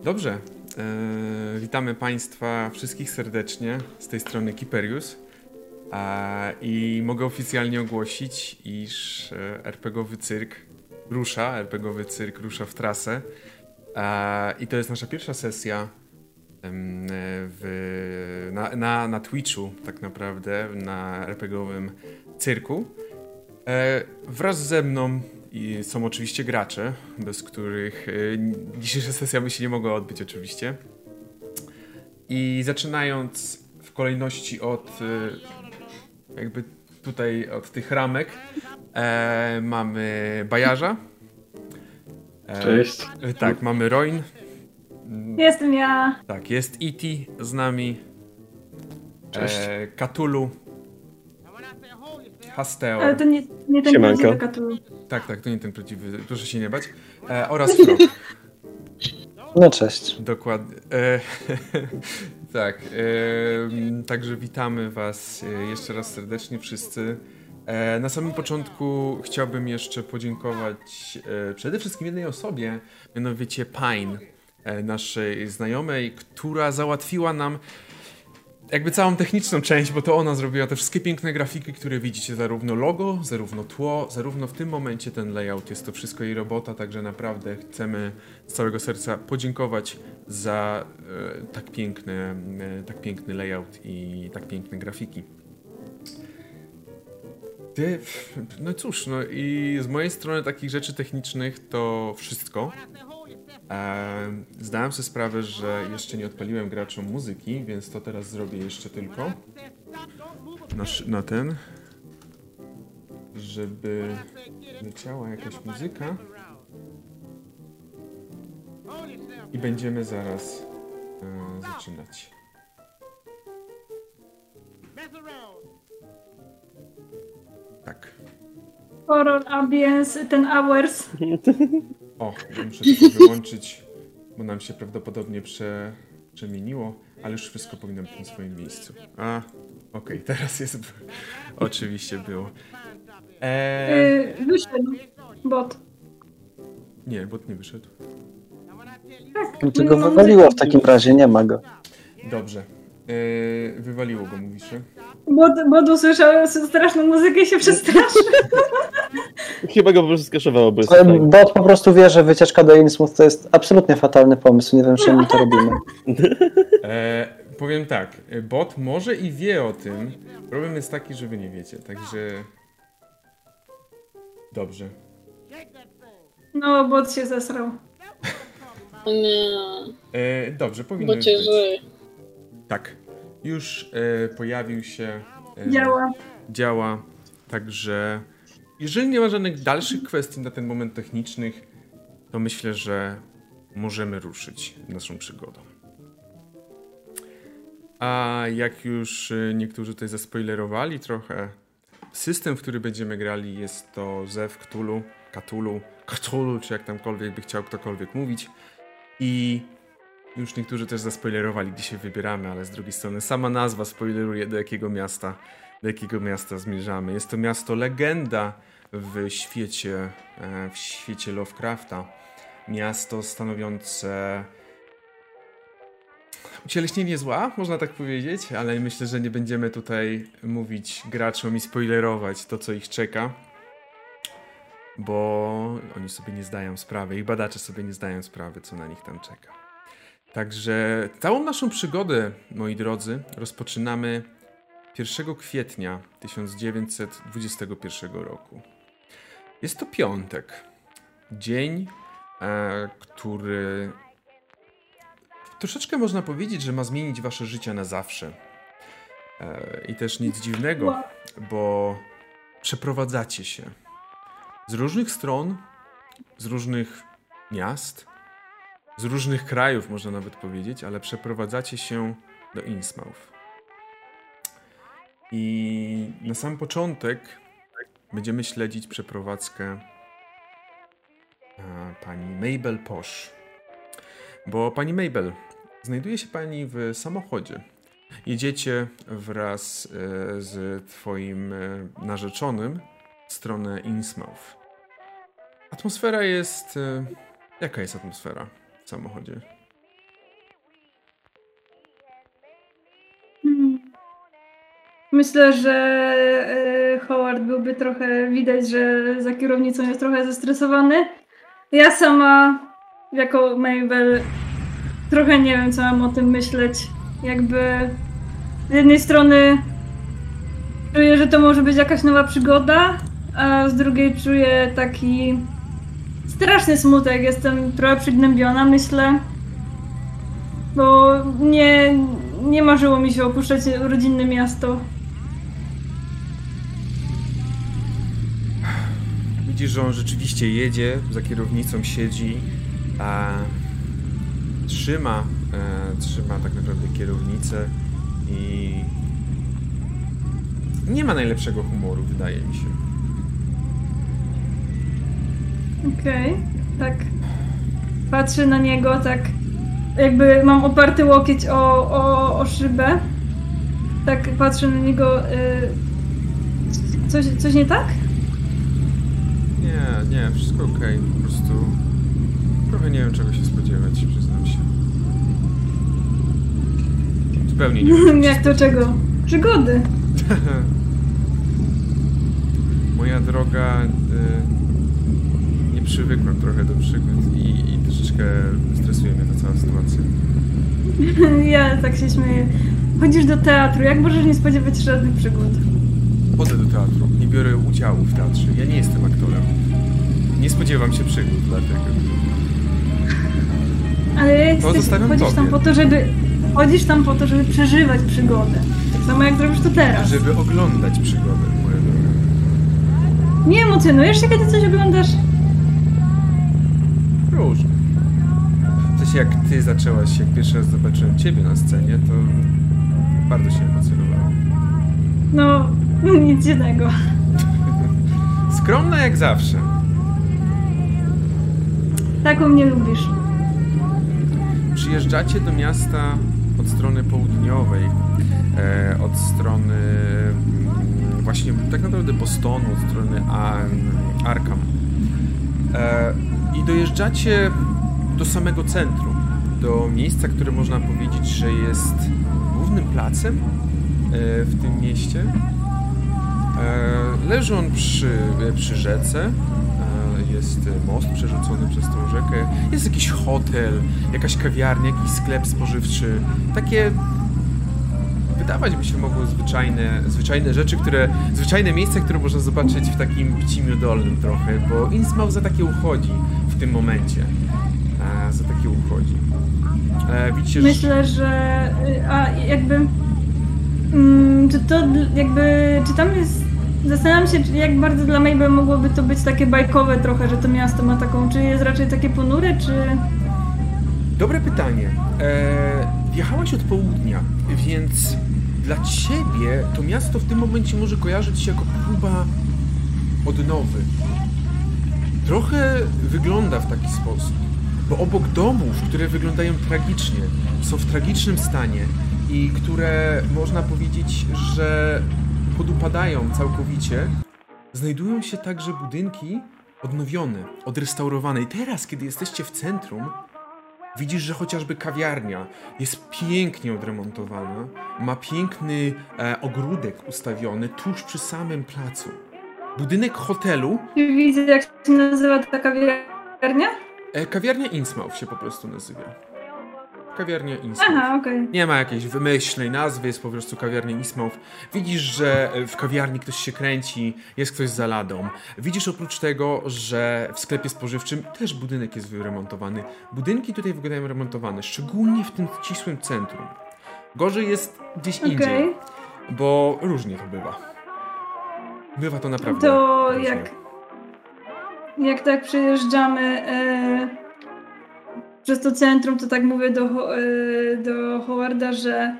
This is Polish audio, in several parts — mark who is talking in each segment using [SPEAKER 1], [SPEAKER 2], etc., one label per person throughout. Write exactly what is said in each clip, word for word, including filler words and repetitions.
[SPEAKER 1] Dobrze. Eee, witamy Państwa wszystkich serdecznie z tej strony Kiperius. Eee, I mogę oficjalnie ogłosić, iż RPGowy cyrk rusza, RPGowy cyrk rusza w trasę. Eee, I to jest nasza pierwsza sesja w, na, na, na Twitchu, tak naprawdę, na RPGowym cyrku. Eee, wraz ze mną i są oczywiście gracze, bez których y, dzisiejsza sesja by się nie mogła odbyć oczywiście. I zaczynając w kolejności od y, jakby tutaj od tych ramek e, mamy Bajarza. E,
[SPEAKER 2] Cześć.
[SPEAKER 1] E, tak, mamy Roin.
[SPEAKER 3] Jestem ja.
[SPEAKER 1] Tak, jest E T z nami.
[SPEAKER 2] Cześć.
[SPEAKER 1] E, Cthulhu. Hasteo.
[SPEAKER 3] Ale to nie, nie ten
[SPEAKER 2] Siemanko.
[SPEAKER 3] prawdziwy Cthulhu.
[SPEAKER 1] Tak, tak, to nie ten prawdziwy, proszę się nie bać. E, oraz Frog.
[SPEAKER 2] No cześć.
[SPEAKER 1] Dokładnie. E, tak, e, także witamy Was e, jeszcze raz serdecznie wszyscy. E, na samym początku chciałbym jeszcze podziękować e, przede wszystkim jednej osobie, mianowicie Pine, e, naszej znajomej, która załatwiła nam jakby całą techniczną część, bo to ona zrobiła te wszystkie piękne grafiki, które widzicie, zarówno logo, zarówno tło, zarówno w tym momencie ten layout, jest to wszystko jej robota, także naprawdę chcemy z całego serca podziękować za e, tak piękny, e, tak piękny layout i tak piękne grafiki. Ty, no cóż, no i z mojej strony takich rzeczy technicznych to wszystko. E, zdałem sobie sprawę, że jeszcze nie odpaliłem graczom muzyki, więc to teraz zrobię jeszcze tylko na, na ten, żeby leciała jakaś muzyka i będziemy zaraz e, zaczynać. Tak.
[SPEAKER 3] Horror Ambience, ten Hours.
[SPEAKER 1] O, ja muszę tylko wyłączyć, bo nam się prawdopodobnie prze, przemieniło, ale już wszystko powinno być na swoim miejscu. A, okej, okay, teraz jest... Oczywiście było. Eee...
[SPEAKER 3] Yy, wyszedł bot.
[SPEAKER 1] Nie, bot nie wyszedł.
[SPEAKER 3] Tak,
[SPEAKER 2] No to go wywaliło w takim razie, nie ma go.
[SPEAKER 1] Dobrze. Eee, wywaliło go, mówisz?
[SPEAKER 3] Bot, bot usłyszał straszną muzykę i się przestraszył.
[SPEAKER 4] Chyba go po prostu skaszowało, bo jest
[SPEAKER 2] Bot po prostu wie, że wycieczka do Innsmouth to jest absolutnie fatalny pomysł. Nie wiem, czemu my to robimy.
[SPEAKER 1] Eee, powiem tak, bot może i wie o tym. Problem jest taki, że wy nie wiecie, także... Dobrze.
[SPEAKER 3] No, bot się zesrał.
[SPEAKER 5] Nie.
[SPEAKER 1] Eee, dobrze, powinno
[SPEAKER 5] Bo cię
[SPEAKER 1] być.
[SPEAKER 5] żyj.
[SPEAKER 1] Tak. Już e, pojawił się... E,
[SPEAKER 3] Działa.
[SPEAKER 1] Działa, także... Jeżeli nie ma żadnych dalszych kwestii na ten moment technicznych, to myślę, że możemy ruszyć naszą przygodą. A jak już niektórzy tutaj zaspoilerowali trochę, system, w który będziemy grali, jest to Zew Cthulhu, Cthulhu, Cthulhu, czy jak tamkolwiek by chciał ktokolwiek mówić. I już niektórzy też zaspoilerowali, gdzie się wybieramy, ale z drugiej strony sama nazwa spoileruje, do jakiego miasta, do jakiego miasta zmierzamy. Jest to miasto legenda w świecie, w świecie Lovecrafta. Miasto stanowiące ucieleśnienie zła, można tak powiedzieć, ale myślę, że nie będziemy tutaj mówić graczom i spoilerować to, co ich czeka, bo oni sobie nie zdają sprawy, ich badacze sobie nie zdają sprawy, co na nich tam czeka. Także całą naszą przygodę, moi drodzy, rozpoczynamy pierwszego kwietnia tysiąc dziewięćset dwudziestego pierwszego roku. Jest to piątek. Dzień, e, który troszeczkę można powiedzieć, że ma zmienić wasze życie na zawsze. E, I też nic dziwnego, bo przeprowadzacie się z różnych stron, z różnych miast, z różnych krajów, można nawet powiedzieć, ale przeprowadzacie się do Innsmouth. I na sam początek będziemy śledzić przeprowadzkę pani Mabel Posh. Bo pani Mabel, znajduje się pani w samochodzie. Jedziecie wraz z twoim narzeczonym w stronę Innsmouth. Atmosfera jest... Jaka jest atmosfera w samochodzie?
[SPEAKER 3] Myślę, że e, Howard byłby trochę, widać, że za kierownicą jest trochę zestresowany. Ja sama, jako Mabel, trochę nie wiem, co mam o tym myśleć. Jakby z jednej strony czuję, że to może być jakaś nowa przygoda, a z drugiej czuję taki straszny smutek. Jestem trochę przygnębiona, myślę. Bo nie, nie marzyło mi się opuszczać rodzinne miasto.
[SPEAKER 1] Widzisz, że on rzeczywiście jedzie, za kierownicą siedzi, a trzyma, e, trzyma tak naprawdę kierownicę i nie ma najlepszego humoru, wydaje mi się.
[SPEAKER 3] Okej, okay, tak. Patrzę na niego, tak jakby mam oparty łokieć o, o, o szybę. Tak patrzę na niego. Y... Coś, coś nie tak?
[SPEAKER 1] Nie, nie, wszystko okej, okay. Po prostu trochę nie wiem, czego się spodziewać, przyznam się. Zupełnie nie wiem.
[SPEAKER 3] Jak to czego? Przygody.
[SPEAKER 1] Moja droga, y, nie przywykłem trochę do przygód i, i troszeczkę stresuje mnie ta cała sytuacja.
[SPEAKER 3] Ja tak się śmieję. Chodzisz do teatru, jak możesz nie spodziewać się żadnych przygód?
[SPEAKER 1] Chodzę do teatru, nie biorę udziału w teatrze, ja nie jestem aktorem. Nie spodziewam się przygód, dlatego.
[SPEAKER 3] Ale jesteś,
[SPEAKER 1] zostawiam
[SPEAKER 3] chodzisz
[SPEAKER 1] tobie.
[SPEAKER 3] tam po to, żeby... Chodzisz tam po to, żeby przeżywać przygodę. Tak samo jak zrobisz to teraz.
[SPEAKER 1] Żeby oglądać przygodę, moja droga.
[SPEAKER 3] Nie emocjonujesz się, kiedy coś oglądasz?
[SPEAKER 1] Różnie. W sensie jak ty zaczęłaś, jak pierwszy raz zobaczyłem ciebie na scenie, to bardzo się emocjonowałem.
[SPEAKER 3] No, nic dziwnego.
[SPEAKER 1] Skromna jak zawsze.
[SPEAKER 3] Taką mnie lubisz.
[SPEAKER 1] Przyjeżdżacie do miasta od strony południowej, e, od strony mm, właśnie tak naprawdę Bostonu, od strony Ar Arkham. E, I dojeżdżacie do samego centrum, do miejsca, które można powiedzieć, że jest głównym placem e, w tym mieście. E, leży on przy, przy rzece. Jest most przerzucony przez tą rzekę, jest jakiś hotel, jakaś kawiarnia, jakiś sklep spożywczy. Takie, wydawać by się mogło zwyczajne, zwyczajne rzeczy, które, zwyczajne miejsca, które można zobaczyć w takim Pcimiu Dolnym trochę, bo Innsmouth za takie uchodzi w tym momencie. A, za takie uchodzi. E, widzicie,
[SPEAKER 3] Myślę, że... A jakby... Mm, czy to jakby... Czy tam jest... Zastanawiam się, jak bardzo dla Mabel mogłoby to być takie bajkowe trochę, że to miasto ma taką... Czy jest raczej takie ponure, czy...
[SPEAKER 1] Dobre pytanie. Eee, wjechałaś od południa, więc dla ciebie to miasto w tym momencie może kojarzyć się jako próba odnowy. Trochę wygląda w taki sposób, bo obok domów, które wyglądają tragicznie, są w tragicznym stanie i które można powiedzieć, że podupadają całkowicie, znajdują się także budynki odnowione, odrestaurowane. I teraz, kiedy jesteście w centrum, widzisz, że chociażby kawiarnia jest pięknie odremontowana, ma piękny e, ogródek ustawiony tuż przy samym placu. Budynek hotelu...
[SPEAKER 3] Widzę, jak się nazywa ta kawiarnia?
[SPEAKER 1] E, kawiarnia Innsmouth się po prostu nazywa. Kawiarnia Innsmouth.
[SPEAKER 3] Aha, okej. Okay.
[SPEAKER 1] Nie ma jakiejś wymyślnej nazwy, jest po prostu kawiarnia Innsmouth. Widzisz, że w kawiarni ktoś się kręci, jest ktoś za ladą. Widzisz oprócz tego, że w sklepie spożywczym też budynek jest wyremontowany. Budynki tutaj wyglądają remontowane, szczególnie w tym ścisłym centrum. Gorzej jest gdzieś
[SPEAKER 3] okay.
[SPEAKER 1] indziej, bo różnie to bywa. Bywa to naprawdę
[SPEAKER 3] To
[SPEAKER 1] różnie.
[SPEAKER 3] jak, jak tak przejeżdżamy... Yy... przez to centrum, to tak mówię do, do Howarda, że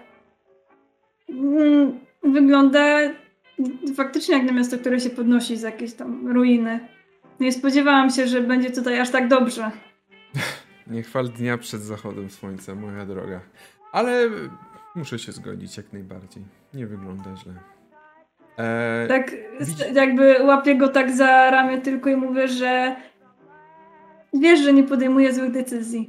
[SPEAKER 3] wygląda faktycznie jak na miasto, które się podnosi z jakiejś tam ruiny. Nie spodziewałam się, że będzie tutaj aż tak dobrze.
[SPEAKER 1] Nie chwal dnia przed zachodem słońca, moja droga. Ale muszę się zgodzić jak najbardziej. Nie wygląda źle. Eee,
[SPEAKER 3] tak
[SPEAKER 1] widz...
[SPEAKER 3] jakby łapię go tak za ramię tylko i mówię, że wiesz, że nie podejmuję złych decyzji.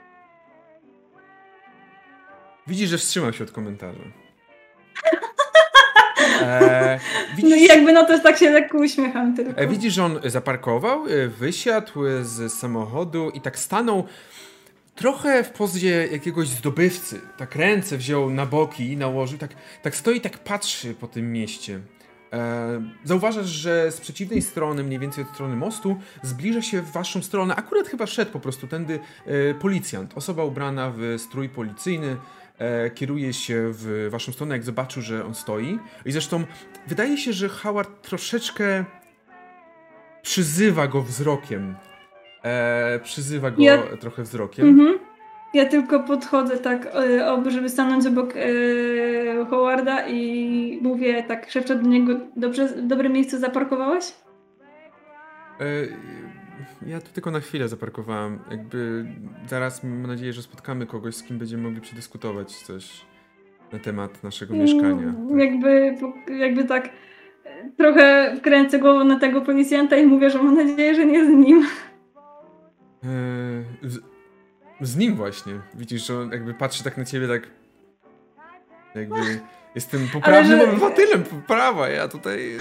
[SPEAKER 1] Widzisz, że wstrzymał się od komentarza. E, widzisz,
[SPEAKER 3] No i jakby no to tak się lekko uśmiecham tylko.
[SPEAKER 1] e, widzisz, że on zaparkował, e, wysiadł z samochodu i tak stanął trochę w pozie jakiegoś zdobywcy. Tak ręce wziął na boki, nałożył, tak, tak stoi i tak patrzy po tym mieście. E, zauważasz, że z przeciwnej strony, mniej więcej od strony mostu, zbliża się w waszą stronę, akurat chyba szedł po prostu tędy e, policjant, osoba ubrana w strój policyjny, e, kieruje się w waszą stronę, jak zobaczył, że on stoi. I zresztą wydaje się, że Howard troszeczkę przyzywa go wzrokiem. E, przyzywa go
[SPEAKER 3] Ja-
[SPEAKER 1] trochę wzrokiem.
[SPEAKER 3] Mhm. Ja tylko podchodzę tak, e, ob- żeby stanąć obok e, Howarda i mówię tak, szepczę do niego, dobrze, w dobrym miejscu zaparkowałeś?
[SPEAKER 1] E, ja tu tylko na chwilę zaparkowałem. Jakby zaraz mam nadzieję, że spotkamy kogoś, z kim będziemy mogli przedyskutować coś na temat naszego mieszkania.
[SPEAKER 3] Mm,
[SPEAKER 1] Tak.
[SPEAKER 3] Jakby, jakby tak e, trochę wkręcę głową na tego policjanta i mówię, że mam nadzieję, że nie z nim.
[SPEAKER 1] E, z, z nim właśnie. Widzisz, że on jakby patrzy tak na ciebie, tak jakby jestem poprawnym
[SPEAKER 3] że-
[SPEAKER 1] obywatelem prawa, ja tutaj...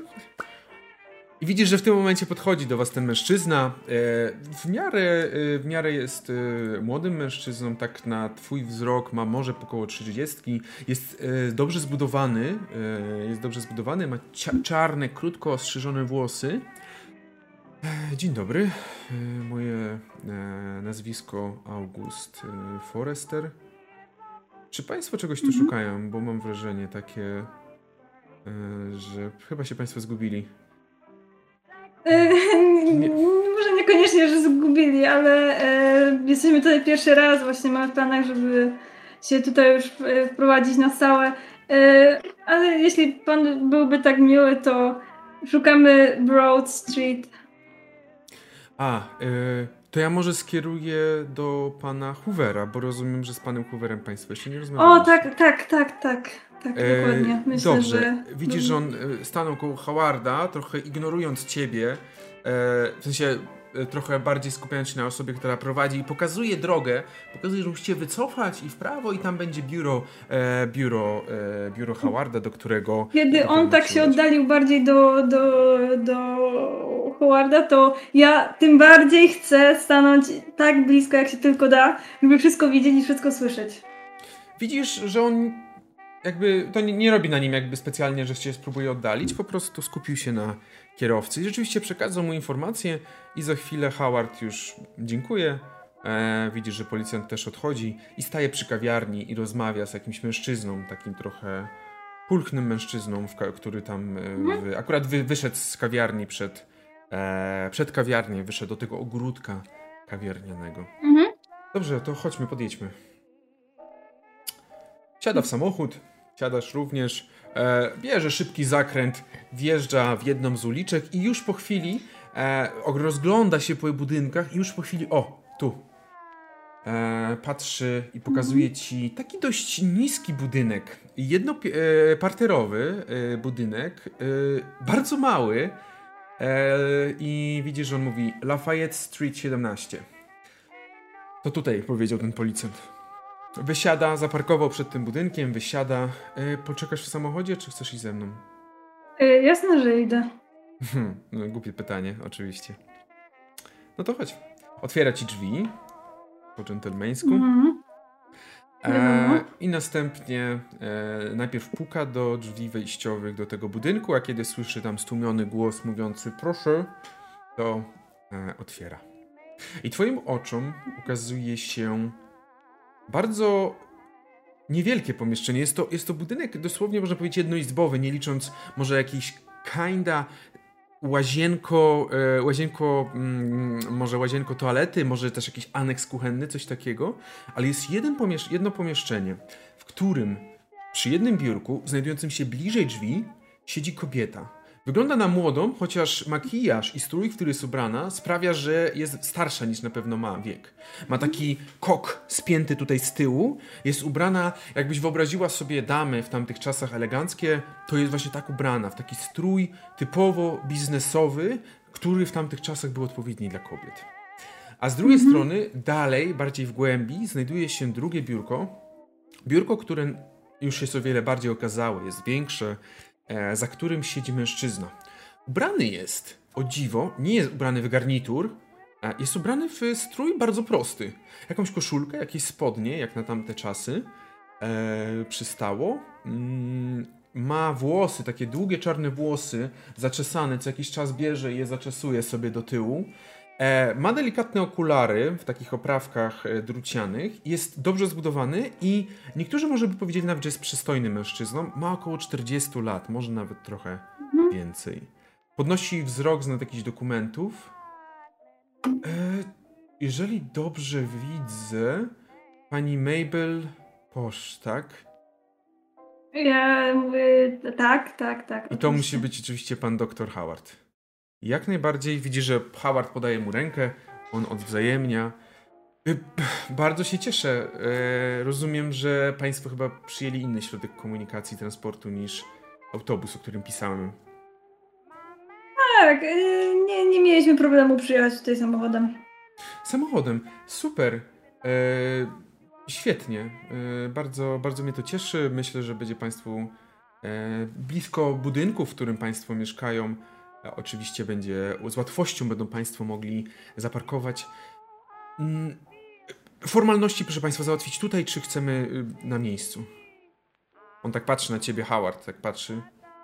[SPEAKER 1] I widzisz, że w tym momencie podchodzi do was ten mężczyzna. E, w miarę, e, w miarę jest e, młodym mężczyzną, tak na twój wzrok ma może około trzydziestki. Jest e, dobrze zbudowany, e, jest dobrze zbudowany, ma cia- czarne, krótko ostrzyżone włosy. E, dzień dobry, e, moje e, nazwisko August e, Forrester. Czy państwo czegoś tu
[SPEAKER 3] Mhm.
[SPEAKER 1] szukają? Bo mam wrażenie takie, e, że chyba się państwo zgubili.
[SPEAKER 3] E,
[SPEAKER 1] Nie.
[SPEAKER 3] Może niekoniecznie, że zgubili, ale e, jesteśmy tutaj pierwszy raz, właśnie mamy w planach, żeby się tutaj już e, wprowadzić na stałe. E, ale jeśli pan byłby tak miły, to szukamy Broad Street.
[SPEAKER 1] A, y, to ja może skieruję do pana Hoovera, bo rozumiem, że z panem Hooverem państwo jeszcze nie rozmawialiście.
[SPEAKER 3] O, tak, tak, tak, tak. Tak,
[SPEAKER 1] E,
[SPEAKER 3] dokładnie. Myślę,
[SPEAKER 1] Dobrze,
[SPEAKER 3] że...
[SPEAKER 1] widzisz, że on y, stanął koło Howarda, trochę ignorując ciebie, e, w sensie e, trochę bardziej skupiając się na osobie, która prowadzi i pokazuje drogę, pokazuje, że musicie wycofać i w prawo i tam będzie biuro, e, biuro, e, biuro Howarda, do którego...
[SPEAKER 3] Kiedy
[SPEAKER 1] do
[SPEAKER 3] on
[SPEAKER 1] którego
[SPEAKER 3] tak się
[SPEAKER 1] przyjść.
[SPEAKER 3] oddalił bardziej do, do, do Howarda, to ja tym bardziej chcę stanąć tak blisko, jak się tylko da, żeby wszystko widzieć i wszystko słyszeć.
[SPEAKER 1] Widzisz, że on jakby, to nie, nie robi na nim jakby specjalnie, że się spróbuje oddalić, po prostu skupił się na kierowcy i rzeczywiście przekazał mu informację i za chwilę Howard już dziękuję. E, widzisz, że policjant też odchodzi i staje przy kawiarni i rozmawia z jakimś mężczyzną, takim trochę pulchnym mężczyzną, w ka- który tam e, w, akurat wy, wyszedł z kawiarni przed, e, przed kawiarnię, wyszedł do tego ogródka kawiarnianego.
[SPEAKER 3] Mhm.
[SPEAKER 1] Dobrze, to chodźmy, podjedźmy. Siada w samochód, siadasz również, e, bierze szybki zakręt, wjeżdża w jedną z uliczek i już po chwili e, rozgląda się po budynkach i już po chwili, o, tu, e, patrzy i pokazuje ci taki dość niski budynek, jednoparterowy e, budynek, e, bardzo mały e, i widzisz, że on mówi Lafayette Street siedemnaście. To tutaj, powiedział ten policjant. Wysiada, zaparkował przed tym budynkiem, wysiada. E, poczekasz w samochodzie, czy chcesz iść ze mną?
[SPEAKER 3] Y, jasne, że idę.
[SPEAKER 1] Hmm, no, głupie pytanie, oczywiście. No to chodź. Otwiera ci drzwi po dżentelmeńsku.
[SPEAKER 3] Mhm.
[SPEAKER 1] E, I następnie e, najpierw puka do drzwi wejściowych do tego budynku, a kiedy słyszy tam stłumiony głos mówiący proszę, to e, otwiera. I twoim oczom ukazuje się bardzo niewielkie pomieszczenie. Jest to, jest to budynek dosłownie, można powiedzieć, jednoizbowy, nie licząc może jakiejś kinda łazienko, e, łazienko mm, może łazienko toalety, może też jakiś aneks kuchenny, coś takiego, ale jest jeden pomiesz- jedno pomieszczenie, w którym przy jednym biurku, znajdującym się bliżej drzwi, siedzi kobieta. Wygląda na młodą, chociaż makijaż i strój, w który jest ubrana, sprawia, że jest starsza niż na pewno ma wiek. Ma taki kok spięty tutaj z tyłu, jest ubrana, jakbyś wyobraziła sobie damy w tamtych czasach eleganckie, to jest właśnie tak ubrana, w taki strój typowo biznesowy, który w tamtych czasach był odpowiedni dla kobiet. A z drugiej strony, dalej, bardziej w głębi, znajduje się drugie biurko. Biurko, które już jest o wiele bardziej okazałe, jest większe, e, za którym siedzi mężczyzna. Ubrany jest, o dziwo, nie jest ubrany w garnitur, e, jest ubrany w strój bardzo prosty. Jakąś koszulkę, jakieś spodnie, jak na tamte czasy, e, przystało. Mm, ma włosy, takie długie czarne włosy, zaczesane, co jakiś czas bierze i je zaczesuje sobie do tyłu. E, ma delikatne okulary w takich oprawkach e, drucianych, jest dobrze zbudowany i niektórzy może by powiedzieli nawet, że jest przystojnym mężczyzną. Ma około czterdziestu lat, może nawet trochę
[SPEAKER 3] Mhm.
[SPEAKER 1] więcej. Podnosi wzrok z nad jakichś dokumentów. E, jeżeli dobrze widzę, pani Mabel Posh, tak?
[SPEAKER 3] Ja mówię, tak, tak, tak.
[SPEAKER 1] I to
[SPEAKER 3] oczywiście.
[SPEAKER 1] musi być oczywiście pan doktor Howard. Jak najbardziej widzi, że Howard podaje mu rękę, on odwzajemnia. Y, Bardzo się cieszę. E, Rozumiem, że państwo chyba przyjęli inny środek komunikacji, transportu niż autobus, o którym pisałem.
[SPEAKER 3] Tak, y, nie, nie mieliśmy problemu przyjechać tutaj samochodem.
[SPEAKER 1] Samochodem. Super. E, Świetnie. E, Bardzo, bardzo mnie to cieszy. Myślę, że będzie państwu e, blisko budynku, w którym państwo mieszkają. E, Oczywiście będzie, z łatwością będą państwo mogli zaparkować. Mm, Formalności, proszę państwa, załatwić tutaj, czy chcemy y, na miejscu? On tak patrzy na ciebie, Howard, tak patrzy.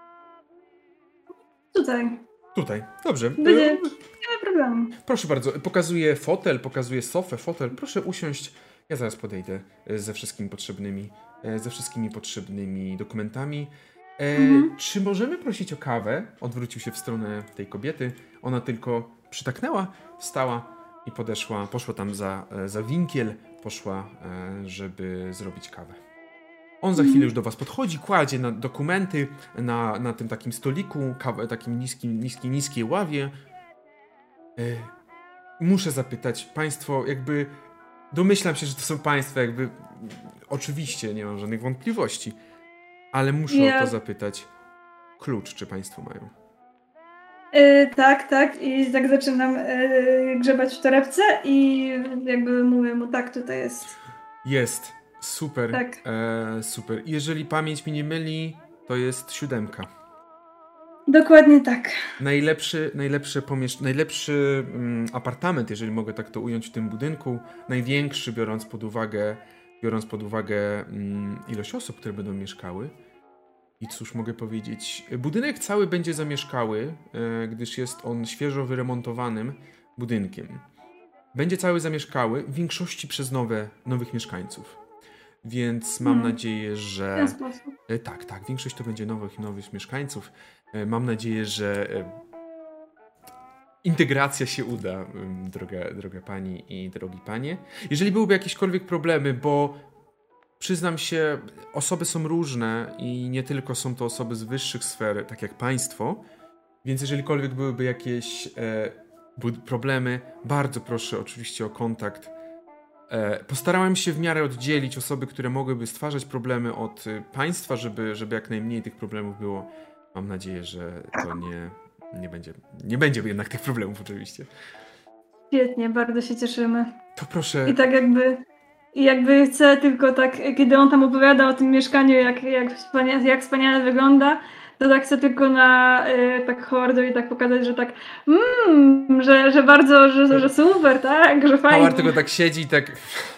[SPEAKER 3] Tutaj.
[SPEAKER 1] Tutaj, dobrze.
[SPEAKER 3] Będzie,
[SPEAKER 1] Y,
[SPEAKER 3] nie ma problemu.
[SPEAKER 1] Proszę bardzo, pokazuję fotel, pokazuję sofę, fotel. Proszę usiąść. Ja zaraz podejdę y, ze wszystkimi potrzebnymi, y, ze wszystkimi potrzebnymi dokumentami. E,
[SPEAKER 3] Mhm.
[SPEAKER 1] Czy możemy prosić o kawę? Odwrócił się w stronę tej kobiety. Ona tylko przytaknęła, wstała i podeszła, poszła tam za, e, za winkiel, poszła, e, żeby zrobić kawę. On za chwilę już do was podchodzi, kładzie na dokumenty na, na tym takim stoliku, kawę, takim niskim, niskiej, niskiej ławie. E, Muszę zapytać, państwo jakby, domyślam się, że to są państwo jakby, oczywiście, nie mam żadnych wątpliwości, ale muszę
[SPEAKER 3] Ja-
[SPEAKER 1] o to zapytać. Klucz, czy państwo mają?
[SPEAKER 3] Y, tak, tak. I tak zaczynam y, grzebać w torebce i jakby mówię mu, tak, tutaj jest.
[SPEAKER 1] Jest. Super.
[SPEAKER 3] Tak.
[SPEAKER 1] E, super. Jeżeli pamięć mi nie myli, to jest siódemka.
[SPEAKER 3] Dokładnie tak.
[SPEAKER 1] Najlepszy, najlepszy, pomiesz- najlepszy mm, apartament, jeżeli mogę tak to ująć, w tym budynku. Największy, biorąc pod uwagę, biorąc pod uwagę mm, ilość osób, które będą mieszkały. I cóż mogę powiedzieć? Budynek cały będzie zamieszkały, e, gdyż jest on świeżo wyremontowanym budynkiem. Będzie cały zamieszkały, w większości przez nowe, nowych mieszkańców. Więc mam
[SPEAKER 3] Hmm.
[SPEAKER 1] nadzieję,
[SPEAKER 3] W
[SPEAKER 1] że...
[SPEAKER 3] ten sposób.
[SPEAKER 1] E, Tak, tak. Większość to będzie nowych, nowych mieszkańców. E, Mam nadzieję, że e, integracja się uda, em, droga, droga pani i drogi panie. Jeżeli byłyby jakiekolwiek problemy, bo przyznam się, osoby są różne i nie tylko są to osoby z wyższych sfer, tak jak państwo, więc jeżelikolwiek byłyby jakieś e, bud- problemy, bardzo proszę oczywiście o kontakt. E, Postarałem się w miarę oddzielić osoby, które mogłyby stwarzać problemy od y, państwa, żeby, żeby jak najmniej tych problemów było. Mam nadzieję, że to nie, nie będzie, nie będzie jednak tych problemów oczywiście.
[SPEAKER 3] Świetnie, bardzo się cieszymy.
[SPEAKER 1] To proszę,
[SPEAKER 3] I tak jakby, i jakby chcę tylko tak, kiedy on tam opowiada o tym mieszkaniu, jak, jak, wspania- jak wspaniale wygląda, to tak chcę tylko na y, tak Howardowi tak pokazać, że tak mmm, że, że bardzo, że, że super, tak, że fajnie.
[SPEAKER 1] Howard tylko tak siedzi i tak...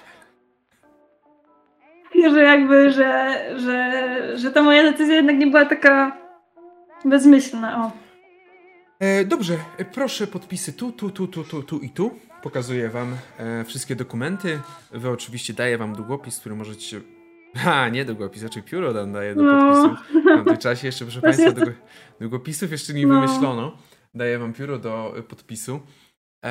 [SPEAKER 3] Że jakby, że, że, że ta moja decyzja jednak nie była taka bezmyślna, o.
[SPEAKER 1] E, dobrze, e, proszę podpisy tu, tu, tu, tu, tu, tu i tu. Pokazuję wam e, wszystkie dokumenty. Wy oczywiście daję wam długopis, który możecie... Ha, nie długopis, raczej pióro dam, daję do
[SPEAKER 3] No.
[SPEAKER 1] podpisu. W tym czasie jeszcze, proszę
[SPEAKER 3] Teraz
[SPEAKER 1] państwa,
[SPEAKER 3] jest-
[SPEAKER 1] długo, długopisów jeszcze nie
[SPEAKER 3] No.
[SPEAKER 1] wymyślono. Daję wam pióro do e, podpisu. E,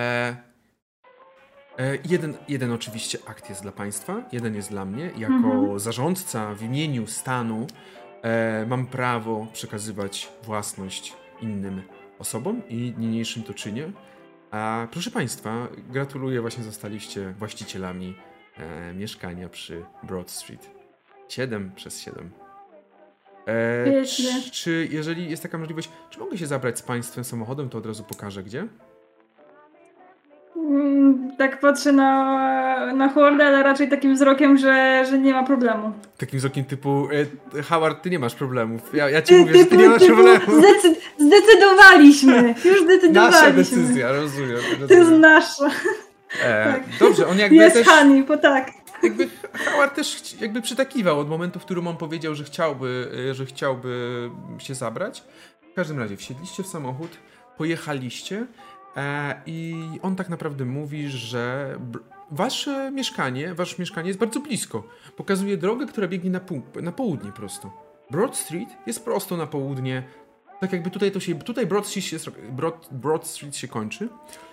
[SPEAKER 1] e, jeden, jeden oczywiście akt jest dla państwa, jeden jest dla mnie. Jako
[SPEAKER 3] Mhm.
[SPEAKER 1] zarządca w imieniu stanu e, mam prawo przekazywać własność innym osobom i niniejszym to czynię. A proszę państwa, gratuluję, właśnie zostaliście właścicielami e, mieszkania przy Broad Street. siedem przez siedem. E,
[SPEAKER 3] Świetnie.
[SPEAKER 1] czy, czy jeżeli jest taka możliwość, czy mogę się zabrać z państwem samochodem, to od razu pokażę gdzie?
[SPEAKER 3] Mm, tak patrzę na, na Howarda, ale raczej takim wzrokiem, że, że nie ma problemu.
[SPEAKER 1] Takim wzrokiem typu, e, Howard, ty nie masz problemów. Ja, ja ci mówię, że ty nie masz
[SPEAKER 3] typu,
[SPEAKER 1] problemów.
[SPEAKER 3] Zdecyd zdecydowaliśmy. Już zdecydowaliśmy.
[SPEAKER 1] Nasza decyzja, rozumiem. rozumiem.
[SPEAKER 3] To jest nasza.
[SPEAKER 1] E,
[SPEAKER 3] tak.
[SPEAKER 1] Dobrze, on jakby
[SPEAKER 3] Jest
[SPEAKER 1] też...
[SPEAKER 3] Honey, bo tak.
[SPEAKER 1] Jakby Howard też jakby przytakiwał od momentu, w którym on powiedział, że chciałby, że chciałby się zabrać. W każdym razie wsiedliście w samochód, pojechaliście e, i on tak naprawdę mówi, że wasze mieszkanie, wasze mieszkanie jest bardzo blisko. Pokazuje drogę, która biegnie na, pół, na południe prosto. Broad Street jest prosto na południe. Tak jakby tutaj to się, tutaj Broad Street się, Broad, Broad Street się kończy.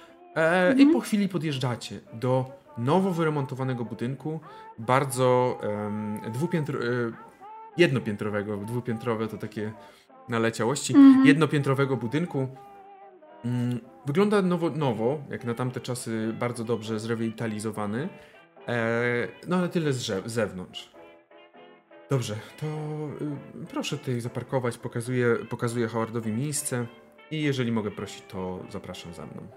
[SPEAKER 1] E, mm. I po chwili podjeżdżacie do nowo wyremontowanego budynku, bardzo um, dwupiętro, y, jednopiętrowego, dwupiętrowe to takie naleciałości, mm-hmm. jednopiętrowego budynku. Mm, wygląda nowo, nowo, jak na tamte czasy bardzo dobrze zrewitalizowany, e, no ale tyle z, z zewnątrz. Dobrze, to y, proszę tutaj zaparkować, pokazuję, pokazuję Howardowi miejsce i jeżeli mogę prosić, to zapraszam za mną.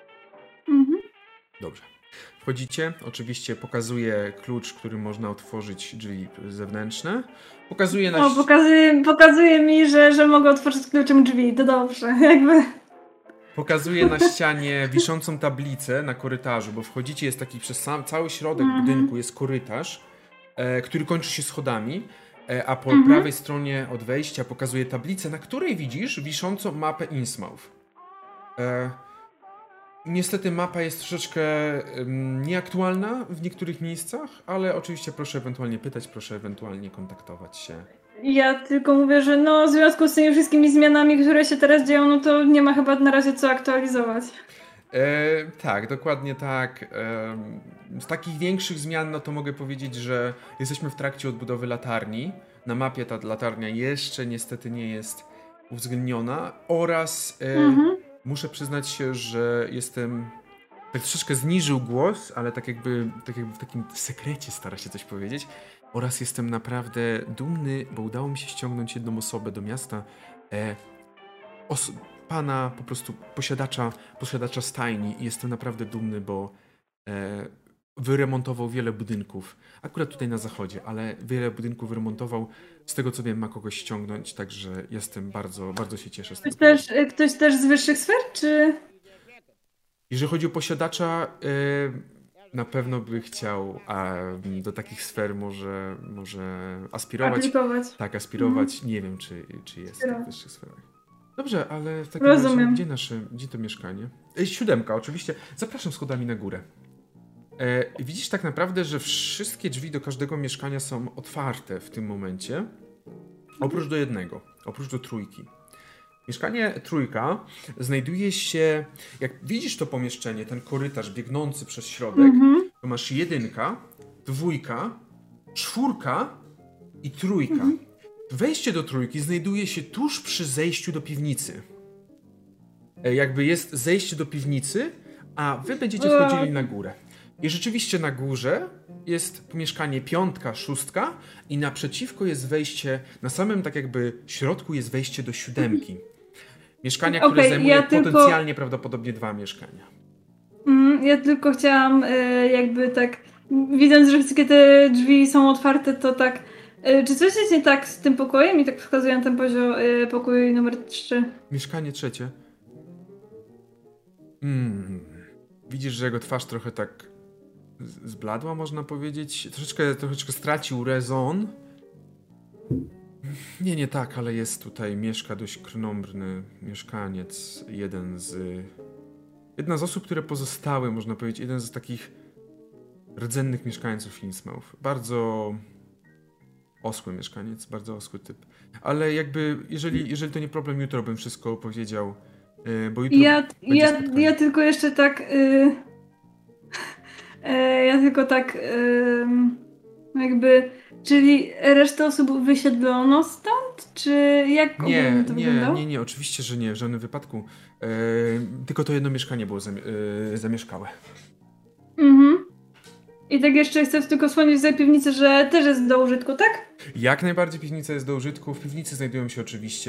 [SPEAKER 3] Mhm.
[SPEAKER 1] Dobrze. Wchodzicie, oczywiście pokazuje klucz, którym można otworzyć drzwi zewnętrzne. Pokazuje na...
[SPEAKER 3] O, pokazuje, pokazuje mi, że, że mogę otworzyć kluczem drzwi, to dobrze, jakby.
[SPEAKER 1] Pokazuje na ścianie wiszącą tablicę na korytarzu, bo wchodzicie, jest taki przez sam, cały środek mm-hmm. budynku jest korytarz, e, który kończy się schodami, e, a po mm-hmm. prawej stronie od wejścia pokazuje tablicę, na której widzisz wiszącą mapę Innsmouth. E, Niestety mapa jest troszeczkę um, nieaktualna w niektórych miejscach, ale oczywiście proszę ewentualnie pytać, proszę ewentualnie kontaktować się.
[SPEAKER 3] Ja tylko mówię, że no w związku z tymi wszystkimi zmianami, które się teraz dzieją, no to nie ma chyba na razie co aktualizować.
[SPEAKER 1] E, tak, dokładnie tak. E, z takich większych zmian, no to mogę powiedzieć, że jesteśmy w trakcie odbudowy latarni. Na mapie ta latarnia jeszcze niestety nie jest uwzględniona oraz... E, mhm. Muszę przyznać się, że jestem... Tak troszeczkę zniżył głos, ale tak jakby, tak jakby w takim sekrecie stara się coś powiedzieć. Oraz jestem naprawdę dumny, bo udało mi się ściągnąć jedną osobę do miasta. E, os pana po prostu posiadacza, posiadacza stajni. I jestem naprawdę dumny, bo e, wyremontował wiele budynków. Akurat tutaj na zachodzie, ale wiele budynków wyremontował. Z tego co wiem, ma kogoś ściągnąć, także jestem bardzo, bardzo się cieszę z tego.
[SPEAKER 3] Ktoś też, ktoś też z wyższych sfer, czy...
[SPEAKER 1] Jeżeli chodzi o posiadacza, yy, na pewno by chciał a, do takich sfer może, może aspirować.
[SPEAKER 3] Aplikować.
[SPEAKER 1] Tak, aspirować. Mhm. Nie wiem, czy, czy jest w tych wyższych sferach. Dobrze, ale w takim
[SPEAKER 3] Rozumiem.
[SPEAKER 1] razie, gdzie, nasze, gdzie to mieszkanie? E, siódemka, oczywiście. Zapraszam schodami na górę. E, widzisz tak naprawdę, że wszystkie drzwi do każdego mieszkania są otwarte w tym momencie. Oprócz do jednego. Oprócz do trójki. Mieszkanie trójka znajduje się... Jak widzisz to pomieszczenie, ten korytarz biegnący przez środek, mm-hmm. to masz jedynka, dwójka, czwórka i trójka. Mm-hmm. Wejście do trójki znajduje się tuż przy zejściu do piwnicy. E, jakby jest zejście do piwnicy, a wy będziecie wchodzili na górę. I rzeczywiście na górze jest mieszkanie piątka, szóstka i naprzeciwko jest wejście, na samym tak jakby środku jest wejście do siódemki. Mieszkania, które okay, zajmuje ja potencjalnie tylko... prawdopodobnie dwa mieszkania.
[SPEAKER 3] Mm, ja tylko chciałam y, jakby tak, widząc, że wszystkie te drzwi są otwarte, to tak, y, czy coś jest nie tak z tym pokojem? I tak wskazuję na ten poziom, y, pokój numer trzy.
[SPEAKER 1] Mieszkanie trzecie. Mm. Widzisz, że jego twarz trochę tak zbladła, można powiedzieć. Troszeczkę, troszeczkę stracił rezon. Nie, nie tak, ale jest tutaj, mieszka dość krnąbrny mieszkaniec. Jeden z... Jedna z osób, które pozostały, można powiedzieć, jeden z takich rdzennych mieszkańców Innsmouth. Bardzo osły mieszkaniec, bardzo osły typ. Ale jakby, jeżeli, jeżeli to nie problem, jutro bym wszystko opowiedział. Bo jutro
[SPEAKER 3] ja, ja, ja tylko jeszcze tak... Yy, yy, ja tylko tak... Yy, jakby... Czyli resztę osób wysiedlono stąd? Czy jak
[SPEAKER 1] nie,
[SPEAKER 3] to
[SPEAKER 1] nie,
[SPEAKER 3] wyglądało?
[SPEAKER 1] Nie, nie, oczywiście, że nie, w żadnym wypadku. Yy, tylko to jedno mieszkanie było zami yy, zamieszkałe.
[SPEAKER 3] Mhm. I tak jeszcze chcę tylko wspomnieć za piwnicę, że też jest do użytku, tak?
[SPEAKER 1] Jak najbardziej piwnica jest do użytku. W piwnicy znajdują się oczywiście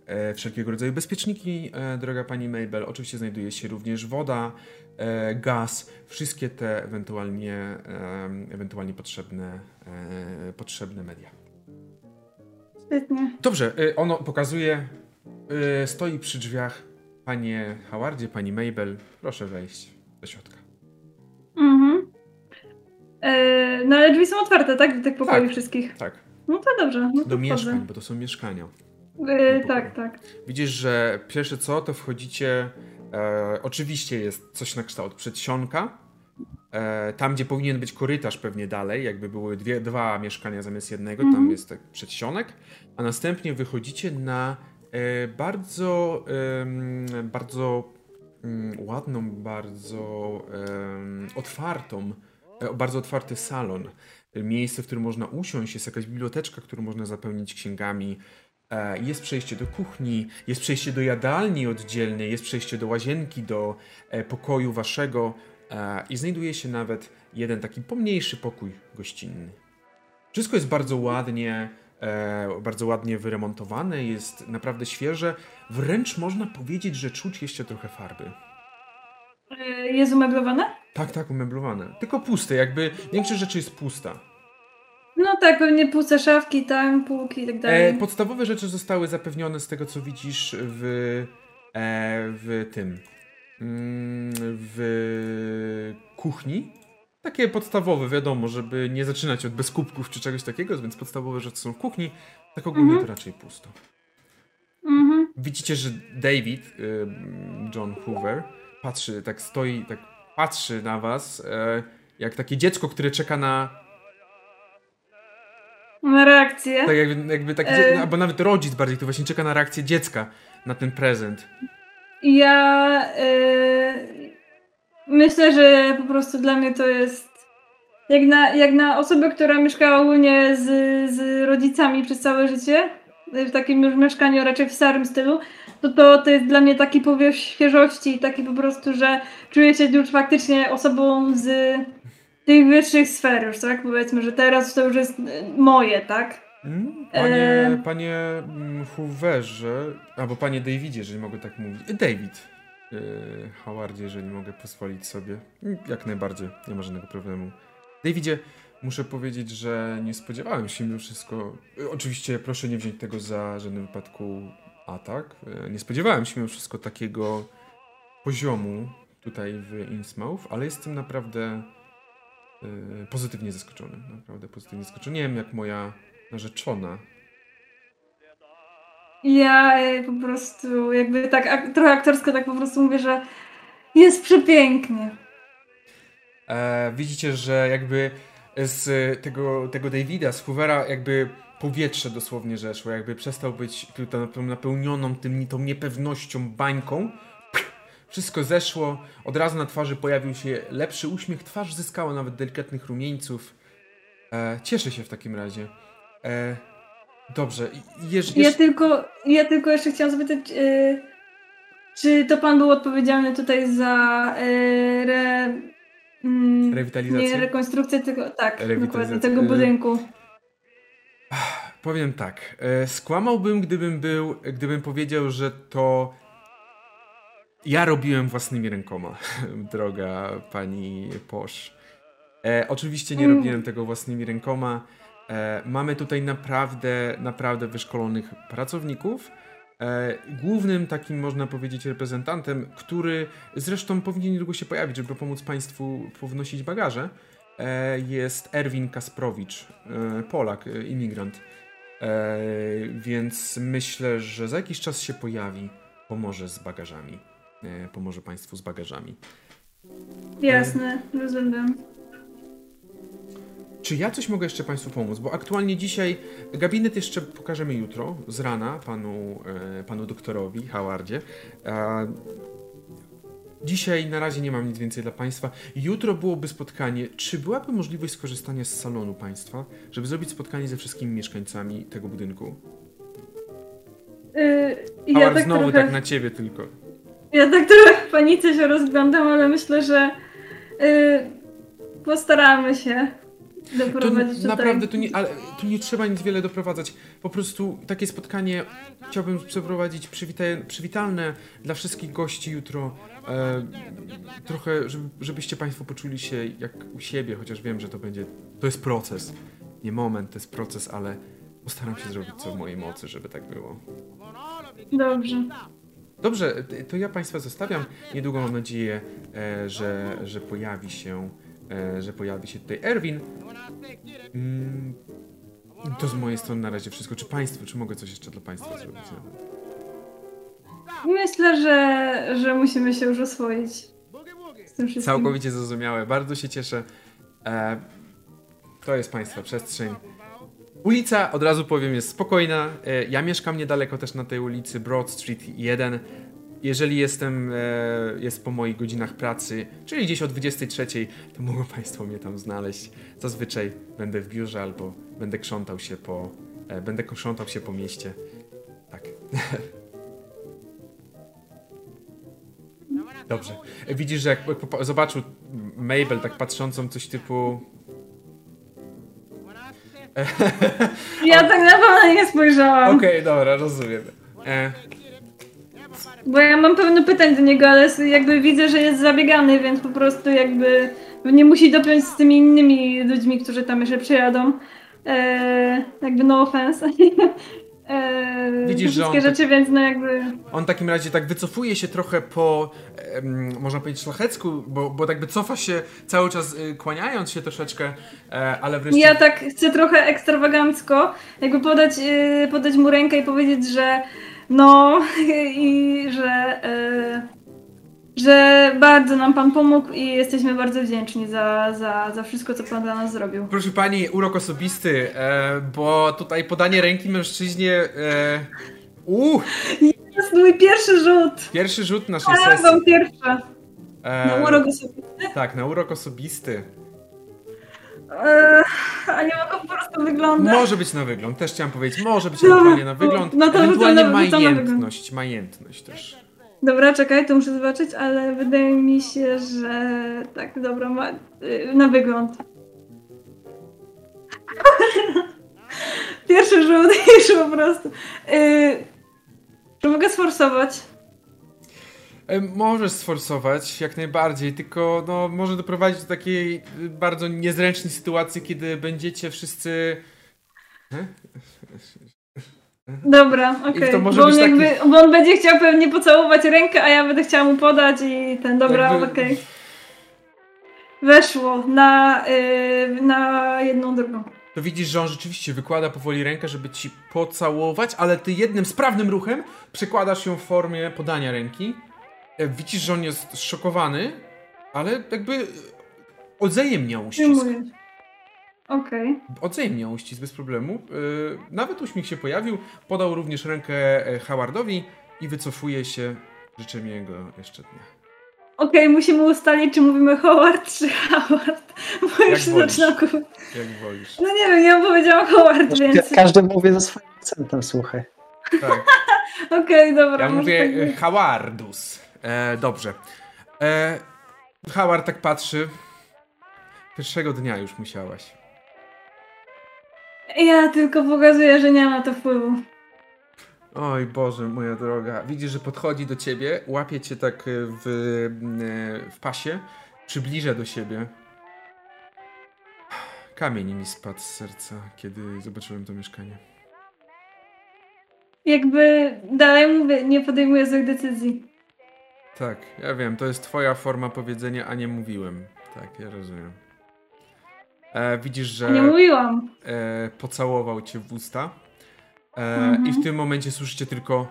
[SPEAKER 1] e, wszelkiego rodzaju bezpieczniki, e, droga pani Mabel. Oczywiście znajduje się również woda, e, gaz, wszystkie te ewentualnie, e, ewentualnie potrzebne, e, potrzebne media.
[SPEAKER 3] Świetnie.
[SPEAKER 1] Dobrze, e, ono pokazuje, e, stoi przy drzwiach. Panie Howardzie, pani Mabel, proszę wejść do środka.
[SPEAKER 3] Mhm. E, no ale drzwi są otwarte, tak? Do tych pokoi
[SPEAKER 1] Tak.
[SPEAKER 3] wszystkich.
[SPEAKER 1] Tak,
[SPEAKER 3] No to dobrze. No to
[SPEAKER 1] do
[SPEAKER 3] wchodzę.
[SPEAKER 1] mieszkań, bo to są mieszkania.
[SPEAKER 3] E, tak, tak.
[SPEAKER 1] Widzisz, że pierwsze co, to wchodzicie, e, oczywiście jest coś na kształt przedsionka, e, tam gdzie powinien być korytarz pewnie dalej, jakby były dwie, dwa mieszkania zamiast jednego,
[SPEAKER 3] Mhm.
[SPEAKER 1] tam jest tak przedsionek, a następnie wychodzicie na e, bardzo, em, bardzo mm, ładną, bardzo em, otwartą, e, bardzo otwarty salon. Miejsce, w którym można usiąść, jest jakaś biblioteczka, którą można zapełnić księgami. E, Jest przejście do kuchni, jest przejście do jadalni oddzielnej, jest przejście do łazienki, do e, pokoju waszego e, i znajduje się nawet jeden taki pomniejszy pokój gościnny. Wszystko jest bardzo ładnie, e, bardzo ładnie wyremontowane, jest naprawdę świeże. Wręcz można powiedzieć, że czuć jeszcze trochę farby.
[SPEAKER 3] E, jest umeblowane?
[SPEAKER 1] Tak, tak, umeblowane. Tylko puste, jakby większość rzeczy jest pusta.
[SPEAKER 3] No tak, pewnie puste szafki, tam, półki i tak dalej.
[SPEAKER 1] E, podstawowe rzeczy zostały zapewnione z tego, co widzisz w, e, w tym, mm, w kuchni. Takie podstawowe, wiadomo, żeby nie zaczynać od bezkubków czy czegoś takiego, więc podstawowe rzeczy są w kuchni. Tak ogólnie
[SPEAKER 3] Mhm.
[SPEAKER 1] to raczej pusto.
[SPEAKER 3] Mhm.
[SPEAKER 1] Widzicie, że David, y, John Hoover, patrzy, tak stoi, tak patrzy na was, e, jak takie dziecko, które czeka na
[SPEAKER 3] Na reakcję.
[SPEAKER 1] tak jakby, jakby taki,
[SPEAKER 3] E.
[SPEAKER 1] albo nawet rodzic bardziej, to właśnie czeka na reakcję dziecka na ten prezent.
[SPEAKER 3] Ja e, myślę, że po prostu dla mnie to jest jak na, jak na osobę, która mieszkała ogólnie z, z rodzicami przez całe życie, w takim już mieszkaniu raczej w starym stylu, to, to to jest dla mnie taki powiew świeżości, taki po prostu, że czuję się już faktycznie osobą z tych wyższych sfer już, tak? Powiedzmy, że teraz to już jest e, moje, tak?
[SPEAKER 1] Mm, Panie,
[SPEAKER 3] E.
[SPEAKER 1] panie mm, Hooverze, albo panie Davidzie, jeżeli mogę tak mówić. E, David. Yy, Howardzie, jeżeli mogę pozwolić sobie. Mm, Jak najbardziej, nie ma żadnego problemu. Davidzie, muszę powiedzieć, że nie spodziewałem się mimo wszystko. y, Oczywiście proszę nie wziąć tego za żadnym wypadku atak. Y, Nie spodziewałem się mimo wszystko takiego poziomu tutaj w Innsmouth, ale jestem naprawdę y, pozytywnie zaskoczony. Naprawdę pozytywnie zaskoczony. Nie wiem, jak moja narzeczona.
[SPEAKER 3] Ja e, po prostu jakby tak ak- trochę aktorsko tak po prostu mówię, że jest przepięknie.
[SPEAKER 1] E, widzicie, że jakby z tego, tego Davida, z Hoovera jakby powietrze dosłownie zeszło, jakby przestał być tą tą napełnioną tym, tą niepewnością bańką. Wszystko zeszło, od razu na twarzy pojawił się lepszy uśmiech, twarz zyskała nawet delikatnych rumieńców. E, cieszę się w takim razie. E, dobrze, i- jeż,
[SPEAKER 3] Ja
[SPEAKER 1] jeż...
[SPEAKER 3] tylko, ja tylko jeszcze chciałam zapytać, e, czy to pan był odpowiedzialny tutaj za e, re, mm,
[SPEAKER 1] Rewitalizację?
[SPEAKER 3] nie rekonstrukcję tego, tak,
[SPEAKER 1] Rewitalizację.
[SPEAKER 3] dokładnie, tego
[SPEAKER 1] E,
[SPEAKER 3] budynku.
[SPEAKER 1] Powiem tak, e, skłamałbym, gdybym był, gdybym powiedział, że to ja robiłem własnymi rękoma, droga pani Posz. E, oczywiście nie
[SPEAKER 3] Mm.
[SPEAKER 1] robiłem tego własnymi rękoma. E, mamy tutaj naprawdę, naprawdę wyszkolonych pracowników. E, głównym takim, można powiedzieć, reprezentantem, który zresztą powinien niedługo się pojawić, żeby pomóc państwu pownosić bagaże, e, jest Erwin Kasprowicz, e, Polak, e, imigrant. E, więc myślę, że za jakiś czas się pojawi, pomoże z bagażami. E, pomoże państwu z bagażami.
[SPEAKER 3] Jasne, rozumiem.
[SPEAKER 1] Czy ja coś mogę jeszcze państwu pomóc? Bo aktualnie dzisiaj gabinet jeszcze pokażemy jutro z rana panu, e, panu doktorowi Howardzie. E, dzisiaj na razie nie mam nic więcej dla państwa. Jutro byłoby spotkanie. Czy byłaby możliwość skorzystania z salonu państwa, żeby zrobić spotkanie ze wszystkimi mieszkańcami tego budynku?
[SPEAKER 3] Yy, ja
[SPEAKER 1] Howard,
[SPEAKER 3] tak
[SPEAKER 1] znowu
[SPEAKER 3] trochę,
[SPEAKER 1] tak na ciebie tylko.
[SPEAKER 3] ja tak trochę w panice się rozglądam, ale myślę, że yy, postaramy się. doprowadzić
[SPEAKER 1] To
[SPEAKER 3] tutaj.
[SPEAKER 1] naprawdę, tu nie, ale tu nie trzeba nic wiele doprowadzać. Po prostu takie spotkanie chciałbym przeprowadzić przywita przywitalne dla wszystkich gości jutro. E, trochę, żeby, żebyście Państwo poczuli się jak u siebie, chociaż wiem, że to będzie, to jest proces. Nie moment, to jest proces, ale postaram się zrobić co w mojej mocy, żeby tak było.
[SPEAKER 3] Dobrze.
[SPEAKER 1] Dobrze, to ja Państwa zostawiam. Niedługo mam nadzieję, e, że, że pojawi się e, że pojawi się tutaj Erwin. Mm, to z mojej strony na razie wszystko. Czy Państwo, czy mogę coś jeszcze dla Państwa zrobić?
[SPEAKER 3] Myślę, że, że musimy się już oswoić z tym wszystkim.
[SPEAKER 1] Całkowicie zrozumiałe. Bardzo się cieszę. E, to jest Państwa przestrzeń. Ulica, od razu powiem, jest spokojna. E, ja mieszkam niedaleko też na tej ulicy, Broad Street jeden. Jeżeli jestem, e, jest po moich godzinach pracy, czyli gdzieś o dwudziestej trzeciej, to mogą Państwo mnie tam znaleźć. Zazwyczaj będę w biurze albo będę krzątał się po, e, będę krzątał się po mieście. Tak. Dobrze. E, widzisz, że jak zobaczył Mabel tak patrzącą coś typu...
[SPEAKER 3] Ja tak na pewno nie spojrzałam.
[SPEAKER 1] Okej, okay, dobra, rozumiem. E...
[SPEAKER 3] Bo ja mam pełno pytań do niego, ale jakby widzę, że jest zabiegany, więc po prostu jakby nie musi dopiąć z tymi innymi ludźmi, którzy tam jeszcze przyjadą. Eee, jakby no offense. Eee,
[SPEAKER 1] Widzisz,
[SPEAKER 3] wszystkie
[SPEAKER 1] że on
[SPEAKER 3] rzeczy,
[SPEAKER 1] tak,
[SPEAKER 3] więc no jakby...
[SPEAKER 1] On w takim razie tak wycofuje się trochę po, em, można powiedzieć, szlachecku, bo, bo jakby cofa się cały czas y, kłaniając się troszeczkę, e, ale wreszcie...
[SPEAKER 3] Ja tak chcę trochę ekstrawagancko jakby podać, y, podać mu rękę i powiedzieć, że no i że, y, że bardzo nam pan pomógł i jesteśmy bardzo wdzięczni za, za, za wszystko, co pan dla nas zrobił.
[SPEAKER 1] Proszę pani, urok osobisty, e, bo tutaj podanie ręki mężczyźnie... E, uh,
[SPEAKER 3] Jest mój pierwszy rzut!
[SPEAKER 1] Pierwszy rzut naszej
[SPEAKER 3] Ale
[SPEAKER 1] sesji.
[SPEAKER 3] wam pierwsza.
[SPEAKER 1] E,
[SPEAKER 3] Na urok osobisty?
[SPEAKER 1] Tak, na urok osobisty.
[SPEAKER 3] Eee, a nie mogę po prostu wyglądać.
[SPEAKER 1] Może być na wygląd, też chciałam powiedzieć, może być ewentualnie na wygląd,
[SPEAKER 3] no to
[SPEAKER 1] ewentualnie
[SPEAKER 3] rzucam na- rzucam na wygląd.
[SPEAKER 1] majętność, majętność też.
[SPEAKER 3] Dobra, czekaj, to muszę zobaczyć, ale wydaje mi się, że tak, dobra, ma... y, na wygląd. Pierwszy rzut już po prostu. Yy, czy mogę sforsować?
[SPEAKER 1] E, Możesz sforsować, jak najbardziej, tylko no, może doprowadzić do takiej y, bardzo niezręcznej sytuacji, kiedy będziecie wszyscy... He?
[SPEAKER 3] Dobra, okej.
[SPEAKER 1] to może
[SPEAKER 3] Bo, on
[SPEAKER 1] być taki-
[SPEAKER 3] jakby- bo on będzie chciał pewnie pocałować rękę, a ja będę chciała mu podać i ten, dobra,
[SPEAKER 1] Jakby-
[SPEAKER 3] okej. Weszło na, yy, na jedną drugą.
[SPEAKER 1] To widzisz, że on rzeczywiście wykłada powoli rękę, żeby ci pocałować, ale ty jednym sprawnym ruchem przekładasz ją w formie podania ręki. E, Widzisz, że on jest szokowany, ale jakby odzajemniał uścisk.
[SPEAKER 3] Przyjmuję. Okej.
[SPEAKER 1] Odzajemniał uścisk bez problemu. Yy, nawet uśmiech się pojawił. Podał również rękę e, Howardowi i wycofuje się. Życzę mi jego jeszcze dnia.
[SPEAKER 3] Okej, musimy ustalić, czy mówimy Howard, czy Howard. Bo już się
[SPEAKER 1] wolisz.
[SPEAKER 3] zaczynam... ku-
[SPEAKER 1] Jak wolisz.
[SPEAKER 3] No nie wiem, ja powiedziałam Howard, więc...
[SPEAKER 2] Ka- Każdy mówi ze swoim akcentem, słuchaj.
[SPEAKER 1] Tak.
[SPEAKER 3] Okej, dobra.
[SPEAKER 1] Ja
[SPEAKER 3] może
[SPEAKER 1] mówię
[SPEAKER 3] tak
[SPEAKER 1] e,
[SPEAKER 3] być.
[SPEAKER 1] Howardus. E, dobrze. E, Howard tak patrzy. Pierwszego dnia już musiałaś.
[SPEAKER 3] Ja tylko pokazuję, że nie ma to wpływu.
[SPEAKER 1] Oj Boże, moja droga. Widzisz, że podchodzi do ciebie, łapie cię tak w, w pasie, przybliża do siebie. Kamień mi spadł z serca, kiedy zobaczyłem to mieszkanie.
[SPEAKER 3] Jakby dalej mówię, nie podejmuję złych decyzji.
[SPEAKER 1] Tak, ja wiem, to jest twoja forma powiedzenia, a nie mówiłem. Tak, ja rozumiem. E, widzisz, że
[SPEAKER 3] Nie mówiłam.
[SPEAKER 1] e, pocałował cię w usta. E,
[SPEAKER 3] Mhm.
[SPEAKER 1] I w tym momencie słyszycie tylko...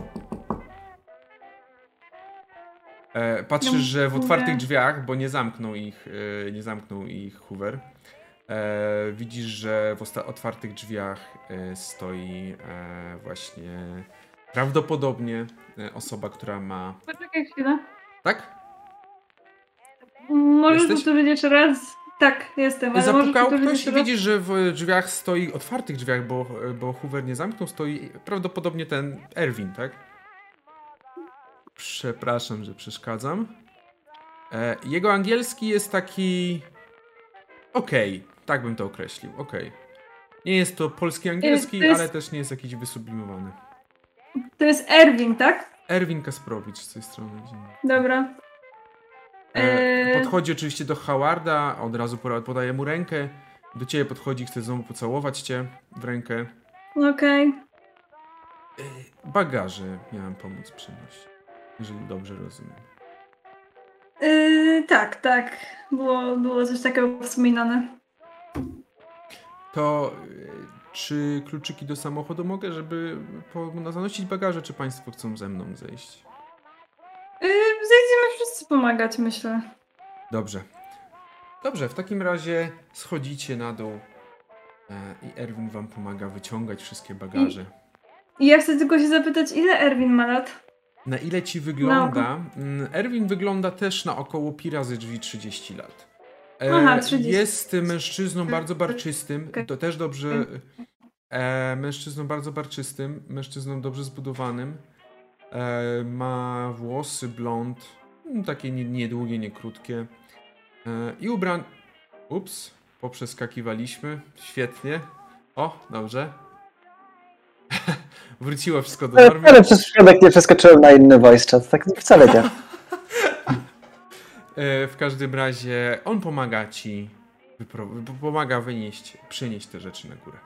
[SPEAKER 1] E, patrzysz,
[SPEAKER 3] No,
[SPEAKER 1] że w
[SPEAKER 3] mówię.
[SPEAKER 1] otwartych drzwiach, bo nie zamknął ich, e, nie zamknął ich Hoover. E, widzisz, że w osta- otwartych drzwiach e, stoi e, właśnie prawdopodobnie e, osoba, która ma...
[SPEAKER 3] Poczekaj chwilę.
[SPEAKER 1] Tak?
[SPEAKER 3] Możesz
[SPEAKER 1] Jesteś?
[SPEAKER 3] powtórzyć jeszcze raz? Tak, jestem, ale możesz
[SPEAKER 1] Zapukał
[SPEAKER 3] powtórzyć
[SPEAKER 1] ktoś
[SPEAKER 3] jeszcze
[SPEAKER 1] i
[SPEAKER 3] raz?
[SPEAKER 1] widzisz, że w drzwiach stoi, otwartych drzwiach, bo, bo Hoover nie zamknął, stoi prawdopodobnie ten Erwin, tak? Przepraszam, że przeszkadzam. E, jego angielski jest taki... okej. tak bym to określił, okej. Okay. Nie jest to polski angielski, jest... ale też nie jest jakiś wysublimowany.
[SPEAKER 3] To jest Erwin, tak?
[SPEAKER 1] Erwin Kasprowicz z tej strony.
[SPEAKER 3] Dobra.
[SPEAKER 1] E, podchodzi oczywiście do Howarda, od razu podaje mu rękę. Do ciebie podchodzi, chce znowu pocałować cię w rękę.
[SPEAKER 3] Okej.
[SPEAKER 1] Okay. Bagaże miałem pomóc przynieść, jeżeli dobrze rozumiem.
[SPEAKER 3] Yy, tak, tak. Było, było coś takiego wspominane.
[SPEAKER 1] To czy kluczyki do samochodu mogę, żeby po, zanosić bagaże, czy państwo chcą ze mną zejść?
[SPEAKER 3] Yy, zejdziemy wszyscy pomagać, myślę.
[SPEAKER 1] Dobrze. Dobrze, w takim razie schodzicie na dół e, i Erwin wam pomaga wyciągać wszystkie bagaże.
[SPEAKER 3] I, I ja chcę tylko się zapytać, ile Erwin ma lat?
[SPEAKER 1] Na ile ci wygląda? No. Erwin wygląda też na około pi razy drzwi trzydzieści lat. E,
[SPEAKER 3] Aha, trzydzieści.
[SPEAKER 1] Jest mężczyzną bardzo barczystym, okay. To też dobrze... E, mężczyzną bardzo barczystym, mężczyzną dobrze zbudowanym. E, ma włosy blond, takie niedługie, nie krótkie. E, I ubran... Ups, poprzeskakiwaliśmy. Świetnie. O, dobrze. Wróciło wszystko do normy.
[SPEAKER 2] Ale przez przypadek nie przeskoczyłem na inny voice chat, tak wcale nie.
[SPEAKER 1] E, w każdym razie on pomaga ci, wypro- pomaga wynieść, przynieść te rzeczy na górę.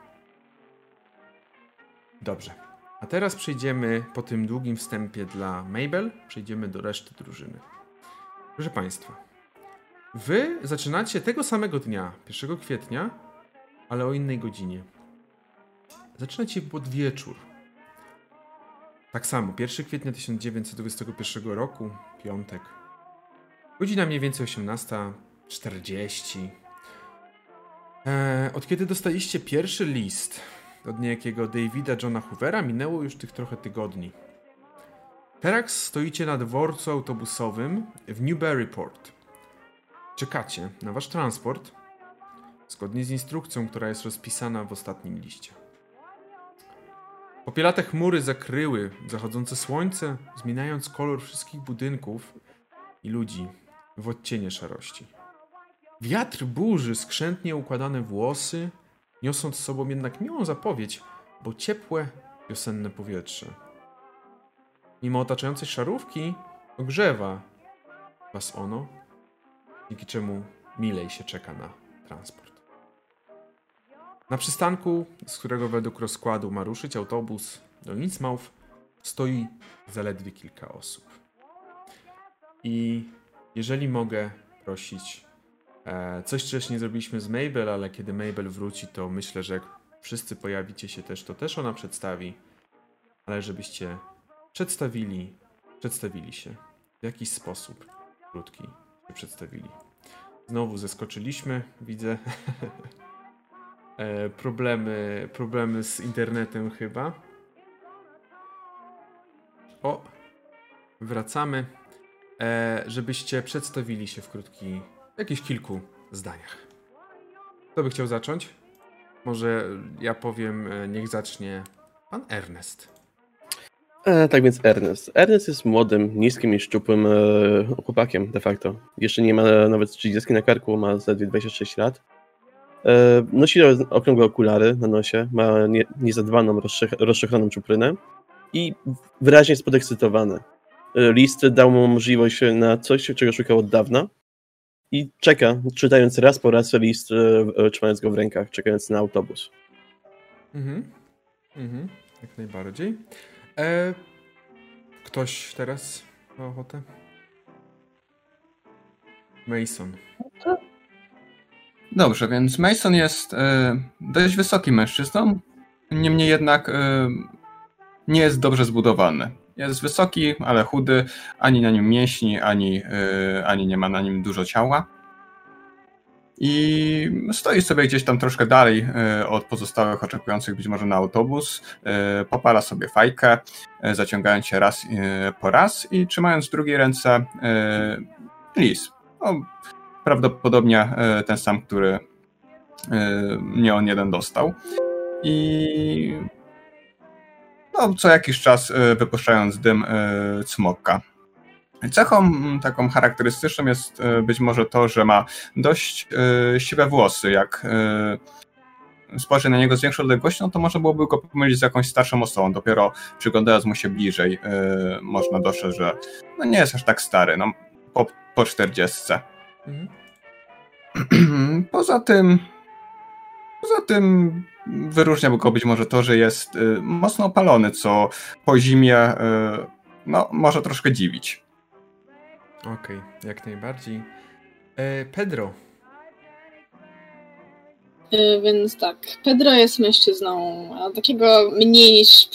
[SPEAKER 1] Dobrze. A teraz przejdziemy po tym długim wstępie dla Mabel, przejdziemy do reszty drużyny. Proszę Państwa, wy zaczynacie tego samego dnia, pierwszego kwietnia, ale o innej godzinie. Zaczynacie pod wieczór. Tak samo, pierwszego kwietnia tysiąc dziewięćset dwudziestego pierwszego roku, piątek. Godzina mniej więcej osiemnasta czterdzieści. Eee, od kiedy dostaliście pierwszy list od niejakiego Davida Johna Hoovera, minęło już tych trochę tygodni. Teraz stoicie na dworcu autobusowym w Newburyport. Czekacie na wasz transport, zgodnie z instrukcją, która jest rozpisana w ostatnim liście. Popielate chmury zakryły zachodzące słońce, zmieniając kolor wszystkich budynków i ludzi w odcienie szarości. Wiatr burzy skrzętnie układane włosy, niosąc z sobą jednak miłą zapowiedź, bo ciepłe, wiosenne powietrze. Mimo otaczającej szarówki ogrzewa was ono, dzięki czemu milej się czeka na transport. Na przystanku, z którego według rozkładu ma ruszyć autobus do Innsmouth, stoi zaledwie kilka osób. I jeżeli mogę prosić, e, coś też nie zrobiliśmy z Mabel, ale kiedy Mabel wróci, to myślę, że jak wszyscy pojawicie się też, to też ona przedstawi, ale żebyście przedstawili, przedstawili się w jakiś sposób krótki się przedstawili. Znowu zeskoczyliśmy, widzę. e, problemy, problemy z internetem chyba. O, wracamy. E, żebyście przedstawili się w krótki, jakichś kilku zdaniach. Kto by chciał zacząć? Może ja powiem, niech zacznie pan Ernest.
[SPEAKER 4] E, tak więc Ernest. Ernest jest młodym, niskim i szczupłym e, chłopakiem de facto. Jeszcze nie ma nawet trzydziestki na karku, ma zaledwie dwadzieścia sześć lat. E, nosi okrągłe okulary na nosie, ma nie, niezadbaną, rozszechaną czuprynę i wyraźnie jest podekscytowany. List dał mu możliwość na coś, czego szukał od dawna i czeka, czytając raz po raz list, trzymając go w rękach, czekając na autobus.
[SPEAKER 1] Mhm, mhm, jak najbardziej. E, ktoś teraz ma ochotę? Mason.
[SPEAKER 6] Dobrze, więc Mason jest e, dość wysokim mężczyzną, niemniej jednak e, nie jest dobrze zbudowany. Jest wysoki, ale chudy, ani na nim mięśni, ani, yy, ani nie ma na nim dużo ciała. I stoi sobie gdzieś tam troszkę dalej yy, od pozostałych oczekujących być może na autobus. Yy, popala sobie fajkę, yy, zaciągając się raz yy, po raz i trzymając w drugiej ręce yy, lis. No, prawdopodobnie yy, ten sam, który yy, nie on jeden dostał. I no, co jakiś czas y, wypuszczając dym y, cmokka. Cechą mm, taką charakterystyczną jest e, być może to, że ma dość e, siwe włosy. Jak e, spojrzy na niego z większą odległością, to można byłoby go pomylić z jakąś starszą osobą. Dopiero przyglądając mu się bliżej, e, można dostrzec, że no nie jest aż tak stary, no po, po czterdziestce. Mhm. Poza tym poza tym wyróżniałby go być może to, że jest e, mocno opalony, co po zimie e, no, może troszkę dziwić.
[SPEAKER 1] Okej, okay, jak najbardziej. E, Pedro.
[SPEAKER 5] E, więc tak, Pedro jest mężczyzną, a takiego mniej niż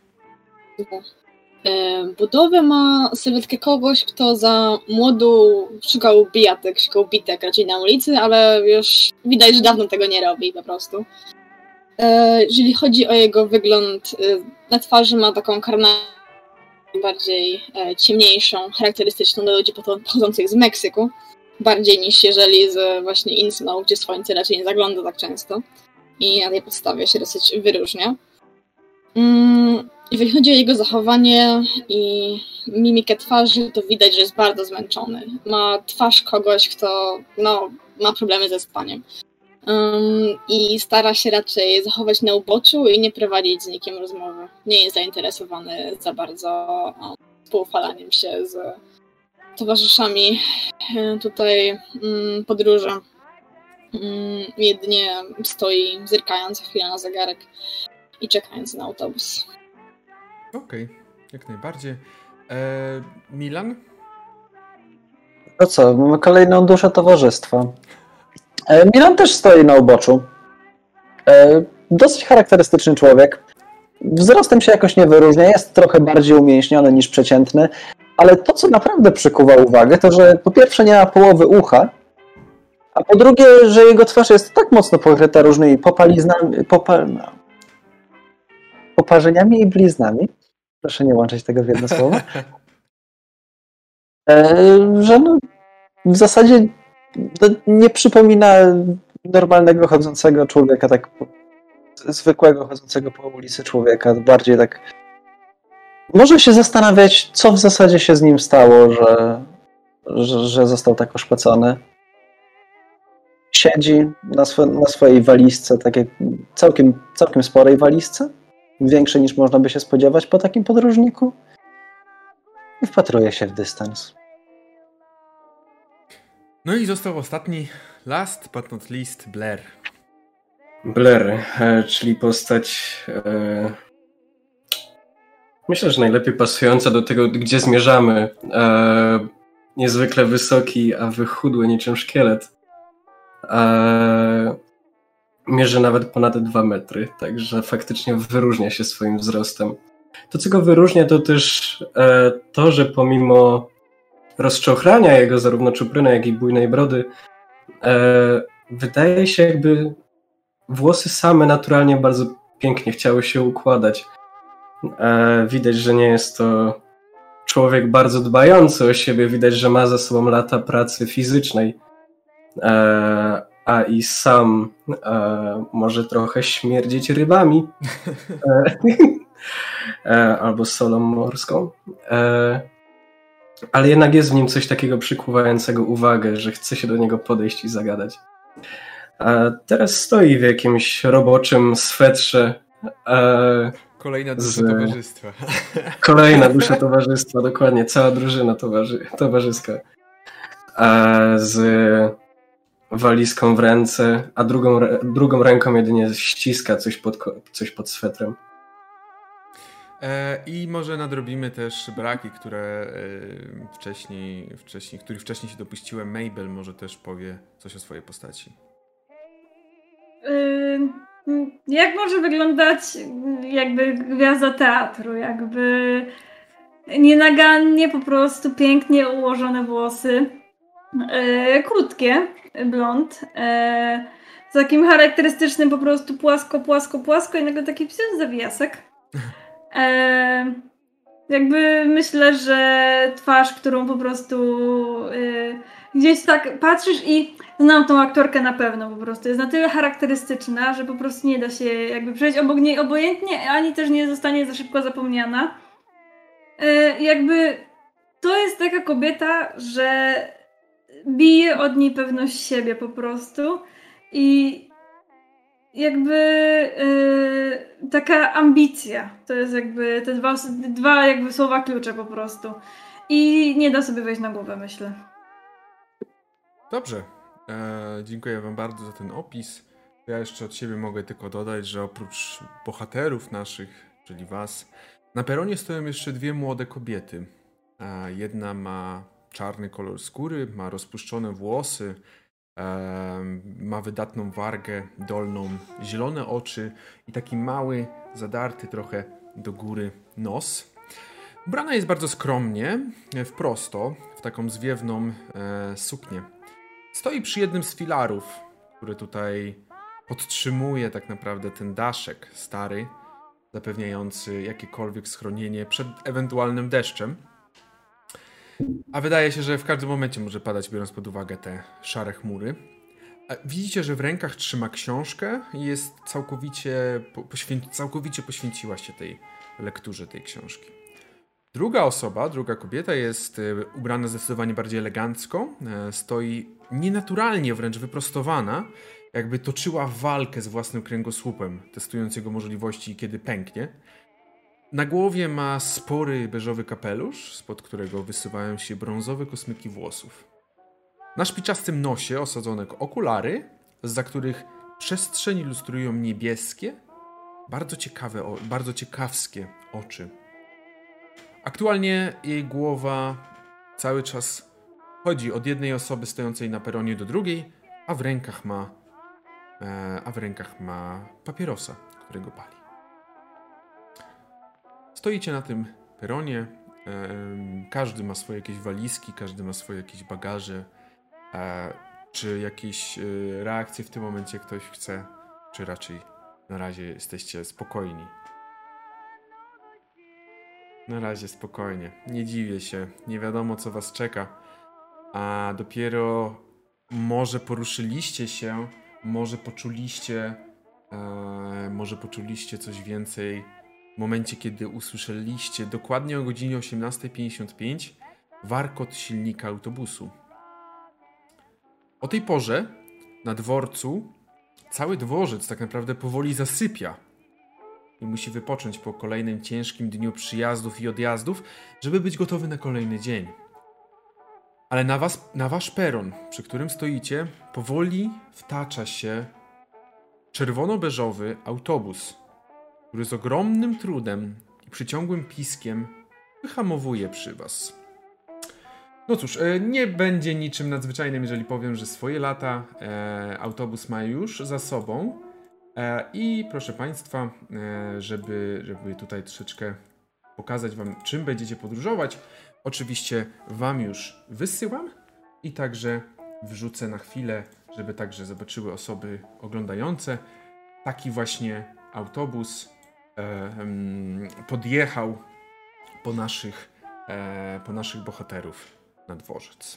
[SPEAKER 5] e, budowę ma sylwetkę kogoś, kto za młodu szukał bijatek, szukał bitek raczej na ulicy, ale już widać, że dawno tego nie robi po prostu. E, jeżeli chodzi o jego wygląd, e, na twarzy ma taką karnację bardziej e, ciemniejszą, charakterystyczną dla ludzi pochodzących z Meksyku, bardziej niż jeżeli z właśnie Innsmouth, gdzie słońce raczej nie zagląda tak często i na tej podstawie się dosyć wyróżnia. Mm, jeżeli chodzi o jego zachowanie i mimikę twarzy, to widać, że jest bardzo zmęczony. Ma twarz kogoś, kto no, ma problemy ze spaniem. Um, i stara się raczej zachować na uboczu i nie prowadzić z nikim rozmowy. Nie jest zainteresowany za bardzo um, współfalaniem się z towarzyszami tutaj um, podróży. Um, jedynie stoi zerkając chwilę na zegarek i czekając na autobus.
[SPEAKER 1] Okej, okay, jak najbardziej. Eee, Milan?
[SPEAKER 2] No co, mamy kolejną duszę towarzystwa. Milan też stoi na uboczu. Dosyć charakterystyczny człowiek. Wzrostem się jakoś nie wyróżnia, jest trochę bardziej umięśniony niż przeciętny, ale to, co naprawdę przykuwa uwagę, to że po pierwsze nie ma połowy ucha, a po drugie, że jego twarz jest tak mocno pokryta różnymi popaliznami, popa... poparzeniami i bliznami. Proszę nie łączyć tego w jedno słowo. Że no, w zasadzie nie przypomina normalnego chodzącego człowieka, tak zwykłego chodzącego po ulicy człowieka. Bardziej tak może się zastanawiać, co w zasadzie się z nim stało, że, że, że został tak oszpecony. Siedzi na, swo, na swojej walizce, takiej całkiem, całkiem sporej walizce, większej niż można by się spodziewać po takim podróżniku, i wpatruje się w dystans.
[SPEAKER 1] No i został ostatni, last but not least, Blair.
[SPEAKER 7] Blair, e, czyli postać e, myślę, że najlepiej pasująca do tego, gdzie zmierzamy. E, niezwykle wysoki, a wychudły niczym szkielet. E, mierzy nawet ponad dwa metry, także faktycznie wyróżnia się swoim wzrostem. To, co go wyróżnia, to też e, to, że pomimo rozczochrania jego zarówno czupryny, jak i bujnej brody, e, wydaje się, jakby włosy same naturalnie bardzo pięknie chciały się układać. E, widać, że nie jest to człowiek bardzo dbający o siebie, widać, że ma za sobą lata pracy fizycznej, e, a i sam e, może trochę śmierdzieć rybami e, e, albo solą morską. E, Ale jednak jest w nim coś takiego przykuwającego uwagę, że chce się do niego podejść i zagadać. A teraz stoi w jakimś roboczym swetrze. E,
[SPEAKER 1] Kolejna dusza z... towarzystwa.
[SPEAKER 7] Kolejna dusza towarzystwa, dokładnie. Cała drużyna towarzy... towarzyska. E, z walizką w ręce, a drugą, drugą ręką jedynie ściska coś pod, coś pod swetrem.
[SPEAKER 1] I może nadrobimy też braki, które wcześniej, wcześniej, których wcześniej się dopuściłem. Mabel może też powie coś o swojej postaci.
[SPEAKER 3] Jak może wyglądać jakby gwiazda teatru? Jakby nienagannie, po prostu pięknie ułożone włosy. Krótkie, blond. Z takim charakterystycznym po prostu płasko, płasko, płasko i nagle taki psiu zawijasek. E, jakby myślę, że twarz, którą po prostu e, gdzieś tak patrzysz i znam tą aktorkę na pewno po prostu. Jest na tyle charakterystyczna, że po prostu nie da się jakby przejść obok niej obojętnie, ani też nie zostanie za szybko zapomniana. E, jakby to jest taka kobieta, że bije od niej pewność siebie po prostu i jakby yy, taka ambicja. To jest jakby te dwa, dwa jakby słowa klucze po prostu. I nie da sobie wejść na głowę, myślę.
[SPEAKER 1] Dobrze. E, dziękuję wam bardzo za ten opis. Ja jeszcze od siebie mogę tylko dodać, że oprócz bohaterów naszych, czyli was, na peronie stoją jeszcze dwie młode kobiety. E, jedna ma czarny kolor skóry, ma rozpuszczone włosy, e, ma wydatną wargę dolną, zielone oczy i taki mały, zadarty trochę do góry nos. Ubrana jest bardzo skromnie, w prosto, w taką zwiewną e, suknię. Stoi przy jednym z filarów, który tutaj podtrzymuje tak naprawdę ten daszek stary, zapewniający jakiekolwiek schronienie przed ewentualnym deszczem. A wydaje się, że w każdym momencie może padać, biorąc pod uwagę te szare chmury. Widzicie, że w rękach trzyma książkę i jest całkowicie, poświę- całkowicie poświęciła się tej lekturze tej książki. Druga osoba, druga kobieta jest ubrana zdecydowanie bardziej elegancko, stoi nienaturalnie wręcz wyprostowana, jakby toczyła walkę z własnym kręgosłupem, testując jego możliwości, kiedy pęknie. Na głowie ma spory beżowy kapelusz, spod którego wysuwają się brązowe kosmyki włosów. Na szpiczastym nosie osadzone okulary, zza których przestrzeń ilustrują niebieskie, bardzo ciekawe, bardzo ciekawskie oczy. Aktualnie jej głowa cały czas chodzi od jednej osoby stojącej na peronie do drugiej, a w rękach ma, e, a w rękach ma papierosa, którego pali. Stoicie na tym peronie, e, każdy ma swoje jakieś walizki, każdy ma swoje jakieś bagaże. E, czy jakieś e, reakcje w tym momencie ktoś chce, czy raczej na razie jesteście spokojni? Na razie spokojnie. Nie dziwię się. Nie wiadomo, co was czeka. A dopiero może poruszyliście się, może poczuliście, e, może poczuliście coś więcej w momencie, kiedy usłyszeliście dokładnie o godzinie osiemnasta pięćdziesiąt pięć warkot silnika autobusu. O tej porze na dworcu cały dworzec tak naprawdę powoli zasypia i musi wypocząć po kolejnym ciężkim dniu przyjazdów i odjazdów, żeby być gotowy na kolejny dzień. Ale na, was, na wasz peron, przy którym stoicie, powoli wtacza się czerwono-beżowy autobus, który z ogromnym trudem i przyciągłym piskiem wyhamowuje przy was. No cóż, nie będzie niczym nadzwyczajnym, jeżeli powiem, że swoje lata e, autobus ma już za sobą. E, I proszę Państwa, e, żeby, żeby tutaj troszeczkę pokazać Wam, czym będziecie podróżować, oczywiście Wam już wysyłam i także wrzucę na chwilę, żeby także zobaczyły osoby oglądające. Taki właśnie autobus e, podjechał po naszych, e, po naszych bohaterów na dworzec.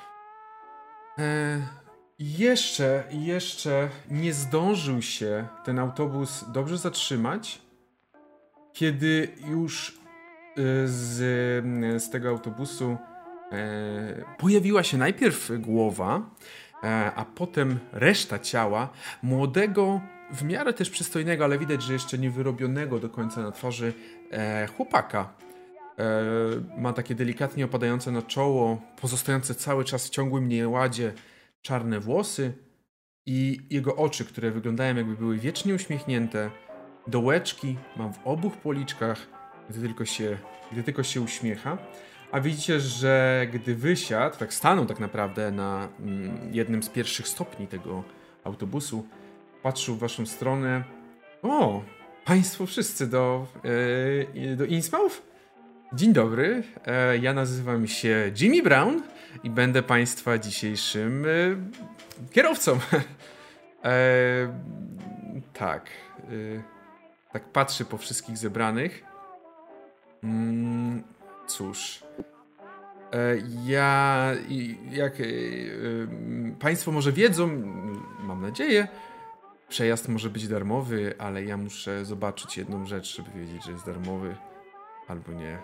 [SPEAKER 1] E, jeszcze, jeszcze nie zdążył się ten autobus dobrze zatrzymać, kiedy już z, z tego autobusu e, pojawiła się najpierw głowa, e, a potem reszta ciała młodego, w miarę też przystojnego, ale widać, że jeszcze nie wyrobionego do końca na twarzy e, chłopaka. E, ma takie delikatnie opadające na czoło, pozostające cały czas w ciągłym nieładzie czarne włosy i jego oczy, które wyglądają jakby były wiecznie uśmiechnięte, dołeczki ma w obu policzkach, gdy tylko się, gdy tylko się uśmiecha. A widzicie, że gdy wysiadł, tak stanął tak naprawdę na mm, jednym z pierwszych stopni tego autobusu, patrzył w waszą stronę. O, państwo wszyscy do, yy, do Innsmouth? Dzień dobry, e, ja nazywam się Jimmy Brown i będę państwa dzisiejszym e, kierowcą. e, tak, e, tak patrzę po wszystkich zebranych. Mm, cóż, e, ja, jak e, e, państwo może wiedzą, mam nadzieję, przejazd może być darmowy, ale ja muszę zobaczyć jedną rzecz, żeby wiedzieć, że jest darmowy albo nie.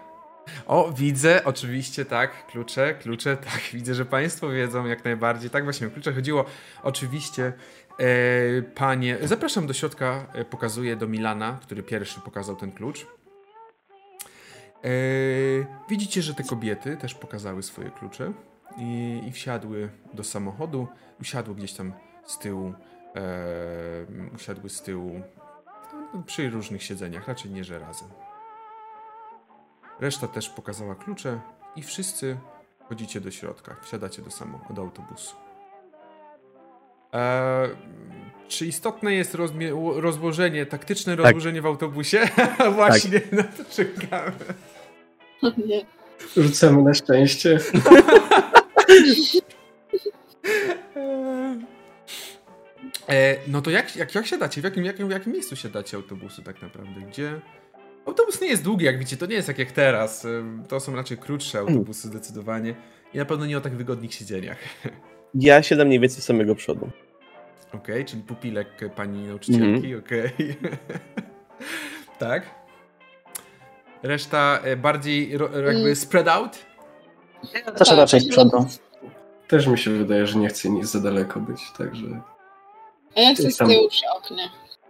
[SPEAKER 1] O, widzę, oczywiście, tak, klucze, klucze, tak, widzę, że państwo wiedzą jak najbardziej. Tak właśnie o klucze chodziło. Oczywiście, e, panie, zapraszam do środka, e, pokazuję do Milana, który pierwszy pokazał ten klucz. E, widzicie, że te kobiety też pokazały swoje klucze i, i wsiadły do samochodu. Usiadły gdzieś tam z tyłu, e, usiadły z tyłu no, przy różnych siedzeniach, raczej nie, że razem. Reszta też pokazała klucze i wszyscy chodzicie do środka, wsiadacie do samochodu, do autobusu. Eee, czy istotne jest rozmi- rozłożenie, taktyczne rozłożenie tak. w autobusie? Właśnie, tak. Na to czekamy.
[SPEAKER 5] Nie.
[SPEAKER 7] Rzucamy na szczęście.
[SPEAKER 1] eee, no to jak, jak, jak siadacie? W jakim, jakim, w jakim miejscu siadacie autobusu tak naprawdę? Gdzie... Autobus nie jest długi, jak widzicie, to nie jest tak jak teraz. To są raczej krótsze autobusy zdecydowanie i na pewno nie o tak wygodnych siedzeniach.
[SPEAKER 4] Ja siadam mniej więcej z samego przodu.
[SPEAKER 1] Okej, okay, czyli pupilek pani nauczycielki, mm. okej. Okay. Tak. Reszta bardziej ro, jakby spread out?
[SPEAKER 2] Ja też tak, raczej z przodu.
[SPEAKER 7] Też mi się wydaje, że nie chcę nic za daleko być, także...
[SPEAKER 5] A ja chcę z tyłu przy oknie.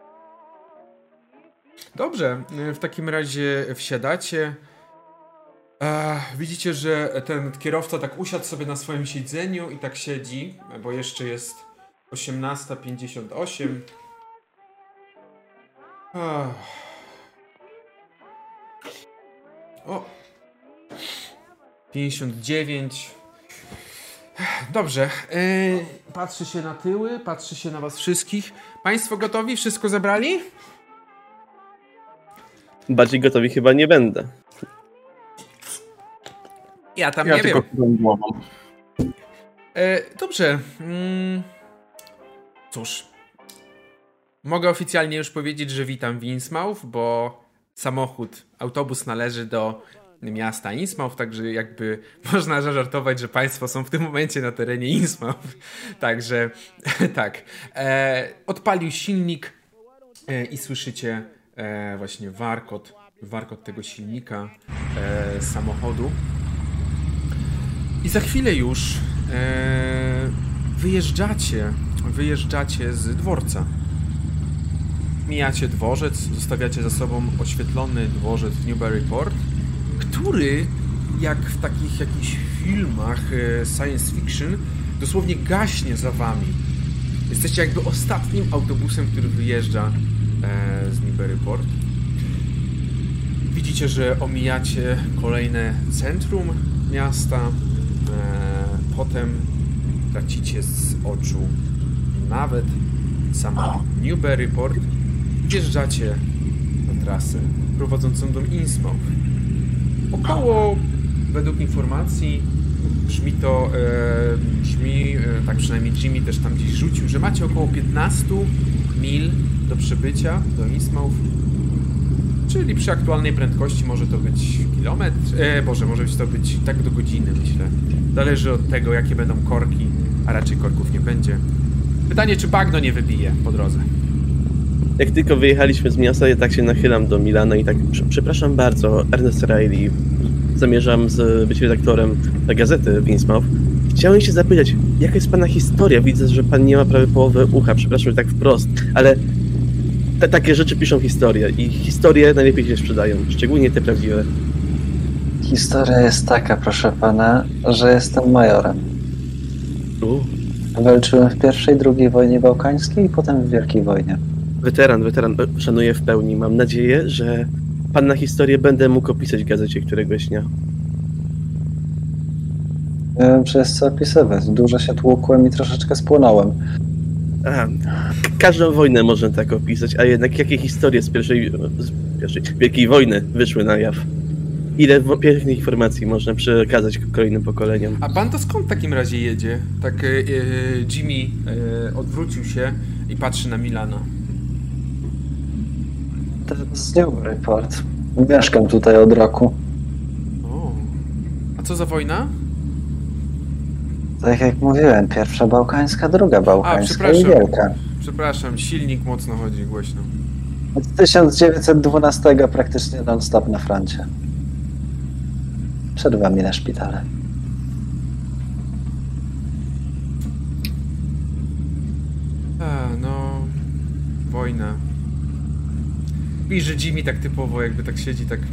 [SPEAKER 1] Dobrze, w takim razie wsiadacie. E, widzicie, że ten kierowca tak usiadł sobie na swoim siedzeniu i tak siedzi, bo jeszcze jest osiemnasta pięćdziesiąt osiem. Ach. O! pięćdziesiąt dziewięć. Dobrze. E, patrzy się na tyły, patrzy się na was wszystkich. Państwo gotowi? Wszystko zabrali?
[SPEAKER 4] Bardziej gotowi chyba nie będę.
[SPEAKER 1] Ja tam
[SPEAKER 6] ja
[SPEAKER 1] nie
[SPEAKER 6] tylko
[SPEAKER 1] wiem.
[SPEAKER 6] Głową.
[SPEAKER 1] E, dobrze. Mm, cóż. Mogę oficjalnie już powiedzieć, że witam w Innsmouth, bo samochód, autobus należy do miasta Innsmouth, także jakby można zażartować, że państwo są w tym momencie na terenie Innsmouth. Także tak. E, odpalił silnik e, i słyszycie E, właśnie warkot, warkot tego silnika e, samochodu. I za chwilę już e, wyjeżdżacie, wyjeżdżacie z dworca. Mijacie dworzec, zostawiacie za sobą oświetlony dworzec w Newburyport, który, jak w takich jakichś filmach e, science fiction, dosłownie gaśnie za wami. Jesteście jakby ostatnim autobusem, który wyjeżdża z Newburyport. Widzicie, że omijacie kolejne centrum miasta. Potem tracicie z oczu nawet sam Newburyport. Wjeżdżacie na trasę prowadzącą do Innsmouth. Około, według informacji, brzmi to, e, brzmi, e, tak przynajmniej Jimmy też tam gdzieś rzucił, że macie około piętnaście mil do przybycia do Innsmouth, czyli przy aktualnej prędkości może to być kilometr, e, Boże, może być to być tak do godziny, myślę. Zależy od tego, jakie będą korki, a raczej korków nie będzie. Pytanie, czy bagno nie wybije po drodze.
[SPEAKER 4] Jak tylko wyjechaliśmy z miasta, ja tak się nachylam do Milana i tak, przepraszam bardzo, Ernest Riley, zamierzam z, być redaktorem gazety w Innsmouth. Chciałem się zapytać, jaka jest pana historia? Widzę, że pan nie ma prawie połowy ucha, przepraszam, że tak wprost, ale te, takie rzeczy piszą historię i historie najlepiej się sprzedają, szczególnie te prawdziwe.
[SPEAKER 2] Historia jest taka, proszę pana, że jestem majorem.
[SPEAKER 4] U.
[SPEAKER 2] Walczyłem w pierwszej, drugiej wojnie bałkańskiej i potem w Wielkiej Wojnie.
[SPEAKER 4] Weteran, weteran, szanuję w pełni. Mam nadzieję, że pana historię będę mógł opisać w gazecie któregoś dnia.
[SPEAKER 2] Nie wiem, czy jest co opisywać. Dużo się tłukłem i troszeczkę spłonąłem.
[SPEAKER 4] A, każdą wojnę można tak opisać, a jednak jakie historie z pierwszej, z pierwszej Wielkiej Wojny wyszły na jaw? Ile pięknych informacji można przekazać kolejnym pokoleniom?
[SPEAKER 1] A pan to skąd w takim razie jedzie? Tak, yy, Jimmy yy, odwrócił się i patrzy na Milana.
[SPEAKER 2] To z Newburyport. Mieszkam tutaj od roku.
[SPEAKER 1] O. A co za wojna?
[SPEAKER 2] Tak jak mówiłem, pierwsza bałkańska, druga bałkańska i wielka.
[SPEAKER 1] Przepraszam, silnik mocno chodzi głośno.
[SPEAKER 2] Od tysiąc dziewięćset dwunastego praktycznie non-stop na froncie. Przed wami na szpitale.
[SPEAKER 1] A, no... Wojna. Widzisz, że Jimmy tak typowo jakby tak siedzi, tak...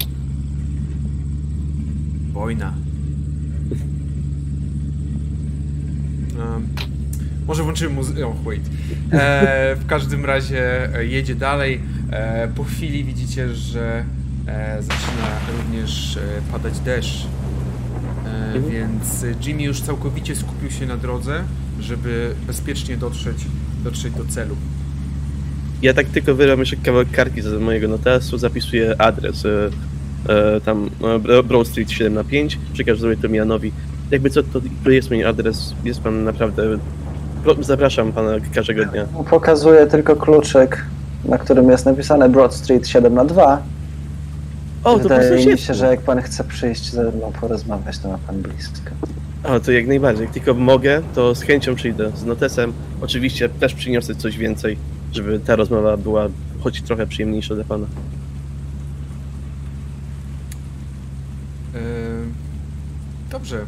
[SPEAKER 1] Wojna. Um, może włączymy muzykę... Oh, wait. E, w każdym razie jedzie dalej. E, po chwili widzicie, że e, zaczyna również e, padać deszcz. E, mhm. Więc Jimmy już całkowicie skupił się na drodze, żeby bezpiecznie dotrzeć, dotrzeć do celu.
[SPEAKER 4] Ja tak tylko wyram jeszcze kawałek kartki z mojego notasu, zapisuję adres. E, e, tam e, Broad Street siedem na pięć, przekażę sobie to Milanowi. Jakby co, to, to jest mój adres, jest pan naprawdę... Zapraszam pana każdego dnia.
[SPEAKER 2] Pokazuję tylko kluczyk, na którym jest napisane Broad Street siedem na dwa.
[SPEAKER 4] O, to
[SPEAKER 2] wydaje mi się, że jak pan chce przyjść ze mną porozmawiać, to ma pan blisko.
[SPEAKER 4] O, to jak najbardziej. Jak tylko mogę, to z chęcią przyjdę z notesem. Oczywiście też przyniosę coś więcej, żeby ta rozmowa była choć trochę przyjemniejsza dla pana.
[SPEAKER 1] Yy, dobrze.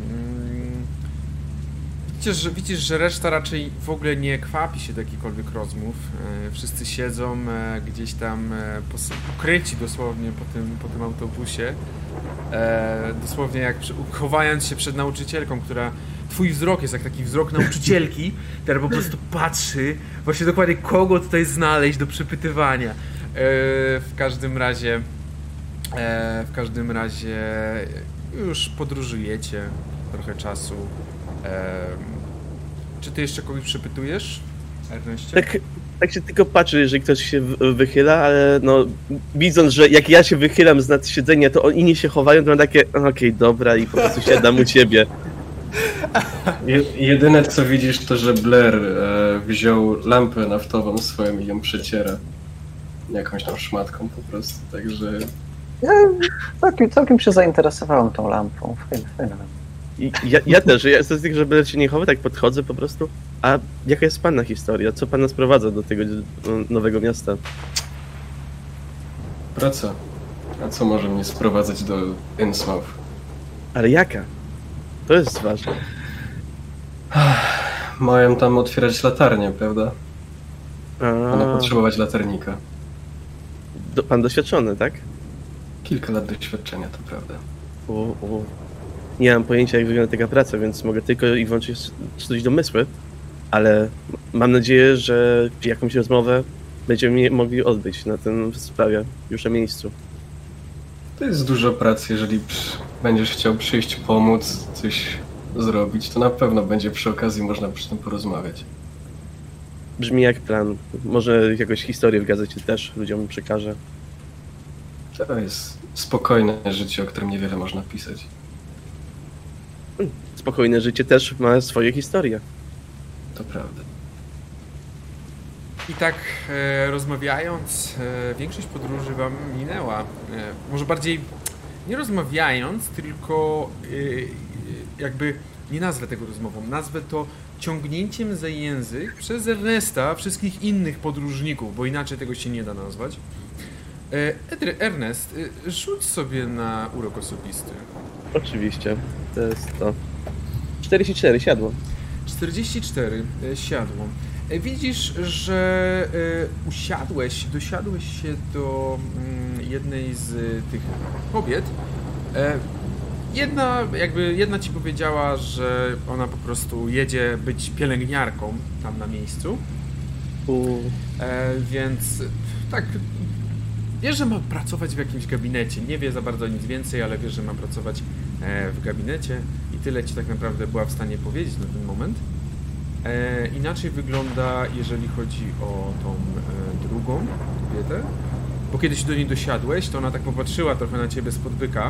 [SPEAKER 1] Widzisz że, widzisz, że reszta raczej w ogóle nie kwapi się do jakichkolwiek rozmów. E, wszyscy siedzą e, gdzieś tam e, ukryci dosłownie po tym, po tym autobusie. E, dosłownie jak przy, chowając się przed nauczycielką, która... Twój wzrok jest jak taki wzrok nauczycielki, która po prostu patrzy właśnie dokładnie kogo tutaj znaleźć do przepytywania. E, w każdym razie... E, w każdym razie już podróżujecie trochę czasu. Um, czy ty jeszcze kogoś przepytujesz, Erneście?
[SPEAKER 4] Tak, tak się tylko patrzy, jeżeli ktoś się wychyla, ale no widząc, że jak ja się wychylam z nad siedzenia, to oni się chowają, to mam takie okej, okay, dobra i po prostu siadam u ciebie.
[SPEAKER 7] Jedyne co widzisz to, że Blair e, wziął lampę naftową swoją i ją przeciera jakąś tam szmatką po prostu, także...
[SPEAKER 2] Ja całkiem, całkiem się zainteresowałem tą lampą, fajna, fajna.
[SPEAKER 4] I ja, ja też, ja z tych, że Blair się nie chowa, tak podchodzę po prostu. A jaka jest pana historia? Co pana sprowadza do tego nowego miasta?
[SPEAKER 7] Praca. A co może mnie sprowadzać do Innsmouth?
[SPEAKER 4] Ale jaka? To jest ważne.
[SPEAKER 7] Mają tam otwierać latarnię, prawda? Będą potrzebować latarnika.
[SPEAKER 4] Do, pan doświadczony, tak?
[SPEAKER 7] Kilka lat doświadczenia, to prawda.
[SPEAKER 4] U, u. Nie mam pojęcia, jak wygląda taka praca, więc mogę tylko i wyłącznie studić domysły, ale mam nadzieję, że jakąś rozmowę będziemy mogli odbyć na tym sprawie już na miejscu.
[SPEAKER 7] To jest dużo pracy, jeżeli przy... będziesz chciał przyjść, pomóc, coś zrobić, to na pewno będzie przy okazji można przy tym porozmawiać.
[SPEAKER 4] Brzmi jak plan. Może jakąś historię w gazecie też ludziom przekażę.
[SPEAKER 7] To jest spokojne życie, o którym niewiele można pisać.
[SPEAKER 4] Spokojne życie też ma swoje historie.
[SPEAKER 7] To prawda.
[SPEAKER 1] I tak e, rozmawiając, e, większość podróży wam minęła. E, może bardziej nie rozmawiając, tylko e, jakby nie nazwę tego rozmową, nazwę to ciągnięciem za język przez Ernesta wszystkich innych podróżników, bo inaczej tego się nie da nazwać. E, Edry, Ernest, e, rzuć sobie na urok osobisty.
[SPEAKER 4] Oczywiście, to jest to. czterdzieści cztery, siadło.
[SPEAKER 1] czterdzieści cztery, e, siadło. E, widzisz, że e, usiadłeś, dosiadłeś się do mm, jednej z tych kobiet. E, jedna, jakby jedna ci powiedziała, że ona po prostu jedzie być pielęgniarką tam na miejscu. E, więc tak, wiesz, że ma pracować w jakimś gabinecie. Nie wie za bardzo nic więcej, ale wiesz, że ma pracować e, w gabinecie i tyle ci tak naprawdę była w stanie powiedzieć na ten moment. E, inaczej wygląda, jeżeli chodzi o tą e, drugą kobietę, bo kiedy się do niej dosiadłeś, to ona tak popatrzyła trochę na ciebie spod byka,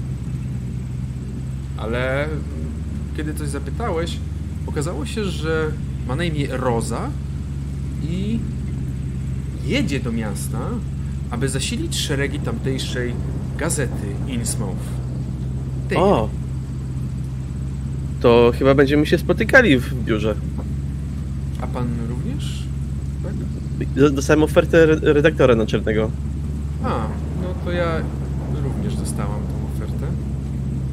[SPEAKER 1] ale kiedy coś zapytałeś, okazało się, że ma na imię Roza i jedzie do miasta, aby zasilić szeregi tamtejszej gazety Innsmouth. Tej.
[SPEAKER 4] O! To chyba będziemy się spotykali w biurze.
[SPEAKER 1] A pan również? Tak?
[SPEAKER 4] Dostałem ofertę redaktora naczelnego.
[SPEAKER 1] A, no to ja również dostałam tą ofertę.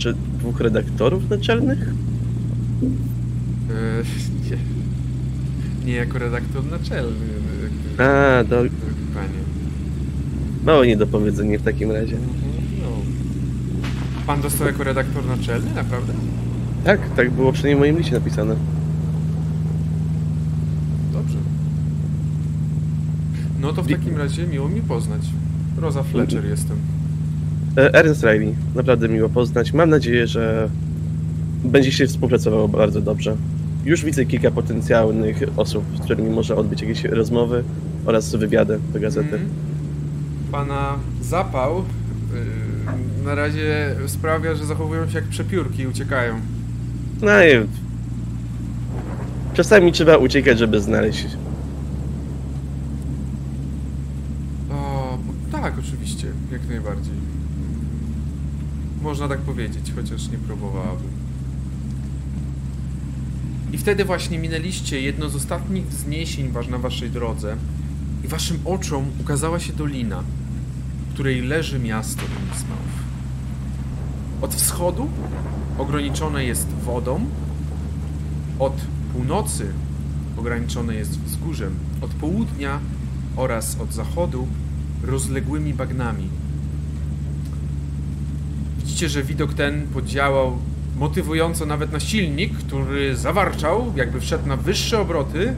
[SPEAKER 4] jeszcze dwóch redaktorów naczelnych?
[SPEAKER 1] Eee, nie. Nie jako redaktor naczelny.
[SPEAKER 4] A, do...
[SPEAKER 1] Panie.
[SPEAKER 4] Mało niedopowiedzenie w takim razie.
[SPEAKER 1] No. Pan dostał jako redaktor naczelny, naprawdę?
[SPEAKER 4] Tak, tak było przynajmniej w moim liście napisane.
[SPEAKER 1] Dobrze. No to w takim razie miło mi poznać. Rosa Fletcher jestem.
[SPEAKER 4] Ernest Riley, naprawdę miło poznać. Mam nadzieję, że będzie się współpracowało bardzo dobrze. Już widzę kilka potencjalnych osób, z którymi można odbyć jakieś rozmowy oraz wywiady do gazety.
[SPEAKER 1] Mm. Pana zapał yy, na razie sprawia, że zachowują się jak przepiórki i uciekają.
[SPEAKER 4] No i czasami trzeba uciekać, żeby znaleźć.
[SPEAKER 1] O, tak, oczywiście, jak najbardziej. Można tak powiedzieć, chociaż nie próbowałabym. I wtedy właśnie minęliście jedno z ostatnich wzniesień na waszej drodze i waszym oczom ukazała się dolina, w której leży miasto Innsmouth. Od wschodu ograniczone jest wodą, od północy ograniczone jest wzgórzem, od południa oraz od zachodu rozległymi bagnami. Widzicie, że widok ten podziałał motywująco nawet na silnik, który zawarczał, jakby wszedł na wyższe obroty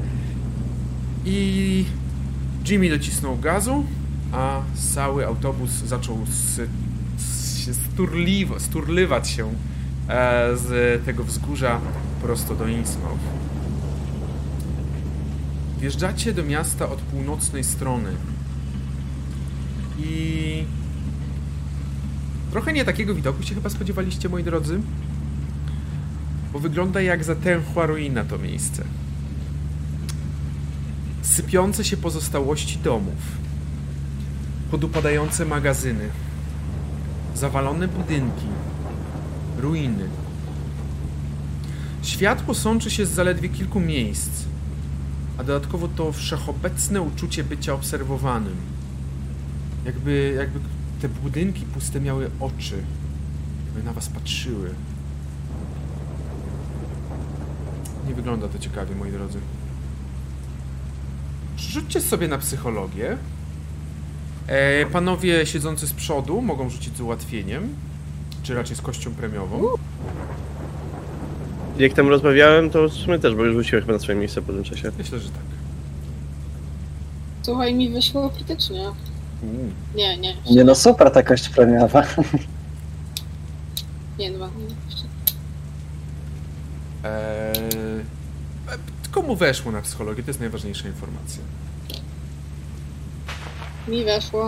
[SPEAKER 1] i Jimmy docisnął gazu, a cały autobus zaczął s, s, sturliwo, sturlywać się e, z tego wzgórza prosto do Innsmouth. Wjeżdżacie do miasta od północnej strony i trochę nie takiego widoku się chyba spodziewaliście, moi drodzy, bo wygląda jak zatęchła ruina to miejsce. Sypiące się pozostałości domów, podupadające magazyny, zawalone budynki, ruiny. Światło sączy się z zaledwie kilku miejsc, a dodatkowo to wszechobecne uczucie bycia obserwowanym. Jakby, jakby te budynki puste miały oczy, jakby na was patrzyły. Nie wygląda to ciekawie, moi drodzy. Rzućcie sobie na psychologię. E, panowie siedzący z przodu mogą rzucić z ułatwieniem, czy raczej z kością premiową.
[SPEAKER 4] Jak tam rozmawiałem, to w sumie też, bo już wróciłem chyba na swoje miejsce po tym czasie.
[SPEAKER 1] Myślę, że tak.
[SPEAKER 5] Słuchaj, mi wyszło krytycznie.
[SPEAKER 1] Uuu.
[SPEAKER 5] Nie, nie.
[SPEAKER 2] Nie no, super ta kość premiowa.
[SPEAKER 5] Nie, dwa.
[SPEAKER 1] Eee, komu weszło na psychologię? To jest najważniejsza informacja.
[SPEAKER 5] Mi weszło.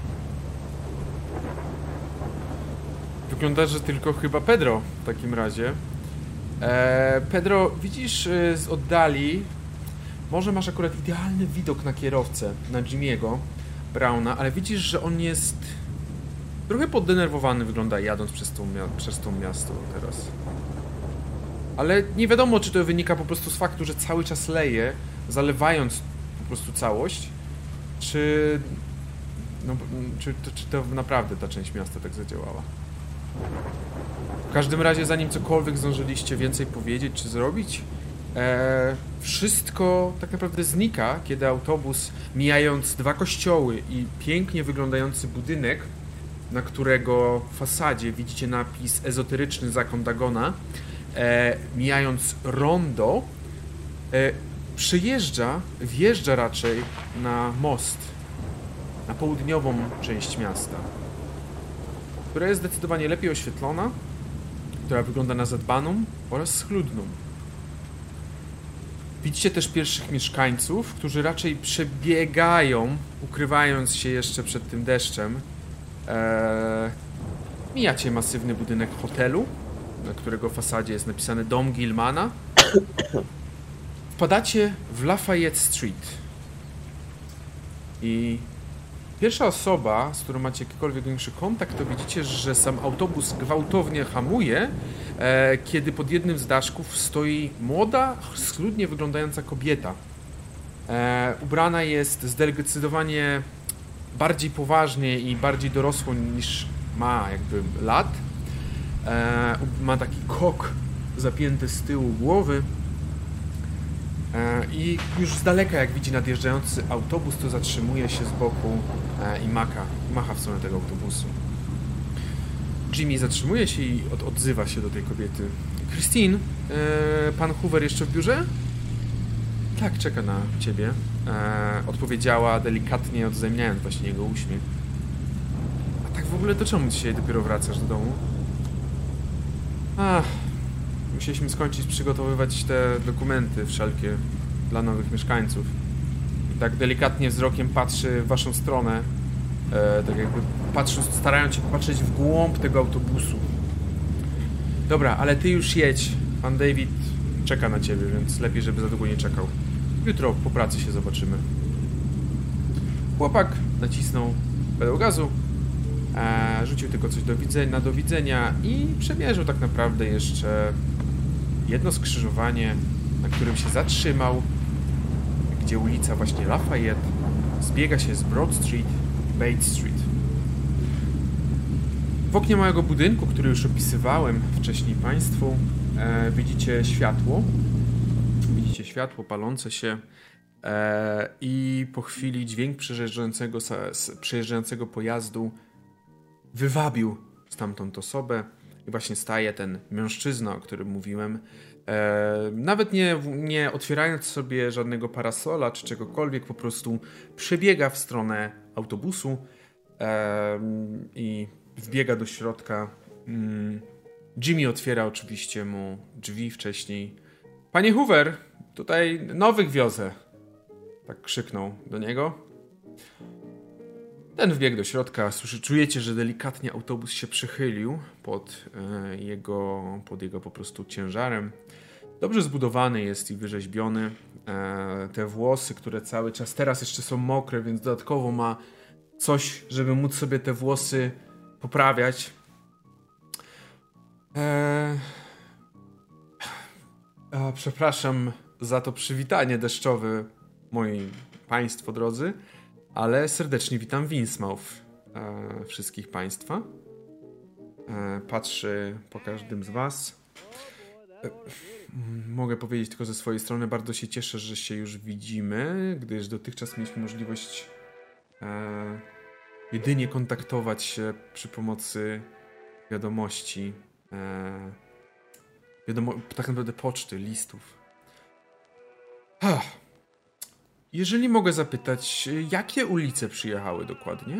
[SPEAKER 1] Wygląda, że tylko chyba Pedro w takim razie. Eee, Pedro, widzisz y, z oddali, może masz akurat idealny widok na kierowcę, na Jimmy'ego Browna, ale widzisz, że on jest trochę poddenerwowany, wygląda jadąc przez tą, przez tą miasto teraz. Ale nie wiadomo, czy to wynika po prostu z faktu, że cały czas leje, zalewając po prostu całość, czy, no, czy, to, czy to naprawdę ta część miasta tak zadziałała. W każdym razie, zanim cokolwiek zdążyliście więcej powiedzieć czy zrobić, e, wszystko tak naprawdę znika, kiedy autobus, mijając dwa kościoły i pięknie wyglądający budynek, na którego fasadzie widzicie napis ezoteryczny Zakon Dagona, e, mijając rondo, e, przyjeżdża, wjeżdża raczej na most, na południową część miasta, która jest zdecydowanie lepiej oświetlona, która wygląda na zadbaną oraz schludną. Widzicie też pierwszych mieszkańców, którzy raczej przebiegają, ukrywając się jeszcze przed tym deszczem. Eee, mijacie masywny budynek hotelu, na którego fasadzie jest napisane Dom Gilmana. Wpadacie w Lafayette Street. I pierwsza osoba, z którą macie jakikolwiek większy kontakt, to widzicie, że sam autobus gwałtownie hamuje, e, kiedy pod jednym z daszków stoi młoda, schludnie wyglądająca kobieta. E, ubrana jest zdecydowanie bardziej poważnie i bardziej dorosło niż ma jakby lat. E, ma taki kok zapięty z tyłu głowy. E, I już z daleka, jak widzi nadjeżdżający autobus, to zatrzymuje się z boku e, i maka, macha w stronę tego autobusu. Jimmy zatrzymuje się i od, odzywa się do tej kobiety. Christine, e, pan Hoover jeszcze w biurze? Tak, czeka na ciebie. E, odpowiedziała delikatnie, odzajemniając właśnie jego uśmiech. A tak w ogóle to czemu dzisiaj dopiero wracasz do domu? Ach, musieliśmy skończyć przygotowywać te dokumenty wszelkie dla nowych mieszkańców. I tak delikatnie wzrokiem patrzy w waszą stronę, e, tak jakby patrząc, starając się patrzeć w głąb tego autobusu. Dobra, ale ty już jedź. Pan David czeka na ciebie, więc lepiej, żeby za długo nie czekał. Jutro po pracy się zobaczymy. Chłopak nacisnął pedał gazu, e, rzucił tylko coś do widzenia, na do widzenia i przemierzył tak naprawdę jeszcze jedno skrzyżowanie, na którym się zatrzymał, gdzie ulica właśnie Lafayette zbiega się z Broad Street, Bates Street. W oknie małego budynku, który już opisywałem wcześniej Państwu, e, widzicie światło. Widzicie światło palące się e, i po chwili dźwięk przejeżdżającego, przejeżdżającego pojazdu wywabił stamtąd osobę i właśnie staje ten mężczyzna, o którym mówiłem. E, nawet nie, nie otwierając sobie żadnego parasola czy czegokolwiek, po prostu przebiega w stronę autobusu e, i wbiega do środka. Jimmy otwiera oczywiście mu drzwi wcześniej. Panie Hoover, tutaj nowych wiozę. Tak krzyknął do niego. Ten wbiegł do środka. Słyszy, czujecie, że delikatnie autobus się przychylił pod e, jego, pod jego po prostu ciężarem. Dobrze zbudowany jest i wyrzeźbiony. E, te włosy, które cały czas teraz jeszcze są mokre, więc dodatkowo ma coś, żeby móc sobie te włosy poprawiać. Eee... A, przepraszam za to przywitanie deszczowe, moi państwo drodzy, ale serdecznie witam w Innsmouth e, wszystkich państwa. E, patrzy po każdym z was. E, mogę powiedzieć tylko ze swojej strony, bardzo się cieszę, że się już widzimy, gdyż dotychczas mieliśmy możliwość e, jedynie kontaktować się przy pomocy wiadomości, e, wiadomo, tak naprawdę poczty, listów. Ha. Jeżeli mogę zapytać, jakie ulice przyjechały dokładnie?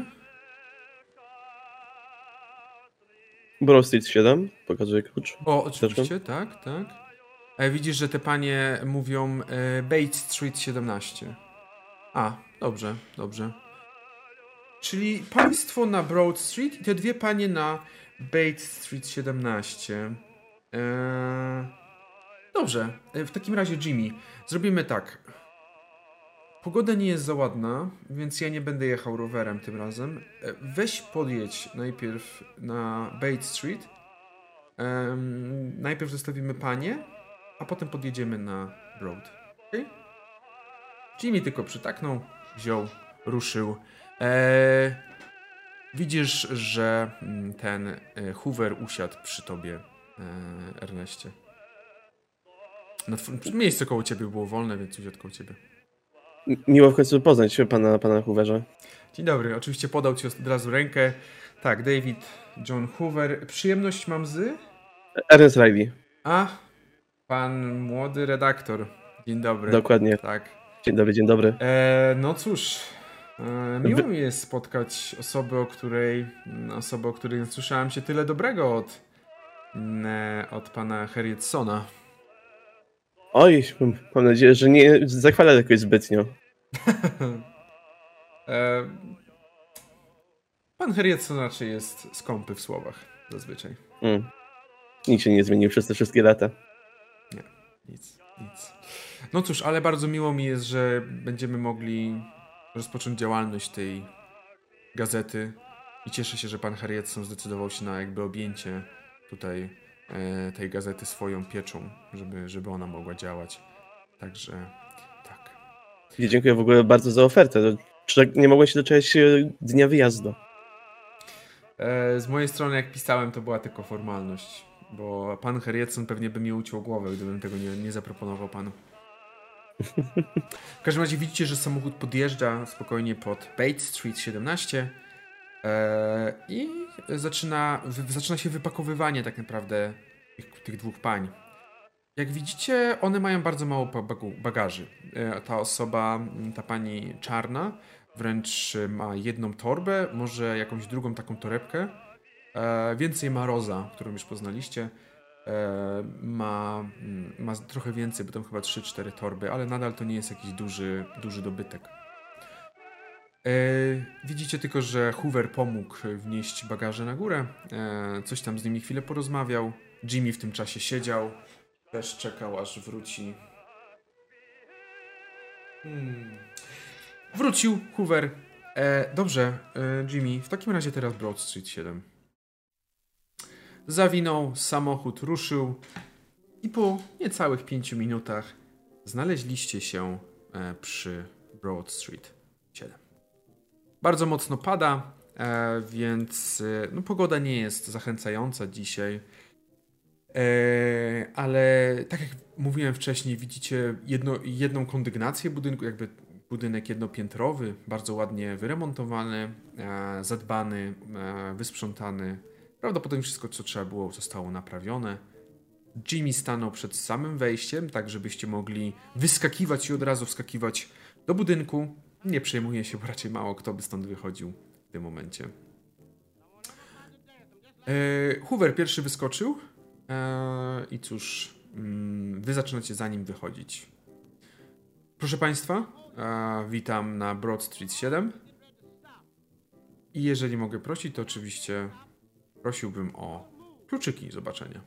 [SPEAKER 4] Broad Street siedem, pokazuję klucz.
[SPEAKER 1] O, oczywiście, tak, tak. A widzisz, że te panie mówią e, Bates Street siedemnaście. A, dobrze, dobrze. Czyli państwo na Broad Street i te dwie panie na Bates Street siedemnaście. Eee... Dobrze, w takim razie Jimmy, zrobimy tak. Pogoda nie jest za ładna, więc ja nie będę jechał rowerem tym razem. Weź podjedź najpierw na Bates Street. Ehm, najpierw zostawimy panie, a potem podjedziemy na Broad. Okay? Jimmy tylko przytaknął, wziął, ruszył. Eee, widzisz, że ten Hoover usiadł przy tobie, eee, Erneście. No, miejsce koło ciebie było wolne, więc usiadł koło ciebie.
[SPEAKER 4] Miło w końcu poznać pana, pana Hooverze.
[SPEAKER 1] Dzień dobry, oczywiście podał ci od razu rękę. Tak, David John Hoover. Przyjemność mam z...
[SPEAKER 4] Ernest Riley.
[SPEAKER 1] A, pan młody redaktor. Dzień dobry.
[SPEAKER 4] Dokładnie.
[SPEAKER 1] Tak.
[SPEAKER 4] Dzień dobry, dzień dobry.
[SPEAKER 1] E, no cóż, e, miło mi jest spotkać osobę, o której osobę, o której słyszałem się tyle dobrego od, ne, od pana Harrietsona.
[SPEAKER 4] Oj, mam nadzieję, że nie zachwala jakoś zbytnio.
[SPEAKER 1] e, pan Harrietson raczej jest skąpy w słowach, zazwyczaj.
[SPEAKER 4] Mm. Nic się nie zmienił przez te wszystkie lata.
[SPEAKER 1] Nie, nic, nic. No cóż, ale bardzo miło mi jest, że będziemy mogli rozpocząć działalność tej gazety i cieszę się, że pan Harrietson zdecydował się na jakby objęcie tutaj e, tej gazety swoją pieczą, żeby, żeby ona mogła działać. Także tak.
[SPEAKER 4] Dziękuję w ogóle bardzo za ofertę. Czy nie mogłem się doczekać dnia wyjazdu?
[SPEAKER 1] E, z mojej strony, jak pisałem, to była tylko formalność, bo pan Harrietson pewnie by mi uciął głowę, gdybym tego nie, nie zaproponował panu. W każdym razie widzicie, że samochód podjeżdża spokojnie pod Bates Street siedemnaście e, i zaczyna, wy, zaczyna się wypakowywanie tak naprawdę tych, tych dwóch pań. Jak widzicie, one mają bardzo mało bagu, bagaży. E, ta osoba, ta pani czarna, wręcz ma jedną torbę, może jakąś drugą taką torebkę. E, więcej ma Roza, którą już poznaliście. E, ma, ma trochę więcej, bo tam chyba trzy cztery torby, ale nadal to nie jest jakiś duży, duży dobytek. E, widzicie tylko, że Hoover pomógł wnieść bagaże na górę. E, coś tam z nimi chwilę porozmawiał. Jimmy w tym czasie siedział. Też czekał, aż wróci. Hmm. Wrócił Hoover. E, dobrze, e, Jimmy, w takim razie teraz Broad Street siedem. Zawinął, samochód ruszył i po niecałych pięciu minutach znaleźliście się e, przy Broad Street siedem. Bardzo mocno pada, e, więc e, no, pogoda nie jest zachęcająca dzisiaj. E, ale tak jak mówiłem wcześniej, widzicie jedno, jedną kondygnację budynku, jakby budynek jednopiętrowy, bardzo ładnie wyremontowany, e, zadbany, e, wysprzątany. Prawdopodobnie wszystko, co trzeba było, zostało naprawione. Jimmy stanął przed samym wejściem, tak żebyście mogli wyskakiwać i od razu wskakiwać do budynku. Nie przejmuje się, bo raczej mało kto by stąd wychodził w tym momencie. E, Hoover pierwszy wyskoczył. Eee, I cóż, mm, wy zaczynacie za nim wychodzić. Proszę Państwa, e, witam na Broad Street siedem. I jeżeli mogę prosić, to oczywiście prosiłbym o kluczyki zobaczenia.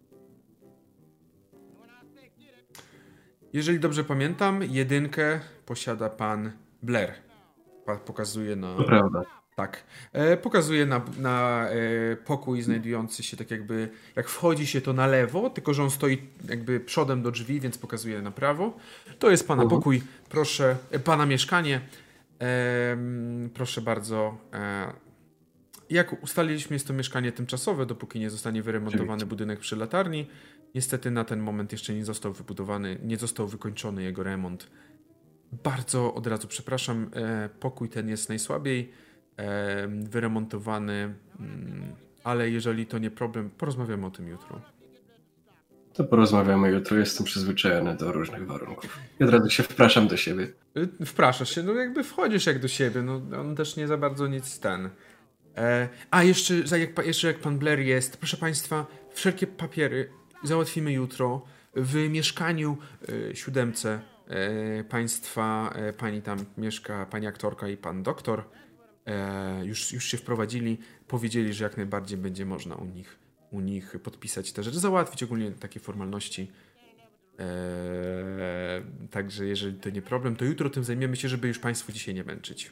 [SPEAKER 1] Jeżeli dobrze pamiętam, jedynkę posiada pan Blair. Pa- pokazuje na...
[SPEAKER 7] To prawda.
[SPEAKER 1] Tak. E, pokazuje na, na e, pokój znajdujący się tak jakby, jak wchodzi się to na lewo, tylko że on stoi jakby przodem do drzwi, więc pokazuje na prawo. To jest pana
[SPEAKER 7] Mhm.
[SPEAKER 1] pokój, proszę, e, pana mieszkanie. E, proszę bardzo. E, jak ustaliliśmy, jest to mieszkanie tymczasowe, dopóki nie zostanie wyremontowany
[SPEAKER 7] Oczywiście.
[SPEAKER 1] budynek przy latarni. Niestety na ten moment jeszcze nie został wybudowany, nie został wykończony jego remont. Bardzo od razu przepraszam, e, pokój ten jest najsłabiej e, wyremontowany, mm, ale jeżeli to nie problem, porozmawiamy o tym jutro.
[SPEAKER 7] To porozmawiamy jutro. Jestem przyzwyczajony do różnych warunków. I od razu się wpraszam do siebie.
[SPEAKER 1] Y, Wpraszasz się, no jakby wchodzisz jak do siebie, no on też nie za bardzo nic ten. E, a jeszcze, za jak, pa- jeszcze jak pan Blair jest, proszę państwa, wszelkie papiery załatwimy jutro w mieszkaniu e, siódemce e, państwa, e, pani tam mieszka, pani aktorka i pan doktor. E, już, już się wprowadzili, powiedzieli, że jak najbardziej będzie można u nich, u nich podpisać te rzeczy, załatwić ogólnie takie formalności. E, także jeżeli to nie problem, to jutro tym zajmiemy się, żeby już państwu dzisiaj nie męczyć.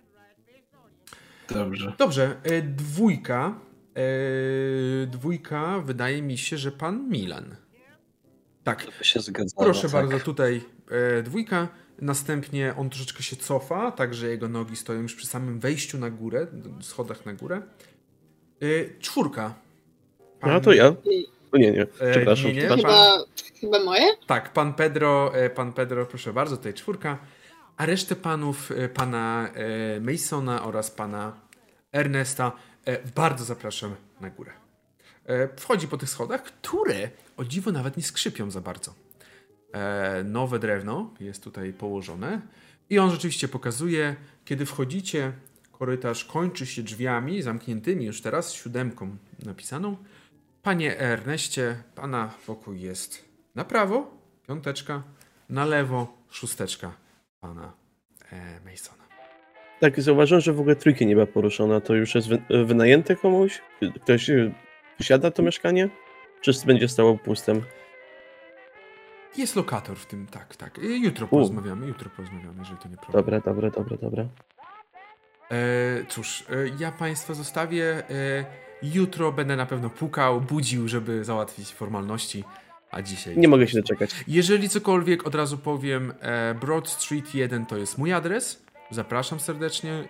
[SPEAKER 7] Dobrze.
[SPEAKER 1] Dobrze, e, dwójka. E, dwójka, wydaje mi się, że pan Milan. Tak,
[SPEAKER 2] To się zgadzało,
[SPEAKER 1] proszę
[SPEAKER 2] tak.
[SPEAKER 1] bardzo, tutaj e, dwójka. Następnie on troszeczkę się cofa, tak że jego nogi stoją już przy samym wejściu na górę, schodach na górę. E, czwórka. Pan-
[SPEAKER 4] A to ja. O nie, nie.
[SPEAKER 1] E,
[SPEAKER 4] Przepraszam.
[SPEAKER 1] nie, nie,
[SPEAKER 4] przepraszam.
[SPEAKER 5] Chyba, chyba moje?
[SPEAKER 1] Tak, pan Pedro, e, pan Pedro, proszę bardzo, tutaj czwórka. A resztę panów, e, pana e, Masona oraz pana Ernesta, e, bardzo zapraszam na górę. E, wchodzi po tych schodach, które o dziwo nawet nie skrzypią za bardzo. E, nowe drewno jest tutaj położone i on rzeczywiście pokazuje, kiedy wchodzicie, korytarz kończy się drzwiami zamkniętymi już teraz, siódemką napisaną. Panie Erneście, pana pokój jest na prawo, piąteczka, na lewo, szósteczka pana e, Masona.
[SPEAKER 4] Tak, zauważyłem, że w ogóle trójki nie była poruszona. To już jest wy- wynajęte komuś? Ktoś y, posiada to mieszkanie? Czy będzie stało pustem?
[SPEAKER 1] Jest lokator w tym, tak, tak. E, Jutro porozmawiamy, jutro porozmawiamy, jeżeli to nie problem.
[SPEAKER 4] Dobra, dobra, dobra, dobra.
[SPEAKER 1] E, cóż, e, ja państwa zostawię. E, jutro będę na pewno pukał, budził, żeby załatwić formalności, a dzisiaj...
[SPEAKER 4] Nie mogę się doczekać.
[SPEAKER 1] Jeżeli cokolwiek, od razu powiem, e, Broad Street jeden to jest mój adres. Zapraszam serdecznie.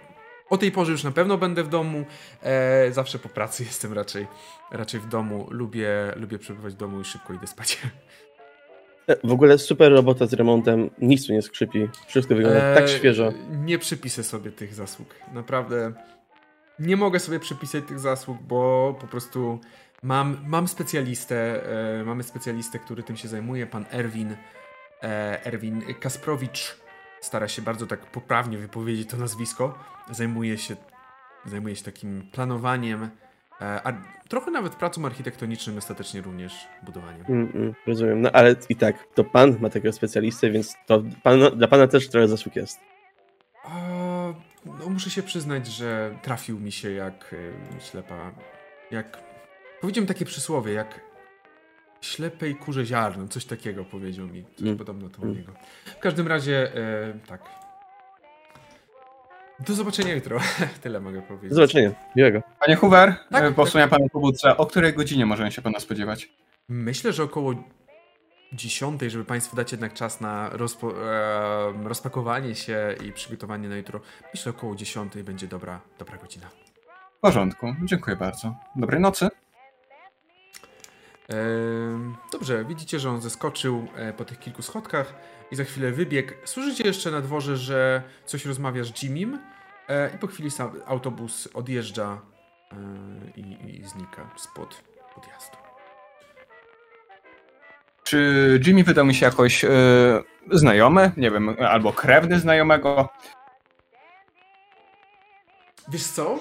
[SPEAKER 1] O tej porze już na pewno będę w domu. E, zawsze po pracy jestem raczej, raczej w domu. Lubię, lubię przebywać w domu i szybko idę spać.
[SPEAKER 4] W ogóle super robota z remontem, nic tu nie skrzypi, wszystko wygląda e, tak świeżo.
[SPEAKER 1] Nie przypiszę sobie tych zasług. Naprawdę nie mogę sobie przypisać tych zasług, bo po prostu mam, mam specjalistę, e, mamy specjalistę, który tym się zajmuje, pan Erwin, e, Erwin Kasprowicz. Stara się bardzo tak poprawnie wypowiedzieć to nazwisko. Zajmuje się, zajmuje się takim planowaniem, a trochę nawet pracą architektoniczną, ostatecznie również budowaniem.
[SPEAKER 4] Mm, mm, rozumiem, no ale i tak, to pan ma takiego specjalistę, więc to pan, dla pana też trochę zasług jest.
[SPEAKER 1] A, no, muszę się przyznać, że trafił mi się jak y, ślepa, jak, powiedziałem takie przysłowie, jak ślepej kurze ziarno, coś takiego powiedział mi, coś mm. podobno to u mm. niego. W każdym razie, y, tak. Do zobaczenia jutro. Tyle mogę powiedzieć.
[SPEAKER 4] Do zobaczenia. Miłego.
[SPEAKER 6] Panie Hoover, tak, posłucham tak. Panu pobudce. O której godzinie możemy się pana spodziewać?
[SPEAKER 1] Myślę, że około dziesiątej, żeby państwu dać jednak czas na rozpo, e, rozpakowanie się i przygotowanie na jutro. Myślę, około dziesiątej będzie dobra, dobra godzina.
[SPEAKER 6] W porządku. Dziękuję bardzo. Dobrej nocy.
[SPEAKER 1] E, dobrze, widzicie, że on zeskoczył po tych kilku schodkach i za chwilę wybiegł. Słyszycie jeszcze na dworze, że coś rozmawia z Jimmym e, i po chwili sam autobus odjeżdża e, i, i znika spod podjazdu.
[SPEAKER 6] Czy Jimmy wydał mi się jakoś e, znajomy? Nie wiem, albo krewny znajomego?
[SPEAKER 1] Wiesz co?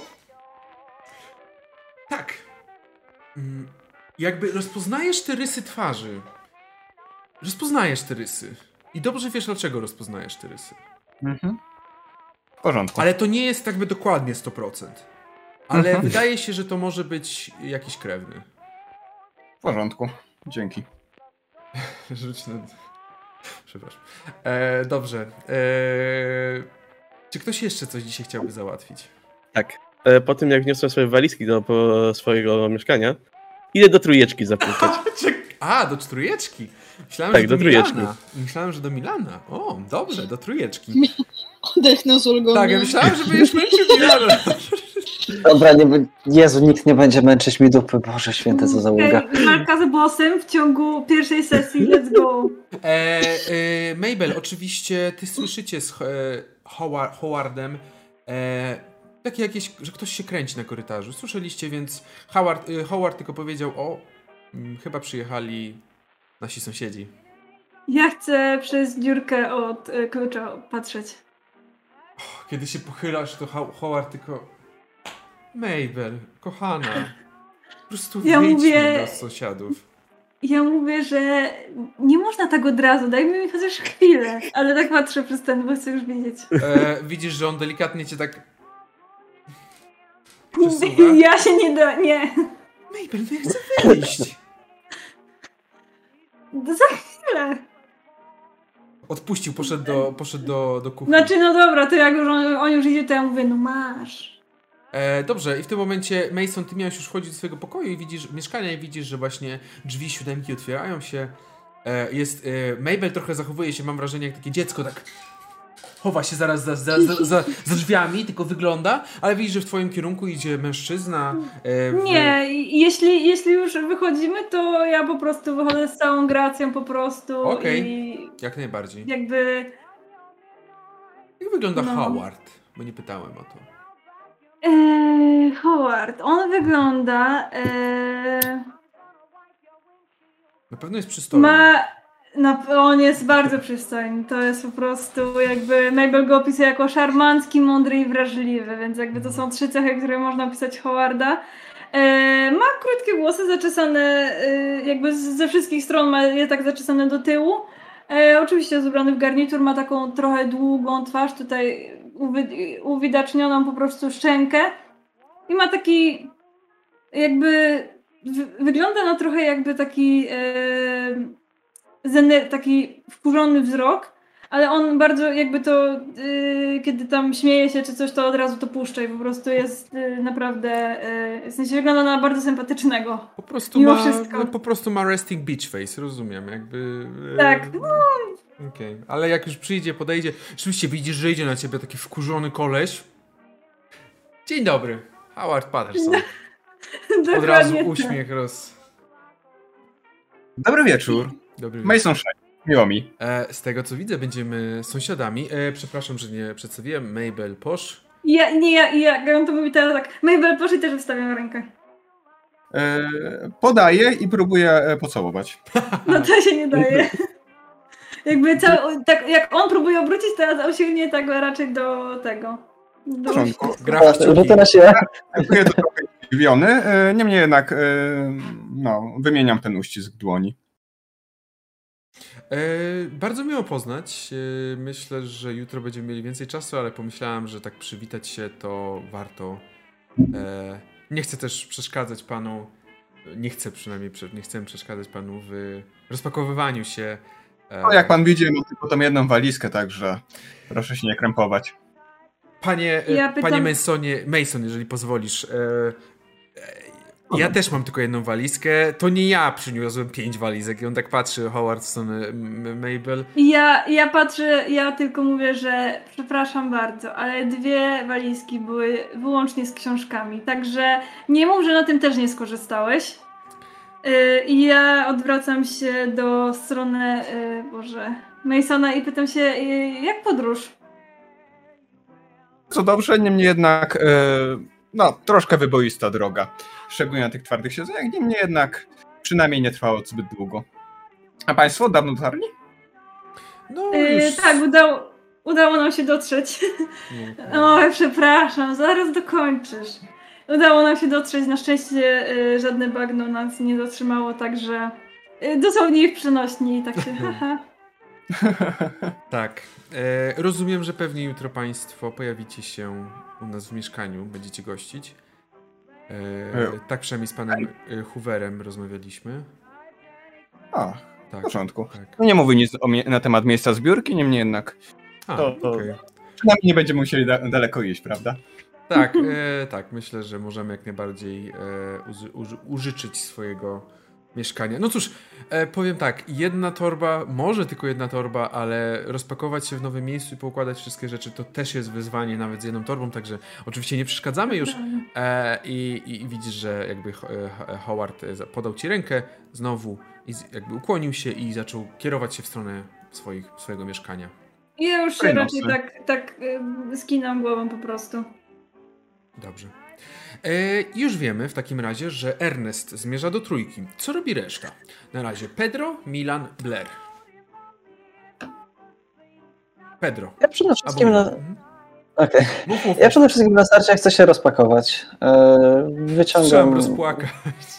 [SPEAKER 1] Tak. Jakby rozpoznajesz te rysy twarzy. Rozpoznajesz te rysy. I dobrze wiesz, dlaczego rozpoznajesz te rysy.
[SPEAKER 6] Mhm. W porządku.
[SPEAKER 1] Ale to nie jest jakby dokładnie sto procent. Ale mhm. wydaje się, że to może być jakiś krewny.
[SPEAKER 6] W porządku. Dzięki.
[SPEAKER 1] Rzuć na... Przepraszam. E, dobrze. E, czy ktoś jeszcze coś dzisiaj chciałby załatwić?
[SPEAKER 4] Tak. E, po tym, jak wniosłem swoje walizki do po swojego mieszkania, idę do trójeczki zapukać.
[SPEAKER 1] A, do trójeczki. Myślałem,
[SPEAKER 4] tak,
[SPEAKER 1] że
[SPEAKER 4] do,
[SPEAKER 1] do
[SPEAKER 4] trójeczki.
[SPEAKER 1] Milana. Myślałem, że do Milana. O, dobrze, do trójeczki.
[SPEAKER 5] Oddechnął z ulgą.
[SPEAKER 1] Tak, ja myślałem, że będziesz męczył Milana.
[SPEAKER 2] Dobra, nie, Jezu, nikt nie będzie męczyć mi dupy. Boże święte, co za ulga.
[SPEAKER 3] Okay, walka z bossem w ciągu pierwszej sesji, let's go.
[SPEAKER 1] E, e, Mabel, oczywiście ty słyszycie z e, Howard, Howardem e, takie jakieś, że ktoś się kręci na korytarzu. Słyszeliście, więc Howard, e, Howard tylko powiedział, o, m, chyba przyjechali nasi sąsiedzi.
[SPEAKER 3] Ja chcę przez dziurkę od y, klucza patrzeć.
[SPEAKER 1] Oh, kiedy się pochylasz, to Ho- Howard tylko... Mabel, kochana, po prostu
[SPEAKER 3] ja
[SPEAKER 1] wyjdźmy
[SPEAKER 3] mówię,
[SPEAKER 1] do sąsiadów.
[SPEAKER 3] Ja mówię, że nie można tak od razu, dajmy mi chociaż chwilę. Ale tak patrzę przez ten, bo chcę już wiedzieć.
[SPEAKER 1] E, widzisz, że on delikatnie cię tak...
[SPEAKER 3] Ja się nie da... nie.
[SPEAKER 1] Mabel, no ja chcę wyjść.
[SPEAKER 3] Za chwilę.
[SPEAKER 1] Odpuścił, poszedł do, poszedł do, do kuchni.
[SPEAKER 3] Znaczy, no dobra, to jak już on, on już idzie, to ja mówię, no masz.
[SPEAKER 1] E, dobrze, i w tym momencie, Mason, ty miałeś już wchodzić do swojego pokoju i widzisz mieszkania i widzisz, że właśnie drzwi siódemki otwierają się. E, jest, e, Mabel trochę zachowuje się, mam wrażenie, jak takie dziecko, tak chowa się zaraz za, za, za, za, za drzwiami, tylko wygląda, ale widzisz, że w twoim kierunku idzie mężczyzna. E, w...
[SPEAKER 3] Nie, jeśli, jeśli już wychodzimy, to ja po prostu wychodzę z całą gracją po prostu.
[SPEAKER 1] Okej,
[SPEAKER 3] i
[SPEAKER 1] jak najbardziej.
[SPEAKER 3] jakby...
[SPEAKER 1] Jak wygląda
[SPEAKER 3] no.
[SPEAKER 1] Howard? Bo nie pytałem o to.
[SPEAKER 3] Eee, Howard, on wygląda... Eee,
[SPEAKER 1] Na pewno jest przystojny.
[SPEAKER 3] ma... No, on jest bardzo przystojny. To jest po prostu jakby... Mabel go opisuje jako szarmancki, mądry i wrażliwy, więc jakby to są trzy cechy, które można opisać Howarda. Eee, ma krótkie włosy zaczesane, e, jakby z, ze wszystkich stron ma je tak zaczesane do tyłu. E, oczywiście jest ubrany w garnitur, ma taką trochę długą twarz, tutaj uwi- uwidacznioną po prostu szczękę. I ma taki jakby... W, wygląda na trochę jakby taki... E, zeny, taki wkurzony wzrok, ale on bardzo jakby to, yy, kiedy tam śmieje się czy coś, to od razu to puszcza i po prostu jest yy, naprawdę, yy, w sensie wygląda na bardzo sympatycznego.
[SPEAKER 1] Po prostu,
[SPEAKER 3] mimo
[SPEAKER 1] ma,
[SPEAKER 3] wszystko.
[SPEAKER 1] no, po prostu ma resting bitch face, rozumiem, jakby...
[SPEAKER 3] Tak, no.
[SPEAKER 1] Okej, okay. Ale jak już przyjdzie, podejdzie, rzeczywiście widzisz, że idzie na ciebie taki wkurzony koleś Dzień dobry, Howard Patterson.
[SPEAKER 3] Dokładnie
[SPEAKER 1] Od razu
[SPEAKER 3] tak.
[SPEAKER 1] uśmiech roz...
[SPEAKER 6] Dobry wieczór.
[SPEAKER 1] Dobry wieczór.
[SPEAKER 6] Mason Shine. Miło mi.
[SPEAKER 1] E, z tego co widzę, będziemy sąsiadami. E, przepraszam, że nie przedstawiłem. Mabel Posh.
[SPEAKER 3] Ja, nie, ja, ja, ja to mówi teraz tak. Mabel, proszę, też wstawiam rękę.
[SPEAKER 6] E, podaję i próbuję e, pocałować.
[SPEAKER 3] No to się nie daje. Jakby cały, tak, jak on próbuje obrócić, to ja usilnie tak raczej do tego.
[SPEAKER 6] W
[SPEAKER 3] Do
[SPEAKER 6] porządku.
[SPEAKER 1] Gra w
[SPEAKER 2] Rzuty
[SPEAKER 1] sztuki.
[SPEAKER 2] na siłę.
[SPEAKER 6] Dziękuję, to trochę zdziwiony. E, niemniej jednak e, no, wymieniam ten uścisk dłoni.
[SPEAKER 1] E, bardzo miło poznać. E, myślę, że jutro będziemy mieli więcej czasu, ale pomyślałem, że tak przywitać się to warto. E, nie chcę też przeszkadzać panu. Nie chcę przynajmniej, nie chcę przeszkadzać panu w rozpakowywaniu się. E,
[SPEAKER 6] No, jak pan widzi, mam tylko tą jedną walizkę, także proszę się nie krępować.
[SPEAKER 1] Panie, e,
[SPEAKER 3] Ja pytam-
[SPEAKER 1] panie Masonie, Mason, jeżeli pozwolisz. E, e, ja też mam tylko jedną walizkę. To nie ja przyniosłem pięć walizek. I on tak patrzy, Howard, w stronę M- Mabel.
[SPEAKER 3] Ja, ja patrzę, ja tylko mówię, że przepraszam bardzo, ale dwie walizki były wyłącznie z książkami, także nie mów, że na tym też nie skorzystałeś. Yy, I ja odwracam się do strony, yy, Boże, Masona i pytam się, yy, jak podróż?
[SPEAKER 6] Co dobrze, niemniej jednak e, no, troszkę wyboista droga. Szczególnie na tych twardych siedzeniach, niemniej jednak przynajmniej nie trwało zbyt długo. A państwo dawno dotarli?
[SPEAKER 1] No
[SPEAKER 3] Yy,
[SPEAKER 1] już...
[SPEAKER 3] tak, udało, udało nam się dotrzeć.
[SPEAKER 1] No,
[SPEAKER 3] Oj, przepraszam, zaraz dokończysz. Udało nam się dotrzeć, na szczęście y, żadne bagno nas nie zatrzymało, także y, dosłownie w przenośni, tak się haha.
[SPEAKER 1] Tak. E, rozumiem, że pewnie jutro państwo pojawicie się u nas w mieszkaniu, będziecie gościć. E,
[SPEAKER 6] E,
[SPEAKER 1] tak przynajmniej z panem e, Hooverem rozmawialiśmy.
[SPEAKER 6] A,
[SPEAKER 1] Tak.
[SPEAKER 6] w porządku.
[SPEAKER 1] Tak.
[SPEAKER 6] No nie mówię nic o mie- na temat miejsca zbiórki, niemniej jednak
[SPEAKER 1] A,
[SPEAKER 6] To- to-
[SPEAKER 1] okej.
[SPEAKER 6] przynajmniej nie będziemy musieli da- daleko iść, prawda?
[SPEAKER 1] Tak, e, tak, myślę, że możemy jak najbardziej e, uży, uży, użyczyć swojego mieszkania. No cóż, e, powiem tak, jedna torba, może tylko jedna torba, ale rozpakować się w nowym miejscu i poukładać wszystkie rzeczy, to też jest wyzwanie nawet z jedną torbą, także oczywiście nie przeszkadzamy już e, i, i widzisz, że jakby e, Howard podał ci rękę znowu i z, jakby ukłonił się i zaczął kierować się w stronę swoich, swojego mieszkania.
[SPEAKER 3] Ja już się
[SPEAKER 6] Fajne
[SPEAKER 3] raczej
[SPEAKER 6] nosy.
[SPEAKER 3] tak, tak y, skinam głową po prostu.
[SPEAKER 1] Dobrze. E, już wiemy w takim razie, że Ernest zmierza do trójki. Co robi reszta? Na razie Pedro, Milan, Blair. Pedro.
[SPEAKER 2] Ja przede wszystkim
[SPEAKER 1] Albo
[SPEAKER 2] na...
[SPEAKER 1] Milan. Mhm.
[SPEAKER 2] Okej.
[SPEAKER 1] Mów, mów,
[SPEAKER 2] Ja
[SPEAKER 1] mów.
[SPEAKER 2] przede wszystkim na starcie chcę się rozpakować. E, Wyciągam...
[SPEAKER 1] Trzeba rozpłakać.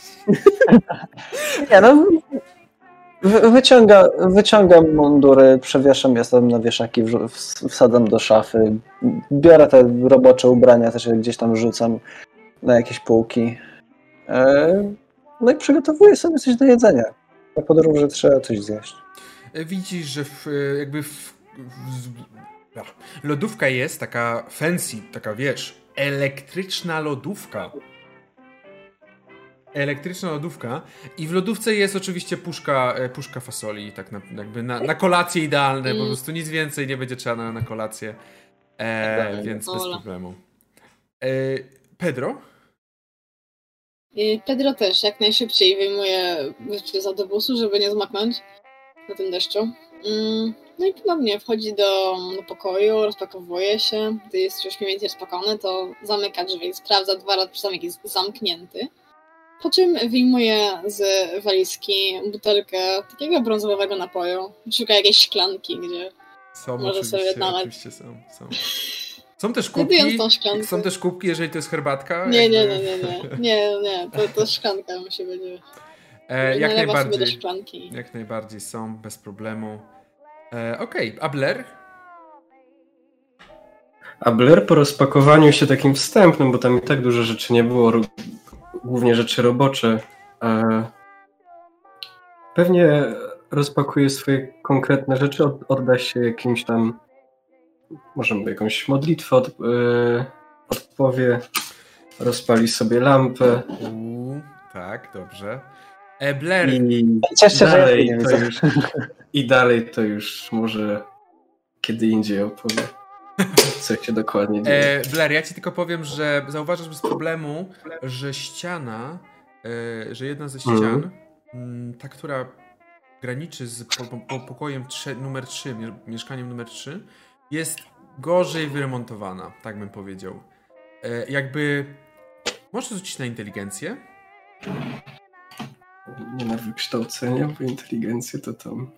[SPEAKER 2] Nie no... wy- Wyciąga, wyciągam mundury, przewieszam je sobie na wieszaki, wrzu- ws- wsadzam do szafy. Biorę te robocze ubrania, też je gdzieś tam rzucam na jakieś półki. E, No i przygotowuję sobie coś do jedzenia. Na podróży trzeba coś zjeść.
[SPEAKER 1] E, Widzisz, że w, e, jakby w, w, a, lodówka jest taka fancy, taka wiesz, elektryczna lodówka. Elektryczna lodówka i w lodówce jest oczywiście puszka, e, puszka fasoli, tak na, jakby na, na kolację idealne, po prostu nic więcej nie będzie trzeba na, na kolację, e, więc bez
[SPEAKER 5] Ola.
[SPEAKER 1] problemu. E, Pedro?
[SPEAKER 5] I Pedro też jak najszybciej wyjmuje rzeczy z autobusu, żeby nie zmaknąć na tym deszczu. Mm, No i ponownie wchodzi do, do pokoju, rozpakowuje się. Gdy jest już mniej więcej rozpakowane, to zamyka drzwi, sprawdza dwa razy, czy zamek jest zamknięty. Po czym wyjmuje z walizki butelkę takiego brązowego napoju. Szuka jakiejś szklanki, gdzie
[SPEAKER 1] Są
[SPEAKER 5] może
[SPEAKER 1] oczywiście,
[SPEAKER 5] sobie nalać.
[SPEAKER 1] oczywiście są, są. Są też
[SPEAKER 5] znajdując
[SPEAKER 1] kubki,
[SPEAKER 5] tą szklankę.
[SPEAKER 1] są też kubki, jeżeli to jest herbatka.
[SPEAKER 5] Nie, nie,
[SPEAKER 1] jakby-
[SPEAKER 5] nie, nie, nie, nie, nie, to, to szklanka musi być.
[SPEAKER 1] E, jak
[SPEAKER 5] Nalewa sobie do
[SPEAKER 1] najbardziej.
[SPEAKER 5] szklanki.
[SPEAKER 1] Jak najbardziej są, bez problemu. E, Okej, a Blair?
[SPEAKER 7] A Blair po rozpakowaniu się takim wstępnym, bo tam i tak dużo rzeczy nie było, ro- głównie rzeczy robocze, e, pewnie rozpakuje swoje konkretne rzeczy, od, odda się jakimś tam, może jakąś modlitwę od, e, odpowie, rozpali sobie lampę
[SPEAKER 1] Uuu, tak, dobrze. E, Blair,
[SPEAKER 7] i
[SPEAKER 2] Ciesz się, że ja
[SPEAKER 7] dalej
[SPEAKER 2] nie
[SPEAKER 7] to
[SPEAKER 2] widzę.
[SPEAKER 7] już, i dalej to już może kiedy indziej opowie. Co się dokładnie dzieje.
[SPEAKER 1] E, Blair, ja ci tylko powiem, że zauważasz bez problemu, że ściana, e, że jedna ze ścian,
[SPEAKER 7] Mhm.
[SPEAKER 1] m, ta, która graniczy z po, po, po pokojem trze, numer trzy, mie- mieszkaniem numer trzy, jest gorzej wyremontowana, tak bym powiedział. E, jakby... Możesz rzucić na inteligencję?
[SPEAKER 7] Nie ma wykształcenia, bo inteligencję to tam...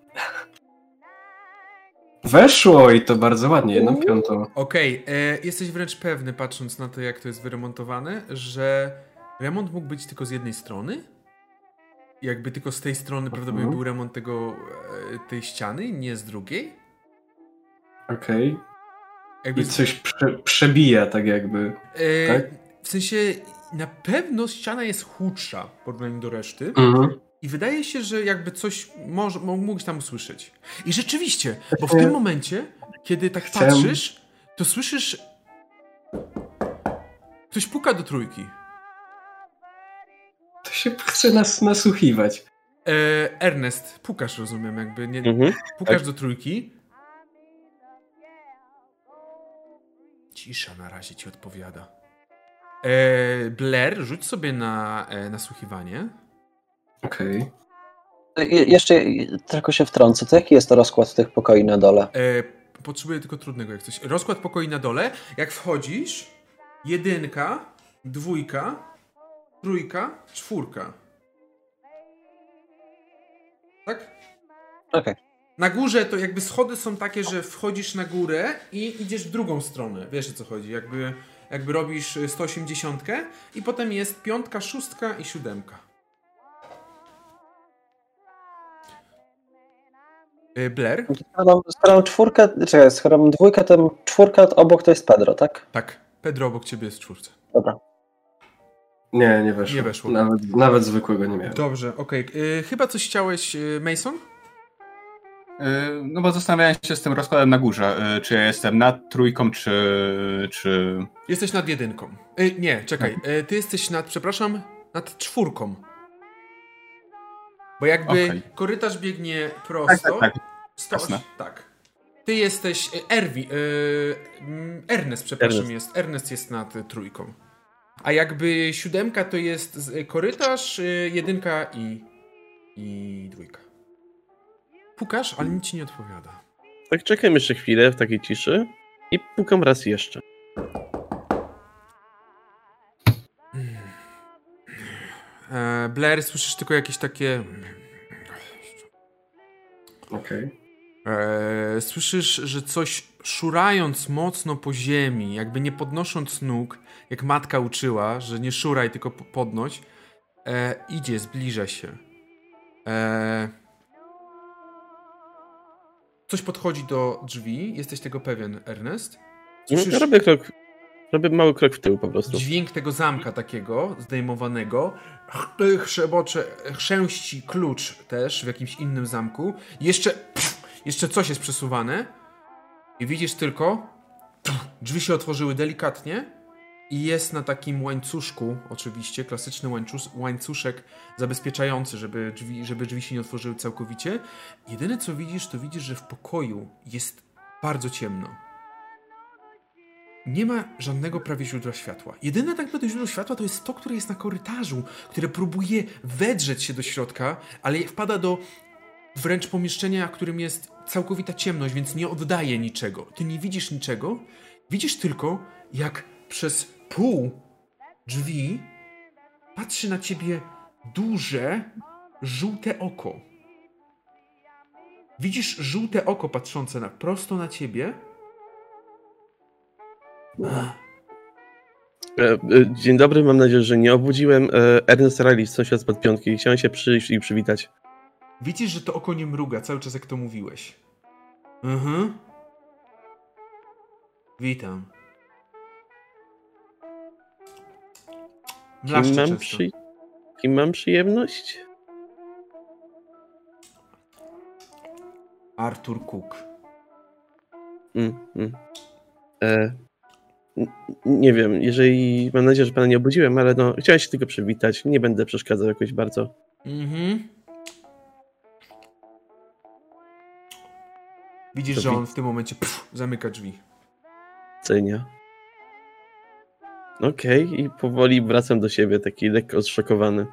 [SPEAKER 7] Weszło i to bardzo ładnie, jedną piątą.
[SPEAKER 1] Okej, e, jesteś wręcz pewny, patrząc na to, jak to jest wyremontowane, że remont mógł być tylko z jednej strony? Jakby tylko z tej strony prawdopodobnie
[SPEAKER 7] Mhm.
[SPEAKER 1] był remont tego, e, tej ściany, nie z drugiej?
[SPEAKER 7] Okej.
[SPEAKER 1] Jakby
[SPEAKER 7] I coś prze, przebija tak jakby.
[SPEAKER 1] e,
[SPEAKER 7] tak?
[SPEAKER 1] W sensie, na pewno ściana jest chudsza w porównaniu do reszty
[SPEAKER 7] Mhm.
[SPEAKER 1] i wydaje się, że jakby coś może, mógłbyś tam usłyszeć. I rzeczywiście, bo w tym momencie, kiedy tak
[SPEAKER 7] Chcę-
[SPEAKER 1] patrzysz, to słyszysz... Ktoś puka do trójki.
[SPEAKER 7] To się chce nas nasłuchiwać.
[SPEAKER 1] E, Ernest, pukasz, rozumiem, jakby nie...
[SPEAKER 4] Mhm.
[SPEAKER 1] Pukasz
[SPEAKER 4] tak.
[SPEAKER 1] do trójki. Cisza na razie ci odpowiada. E, Blair, rzuć sobie na e, nasłuchiwanie.
[SPEAKER 7] Okej.
[SPEAKER 2] Je- Jeszcze tylko się wtrącę. To jaki jest to rozkład tych pokoi na dole?
[SPEAKER 1] E, potrzebuję tylko trudnego jak coś. Rozkład pokoi na dole. Jak wchodzisz, jedynka, dwójka, trójka, czwórka. Tak?
[SPEAKER 2] Okej.
[SPEAKER 1] Na górze to jakby schody są takie, że wchodzisz na górę i idziesz w drugą stronę. Wiesz, o co chodzi. Jakby, jakby robisz sto osiemdziesiąt i potem jest piątka, szóstka i siódemka. Yy, Blair?
[SPEAKER 2] Skoro, skoro czwórkę, czekaj, skoro dwójkę, to czwórka to obok to jest Pedro, tak?
[SPEAKER 1] Tak. Pedro obok ciebie jest w czwórce.
[SPEAKER 2] Dobra.
[SPEAKER 7] Nie, nie weszło.
[SPEAKER 1] Nie weszło.
[SPEAKER 7] Nawet, nawet zwykłego nie miałem.
[SPEAKER 1] Dobrze, okej. Yy, chyba coś chciałeś, yy, Mason?
[SPEAKER 6] Yy, No bo zastanawiałem się z tym rozkładem na górze, yy, czy ja jestem nad trójką, czy... czy...
[SPEAKER 1] Jesteś nad jedynką. Yy, nie, czekaj. Yy, ty jesteś nad, przepraszam, nad czwórką. Bo jakby
[SPEAKER 6] Okej.
[SPEAKER 1] korytarz biegnie prosto.
[SPEAKER 6] Tak, tak, tak.
[SPEAKER 1] sto
[SPEAKER 6] Jasne.
[SPEAKER 1] tak. Ty jesteś. y, Erwi. y, mm, Ernest, przepraszam,
[SPEAKER 4] Ernest.
[SPEAKER 1] jest. Ernest jest nad y, trójką. A jakby siódemka to jest z- y, korytarz, y, jedynka i. i dwójka. Pukasz, ale nic ci nie odpowiada.
[SPEAKER 4] Tak czekam jeszcze chwilę w takiej ciszy i pukam raz jeszcze.
[SPEAKER 1] E, Blair, słyszysz tylko jakieś takie.
[SPEAKER 7] Okej.
[SPEAKER 1] E, słyszysz, że coś szurając mocno po ziemi, jakby nie podnosząc nóg, jak matka uczyła, że nie szuraj, tylko po- podnoś, e, idzie, zbliża się. E, coś podchodzi do drzwi, jesteś tego pewien, Ernest? Słyszysz
[SPEAKER 4] Robię krok, robię mały krok w tył po prostu.
[SPEAKER 1] dźwięk tego zamka takiego, zdejmowanego, ch- chrzebocze, chrzęści klucz też w jakimś innym zamku. Jeszcze, pff, jeszcze coś jest przesuwane i widzisz tylko, pff, drzwi się otworzyły delikatnie i jest na takim łańcuszku, oczywiście, klasyczny łańcusz, łańcuszek zabezpieczający, żeby drzwi, żeby drzwi się nie otworzyły całkowicie. Jedyne co widzisz, to widzisz, że w pokoju jest bardzo ciemno. Nie ma żadnego prawie źródła światła. Jedyne tak naprawdę źródło światła to jest to, które jest na korytarzu, które próbuje wedrzeć się do środka, ale wpada do wręcz pomieszczenia, w którym jest całkowita ciemność, więc nie oddaje niczego. Ty nie widzisz niczego, widzisz tylko, jak przez pół drzwi patrzy na ciebie duże, żółte oko. Widzisz żółte oko patrzące na, prosto na ciebie.
[SPEAKER 4] E, e, Dzień dobry, mam nadzieję, że nie obudziłem. E, Ernest Riley, sąsiad z podpiątki. Chciałem się przyjść i przywitać.
[SPEAKER 1] Widzisz, że to oko nie mruga cały czas, jak to mówiłeś. Mhm. Witam. Mlaszcze
[SPEAKER 4] Kim mam,
[SPEAKER 1] często.
[SPEAKER 4] przy... Kim mam przyjemność?
[SPEAKER 1] Arthur Cook.
[SPEAKER 4] Mm, mm. E, n- nie wiem, jeżeli... Mam nadzieję, że pana nie obudziłem, ale no, chciałem się tylko przywitać. Nie będę przeszkadzał jakoś bardzo.
[SPEAKER 1] Mhm. Widzisz,
[SPEAKER 4] To
[SPEAKER 1] że
[SPEAKER 4] wi-
[SPEAKER 1] on w tym momencie pff, zamyka drzwi.
[SPEAKER 4] Cenia. Okej, okay, i powoli wracam do siebie, taki lekko zszokowany.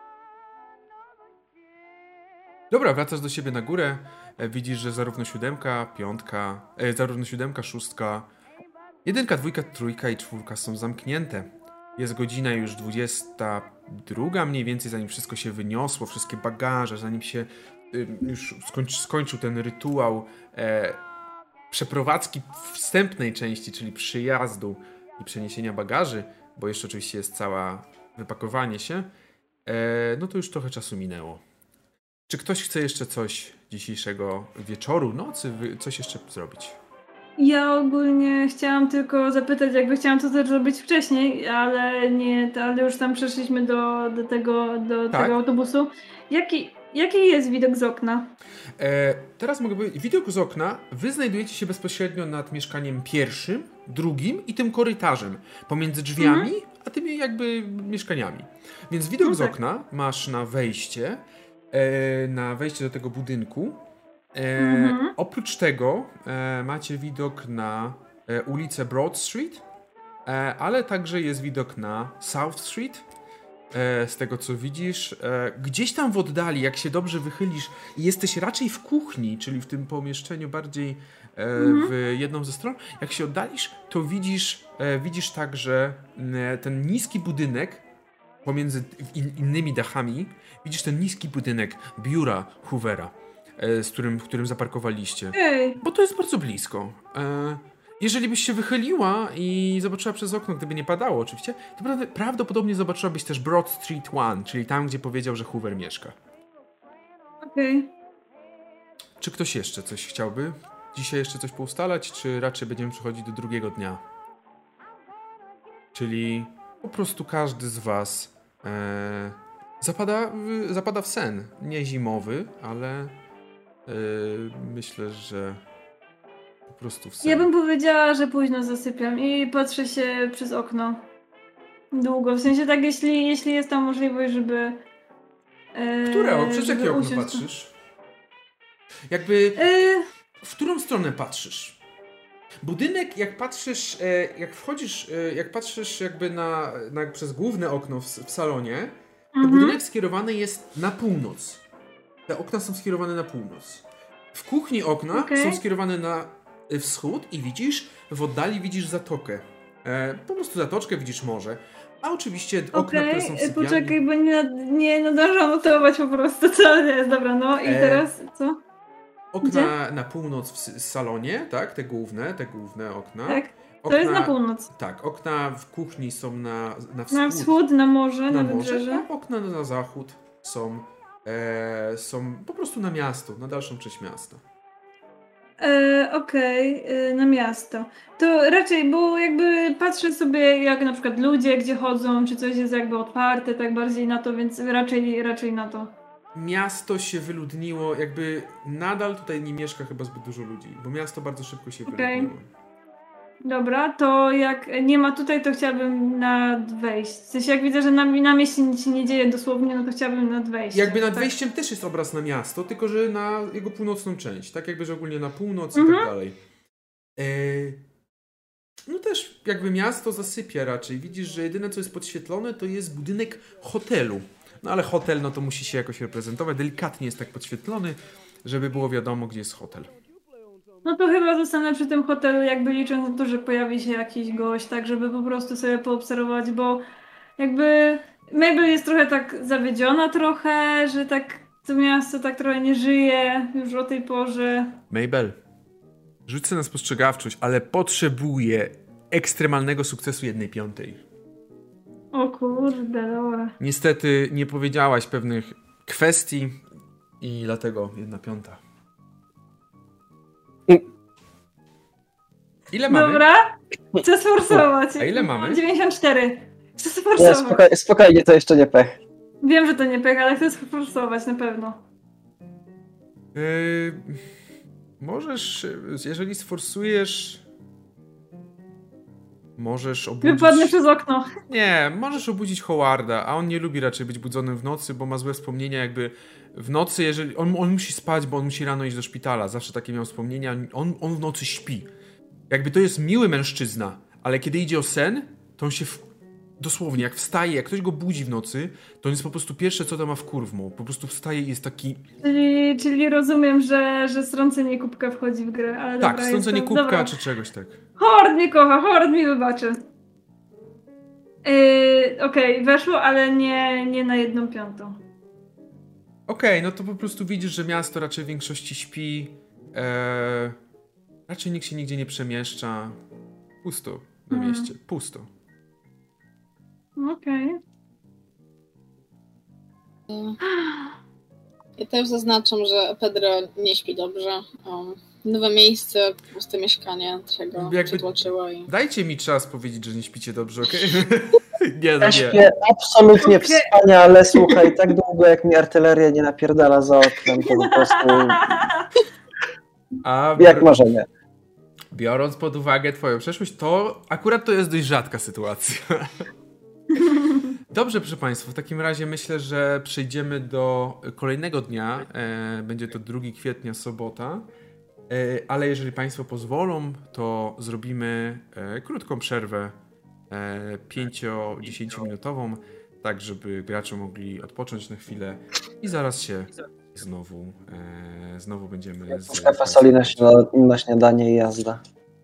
[SPEAKER 1] Dobra, wracasz do siebie na górę. Widzisz, że zarówno siódemka, piątka, e, zarówno siódemka, szóstka, jedynka, dwójka, trójka i czwórka są zamknięte. Jest godzina już dwudziesta druga mniej więcej, zanim wszystko się wyniosło, wszystkie bagaże, zanim się y, już skończy, skończył ten rytuał e, przeprowadzki wstępnej części, czyli przyjazdu i przeniesienia bagaży, bo jeszcze oczywiście jest całe wypakowanie się, e, no to już trochę czasu minęło. Czy ktoś chce jeszcze coś dzisiejszego wieczoru, nocy, coś jeszcze zrobić?
[SPEAKER 3] Ja ogólnie chciałam tylko zapytać, jakby chciałam to też zrobić wcześniej, ale nie, ale już tam przeszliśmy do, do, tego, do
[SPEAKER 1] tak?
[SPEAKER 3] tego autobusu. Jaki, jaki jest widok z okna?
[SPEAKER 1] E, teraz mogę powiedzieć, widok z okna, wy znajdujecie się bezpośrednio nad mieszkaniem pierwszym, drugim i tym korytarzem, pomiędzy drzwiami, mhm. a tymi jakby mieszkaniami. Więc widok no z tak. okna masz na wejście, e, na wejście do tego budynku. E, mhm. Oprócz tego e, macie widok na e, ulicę Broad Street, e, ale także jest widok na South Street, e, z tego co widzisz. E, gdzieś tam w oddali, jak się dobrze wychylisz i jesteś raczej w kuchni, czyli w tym pomieszczeniu bardziej e, mhm. w jedną ze stron, jak się oddalisz, to widzisz, e, widzisz także e, ten niski budynek pomiędzy in, innymi dachami, widzisz ten niski budynek biura Hoovera, z którym, w którym zaparkowaliście.
[SPEAKER 3] Ej.
[SPEAKER 1] Bo to jest bardzo blisko. E, jeżeli byś się wychyliła i zobaczyła przez okno, gdyby nie padało oczywiście, to prawdopodobnie zobaczyłabyś też Broad Street jeden, czyli tam, gdzie powiedział, że Hoover mieszka.
[SPEAKER 3] Okej. Okay.
[SPEAKER 1] Czy ktoś jeszcze coś chciałby dzisiaj jeszcze coś poustalać, czy raczej będziemy przechodzić do drugiego dnia? Czyli po prostu każdy z was e, zapada, w, zapada w sen. Nie zimowy, ale Yy, myślę, że po prostu w sen.
[SPEAKER 3] Ja bym powiedziała, że późno zasypiam i patrzę się przez okno. Długo. W sensie tak, jeśli, jeśli jest tam możliwość, żeby... Yy,
[SPEAKER 1] Które okno? Przez jakie okno patrzysz? Jakby... Yy... W którą stronę patrzysz? Budynek, jak patrzysz, jak wchodzisz, jak patrzysz jakby na, na przez główne okno w, w salonie, to mhm. budynek skierowany jest na północ. Te okna są skierowane na północ. W kuchni okna okay. są skierowane na wschód i widzisz, w oddali widzisz zatokę. E, po prostu zatoczkę, widzisz morze. A oczywiście okna, okay. które są w sypialni...
[SPEAKER 3] Poczekaj, bo nie, nie nadążam notować po prostu, co jest. Dobra, no i e, teraz co?
[SPEAKER 1] Okna
[SPEAKER 3] Gdzie?
[SPEAKER 1] na północ w salonie, tak? Te główne, te główne okna.
[SPEAKER 3] Tak, to
[SPEAKER 1] okna,
[SPEAKER 3] jest na północ.
[SPEAKER 1] Tak, okna w kuchni są na, na wschód.
[SPEAKER 3] Na wschód, na morze,
[SPEAKER 1] na,
[SPEAKER 3] na wybrzeże.
[SPEAKER 1] Morze, a okna na zachód są... E, są po prostu na miasto, na dalszą część miasta.
[SPEAKER 3] E, Okej, okay, na miasto. To raczej, bo jakby patrzę sobie, jak na przykład ludzie gdzie chodzą, czy coś jest jakby otwarte, tak bardziej na to, więc raczej, raczej na to.
[SPEAKER 1] Miasto się wyludniło, jakby nadal tutaj nie mieszka chyba zbyt dużo ludzi, bo miasto bardzo szybko się okay. wyludniło.
[SPEAKER 3] Dobra, to jak nie ma tutaj, to chciałabym nadwejść. W sensie jak widzę, że na, na mieście nic się nie dzieje dosłownie, no to chciałabym nadwejść.
[SPEAKER 1] Jakby nad
[SPEAKER 3] tak?
[SPEAKER 1] wejściem też jest obraz na miasto, tylko że na jego północną część. Tak jakby, że ogólnie na północ
[SPEAKER 3] mhm.
[SPEAKER 1] i tak dalej. E... No też jakby miasto zasypia raczej. Widzisz, że jedyne co jest podświetlone to jest budynek hotelu. No ale hotel no to musi się jakoś reprezentować. Delikatnie jest tak podświetlony, żeby było wiadomo, gdzie jest hotel.
[SPEAKER 3] No to chyba zostanę przy tym hotelu, jakby licząc na to, że pojawi się jakiś gość, tak żeby po prostu sobie poobserwować, bo jakby Mabel jest trochę tak zawiedziona trochę, że tak to miasto tak trochę nie żyje już o tej porze.
[SPEAKER 1] Mabel, rzuć sobie na spostrzegawczość, ale potrzebuję ekstremalnego sukcesu jednej piątej.
[SPEAKER 3] O kurde, dobra.
[SPEAKER 1] Niestety nie powiedziałaś pewnych kwestii i dlatego jedna piąta. Ile mamy?
[SPEAKER 3] Dobra, chcę sforsować.
[SPEAKER 1] A ile mamy?
[SPEAKER 3] dziewięćdziesiąt cztery. Chcę sforsować.
[SPEAKER 2] Nie, spokojnie, spokojnie, to jeszcze nie pech.
[SPEAKER 3] Wiem, że to nie pech, ale chcę sforsować na pewno.
[SPEAKER 1] Yy, możesz, jeżeli sforsujesz, możesz obudzić...
[SPEAKER 3] Wypadnę przez okno.
[SPEAKER 1] Nie, możesz obudzić Howarda, a on nie lubi raczej być budzonym w nocy, bo ma złe wspomnienia jakby w nocy, jeżeli... On, on musi spać, bo on musi rano iść do szpitala. Zawsze takie miał wspomnienia. On, on w nocy śpi. jakby to jest miły mężczyzna, ale kiedy idzie o sen, to on się w... dosłownie, jak wstaje, jak ktoś go budzi w nocy, to on jest po prostu pierwsze, co tam ma w kurwmu. Po prostu wstaje i jest taki...
[SPEAKER 3] Czyli, czyli rozumiem, że, że strącenie kubka wchodzi w grę, ale
[SPEAKER 1] Tak,
[SPEAKER 3] dobra,
[SPEAKER 1] strącenie
[SPEAKER 3] jestem...
[SPEAKER 1] kubka
[SPEAKER 3] dobra.
[SPEAKER 1] czy czegoś tak.
[SPEAKER 3] Howard mnie kocha, Howard mi wybaczy. Yy, Okej, okay, weszło, ale nie, nie na jedną piątą.
[SPEAKER 1] Okej, okay, no to po prostu widzisz, że miasto raczej w większości śpi. Eee, raczej nikt się nigdzie nie przemieszcza. Pusto na
[SPEAKER 3] Hmm.
[SPEAKER 1] mieście, pusto.
[SPEAKER 3] Okej.
[SPEAKER 5] Okay. Ja też zaznaczam, że Pedro nie śpi dobrze. Um, nowe miejsce, puste mieszkanie, czego przytłoczyło. I...
[SPEAKER 1] Dajcie mi czas powiedzieć, że nie śpicie dobrze, okej? Okay? nie, no
[SPEAKER 2] ja
[SPEAKER 1] nie.
[SPEAKER 2] śpię absolutnie
[SPEAKER 3] Okay.
[SPEAKER 2] wspaniale, słuchaj, tak długo jak mi artyleria nie napierdala za oknem, to po prostu
[SPEAKER 1] A
[SPEAKER 2] jak bior... marzenie.
[SPEAKER 1] Biorąc pod uwagę twoją przeszłość, to akurat to jest dość rzadka sytuacja. Dobrze, proszę Państwa, w takim razie myślę, że przejdziemy do kolejnego dnia. E, będzie to drugiego kwietnia, sobota. E, ale jeżeli Państwo pozwolą, to zrobimy e, krótką przerwę, e, pięcio-dziesięciominutową, tak żeby gracze mogli odpocząć na chwilę i zaraz się znowu, e, znowu będziemy... Z,
[SPEAKER 2] Puszka fasoli na, na śniadanie i jazda.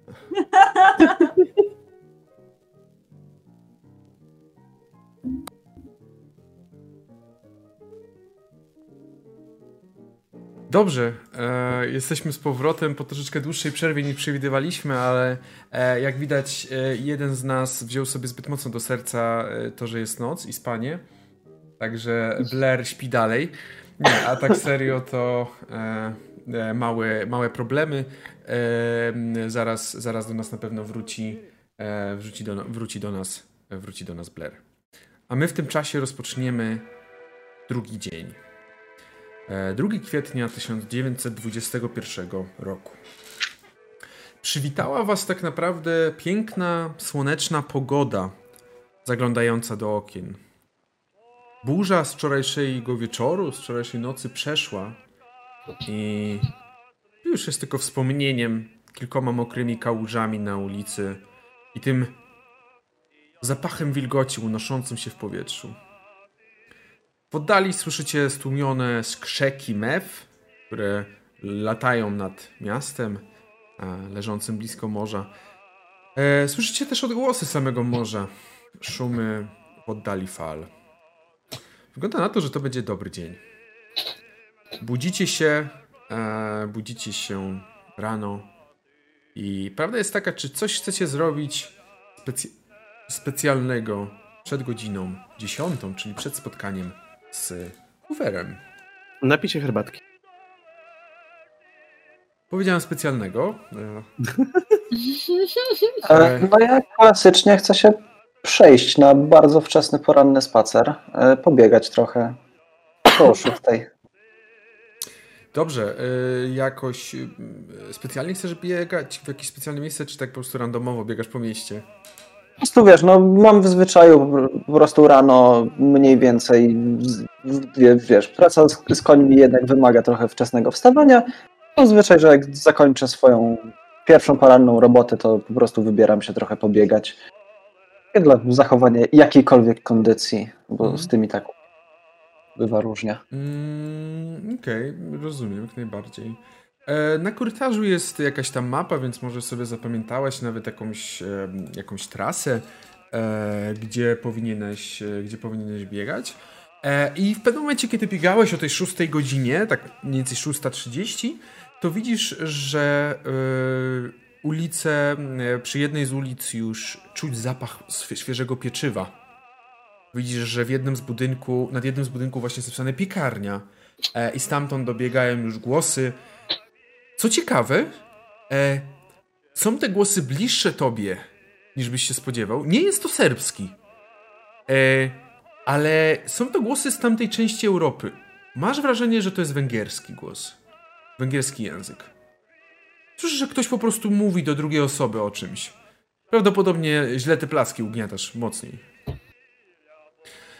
[SPEAKER 1] Dobrze, e, jesteśmy z powrotem po troszeczkę dłuższej przerwie niż przewidywaliśmy, ale e, jak widać e, jeden z nas wziął sobie zbyt mocno do serca e, to, że jest noc i spanie, także Blair śpi dalej. Nie, a tak serio to e, e, małe, małe problemy. E, zaraz, zaraz do nas na pewno wróci, e, wróci, do, wróci, do nas, wróci do nas Blair. A my w tym czasie rozpoczniemy drugi dzień. drugiego kwietnia tysiąc dziewięćset dwudziestego pierwszego roku. Przywitała was tak naprawdę piękna, słoneczna pogoda zaglądająca do okien. Burza z wczorajszego wieczoru, z wczorajszej nocy przeszła i już jest tylko wspomnieniem, kilkoma mokrymi kałużami na ulicy i tym zapachem wilgoci unoszącym się w powietrzu. W oddali słyszycie stłumione skrzeki mew, które latają nad miastem, leżącym blisko morza. Słyszycie też odgłosy samego morza, szumy w oddali fal. Wygląda na to, że to będzie dobry dzień. Budzicie się, budzicie się rano i prawda jest taka, czy coś chcecie zrobić specy- specjalnego przed godziną dziesiątą, czyli przed spotkaniem z Hooverem.
[SPEAKER 4] Napij się herbatki.
[SPEAKER 1] Powiedziałem specjalnego.
[SPEAKER 2] E, no ja klasycznie chcę się przejść na bardzo wczesny poranny spacer, e, pobiegać trochę po szóstej.
[SPEAKER 1] Dobrze, y, jakoś y, specjalnie chcesz biegać w jakieś specjalne miejsce, czy tak po prostu randomowo biegasz po mieście?
[SPEAKER 2] Po prostu wiesz, no mam w zwyczaju po prostu rano mniej więcej, wiesz, praca z, z końmi jednak wymaga trochę wczesnego wstawania. Mam zwyczaj, że jak zakończę swoją pierwszą poranną robotę, to po prostu wybieram się trochę pobiegać. I dla zachowania jakiejkolwiek kondycji, bo mm. z tymi tak bywa różnie.
[SPEAKER 1] Mm, Okej, okay, rozumiem, jak najbardziej. E, na korytarzu jest jakaś tam mapa, więc może sobie zapamiętałeś nawet jakąś, e, jakąś trasę, e, gdzie powinieneś, e, gdzie powinieneś biegać. E, I w pewnym momencie, kiedy biegałeś o tej szóstej godzinie, tak mniej więcej szósta trzydzieści, to widzisz, że e, ulice, e, przy jednej z ulic już czuć zapach świeżego pieczywa. Widzisz, że w jednym z budynku, nad jednym z budynków właśnie jest napisane piekarnia e, i stamtąd dobiegają już głosy. Co ciekawe, e, są te głosy bliższe tobie, niż byś się spodziewał. Nie jest to serbski, e, ale są to głosy z tamtej części Europy. Masz wrażenie, że to jest węgierski głos. Węgierski język. Słyszysz, że ktoś po prostu mówi do drugiej osoby o czymś. Prawdopodobnie źle te placki ugniatasz mocniej.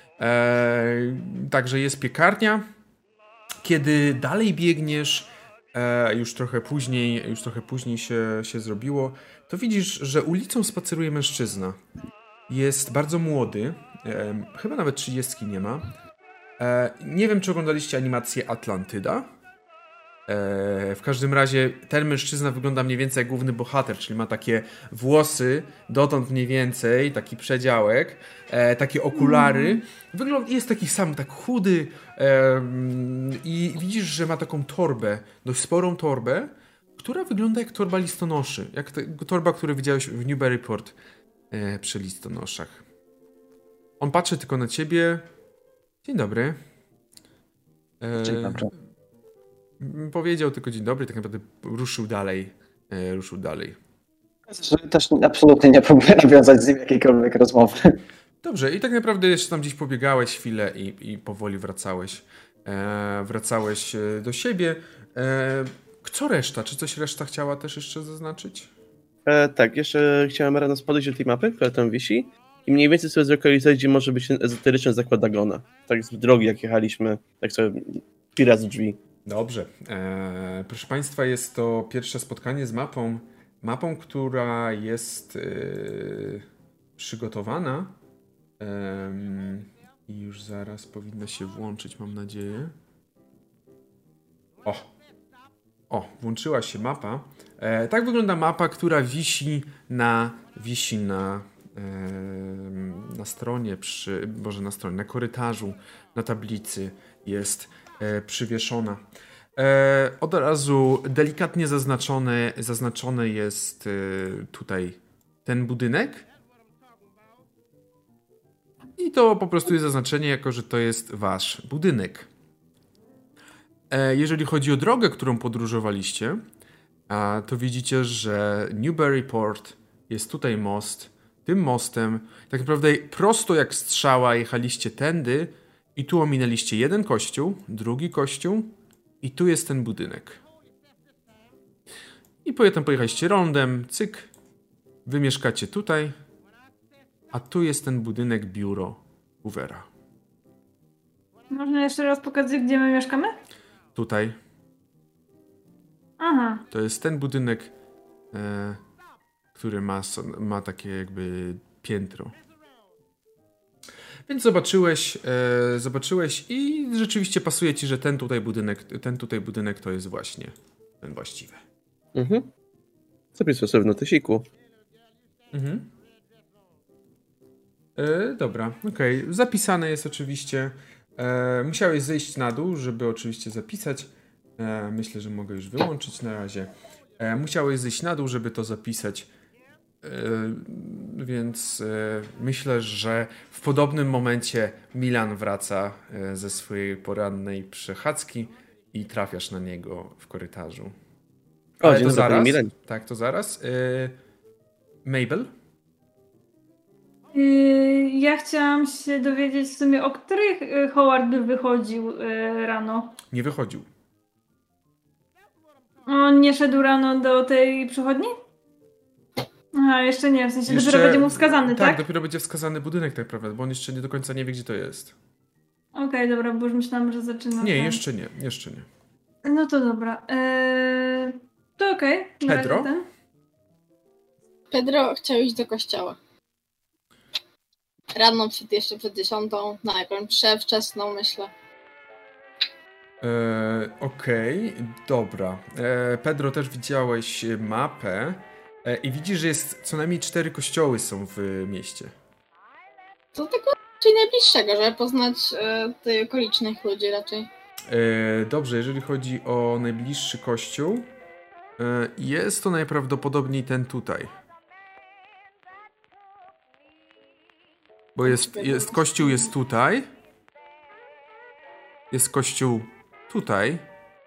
[SPEAKER 1] E, także jest piekarnia. Kiedy dalej biegniesz, e, już trochę później, już trochę później się, się zrobiło, to widzisz, że ulicą spaceruje mężczyzna. Jest bardzo młody, e, chyba nawet trzydziestki nie ma. E, nie wiem, czy oglądaliście animację Atlantyda. E, w każdym razie ten mężczyzna wygląda mniej więcej jak główny bohater, czyli ma takie włosy, dotąd mniej więcej, taki przedziałek, e, takie okulary. Wygląda, jest taki sam, tak chudy e, i widzisz, że ma taką torbę, dość sporą torbę, która wygląda jak torba listonoszy. Jak te, torba, którą widziałeś w Newburyport e, przy listonoszach. On patrzy tylko na ciebie. Dzień dobry. E,
[SPEAKER 2] Dzień dobry.
[SPEAKER 1] Powiedział tylko dzień dobry, tak naprawdę ruszył dalej. E, ruszył dalej.
[SPEAKER 2] Też absolutnie nie próbuję nawiązać z nim jakiejkolwiek rozmowy.
[SPEAKER 1] Dobrze, i tak naprawdę jeszcze tam gdzieś pobiegałeś chwilę i, i powoli wracałeś. E, wracałeś do siebie. E, co reszta? Czy coś reszta chciała też jeszcze zaznaczyć?
[SPEAKER 4] E, tak, jeszcze chciałem rano podejść do tej mapy, która tam wisi i mniej więcej sobie zlokalizować, gdzie może być ten ezoteryczny zakład Dagona. Tak z drogi, jak jechaliśmy, tak sobie pira z drzwi.
[SPEAKER 1] Dobrze. E, proszę Państwa, jest to pierwsze spotkanie z mapą. Mapą, która jest e, przygotowana e, i już zaraz powinna się włączyć, mam nadzieję. O! O, włączyła się mapa. E, tak wygląda mapa, która wisi na, wisi na, e, na stronie, przy, boże na stronie, na korytarzu, na tablicy jest e, przywieszona. E, od razu delikatnie zaznaczone, zaznaczony jest e, tutaj ten budynek. I to po prostu jest zaznaczenie, jako że to jest wasz budynek. E, jeżeli chodzi o drogę, którą podróżowaliście, a, to widzicie, że Newburyport, jest tutaj most. Tym mostem, tak naprawdę prosto jak strzała jechaliście tędy i tu ominęliście jeden kościół, drugi kościół i tu jest ten budynek. I potem pojechaliście rondem, cyk, wy mieszkacie tutaj, a tu jest ten budynek biuro Hoovera.
[SPEAKER 3] Można jeszcze raz pokazać, gdzie my mieszkamy?
[SPEAKER 1] Tutaj.
[SPEAKER 3] Aha.
[SPEAKER 1] To jest ten budynek, e, który ma, ma takie jakby piętro. Więc zobaczyłeś, e, zobaczyłeś i rzeczywiście pasuje ci, że ten tutaj budynek, ten tutaj budynek to jest właśnie ten właściwy.
[SPEAKER 4] Mhm. Zapisuję sobie w notesiku.
[SPEAKER 1] Mhm. E, dobra, okej. Okay. Zapisane jest oczywiście. E, musiałeś zejść na dół, żeby oczywiście zapisać. E, myślę, że mogę już wyłączyć na razie. E, musiałeś zejść na dół, żeby to zapisać. E, więc e, myślę, że w podobnym momencie Milan wraca e, ze swojej porannej przechadzki i trafiasz na niego w korytarzu.
[SPEAKER 4] O,
[SPEAKER 1] Ale
[SPEAKER 4] dzień
[SPEAKER 1] to
[SPEAKER 4] dobry,
[SPEAKER 1] zaraz.
[SPEAKER 4] Milan.
[SPEAKER 1] Tak, to zaraz. E, Mabel?
[SPEAKER 3] Yy, ja chciałam się dowiedzieć w sumie, o których yy, Howard by wychodził yy, rano.
[SPEAKER 1] Nie wychodził.
[SPEAKER 3] On nie szedł rano do tej przychodni? Aha, jeszcze nie, w sensie
[SPEAKER 1] Jeszcze-
[SPEAKER 3] dopiero będzie mu wskazany, tak?
[SPEAKER 1] Tak, dopiero będzie wskazany budynek tak naprawdę, bo on jeszcze nie do końca nie wie, gdzie to jest.
[SPEAKER 3] Okej, dobra, bo już myślałam, że zaczyna.
[SPEAKER 1] Nie,
[SPEAKER 3] ten-
[SPEAKER 1] jeszcze nie, jeszcze nie.
[SPEAKER 3] No to dobra. Yy, to okej. na razie
[SPEAKER 1] Pedro?
[SPEAKER 3] ten.
[SPEAKER 5] Pedro chciał iść do kościoła. Rano przed, jeszcze przed dziesiątą, na jakąś przewczesną, myślę.
[SPEAKER 1] E, Okej, dobra. E, Pedro, też widziałeś mapę e, i widzisz, że jest co najmniej cztery kościoły są w mieście.
[SPEAKER 5] To tego raczej najbliższego, żeby poznać e, tych okolicznych ludzi raczej.
[SPEAKER 1] E, dobrze, jeżeli chodzi o najbliższy kościół, e, jest to najprawdopodobniej ten tutaj. Bo jest, jest kościół jest tutaj. Jest kościół tutaj.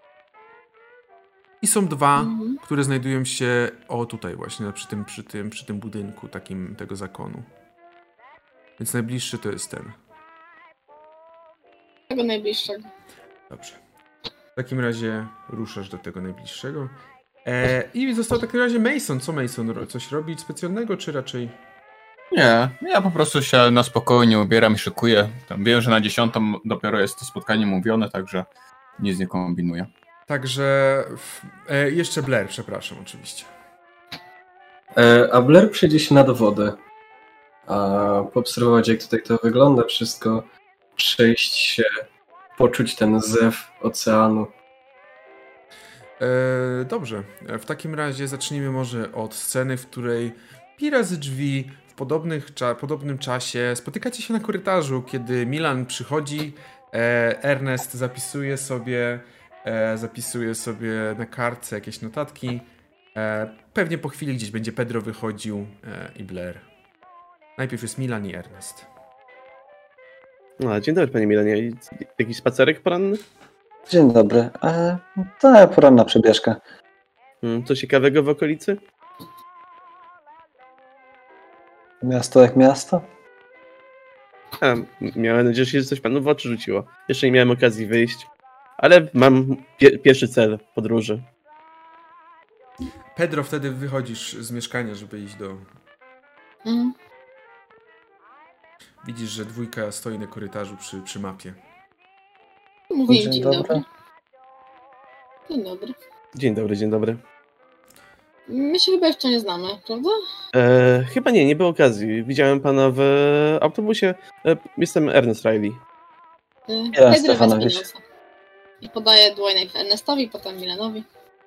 [SPEAKER 1] I są dwa,
[SPEAKER 5] Mhm.
[SPEAKER 1] które znajdują się o tutaj właśnie, przy tym, przy tym, przy tym budynku takim tego zakonu. Więc najbliższy to jest ten.
[SPEAKER 5] Tego najbliższego.
[SPEAKER 1] Dobrze. W takim razie ruszasz do tego najbliższego. E, I został w takim razie Mason. Co Mason? ro- Coś robić specjalnego, czy raczej...
[SPEAKER 6] Nie, ja po prostu się na spokojnie ubieram i szykuję. Tam wiem, że na dziesiątą dopiero jest to spotkanie mówione, także nic nie kombinuję.
[SPEAKER 1] Także w, e, jeszcze Blair, przepraszam oczywiście.
[SPEAKER 7] E, a Blair przejdzie się nad wodę. A poobserwować, jak tutaj to wygląda wszystko, przejść się, poczuć ten zew oceanu.
[SPEAKER 1] E, dobrze, w takim razie zacznijmy może od sceny, w której pira z drzwi w podobnych cza- podobnym czasie spotykacie się na korytarzu, kiedy Milan przychodzi, e, Ernest zapisuje sobie, e, zapisuje sobie na kartce jakieś notatki. E, pewnie po chwili gdzieś będzie Pedro wychodził e, i Blair. Najpierw jest Milan i Ernest.
[SPEAKER 4] No, dzień dobry, panie Milanie. Jakiś spacerek poranny?
[SPEAKER 2] Dzień dobry. E, to poranna przebieżka.
[SPEAKER 4] Hmm, coś ciekawego w okolicy?
[SPEAKER 2] Miasto jak miasto?
[SPEAKER 4] A, m- miałem nadzieję, że się coś panu w oczy rzuciło. Jeszcze nie miałem okazji wyjść. Ale mam pie- pierwszy cel podróży.
[SPEAKER 1] Pedro, wtedy wychodzisz z mieszkania, żeby iść do...
[SPEAKER 5] Mhm.
[SPEAKER 1] Widzisz, że dwójka stoi na korytarzu przy, przy mapie.
[SPEAKER 5] Mówię
[SPEAKER 2] Dzień
[SPEAKER 5] dzień
[SPEAKER 2] dobry.
[SPEAKER 5] dobry. Dzień dobry.
[SPEAKER 4] Dzień dobry, dzień dobry.
[SPEAKER 5] My się chyba jeszcze nie znamy, prawda?
[SPEAKER 4] E, chyba nie, nie było okazji. Widziałem pana w autobusie. E, jestem Ernest Riley.
[SPEAKER 5] Y,
[SPEAKER 2] Ja,
[SPEAKER 5] Pedro
[SPEAKER 2] Stefanowicz.
[SPEAKER 5] Vespinosa. I podaję dłoń najpierw Ernestowi, potem Milanowi.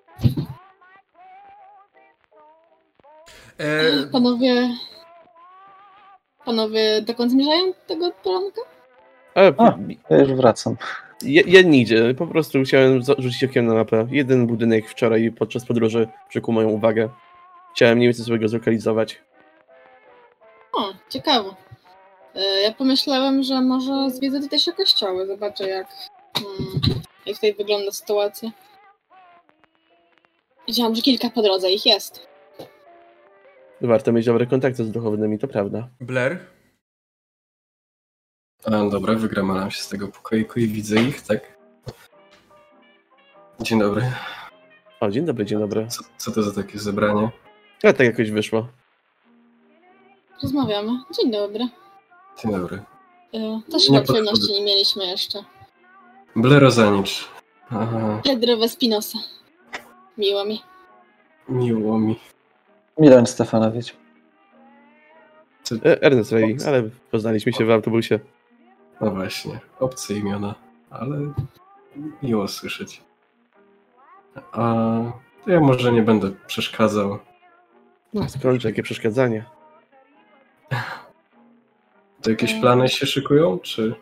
[SPEAKER 1] E,
[SPEAKER 5] Panowie... Panowie dokąd zmierzają tego poranka?
[SPEAKER 4] E,
[SPEAKER 2] A. Ja już wracam.
[SPEAKER 4] ja, ja nigdzie. Po prostu chciałem za- rzucić okiem na mapę. Jeden budynek wczoraj podczas podróży przykuł moją uwagę. Chciałem mniej więcej sobie go zlokalizować.
[SPEAKER 5] O, ciekawe. Y, Ja pomyślałem, że może zwiedzę tutaj się kościoły, zobaczę jak, hmm, jak tutaj wygląda sytuacja. Widziałam, że kilka po drodze ich jest.
[SPEAKER 4] Warto mieć dobre kontakty z duchownymi, to prawda.
[SPEAKER 1] Blair?
[SPEAKER 7] A, dobra, wygramalam się z tego pokoiku i widzę ich, tak? Dzień dobry.
[SPEAKER 4] O, dzień dobry, dzień dobry.
[SPEAKER 7] Co, co to za takie zebranie?
[SPEAKER 4] A tak jakoś wyszło.
[SPEAKER 5] Rozmawiamy. Dzień dobry.
[SPEAKER 7] Dzień dobry.
[SPEAKER 5] Y, Też
[SPEAKER 7] Nie
[SPEAKER 5] chyba przyjemności
[SPEAKER 7] podchodzę.
[SPEAKER 5] nie mieliśmy jeszcze.
[SPEAKER 7] Blair Ozanicz. Aha,
[SPEAKER 5] Pedro Vespinosa. Miło mi.
[SPEAKER 7] miło mi.
[SPEAKER 2] Milan Stefanowicz.
[SPEAKER 4] E, Ernest Riley, ale poznaliśmy się w autobusie.
[SPEAKER 7] No właśnie, obce imiona, ale miło słyszeć. A to ja może nie będę przeszkadzał.
[SPEAKER 4] No, skądże, jakie przeszkadzanie.
[SPEAKER 7] To jakieś plany się szykują, czy...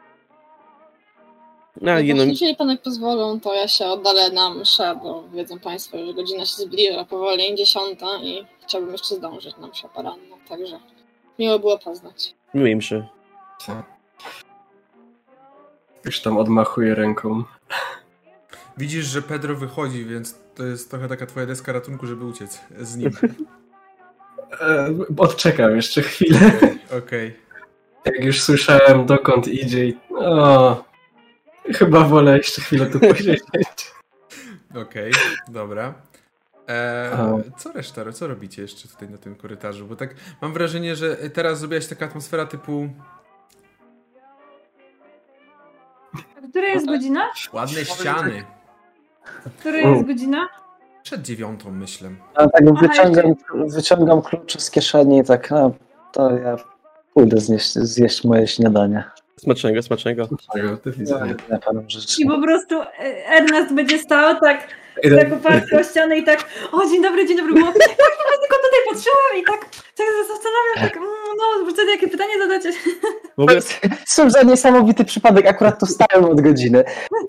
[SPEAKER 4] A, jedno,
[SPEAKER 5] Jeśli jeżeli panek pozwolą, to ja się oddalę na mszę, bo wiedzą państwo, że godzina się zbliża powoli, dziesiąta i chciałbym jeszcze zdążyć na mszę poranną, także miło było poznać.
[SPEAKER 4] miłej mszy.
[SPEAKER 7] Już tam odmachuję ręką.
[SPEAKER 1] Widzisz, że Pedro wychodzi, więc to jest trochę taka twoja deska ratunku, żeby uciec z nim.
[SPEAKER 7] E, odczekam jeszcze chwilę.
[SPEAKER 1] Okej.
[SPEAKER 7] Jak już słyszałem, dokąd idzie i... O, chyba wolę jeszcze chwilę tu posiedzieć.
[SPEAKER 1] Okej, dobra. E,
[SPEAKER 7] A.
[SPEAKER 1] co reszta? Co robicie jeszcze tutaj na tym korytarzu? Bo tak mam wrażenie, że teraz zrobiła się taka atmosfera typu
[SPEAKER 3] Która jest godzina?
[SPEAKER 1] ładne ściany.
[SPEAKER 3] Która jest godzina?
[SPEAKER 1] Przed dziewiątą, myślę.
[SPEAKER 2] A tak
[SPEAKER 3] Aha,
[SPEAKER 2] wyciągam, wyciągam klucze z kieszeni i tak, no to ja pójdę zjeść, zjeść moje śniadanie.
[SPEAKER 4] Smacznego, smacznego.
[SPEAKER 7] Do widzenia.
[SPEAKER 2] Ja panom
[SPEAKER 3] I
[SPEAKER 2] życzę.
[SPEAKER 3] po prostu e, Ernest będzie stał tak, tak oparty o ścianę i tak, o dzień dobry, dzień dobry, było, tak, tak, tylko tutaj patrzyłam i tak, tak zastanawiam, tak, mm, no, co jakie pytanie zadacie?
[SPEAKER 4] W ogóle,
[SPEAKER 2] Cóż za niesamowity przypadek, akurat tu stałem od godziny.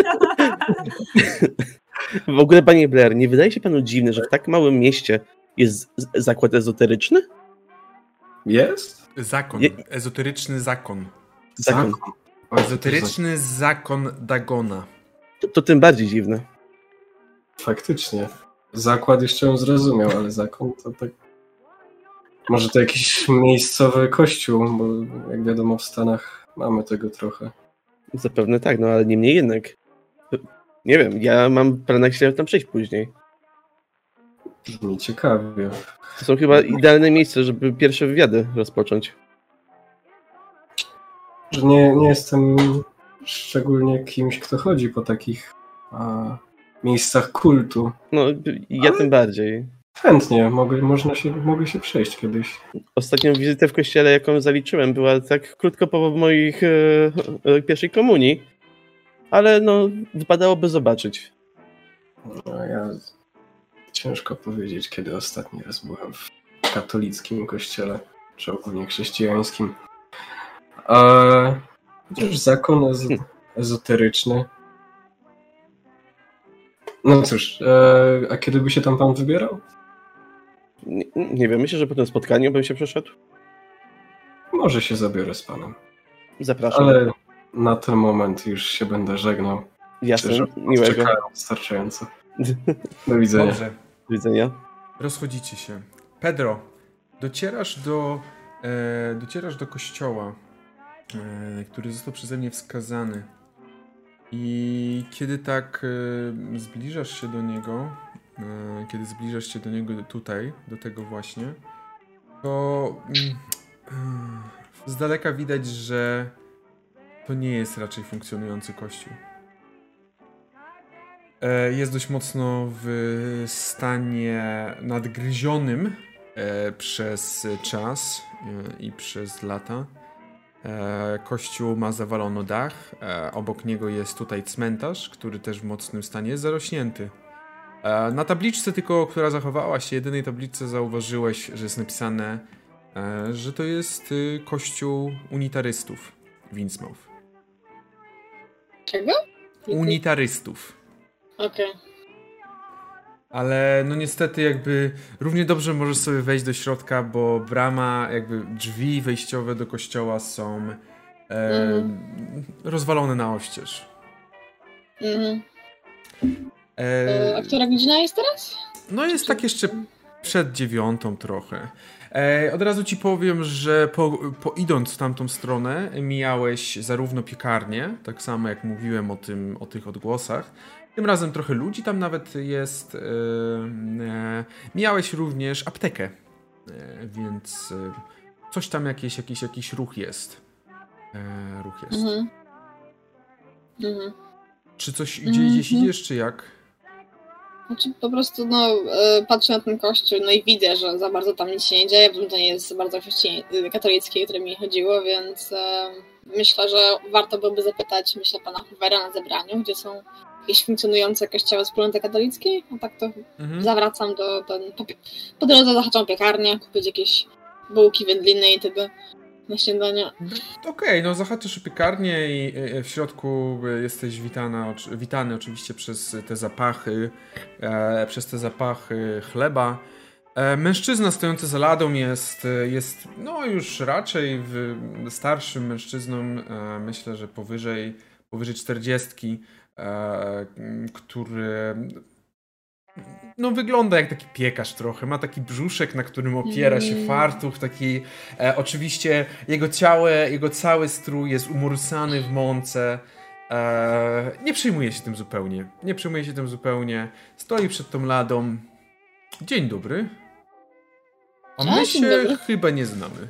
[SPEAKER 4] w ogóle, panie Blair, nie wydaje się panu dziwne, że w tak małym mieście jest z- zakład ezoteryczny?
[SPEAKER 7] Jest?
[SPEAKER 1] Zakon.
[SPEAKER 4] Je-
[SPEAKER 1] Ezoteryczny zakon.
[SPEAKER 4] Zakon.
[SPEAKER 7] O,
[SPEAKER 1] Ezoteryczny zakon Dagona.
[SPEAKER 4] To, to tym bardziej dziwne.
[SPEAKER 7] Faktycznie. Zakład jeszcze ją zrozumiał, ale zakon to tak... Może to jakiś miejscowy kościół, bo jak wiadomo w Stanach mamy tego trochę.
[SPEAKER 4] Zapewne tak, no ale niemniej jednak. Nie wiem, ja mam plan się tam przejść później.
[SPEAKER 7] Brzmi ciekawie.
[SPEAKER 4] To są chyba idealne miejsca, żeby pierwsze wywiady rozpocząć.
[SPEAKER 7] Że nie, nie jestem szczególnie kimś, kto chodzi po takich a, miejscach kultu.
[SPEAKER 4] No, ja
[SPEAKER 7] Ale-
[SPEAKER 4] tym bardziej.
[SPEAKER 7] Chętnie, mogę, można się, mogę się przejść kiedyś.
[SPEAKER 4] Ostatnią wizytę w kościele, jaką zaliczyłem, była tak krótko po moich e, e, pierwszej komunii. Ale no, wypadałoby zobaczyć.
[SPEAKER 7] No, ja ciężko powiedzieć, kiedy ostatni raz byłem w katolickim kościele, czy ogólnie chrześcijańskim. A chociaż zakon ez- ezoteryczny. No cóż, e, a kiedy by się tam pan wybierał?
[SPEAKER 4] Nie, nie wiem, myślę, że po tym spotkaniu bym się przeszedł.
[SPEAKER 7] Może się zabiorę z panem.
[SPEAKER 4] Zapraszam.
[SPEAKER 7] Ale na ten moment już się będę żegnał.
[SPEAKER 4] Jasne,
[SPEAKER 7] Myślę, że
[SPEAKER 4] miłego.
[SPEAKER 7] czekałem wystarczająco. Do widzenia.
[SPEAKER 1] Dobrze,
[SPEAKER 4] Do widzenia.
[SPEAKER 1] rozchodzicie się. Pedro, docierasz do, e, docierasz do kościoła, e, który został przeze mnie wskazany. I kiedy tak e, zbliżasz się do niego, e, kiedy zbliżasz się do niego tutaj, do tego właśnie, to mm, e, z daleka widać, że to nie jest raczej funkcjonujący kościół. E, jest dość mocno w stanie nadgryzionym e, przez czas e, i przez lata. E, kościół ma zawalono dach, e, obok niego jest tutaj cmentarz, który też w mocnym stanie jest zarośnięty. E, na tabliczce tylko, która zachowała się, jedynej tabliczce zauważyłeś, że jest napisane, e, że to jest y, kościół unitarystów w Innsmouth.
[SPEAKER 5] Czego?
[SPEAKER 1] Unitarystów.
[SPEAKER 5] Okej.
[SPEAKER 1] Ale no niestety jakby równie dobrze możesz sobie wejść do środka, bo brama, jakby drzwi wejściowe do kościoła są e,
[SPEAKER 5] Mhm.
[SPEAKER 1] rozwalone na oścież.
[SPEAKER 5] Mhm.
[SPEAKER 1] E,
[SPEAKER 5] E, A która godzina jest teraz?
[SPEAKER 1] no jest tak jeszcze przed dziewiątą trochę. E, od razu ci powiem, że po, po idąc w tamtą stronę mijałeś zarówno piekarnię, tak samo jak mówiłem o tym, o tych odgłosach. Tym razem trochę ludzi tam nawet jest. E, e, mijałeś również aptekę, e, więc e, coś tam jakiś, jakiś, jakiś ruch jest. E, ruch jest.
[SPEAKER 5] Mhm. Mhm.
[SPEAKER 1] Czy coś gdzie gdzieś
[SPEAKER 5] Mhm.
[SPEAKER 1] idziesz, czy jak?
[SPEAKER 5] Znaczy po prostu no, e, patrzę na ten kościół, no i widzę, że za bardzo tam nic się nie dzieje, bo to nie jest za bardzo chrześcijań- katolickie, o które mi chodziło, więc e, myślę, że warto byłoby zapytać, myślę, pana Hoovera na zebraniu, gdzie są jakieś funkcjonujące kościoły wspólnoty katolickiej, a tak to
[SPEAKER 1] Mhm.
[SPEAKER 5] zawracam do, do po, po drodze zahaczam piekarnię, kupić jakieś bułki, wędliny i tyle na śniadanie.
[SPEAKER 1] Okej, no zahaczasz o piekarnię i e, w środku e, jesteś witana, oczy- witany oczywiście przez te zapachy, e, przez te zapachy chleba. E, mężczyzna stojący za ladą jest, e, jest no już raczej w, starszym mężczyzną, e, myślę, że powyżej, powyżej czterdziestki, e, który no wygląda jak taki piekarz trochę, ma taki brzuszek, na którym opiera się
[SPEAKER 5] Mm.
[SPEAKER 1] fartuch, taki e, oczywiście jego ciało, jego cały strój jest umorsany w mące. E, nie przejmuje się tym zupełnie, nie przejmuje się tym zupełnie. Stoi przed tą ladą. Dzień dobry. A my
[SPEAKER 5] A, dzień
[SPEAKER 1] się
[SPEAKER 5] dobry.
[SPEAKER 1] chyba nie znamy.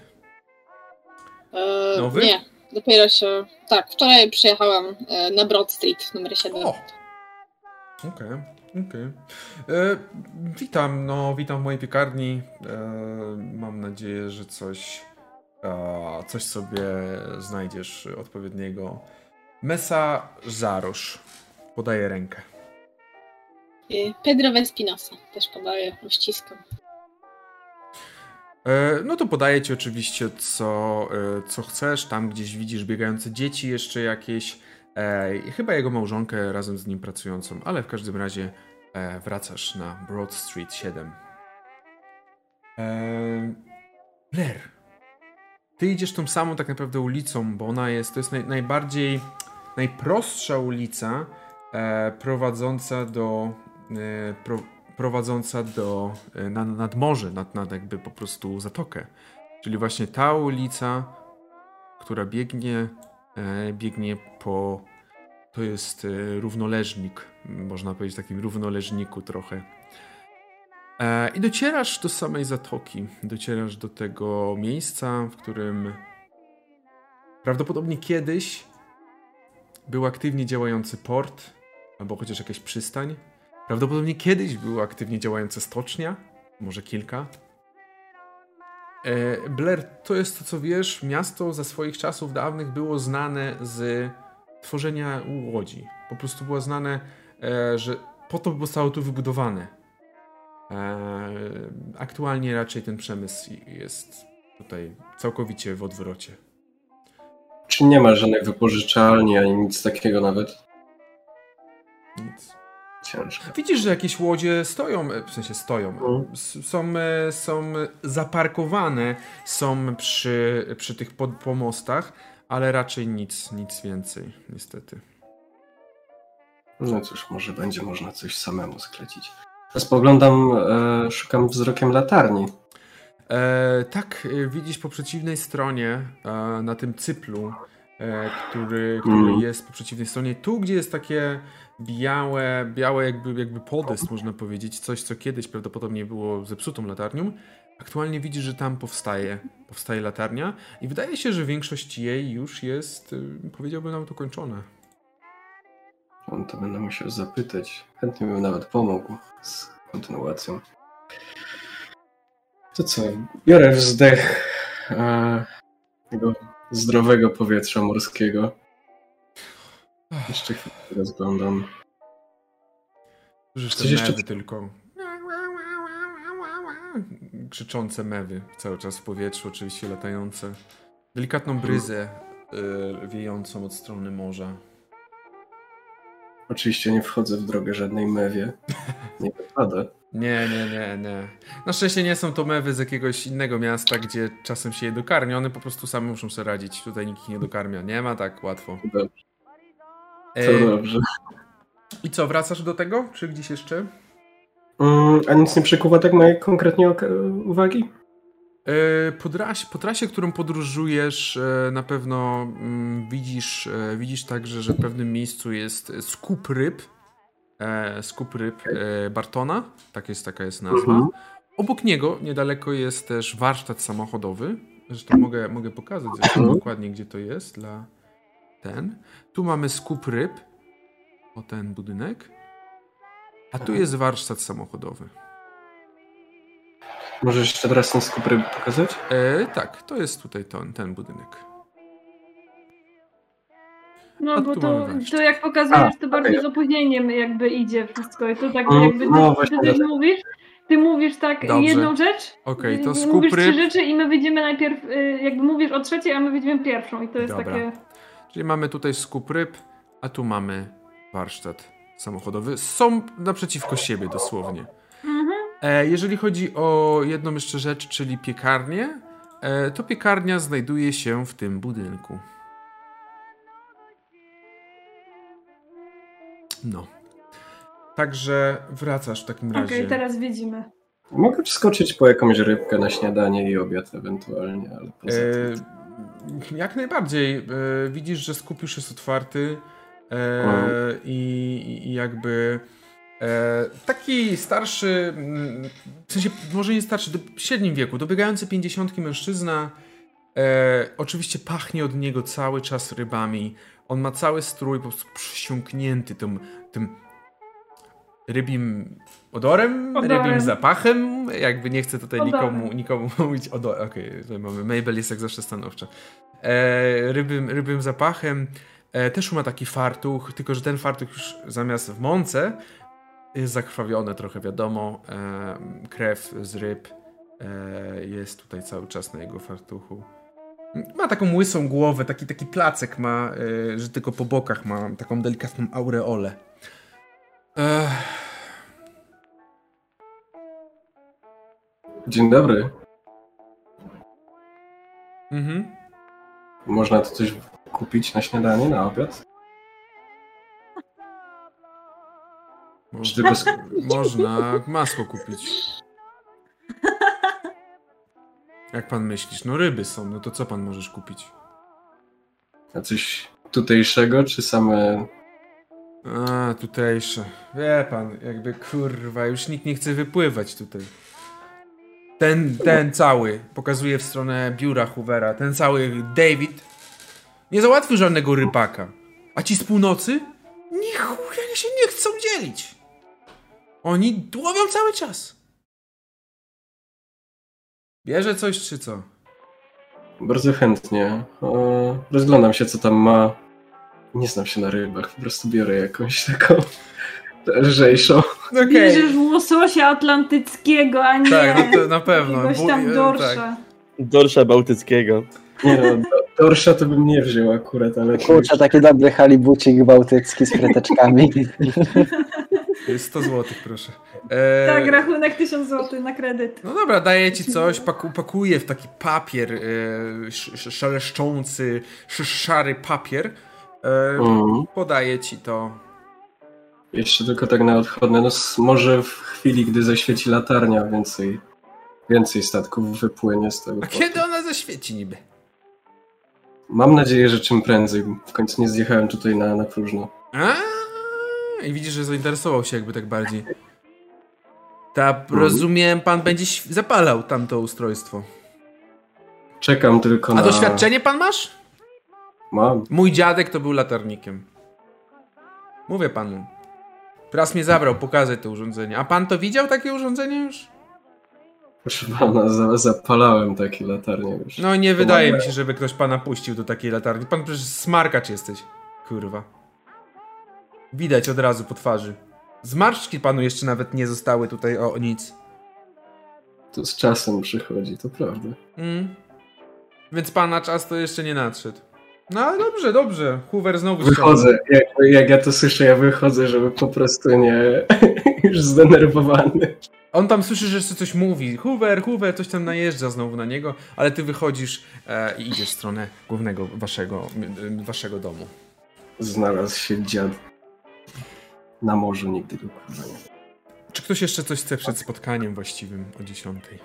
[SPEAKER 5] E,
[SPEAKER 1] Nowy?
[SPEAKER 5] Nie, dopiero się... Tak, wczoraj przyjechałam e, na Broad Street, numer siedem.
[SPEAKER 1] O! Okej, okej. E, Witam, no witam w mojej piekarni. E, mam nadzieję, że coś, e, coś sobie znajdziesz odpowiedniego. Mesa Zarosz. Podaję rękę.
[SPEAKER 5] E, Pedro Vespinosa też podaje, uściskam.
[SPEAKER 1] E, no to podaję ci oczywiście co, e, co chcesz. Tam gdzieś widzisz biegające dzieci jeszcze jakieś. E, i chyba jego małżonkę razem z nim pracującą, ale w każdym razie e, wracasz na Broad Street siedem. E, Blair, ty idziesz tą samą tak naprawdę ulicą, bo ona jest, to jest naj, najbardziej, najprostsza ulica e, prowadząca do, e, pro, prowadząca do, e, na, nad morze, nad, nad jakby po prostu zatokę. Czyli właśnie ta ulica, która biegnie, e, biegnie po, to jest e, równoleżnik, można powiedzieć takim równoleżniku trochę. E, I docierasz do samej zatoki, docierasz do tego miejsca, w którym prawdopodobnie kiedyś był aktywnie działający port, albo chociaż jakaś przystań. Prawdopodobnie kiedyś była aktywnie działająca stocznia, może kilka. E, Blair, to jest to, co wiesz, miasto za swoich czasów dawnych było znane z tworzenia łodzi. Po prostu było znane, e, że po to zostało tu wybudowane. E, aktualnie raczej ten przemysł jest tutaj całkowicie w odwrocie.
[SPEAKER 7] Czy nie ma żadnej wypożyczalni, ani nic takiego nawet?
[SPEAKER 1] Nic.
[SPEAKER 7] Ciężko.
[SPEAKER 1] Widzisz, że jakieś łodzie stoją, w sensie stoją,
[SPEAKER 7] Mm.
[SPEAKER 1] są, są zaparkowane, są przy, przy tych pod, pomostach, ale raczej nic, nic więcej, niestety.
[SPEAKER 7] No cóż, może będzie można coś samemu sklecić. Ja spoglądam, e, szukam wzrokiem latarni.
[SPEAKER 1] E, tak, e, widzisz po przeciwnej stronie, e, na tym cyplu, e, który, który
[SPEAKER 7] Mm.
[SPEAKER 1] jest po przeciwnej stronie, tu gdzie jest takie białe, białe jakby, jakby podest, można powiedzieć, coś co kiedyś prawdopodobnie było zepsutą latarnią, aktualnie widzisz, że tam powstaje, powstaje latarnia i wydaje się, że większość jej już jest, e, powiedziałbym, nawet ukończona.
[SPEAKER 7] No to będę musiał zapytać. Chętnie bym nawet pomógł z kontynuacją. To co? Biorę wzdech e, tego zdrowego powietrza morskiego. Jeszcze chwilę rozglądam.
[SPEAKER 1] Słyszysz te
[SPEAKER 7] Coś jeszcze-
[SPEAKER 1] mewy tylko. Krzyczące mewy cały czas w powietrzu, oczywiście latające. Delikatną bryzę y, wiejącą od strony morza.
[SPEAKER 7] Oczywiście nie wchodzę w drogę żadnej mewie. Nie wypada.
[SPEAKER 1] Nie, nie, nie, nie. Na szczęście nie są to mewy z jakiegoś innego miasta, gdzie czasem się je dokarmia. One po prostu same muszą sobie radzić. Tutaj nikt ich nie dokarmia. Nie ma tak łatwo.
[SPEAKER 7] Dobrze. To
[SPEAKER 1] E,
[SPEAKER 7] dobrze.
[SPEAKER 1] I co, wracasz do tego? Czy gdzieś jeszcze?
[SPEAKER 7] Mm, a nic nie przykuwa tak mojej konkretnie oka- uwagi?
[SPEAKER 1] E, Po trasie, po trasie, którą podróżujesz, e, na pewno mm, widzisz, e, widzisz także, że w pewnym miejscu jest skup ryb. E, skup ryb e, Bartona. Tak jest, taka jest nazwa.
[SPEAKER 7] Mhm.
[SPEAKER 1] Obok niego niedaleko jest też warsztat samochodowy. Zresztą mogę, mogę pokazać zresztą
[SPEAKER 7] Mhm.
[SPEAKER 1] dokładnie, gdzie to jest dla ten. Tu mamy skup ryb. O, ten budynek. A tu jest warsztat samochodowy.
[SPEAKER 7] Możesz jeszcze teraz ten skup ryb pokazać?
[SPEAKER 1] E, tak, to jest tutaj ten, ten budynek.
[SPEAKER 3] No
[SPEAKER 1] A
[SPEAKER 3] bo
[SPEAKER 1] tu
[SPEAKER 3] to,
[SPEAKER 1] mamy warsztat.
[SPEAKER 3] to jak pokazujesz, to
[SPEAKER 7] A,
[SPEAKER 3] bardzo
[SPEAKER 7] okej.
[SPEAKER 3] z opóźnieniem jakby idzie wszystko. I to tak
[SPEAKER 7] Mm,
[SPEAKER 3] jakby
[SPEAKER 7] no
[SPEAKER 3] ty,
[SPEAKER 7] właśnie
[SPEAKER 3] ty też
[SPEAKER 7] tak.
[SPEAKER 3] mówisz, ty mówisz tak
[SPEAKER 1] Dobrze.
[SPEAKER 3] jedną rzecz,
[SPEAKER 1] Okej, to
[SPEAKER 3] y,
[SPEAKER 1] skup
[SPEAKER 3] mówisz trzy
[SPEAKER 1] ryb.
[SPEAKER 3] rzeczy i my widzimy najpierw, y, jakby mówisz o trzeciej, a my widzimy pierwszą i to jest
[SPEAKER 1] Dobra.
[SPEAKER 3] takie...
[SPEAKER 1] Czyli mamy tutaj skup ryb, a tu mamy warsztat samochodowy. Są naprzeciwko siebie dosłownie.
[SPEAKER 3] Mhm.
[SPEAKER 1] E, jeżeli chodzi o jedną jeszcze rzecz, czyli piekarnię, e, to piekarnia znajduje się w tym budynku. No. Także wracasz w takim
[SPEAKER 3] Okej,
[SPEAKER 1] razie.
[SPEAKER 3] teraz widzimy.
[SPEAKER 7] Mogę wskoczyć po jakąś rybkę na śniadanie i obiad ewentualnie, ale poza tym...
[SPEAKER 1] E, jak najbardziej. E, widzisz, że skup już jest otwarty e,
[SPEAKER 7] Mhm.
[SPEAKER 1] i, i jakby e, taki starszy, mm, w sensie może nie starszy, do, w średnim wieku, dobiegający pięćdziesiątki mężczyzna. E, oczywiście pachnie od niego cały czas rybami. On ma cały strój po prostu przysiąknięty tym, tym rybim odorem,
[SPEAKER 3] Odorem.
[SPEAKER 1] rybim zapachem. Jakby nie chcę tutaj
[SPEAKER 3] Odorem.
[SPEAKER 1] nikomu, nikomu mówić odor. Okej, tutaj mamy. Mabel jest jak zawsze stanowcza. E, rybim, rybim zapachem. E, też ma taki fartuch, tylko że ten fartuch już zamiast w mące jest zakrwawiony trochę, wiadomo. E, krew z ryb e, jest tutaj cały czas na jego fartuchu. Ma taką łysą głowę, taki, taki placek ma, e, że tylko po bokach ma taką delikatną aureolę. Ech.
[SPEAKER 7] Dzień dobry.
[SPEAKER 1] Mhm.
[SPEAKER 7] Można tu coś kupić na śniadanie, na obiad? Czy tylko sk-
[SPEAKER 1] Można masło kupić. Jak pan myślisz? No ryby są, no to co pan możesz kupić?
[SPEAKER 7] a coś tutejszego, czy same...
[SPEAKER 1] A, tutejsze. Wie pan, jakby kurwa, już nikt nie chce wypływać tutaj. Ten, ten cały, pokazuje w stronę biura Hoovera, ten cały David nie załatwił żadnego rybaka. A ci z północy? Nie chuja się nie chcą dzielić. Oni łowią cały czas. Bierze coś, czy co?
[SPEAKER 7] Bardzo chętnie. O, rozglądam się, co tam ma. Nie znam się na rybach, po prostu biorę jakąś taką lżejszą.
[SPEAKER 1] Okej.
[SPEAKER 3] Bierzesz łososia atlantyckiego, a nie
[SPEAKER 1] Tak, no to na pewno.
[SPEAKER 3] jakiegoś tam
[SPEAKER 1] Bo-
[SPEAKER 3] dorsza.
[SPEAKER 1] tak.
[SPEAKER 4] Dorsza bałtyckiego.
[SPEAKER 7] Nie no, do- dorsza to bym nie wziął akurat, ale...
[SPEAKER 2] Kurczę, taki dobry halibucik bałtycki z fryteczkami.
[SPEAKER 1] sto złotych, proszę. E,
[SPEAKER 3] Tak, rachunek tysiąc złotych na kredyt.
[SPEAKER 1] No dobra, daję ci coś, paku, pakuję w taki papier, e, sz, sz, szeleszczący, sz, szary papier. E,
[SPEAKER 7] Mhm.
[SPEAKER 1] Podaję ci to.
[SPEAKER 7] Jeszcze tylko tak na odchodne, no s- może w chwili, gdy zaświeci latarnia, więcej, więcej statków wypłynie z tego.
[SPEAKER 1] A
[SPEAKER 7] portu.
[SPEAKER 1] kiedy ona zaświeci niby?
[SPEAKER 7] Mam nadzieję, że czym prędzej. W końcu nie zjechałem tutaj na, na próżno.
[SPEAKER 1] A, i widzisz, że zainteresował się jakby tak bardziej. Ta, rozumiem, pan będzie ś- zapalał tamto ustrojstwo.
[SPEAKER 7] Czekam tylko
[SPEAKER 1] A
[SPEAKER 7] na...
[SPEAKER 1] doświadczenie pan masz?
[SPEAKER 7] Mam.
[SPEAKER 1] Mój dziadek to był latarnikiem. Mówię panu. Raz mnie zabrał pokazać to urządzenie. A pan to widział takie urządzenie już?
[SPEAKER 7] Proszę pana, za, zapalałem takie latarnie już.
[SPEAKER 1] No nie wydaje mi się, żeby ktoś pana puścił do takiej latarni. Pan przecież smarkacz jesteś. Kurwa. Widać od razu po twarzy. Zmarszczki panu jeszcze nawet nie zostały tutaj o, o nic.
[SPEAKER 7] To z czasem przychodzi, to prawda.
[SPEAKER 1] Mm. Więc pana czas to jeszcze nie nadszedł. No ale dobrze, dobrze. Hoover znowu
[SPEAKER 7] Wychodzę, jak, jak ja to słyszę, ja wychodzę, żeby po prostu nie... już zdenerwowany.
[SPEAKER 1] On tam słyszy, że jeszcze coś mówi. Hoover, Hoover, coś tam najeżdża znowu na niego, ale ty wychodzisz e, i idziesz w stronę głównego waszego, m, waszego domu.
[SPEAKER 7] Znalazł się dziad. Na morzu nigdy go kurwa nie.
[SPEAKER 1] Czy ktoś jeszcze coś chce przed spotkaniem właściwym o dziesiątej?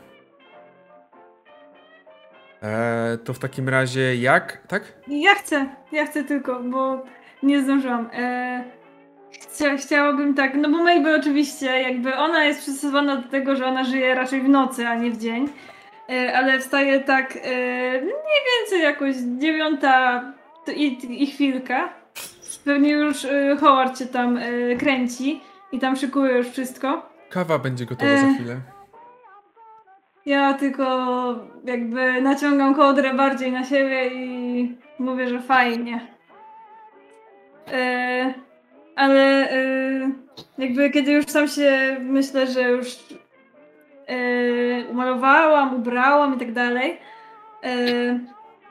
[SPEAKER 1] E, to w takim razie jak? Tak?
[SPEAKER 3] Ja chcę, ja chcę tylko, bo nie zdążyłam. E, chcia, chciałabym tak, no bo Mabel oczywiście, jakby ona jest przystosowana do tego, że ona żyje raczej w nocy, a nie w dzień. E, ale wstaje tak e, mniej więcej jakoś dziewiąta to i, i chwilka. Pewnie już e, Howard się tam e, kręci i tam szykuje już wszystko.
[SPEAKER 1] Kawa będzie gotowa
[SPEAKER 3] E.
[SPEAKER 1] za chwilę.
[SPEAKER 3] Ja tylko jakby naciągam kołdrę bardziej na siebie i mówię, że fajnie. E, ale e, jakby kiedy już tam się myślę, że już e, umalowałam, ubrałam i tak dalej, e,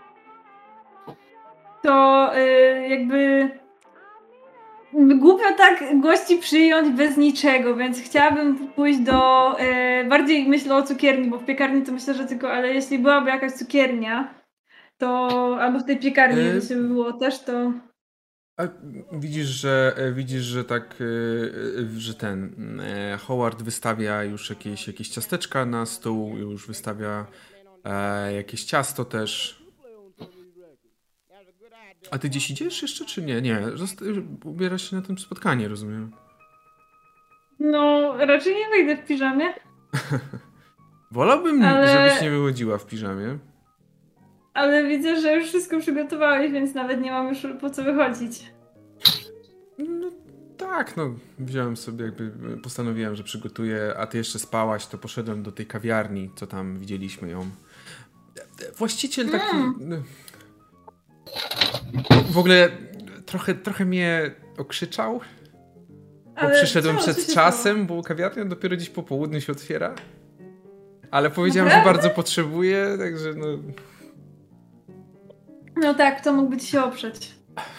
[SPEAKER 3] to e, jakby głupio tak gości przyjąć bez niczego, więc chciałabym pójść do... E, bardziej myślę o cukierni, bo w piekarni to myślę, że tylko... Ale jeśli byłaby jakaś cukiernia, to... Albo w tej piekarni,
[SPEAKER 1] E,
[SPEAKER 3] jeśli by było też, to...
[SPEAKER 1] A widzisz, że widzisz, że tak, e, że ten e, Howard wystawia już jakieś, jakieś ciasteczka na stół, już wystawia e, jakieś ciasto też. A ty gdzieś idziesz jeszcze, czy nie? Nie, zosta- ubierasz się na tym spotkanie, rozumiem.
[SPEAKER 3] No, raczej nie wyjdę w piżamie.
[SPEAKER 1] Wolałbym,
[SPEAKER 3] Ale-
[SPEAKER 1] żebyś nie wychodziła w piżamie.
[SPEAKER 3] Ale widzę, że już wszystko przygotowałeś, więc nawet nie mam już po co wychodzić.
[SPEAKER 1] No tak, no wziąłem sobie jakby, postanowiłem, że przygotuję, a ty jeszcze spałaś, to poszedłem do tej kawiarni, co tam widzieliśmy ją. Właściciel taki...
[SPEAKER 3] Mm.
[SPEAKER 1] W ogóle trochę, trochę mnie okrzyczał, bo
[SPEAKER 3] Ale
[SPEAKER 1] przyszedłem
[SPEAKER 3] co, co
[SPEAKER 1] przed
[SPEAKER 3] się
[SPEAKER 1] czasem, bo kawiarnia dopiero dziś po południu się otwiera. Ale powiedziałem, że
[SPEAKER 3] Naprawdę?
[SPEAKER 1] bardzo potrzebuję, także no...
[SPEAKER 3] No tak, to mógłby ci się oprzeć.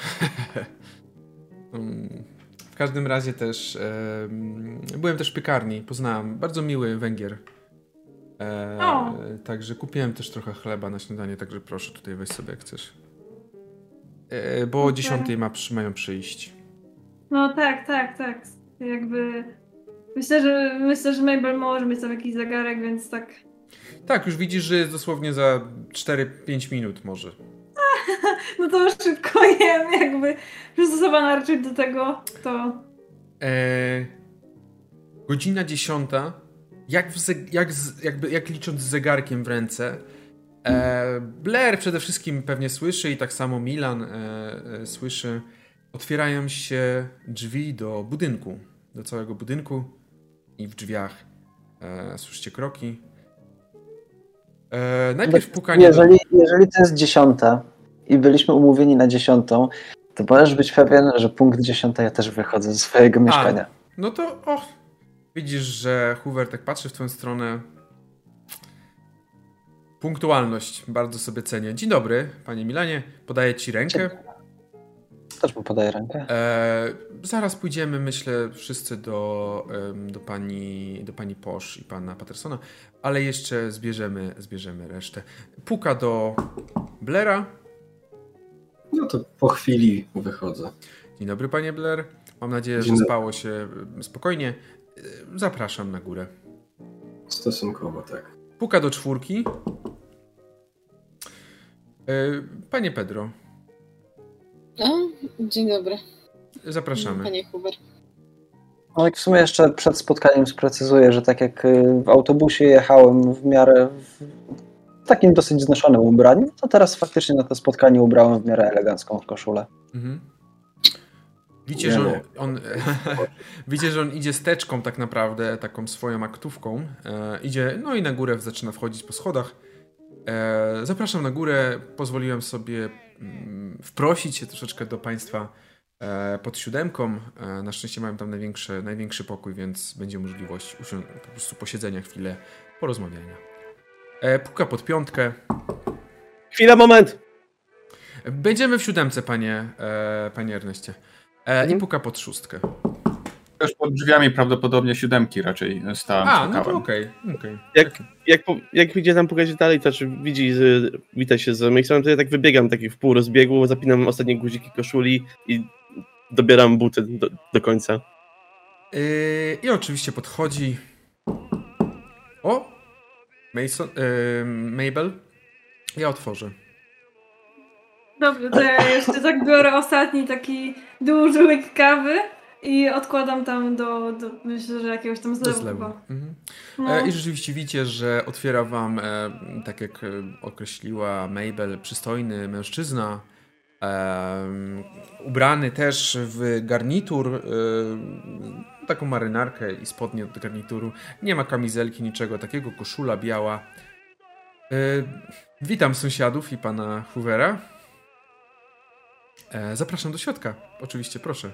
[SPEAKER 1] Mm, W każdym razie też em, byłem też w piekarni, poznałem bardzo miły Węgier. E,
[SPEAKER 3] O.
[SPEAKER 1] Także kupiłem też trochę chleba na śniadanie, także proszę tutaj weź sobie jak chcesz. E, bo o
[SPEAKER 3] Super.
[SPEAKER 1] dziesiątej ma, przy- mają przyjść.
[SPEAKER 3] No tak, tak, tak. Jakby... Myślę, że myślę, że Mabel może mieć tam jakiś zegarek, więc tak...
[SPEAKER 1] Tak, już widzisz, że jest dosłownie za cztery pięć minut może.
[SPEAKER 3] No to szybko jem, jakby przystosowana raczej do tego, to...
[SPEAKER 1] E, godzina dziesiąta, jak, w ze- jak, z- jakby, jak licząc z zegarkiem w ręce. E, Blair przede wszystkim pewnie słyszy i tak samo Milan e, e, słyszy. Otwierają się drzwi do budynku, do całego budynku. i w drzwiach e, słyszycie kroki. E, najpierw pukanie...
[SPEAKER 2] Jeżeli, do... jeżeli to jest dziesiąta i byliśmy umówieni na dziesiątą, to możesz być pewien, że punkt dziesiąta ja też wychodzę ze swojego mieszkania.
[SPEAKER 1] A, no to och, widzisz, że Hoover tak patrzy w twoją stronę. Punktualność bardzo sobie cenię. Dzień dobry, panie Milanie. Podaję ci rękę.
[SPEAKER 2] Też mu podaję rękę.
[SPEAKER 1] E, zaraz pójdziemy, myślę, wszyscy do, do, pani, do pani Posz i pana Pattersona, ale jeszcze zbierzemy, zbierzemy resztę. Puka do Blaira.
[SPEAKER 7] No to po chwili wychodzę.
[SPEAKER 1] Dzień dobry, panie Blair. Mam nadzieję,
[SPEAKER 7] Dzień
[SPEAKER 1] że spało się spokojnie. Zapraszam na górę.
[SPEAKER 7] Stosunkowo, tak.
[SPEAKER 1] Puka do czwórki. Panie Pedro.
[SPEAKER 5] O, dzień dobry.
[SPEAKER 1] Zapraszamy.
[SPEAKER 5] Panie Hoover.
[SPEAKER 2] No i w sumie jeszcze przed spotkaniem sprecyzuję, że tak jak w autobusie jechałem w miarę w takim dosyć znoszonym ubraniu, to teraz faktycznie na to spotkanie ubrałem w miarę elegancką koszulę. Mhm.
[SPEAKER 1] Widzicie, że on, on widzicie, że on idzie z teczką tak naprawdę, taką swoją aktówką. E, idzie, no i na górę zaczyna wchodzić po schodach. E, zapraszam na górę. Pozwoliłem sobie mm, wprosić się troszeczkę do państwa e, pod siódemką. E, na szczęście mają tam największy, największy pokój, więc będzie możliwość usią- po prostu posiedzenia chwilę, porozmawiania. E, puka pod piątkę.
[SPEAKER 4] Chwila, moment!
[SPEAKER 1] Będziemy w siódemce, panie, e, panie Erneście. E,
[SPEAKER 4] Mhm.
[SPEAKER 1] I puka pod szóstkę.
[SPEAKER 6] Już pod drzwiami prawdopodobnie siódemki raczej stałem.
[SPEAKER 1] A, no to
[SPEAKER 6] czekałem.
[SPEAKER 1] okej. Okay, okay.
[SPEAKER 4] Jak, jak, po- jak idzie tam pukać dalej, to znaczy widzi, z, wita się z Masonem, to ja tak wybiegam taki w pół rozbiegu, zapinam ostatnie guziki koszuli i dobieram buty do, do końca.
[SPEAKER 1] Yy, I oczywiście podchodzi. O! Mason, yy, Mabel. Ja otworzę.
[SPEAKER 3] Dobrze, to ja jeszcze tak biorę ostatni taki duży łyk kawy i odkładam tam do, do myślę, że jakiegoś tam
[SPEAKER 1] Do
[SPEAKER 3] zlewu.
[SPEAKER 1] zlewu.
[SPEAKER 3] chyba.
[SPEAKER 1] Mhm.
[SPEAKER 3] No.
[SPEAKER 1] E, I rzeczywiście widzicie, że otwiera wam, e, tak jak e, określiła Mabel, przystojny mężczyzna. E, ubrany też w garnitur, e, taką marynarkę i spodnie od garnituru. Nie ma kamizelki, niczego takiego, koszula biała. E, witam sąsiadów i pana Hoovera. E, zapraszam do środka. Oczywiście, proszę.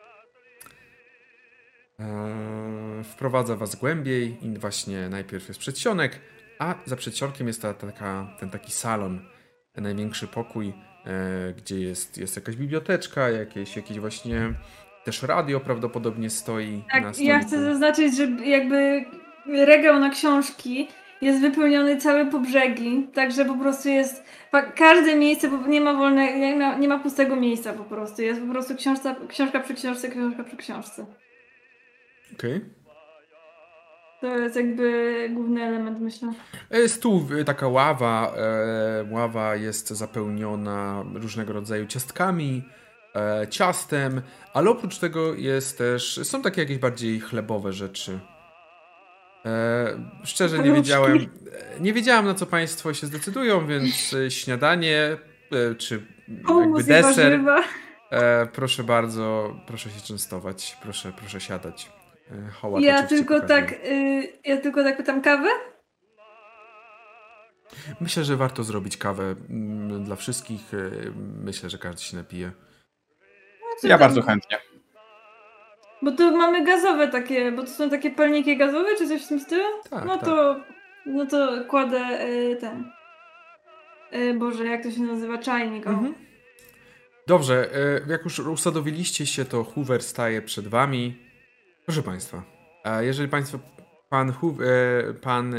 [SPEAKER 1] E, wprowadza was głębiej i właśnie najpierw jest przedsionek, a za przedsionkiem jest ta, taka, ten taki salon, ten największy pokój, e, gdzie jest, jest jakaś biblioteczka, jakieś, jakieś właśnie też radio prawdopodobnie stoi
[SPEAKER 3] Tak,
[SPEAKER 1] na stoliku.
[SPEAKER 3] ja chcę zaznaczyć, że jakby regał na książki jest wypełniony cały po brzegi, także po prostu jest każde miejsce, nie ma wolne, nie ma, nie ma pustego miejsca po prostu, jest po prostu książka, książka przy książce, książka przy książce.
[SPEAKER 1] Okej. Okay.
[SPEAKER 3] To jest jakby główny element, myślę.
[SPEAKER 1] Stół, taka ława, e, ława jest zapełniona różnego rodzaju ciastkami, e, ciastem, ale oprócz tego jest też, są takie jakieś bardziej chlebowe rzeczy. E, szczerze nie wiedziałem, nie wiedziałam na co państwo się zdecydują, więc śniadanie e, czy jakby deser. E, proszę bardzo, proszę się częstować, proszę, proszę siadać. E, Howard
[SPEAKER 3] ja tylko
[SPEAKER 1] pokazuje.
[SPEAKER 3] tak, y, ja tylko tak pytam, kawę?
[SPEAKER 1] Myślę, że warto zrobić kawę mm, dla wszystkich. E, myślę, że każdy się napije.
[SPEAKER 3] No,
[SPEAKER 6] ja
[SPEAKER 3] tam?
[SPEAKER 6] bardzo chętnie.
[SPEAKER 3] Bo tu mamy gazowe takie, bo to są takie palniki gazowe, czy coś w tym stylu?
[SPEAKER 1] Tak,
[SPEAKER 3] no
[SPEAKER 1] tak.
[SPEAKER 3] to no to kładę y, ten. Y, Boże, jak to się nazywa? Czajnik.
[SPEAKER 1] Mhm. Dobrze, e, jak już usadowiliście się, to Hoover staje przed wami. Proszę państwa, a jeżeli państwo, pan Hoover, e, pan, e,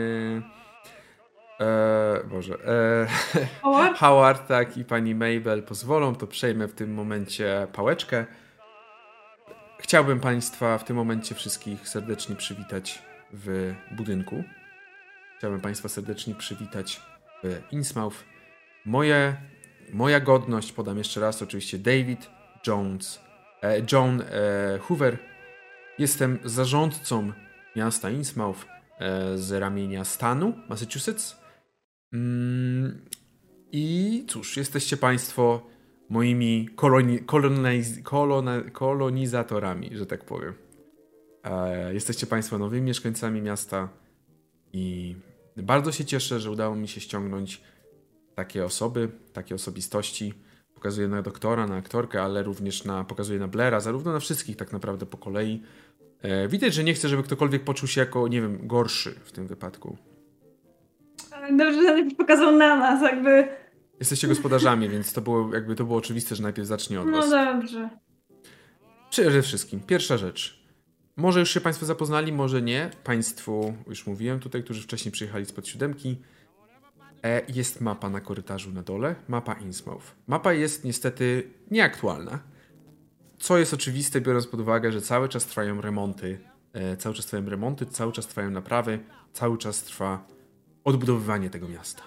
[SPEAKER 1] e, Boże, e,
[SPEAKER 3] Howard?
[SPEAKER 1] Howard, tak, i pani Mabel pozwolą, to przejmę w tym momencie pałeczkę. Chciałbym państwa w tym momencie wszystkich serdecznie przywitać w budynku. Chciałbym państwa serdecznie przywitać w Innsmouth. Moje, moja godność, podam jeszcze raz, oczywiście David Jones, e, John e, Hoover. Jestem zarządcą miasta Innsmouth e, z ramienia stanu Massachusetts. Mm, I cóż, jesteście państwo moimi koloni, koloniz, kolona, kolonizatorami, że tak powiem. E, jesteście Państwo nowymi mieszkańcami miasta i bardzo się cieszę, że udało mi się ściągnąć takie osoby, takie osobistości. Pokazuję na doktora, na aktorkę, ale również na, pokazuję na Blaira, zarówno na wszystkich tak naprawdę po kolei. E, widać, że nie chcę, żeby ktokolwiek poczuł się jako, nie wiem, gorszy w tym wypadku.
[SPEAKER 3] Dobrze, że najpierw pokazał na nas, jakby...
[SPEAKER 1] Jesteście gospodarzami, więc to było, jakby to było oczywiste, że najpierw zacznie od was.
[SPEAKER 3] No dobrze.
[SPEAKER 1] Przede wszystkim, pierwsza rzecz. Może już się Państwo zapoznali, może nie. Państwu, już mówiłem tutaj, którzy wcześniej przyjechali spod siódemki. E, jest mapa na korytarzu na dole. Mapa Innsmouth. Mapa jest niestety nieaktualna. Co jest oczywiste, biorąc pod uwagę, że cały czas trwają remonty. E, cały czas trwają remonty, cały czas trwają naprawy. Cały czas trwa odbudowywanie tego miasta.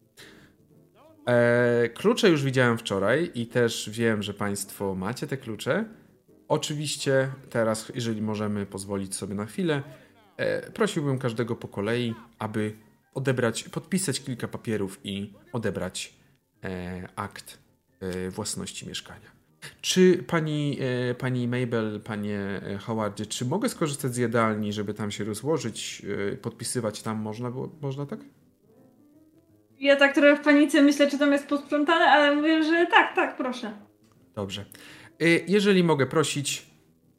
[SPEAKER 1] E, klucze już widziałem wczoraj i też wiem, że Państwo macie te klucze. Oczywiście teraz, jeżeli możemy pozwolić sobie na chwilę, e, prosiłbym każdego po kolei, aby odebrać, podpisać kilka papierów i odebrać e, akt e, własności mieszkania. Czy pani, e, pani Mabel, panie Howardzie, czy mogę skorzystać z jadalni, żeby tam się rozłożyć, e, podpisywać tam można, było, można tak?
[SPEAKER 3] Ja tak trochę w panice myślę, czy tam jest posprzątane, ale mówię, że tak, tak, proszę.
[SPEAKER 1] Dobrze. Jeżeli mogę prosić,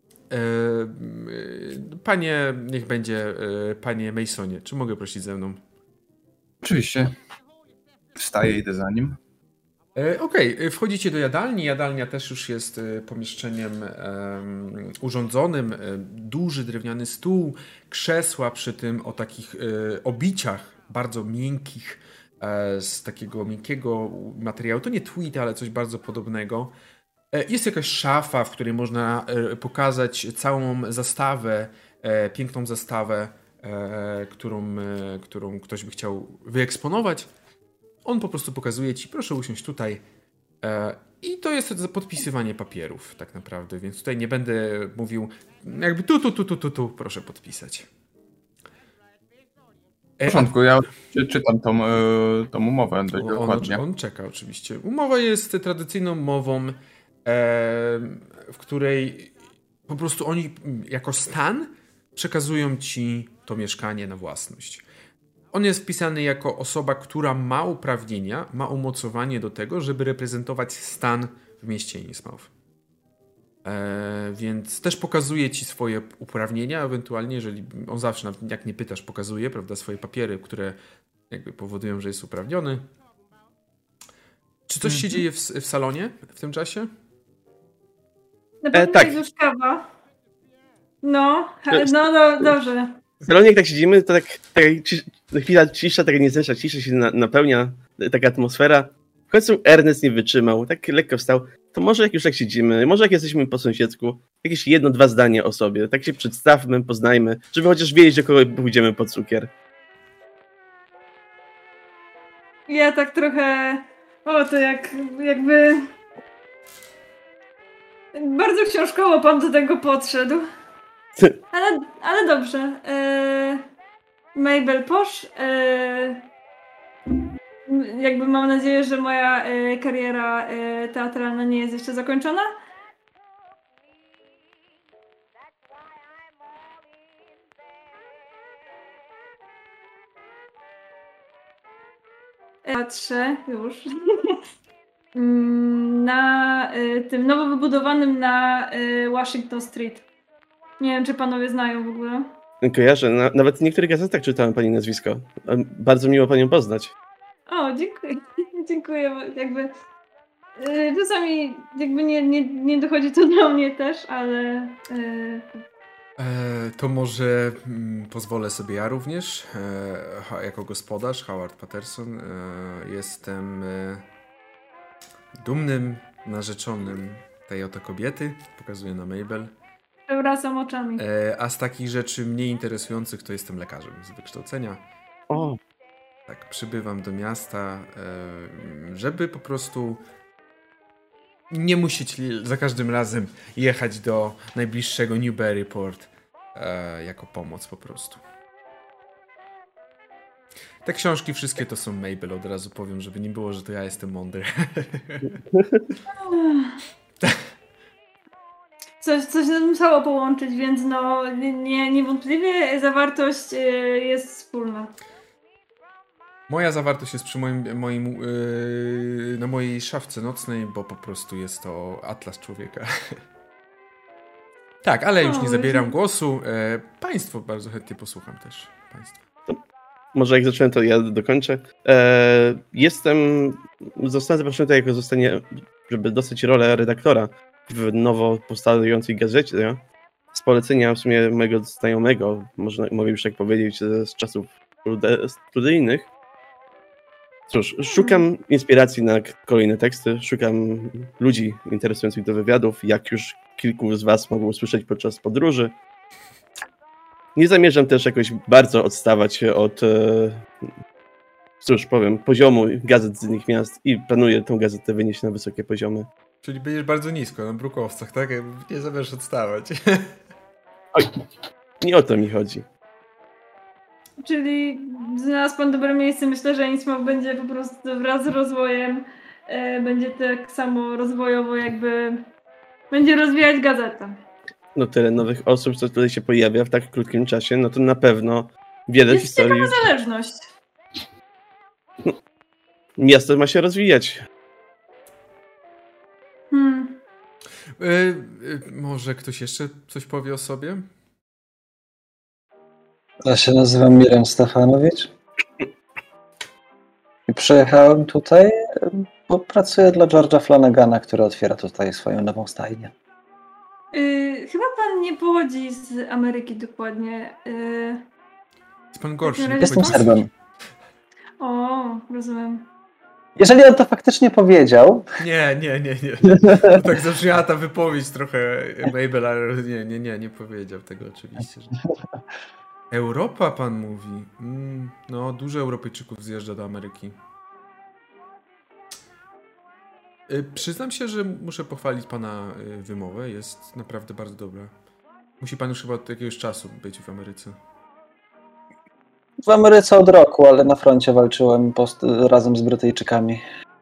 [SPEAKER 1] panie, niech będzie, panie Masonie, czy mogę prosić ze mną?
[SPEAKER 6] Oczywiście. Wstaję i idę za nim.
[SPEAKER 1] Okej, okay. Wchodzicie do jadalni. Jadalnia też już jest pomieszczeniem um, urządzonym. Duży drewniany stół, krzesła przy tym o takich um, obiciach bardzo miękkich, um, z takiego miękkiego materiału. To nie tweed, ale coś bardzo podobnego. Jest jakaś szafa, w której można pokazać całą zastawę, piękną zastawę, którą, którą ktoś by chciał wyeksponować. On po prostu pokazuje ci, proszę usiąść tutaj. I to jest podpisywanie papierów tak naprawdę, więc tutaj nie będę mówił jakby tu, tu, tu, tu, tu, tu, proszę podpisać.
[SPEAKER 6] W porządku, ja czytam tą, tą umowę dość
[SPEAKER 1] on,
[SPEAKER 6] dokładnie.
[SPEAKER 1] On czeka oczywiście. Umowa jest tradycyjną umową, w której po prostu oni jako stan przekazują ci to mieszkanie na własność. On jest wpisany jako osoba, która ma uprawnienia, ma umocowanie do tego, żeby reprezentować stan w mieście Innsmouth. E, więc też pokazuje ci swoje uprawnienia, ewentualnie, jeżeli on zawsze, jak nie pytasz, pokazuje, prawda, swoje papiery, które jakby powodują, że jest uprawniony. Czy coś się dzieje w, w salonie w tym czasie?
[SPEAKER 3] Na pewno
[SPEAKER 4] E, tak.
[SPEAKER 3] jest już kawa. No, no, no dobrze.
[SPEAKER 4] W salonie jak tak siedzimy, to tak, tak chwila cisza, taka niezręczna cisza się na, napełnia, taka atmosfera. W końcu Ernest nie wytrzymał, tak lekko wstał. To może jak już tak siedzimy, może jak jesteśmy po sąsiedzku, jakieś jedno, dwa zdania o sobie, tak się przedstawmy, poznajmy, żeby chociaż wiedzieć, do kogo pójdziemy po cukier.
[SPEAKER 3] Ja tak trochę... O, to jak jakby... Bardzo książkowo pan do tego podszedł. Ale, ale dobrze. Eee, Mabel Posz. Eee, jakby mam nadzieję, że moja e, kariera e, teatralna nie jest jeszcze zakończona. Patrzę już. Na y, tym nowo wybudowanym na y, Washington Street. Nie wiem, czy panowie znają w ogóle.
[SPEAKER 4] Kojarzę, na, nawet w niektórych gazetach czytałem pani nazwisko. Bardzo miło panią poznać.
[SPEAKER 3] O, dziękuję. Dziękuję, bo jakby y, czasami jakby nie, nie, nie dochodzi to do mnie też, ale y,
[SPEAKER 1] e, to może mm, pozwolę sobie ja również e, jako gospodarz Howard Patterson e, jestem e, dumnym narzeczonym tej oto kobiety, pokazuję na Mabel.
[SPEAKER 3] Wracam oczami.
[SPEAKER 1] E, a z takich rzeczy mniej interesujących to jestem lekarzem z wykształcenia.
[SPEAKER 4] O.
[SPEAKER 1] Tak, przybywam do miasta, e, żeby po prostu nie musieć za każdym razem jechać do najbliższego Newburyport e, jako pomoc po prostu. Te książki wszystkie to są Mabel, od razu powiem, żeby nie było, że to ja jestem mądry.
[SPEAKER 3] coś, coś nas musiało połączyć, więc no nie, niewątpliwie zawartość y, jest wspólna.
[SPEAKER 1] Moja zawartość jest przy moim, moim yy, na mojej szafce nocnej, bo po prostu jest to atlas człowieka. Tak, ale już nie zabieram głosu. E, państwo bardzo chętnie posłucham też. Państwa.
[SPEAKER 4] Może jak zacząłem, to ja dokończę. E, jestem, zostałem zaproszony tutaj jako zostanie, żeby dostać rolę redaktora w nowo powstającej gazecie z polecenia w sumie mojego znajomego, można, mogę już tak powiedzieć, z czasów studyjnych. Cóż, szukam inspiracji na kolejne teksty, szukam ludzi interesujących do wywiadów, jak już kilku z was mogło usłyszeć podczas podróży. Nie zamierzam też jakoś bardzo odstawać od, cóż powiem, poziomu gazet z innych miast i planuję tę gazetę wynieść na wysokie poziomy.
[SPEAKER 1] Czyli będziesz bardzo nisko, na brukowcach, tak? Nie zamierzasz odstawać.
[SPEAKER 4] Oj, nie o to mi chodzi.
[SPEAKER 3] Czyli znalazł pan dobre miejsce. Myślę, że InSmoke będzie po prostu wraz z rozwojem, e, będzie tak samo rozwojowo jakby, będzie rozwijać gazetę.
[SPEAKER 4] No tyle nowych osób, co tutaj się pojawia w tak krótkim czasie, no to na pewno wiele
[SPEAKER 3] jest
[SPEAKER 4] historii...
[SPEAKER 3] Jest ciekawa zależność.
[SPEAKER 4] No, miasto ma się rozwijać.
[SPEAKER 3] Hmm.
[SPEAKER 1] Y, y, może ktoś jeszcze coś powie o sobie?
[SPEAKER 2] Ja się nazywam Miran Stefanowicz i przyjechałem tutaj, bo pracuję dla George'a Flanagana, który otwiera tutaj swoją nową stajnię.
[SPEAKER 3] Yy, chyba pan nie pochodzi z Ameryki dokładnie. Yy...
[SPEAKER 1] Jest pan gorszy.
[SPEAKER 3] Jestem
[SPEAKER 2] Jestem Serbem.
[SPEAKER 3] O, rozumiem.
[SPEAKER 2] Jeżeli on to faktycznie powiedział...
[SPEAKER 1] Nie, nie, nie, nie. No tak zabrzmiała ta wypowiedź trochę Mabel, ale nie, nie, nie, nie powiedział tego oczywiście. Że... Europa pan mówi. Mm, no, dużo Europejczyków zjeżdża do Ameryki. Y, przyznam się, że muszę pochwalić pana y, wymowę. Jest naprawdę bardzo dobra. Musi pan już chyba od jakiegoś czasu być w Ameryce.
[SPEAKER 2] W Ameryce od roku, ale na froncie walczyłem post- razem z Brytyjczykami.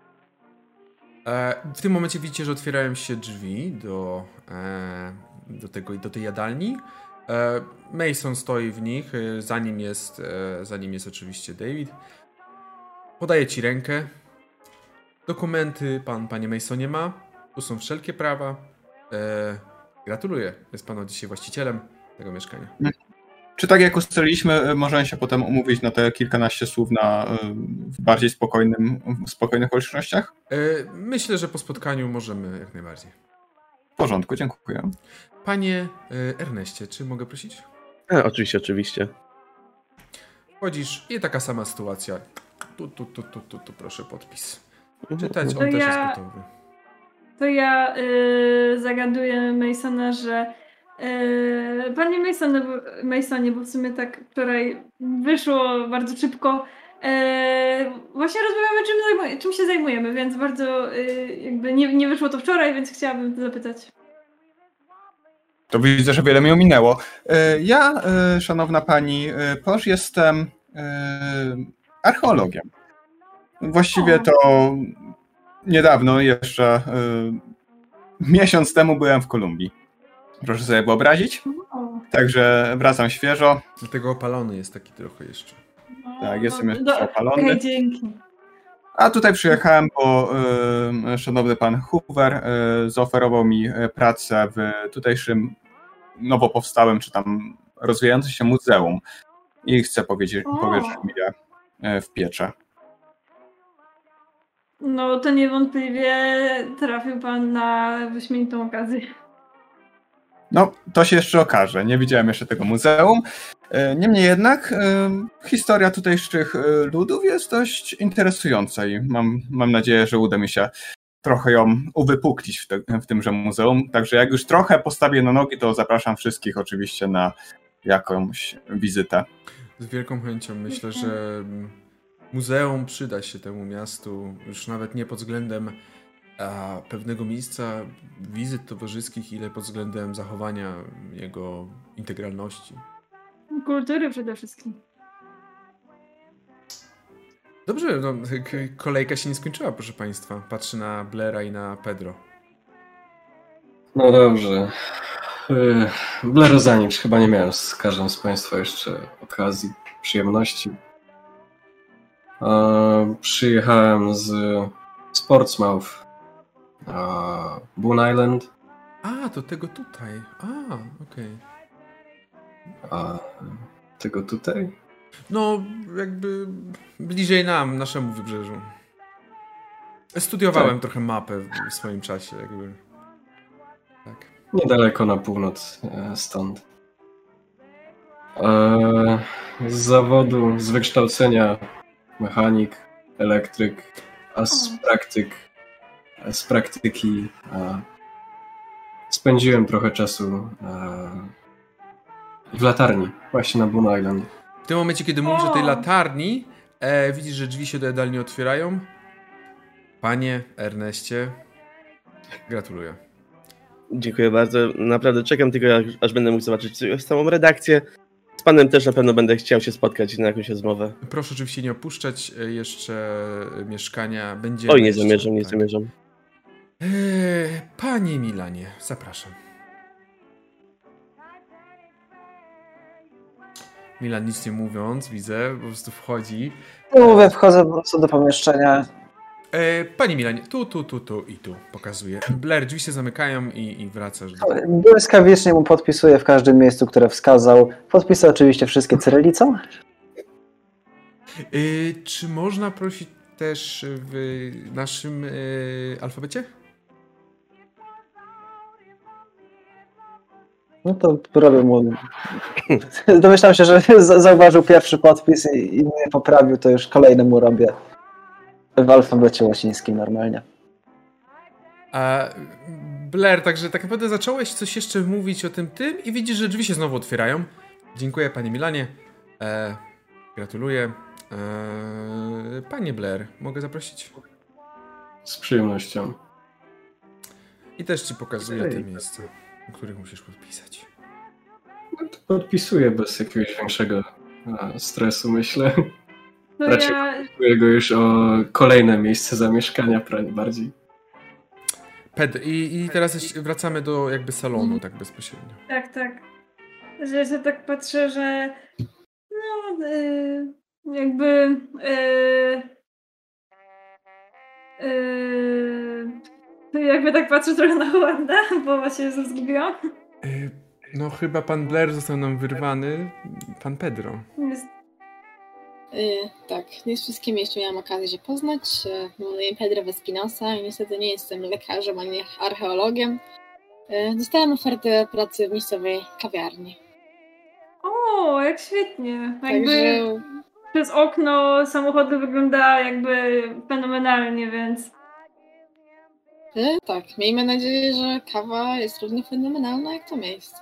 [SPEAKER 1] E, w tym momencie widzicie, że otwierają się drzwi do, e, do, tego, do tej jadalni. E, Mason stoi w nich, e, za nim jest, e, za nim jest oczywiście David. Podaje ci rękę. Dokumenty pan, panie Masonie ma. Tu są wszelkie prawa. E, gratuluję. Jest pan dzisiaj właścicielem tego mieszkania.
[SPEAKER 6] Czy tak jak ustaliliśmy, możemy się potem umówić na te kilkanaście słów na w bardziej spokojnym, w spokojnych okolicznościach?
[SPEAKER 1] E, myślę, że po spotkaniu możemy jak najbardziej.
[SPEAKER 6] W porządku, dziękuję.
[SPEAKER 1] Panie e, Erneście, czy mogę prosić?
[SPEAKER 4] A, oczywiście, oczywiście.
[SPEAKER 1] Wchodzisz i taka sama sytuacja. Tu, tu, tu, tu, tu, tu proszę podpis. Czytać, on
[SPEAKER 3] To
[SPEAKER 1] też
[SPEAKER 3] ja-
[SPEAKER 1] jest gotowy.
[SPEAKER 3] To ja yy, zagaduję Masona, że yy, panie Masonie, bo, Masonie, bo w sumie tak wczoraj wyszło bardzo szybko. Yy, właśnie rozmawiamy, czym, zajmuj- czym się zajmujemy, więc bardzo yy, jakby nie, nie wyszło to wczoraj, więc chciałabym zapytać.
[SPEAKER 6] To widzę, że wiele mi ominęło. Ja, szanowna pani Posz, jestem archeologiem. Właściwie to niedawno, jeszcze miesiąc temu byłem w Kolumbii. Proszę sobie wyobrazić.
[SPEAKER 3] O,
[SPEAKER 6] Także wracam świeżo.
[SPEAKER 1] Dlatego opalony jest taki trochę jeszcze.
[SPEAKER 3] no,
[SPEAKER 6] Tak, jestem
[SPEAKER 3] no,
[SPEAKER 6] jeszcze
[SPEAKER 3] do-
[SPEAKER 6] opalony.
[SPEAKER 3] Okej, dzięki.
[SPEAKER 6] A tutaj przyjechałem, bo y, szanowny pan Hoover y, zaoferował mi pracę w tutejszym nowo powstałym, czy tam rozwijającym się muzeum. I chcę powiedzieć,
[SPEAKER 3] O.
[SPEAKER 6] powierzyć mi je y, w pieczę.
[SPEAKER 3] No to niewątpliwie trafił pan na wyśmienitą okazję.
[SPEAKER 6] No, to się jeszcze okaże. Nie widziałem jeszcze tego muzeum. Y, Niemniej jednak y, historia tutejszych y, ludów jest dość interesująca i mam, mam nadzieję, że uda mi się trochę ją uwypuklić w, te, w tymże muzeum. Także jak już trochę postawię na nogi, to zapraszam wszystkich oczywiście na jakąś wizytę.
[SPEAKER 1] Z wielką chęcią myślę, że muzeum przyda się temu miastu, już nawet nie pod względem a, pewnego miejsca wizyt towarzyskich, ile pod względem zachowania jego integralności.
[SPEAKER 3] Kultury przede wszystkim.
[SPEAKER 1] Dobrze, no, k- kolejka się nie skończyła, proszę państwa. Patrzy na Blaira i na Pedro.
[SPEAKER 7] No dobrze. Yy, Blerozanicz, chyba nie miałem z każdym z Państwa jeszcze okazji, przyjemności. E, przyjechałem z Portsmouth, e, Boone Island.
[SPEAKER 1] A, to tego tutaj. A, okej. Okay.
[SPEAKER 7] A tego tutaj?
[SPEAKER 1] No, jakby bliżej nam, naszemu wybrzeżu. Studiowałem tak. trochę mapę w swoim czasie, jakby. Tak.
[SPEAKER 7] Niedaleko na północ stąd. E, z zawodu, z wykształcenia mechanik, elektryk, a z praktyk, a z praktyki a spędziłem trochę czasu w latarni, właśnie na Boone Island.
[SPEAKER 1] W tym momencie, kiedy mówisz o tej latarni, e, widzisz, że drzwi się do jadalni otwierają. Panie Erneście, gratuluję.
[SPEAKER 4] Dziękuję bardzo. Naprawdę czekam tylko, aż będę mógł zobaczyć całą redakcję. Z panem też na pewno będę chciał się spotkać na jakąś rozmowę.
[SPEAKER 1] Proszę oczywiście nie opuszczać jeszcze mieszkania. Będzie
[SPEAKER 4] Oj, nie zamierzam, nie tak. zamierzam.
[SPEAKER 1] Eee, panie Milanie, zapraszam. Milan nic nie mówiąc, widzę, po prostu wchodzi.
[SPEAKER 2] Mówię, wchodzę po prostu do pomieszczenia.
[SPEAKER 1] E, panie Milanie, tu, tu, tu, tu i tu pokazuję. Blair, drzwi się zamykają i, i wracasz. Do...
[SPEAKER 2] Błyskawicznie mu podpisuję w każdym miejscu, które wskazał. Podpisy oczywiście wszystkie cyrylicą.
[SPEAKER 1] E, czy można prosić też w naszym e, alfabecie?
[SPEAKER 2] No to robię mu... Domyślam się, że zauważył pierwszy podpis i, i mnie poprawił, to już kolejny mu robię w alfabecie łacińskim normalnie.
[SPEAKER 1] A Blair, także tak naprawdę zacząłeś coś jeszcze mówić o tym tym i widzisz, że drzwi się znowu otwierają. Dziękuję, panie Milanie. E, gratuluję. E, panie Blair, mogę zaprosić?
[SPEAKER 7] Z przyjemnością.
[SPEAKER 1] I też ci pokazuję te miejsca, o których musisz podpisać.
[SPEAKER 7] No to podpisuję bez jakiegoś większego stresu, myślę.
[SPEAKER 3] No
[SPEAKER 7] Raczej
[SPEAKER 3] ja...
[SPEAKER 7] podpisuję go już o kolejne miejsce zamieszkania bardziej.
[SPEAKER 1] Pedro, i, i teraz wracamy do jakby salonu, tak bezpośrednio.
[SPEAKER 3] Tak, tak. Że ja sobie tak patrzę, że no yy, jakby yy, yy, jakby tak patrzę trochę na Howarda, bo właśnie się zgubiłam.
[SPEAKER 1] Yy, no chyba pan Blair został nam wyrwany, pan Pedro.
[SPEAKER 3] Jest...
[SPEAKER 5] Yy, tak, nie z wszystkimi jeszcze miałam okazję się poznać. Mam na imię Pedro Vespinosa i niestety nie jestem lekarzem ani archeologiem. Yy, dostałam ofertę pracy w miejscowej kawiarni.
[SPEAKER 3] O, jak świetnie. Jakby
[SPEAKER 5] Także...
[SPEAKER 3] przez okno samochodu wygląda jakby fenomenalnie, więc...
[SPEAKER 5] Yy, tak, miejmy nadzieję, że kawa jest równie fenomenalna jak to miejsce.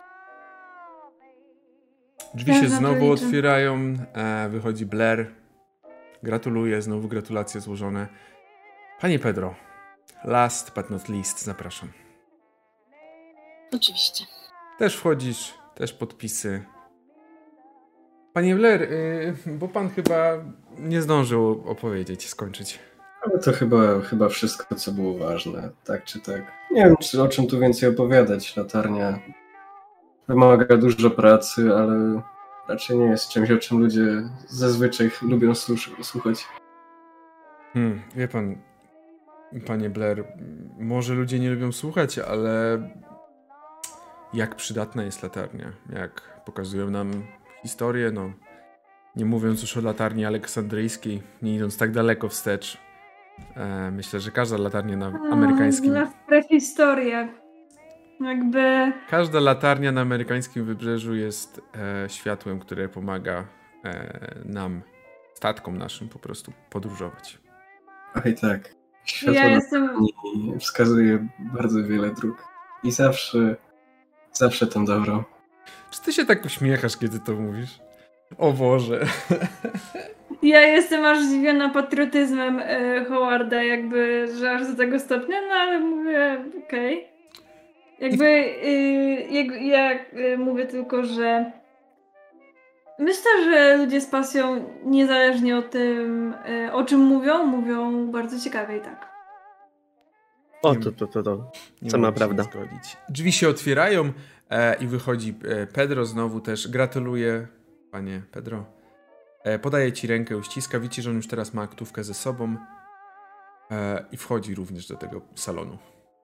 [SPEAKER 1] Drzwi się znowu otwierają, e, wychodzi Blair. Gratuluję, znowu gratulacje złożone. Panie Pedro, last but not least, zapraszam.
[SPEAKER 5] Oczywiście.
[SPEAKER 1] Też wchodzisz, też podpisy. Panie Blair, y, bo pan chyba nie zdążył opowiedzieć, skończyć.
[SPEAKER 7] Ale to chyba, chyba wszystko, co było ważne, tak czy tak. Nie wiem, czy, o czym tu więcej opowiadać. Latarnia wymaga dużo pracy, ale raczej nie jest czymś, o czym ludzie zazwyczaj lubią słuch- słuchać.
[SPEAKER 1] Hmm, wie pan, panie Blair, może ludzie nie lubią słuchać, ale jak przydatna jest latarnia, jak pokazują nam historię, no nie mówiąc już o latarni aleksandryjskiej, nie idąc tak daleko wstecz. E, myślę, że każda latarnia na amerykańskim...
[SPEAKER 3] Na prehistorię. Jakby...
[SPEAKER 1] Każda latarnia na amerykańskim wybrzeżu jest e, światłem, które pomaga e, nam, statkom naszym po prostu podróżować.
[SPEAKER 7] Oj tak. Światło
[SPEAKER 3] ja jestem...
[SPEAKER 7] wskazuje bardzo wiele dróg. I zawsze, zawsze tą dobrą.
[SPEAKER 1] Czy ty się tak uśmiechasz, kiedy to mówisz? O Boże.
[SPEAKER 3] Ja jestem aż zdziwiona patriotyzmem e, Howarda, jakby, że aż do tego stopnia, no ale mówię, okej. Okay. Jakby, y, jak, ja y, mówię tylko, że myślę, że ludzie z pasją, niezależnie o tym, y, o czym mówią, mówią bardzo ciekawie i tak.
[SPEAKER 4] O, to, to, to, to.
[SPEAKER 1] Nie
[SPEAKER 4] Sama
[SPEAKER 1] mogę się
[SPEAKER 4] prawda.
[SPEAKER 1] zgodzić. Drzwi się otwierają e, i wychodzi e, Pedro znowu też. Gratuluję, panie Pedro. E, podaje ci rękę, uściska. Widzicie, że on już teraz ma aktówkę ze sobą e, i wchodzi również do tego salonu.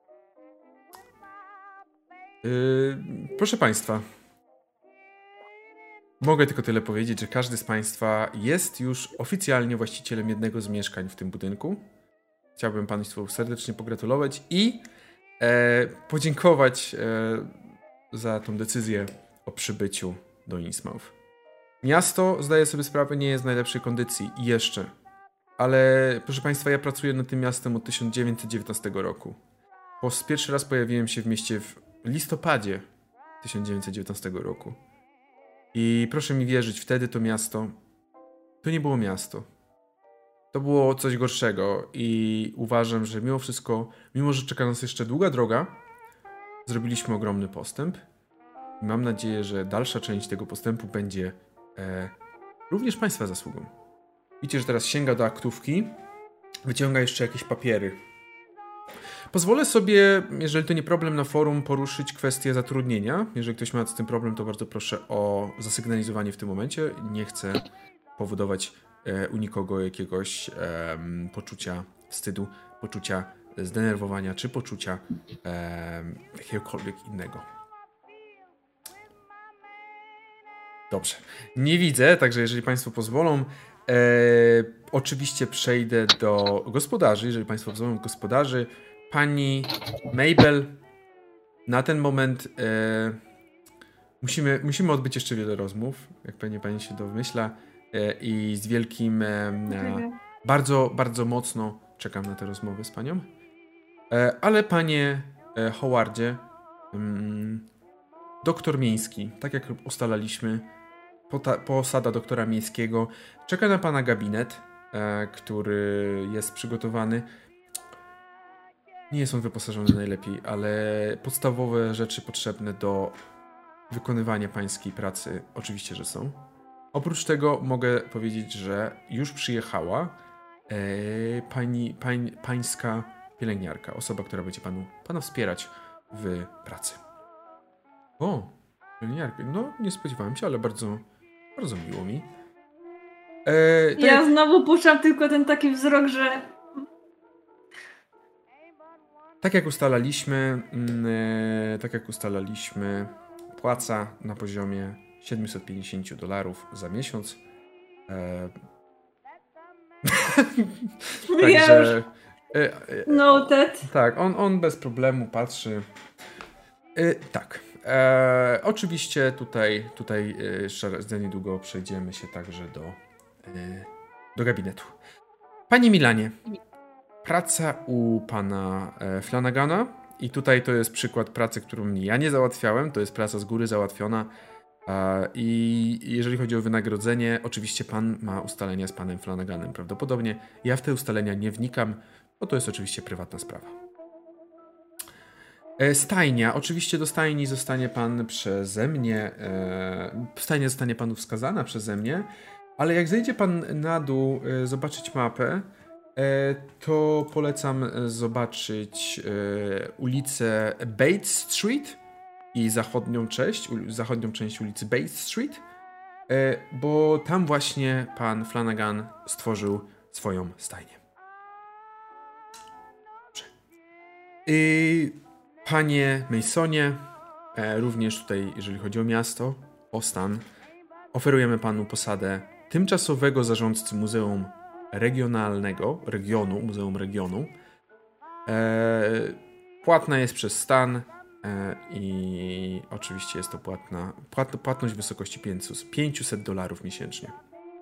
[SPEAKER 1] E, proszę państwa, mogę tylko tyle powiedzieć, że każdy z państwa jest już oficjalnie właścicielem jednego z mieszkań w tym budynku. Chciałbym państwu serdecznie pogratulować i e, podziękować e, za tą decyzję o przybyciu do Innsmouth. Miasto, zdaję sobie sprawę, nie jest w najlepszej kondycji jeszcze, ale proszę państwa, ja pracuję nad tym miastem od tysiąc dziewięćset dziewiętnastego roku. Po pierwszy raz pojawiłem się w mieście w listopadzie tysiąc dziewięćset dziewiętnastego roku. I proszę mi wierzyć, wtedy to miasto, to nie było miasto. To było coś gorszego i uważam, że mimo wszystko, mimo że czeka nas jeszcze długa droga, zrobiliśmy ogromny postęp. I mam nadzieję, że dalsza część tego postępu będzie e, również państwa zasługą. Widzicie, że teraz sięga do aktówki, wyciąga jeszcze jakieś papiery. Pozwolę sobie, jeżeli to nie problem na forum, poruszyć kwestię zatrudnienia. Jeżeli ktoś ma z tym problem, to bardzo proszę o zasygnalizowanie w tym momencie. Nie chcę powodować e, u nikogo jakiegoś e, poczucia wstydu, poczucia zdenerwowania, czy poczucia e, jakiegokolwiek innego. Dobrze. Nie widzę, także jeżeli państwo pozwolą, e, oczywiście przejdę do gospodarzy. Jeżeli państwo pozwolą, gospodarzy. Pani Mabel, na ten moment e, musimy, musimy odbyć jeszcze wiele rozmów, jak pewnie pani się domyśla, e, i z wielkim, e, e, bardzo, bardzo mocno czekam na te rozmowy z panią. E, ale panie e, Howardzie, mm, doktor Miejski, tak jak ustalaliśmy, pota, posada doktora Miejskiego, czeka na pana gabinet, e, który jest przygotowany. Nie jest on wyposażony najlepiej, ale podstawowe rzeczy potrzebne do wykonywania pańskiej pracy oczywiście, że są. Oprócz tego mogę powiedzieć, że już przyjechała e, pani, pań, pańska pielęgniarka, osoba, która będzie panu, pana wspierać w pracy. O, pielęgniarka. No, nie spodziewałem się, ale bardzo, bardzo miło mi. E,
[SPEAKER 3] ja jak... znowu puszczam tylko ten taki wzrok, że
[SPEAKER 1] Tak jak ustalaliśmy, yy, tak jak ustalaliśmy, płaca na poziomie siedemset pięćdziesiąt dolarów za miesiąc. E... Także...
[SPEAKER 3] Yy, yy, Noted.
[SPEAKER 1] Tak, on, on bez problemu patrzy. Yy, tak. E, oczywiście tutaj, tutaj yy, za niedługo przejdziemy się także do, yy, do gabinetu. Panie Milanie. Praca u pana Flanagana i tutaj to jest przykład pracy, którą ja nie załatwiałem, to jest praca z góry załatwiona i jeżeli chodzi o wynagrodzenie, oczywiście pan ma ustalenia z panem Flanaganem prawdopodobnie. Ja w te ustalenia nie wnikam, bo to jest oczywiście prywatna sprawa. Stajnia. Oczywiście do stajni zostanie pan przeze mnie, stajnia zostanie panu wskazana przeze mnie, ale jak zejdzie pan na dół zobaczyć mapę, to polecam zobaczyć ulicę Bates Street i zachodnią część, zachodnią część ulicy Bates Street, bo tam właśnie pan Flanagan stworzył swoją stajnię. Panie Masonie, również tutaj, jeżeli chodzi o miasto, o stan, oferujemy panu posadę tymczasowego zarządcy Muzeum Regionalnego, regionu, Muzeum Regionu. E, płatna jest przez stan e, i oczywiście jest to płatna, płat, płatność w wysokości pięćset dolarów miesięcznie.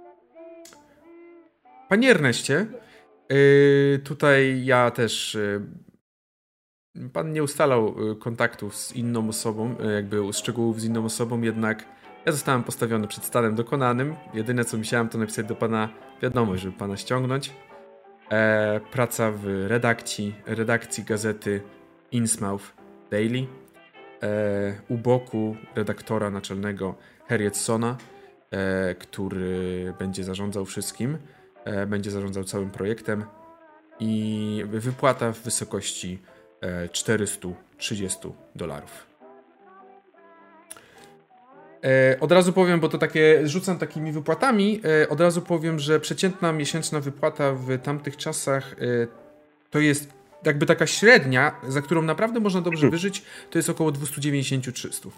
[SPEAKER 1] Panie Erneście, e, tutaj ja też e, pan nie ustalał kontaktów z inną osobą, jakby szczegółów z inną osobą, jednak ja zostałem postawiony przed stanem dokonanym. Jedyne co musiałem to napisać do pana wiadomość, żeby pana ściągnąć. E, praca w redakcji, redakcji gazety Innsmouth Daily. E, u boku redaktora naczelnego Harrietsona, e, który będzie zarządzał wszystkim. E, będzie zarządzał całym projektem. I wypłata w wysokości czterysta trzydzieści dolarów. E, od razu powiem, bo to takie, rzucam takimi wypłatami, e, od razu powiem, że przeciętna miesięczna wypłata w tamtych czasach e, to jest jakby taka średnia, za którą naprawdę można dobrze wyżyć, to jest około dwieście dziewięćdziesiąt do trzystu.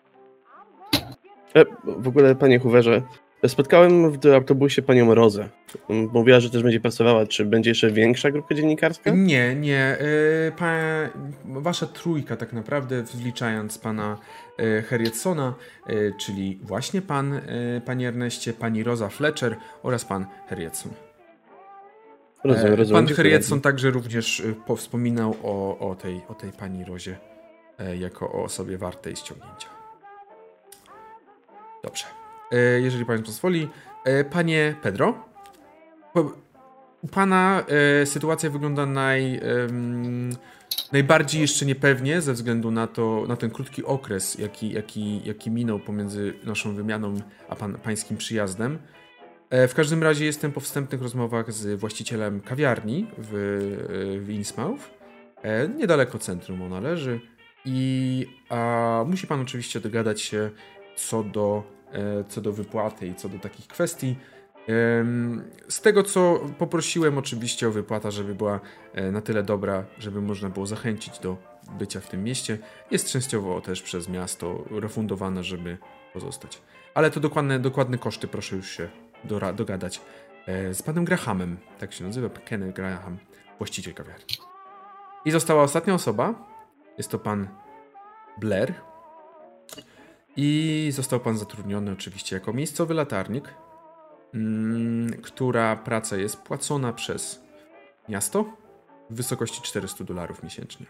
[SPEAKER 4] E, w ogóle, panie Hooverze, spotkałem w autobusie panią Rozę. Mówiła, że też będzie pracowała. Czy będzie jeszcze większa grupka dziennikarska?
[SPEAKER 1] Nie, nie. E, pa, wasza trójka tak naprawdę, wliczając pana e, Harrietsona, e, czyli właśnie pan, e, panie Erneście, pani Roza Fletcher oraz pan Harrietson.
[SPEAKER 4] Rozumiem, rozumiem.
[SPEAKER 1] Pan Harrietson także również wspominał o, o, tej, o tej pani Rozie e, jako o osobie wartej ściągnięcia. Dobrze. E, jeżeli pan pozwoli. E, panie Pedro, po, u pana e, sytuacja wygląda naj, e, najbardziej jeszcze niepewnie ze względu na, to, na ten krótki okres, jaki, jaki, jaki minął pomiędzy naszą wymianą a pan, pańskim przyjazdem. W każdym razie jestem po wstępnych rozmowach z właścicielem kawiarni w, w Innsmouth. Niedaleko centrum ona leży. I a, musi pan oczywiście dogadać się co do, co do wypłaty i co do takich kwestii. Z tego, co poprosiłem oczywiście o wypłata, żeby była na tyle dobra, żeby można było zachęcić do bycia w tym mieście. Jest częściowo też przez miasto refundowane, żeby pozostać. Ale to dokładne, dokładne koszty proszę już się Do, dogadać e, z panem Grahamem, tak się nazywa, Kenneth Graham, właściciel kawiarni. I została ostatnia osoba, jest to pan Blair i został pan zatrudniony oczywiście jako miejscowy latarnik, mm, która praca jest płacona przez miasto w wysokości czterysta dolarów miesięcznie.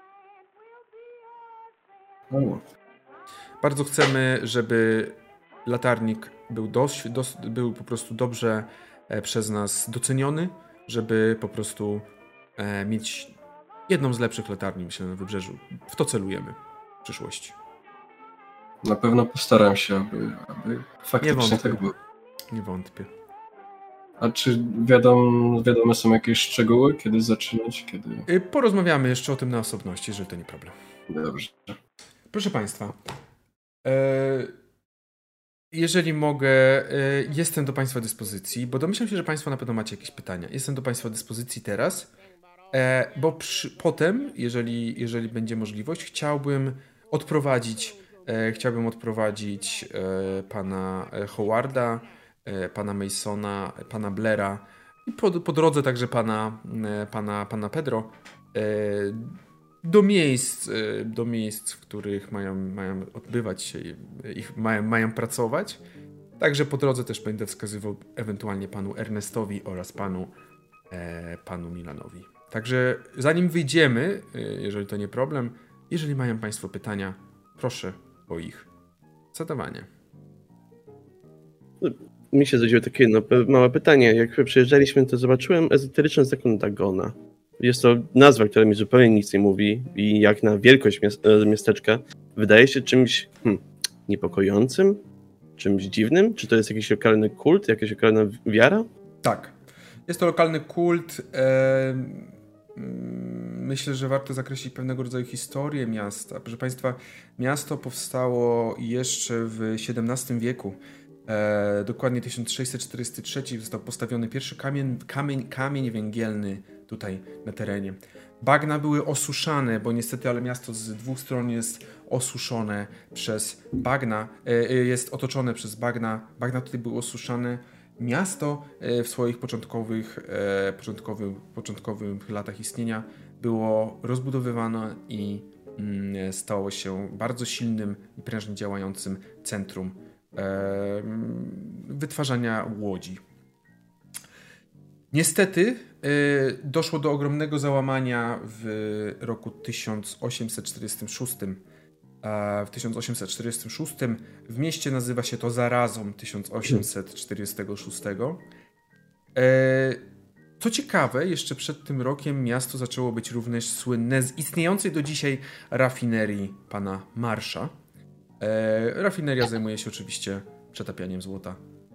[SPEAKER 7] O.
[SPEAKER 1] Bardzo chcemy, żeby latarnik był, dość, dos, był po prostu dobrze e, przez nas doceniony, żeby po prostu e, mieć jedną z lepszych latarni, myślę, na Wybrzeżu. W to celujemy w przyszłości.
[SPEAKER 7] Na pewno postaram się, aby, aby faktycznie tak było.
[SPEAKER 1] Nie wątpię.
[SPEAKER 7] A czy wiadom, wiadome są jakieś szczegóły, kiedy zaczynać, kiedy...
[SPEAKER 1] E, porozmawiamy jeszcze o tym na osobności, jeżeli to nie problem.
[SPEAKER 7] Dobrze.
[SPEAKER 1] Proszę państwa, e, jeżeli mogę, jestem do państwa dyspozycji, bo domyślam się, że państwo na pewno macie jakieś pytania. Jestem do państwa dyspozycji teraz, bo przy, potem, jeżeli, jeżeli będzie możliwość, chciałbym odprowadzić, chciałbym odprowadzić pana Howarda, pana Masona, pana Blaira i po, po drodze także pana, pana, pana Pedro do miejsc, do miejsc, w których mają, mają odbywać się, ich, mają, mają pracować. Także po drodze też będę wskazywał ewentualnie panu Ernestowi oraz panu, e, panu Milanowi. Także zanim wyjdziemy, jeżeli to nie problem, jeżeli mają państwo pytania, proszę o ich zadawanie.
[SPEAKER 4] Mi się zrodziło takie no, małe pytanie. Jak przyjeżdżaliśmy, to zobaczyłem ezoteryczny zakon Dagona. Jest to nazwa, która mi zupełnie nic nie mówi i jak na wielkość miasteczka wydaje się czymś hmm, niepokojącym, czymś dziwnym. Czy to jest jakiś lokalny kult, jakaś lokalna wiara?
[SPEAKER 1] Tak. Jest to lokalny kult. E, myślę, że warto zakreślić pewnego rodzaju historię miasta. Proszę państwa, miasto powstało jeszcze w siedemnastym wieku. E, dokładnie tysiąc sześćset czterdziesty trzeci został postawiony pierwszy kamień, kamień, kamień węgielny tutaj na terenie. Bagna były osuszane, bo niestety, ale miasto z dwóch stron jest osuszone przez bagna, e, jest otoczone przez bagna. Bagna tutaj były osuszane. Miasto e, w swoich początkowych, e, początkowych, początkowych latach istnienia było rozbudowywane i mm, stało się bardzo silnym i prężnie działającym centrum e, wytwarzania łodzi. Niestety y, doszło do ogromnego załamania w roku tysiąc osiemset czterdziestym szóstym. A w tysiąc osiemset czterdziestym szóstym w mieście nazywa się to zarazą tysiąc osiemset czterdziestego szóstego. E, co ciekawe, jeszcze przed tym rokiem miasto zaczęło być również słynne z istniejącej do dzisiaj rafinerii pana Marsha. E, rafineria zajmuje się oczywiście przetapianiem złota.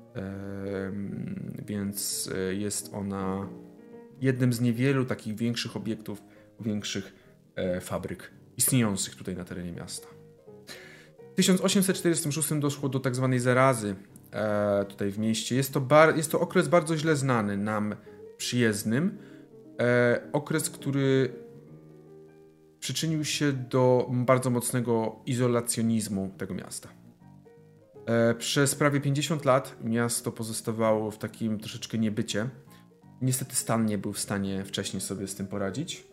[SPEAKER 1] Więc jest ona jednym z niewielu takich większych obiektów, większych e, fabryk istniejących tutaj na terenie miasta. W tysiąc osiemset czterdziestym szóstym doszło do tak zwanej zarazy e, tutaj w mieście. Jest to, bar, jest to okres bardzo źle znany nam przyjezdnym. E, okres, który przyczynił się do bardzo mocnego izolacjonizmu tego miasta. E, przez prawie pięćdziesiąt lat miasto pozostawało w takim troszeczkę niebycie. Niestety stan nie był w stanie wcześniej sobie z tym poradzić.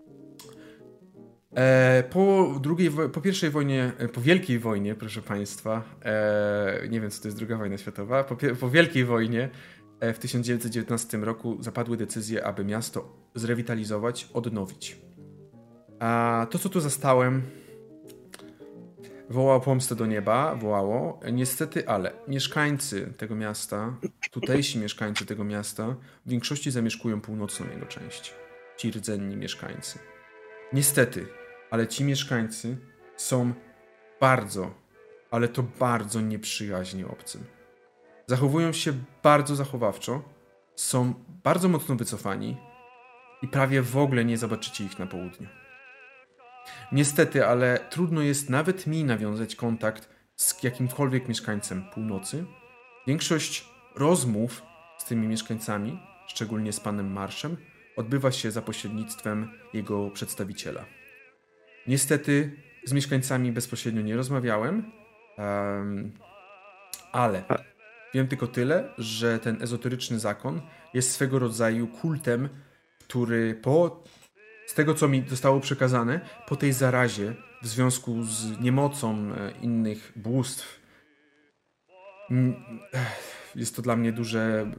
[SPEAKER 1] E, po drugiej, po pierwszej wojnie, po Wielkiej Wojnie, proszę Państwa, e, nie wiem co to jest druga wojna światowa, po, po Wielkiej Wojnie e, w tysiąc dziewięćset dziewiętnastym roku zapadły decyzje, aby miasto zrewitalizować, odnowić. A to, co tu zastałem, wołało pomstę do nieba, wołało. Niestety, ale mieszkańcy tego miasta, tutejsi mieszkańcy tego miasta w większości zamieszkują północną jego część. Ci rdzenni mieszkańcy. Niestety, ale ci mieszkańcy są bardzo, ale to bardzo nieprzyjaźnie obcym. Zachowują się bardzo zachowawczo, są bardzo mocno wycofani i prawie w ogóle nie zobaczycie ich na południu. Niestety, ale trudno jest nawet mi nawiązać kontakt z jakimkolwiek mieszkańcem północy. Większość rozmów z tymi mieszkańcami, szczególnie z panem Marszem, odbywa się za pośrednictwem jego przedstawiciela. Niestety z mieszkańcami bezpośrednio nie rozmawiałem, um, ale wiem tylko tyle, że ten ezoteryczny zakon jest swego rodzaju kultem, który po, z tego co mi zostało przekazane, po tej zarazie w związku z niemocą innych bóstw, jest to dla mnie duże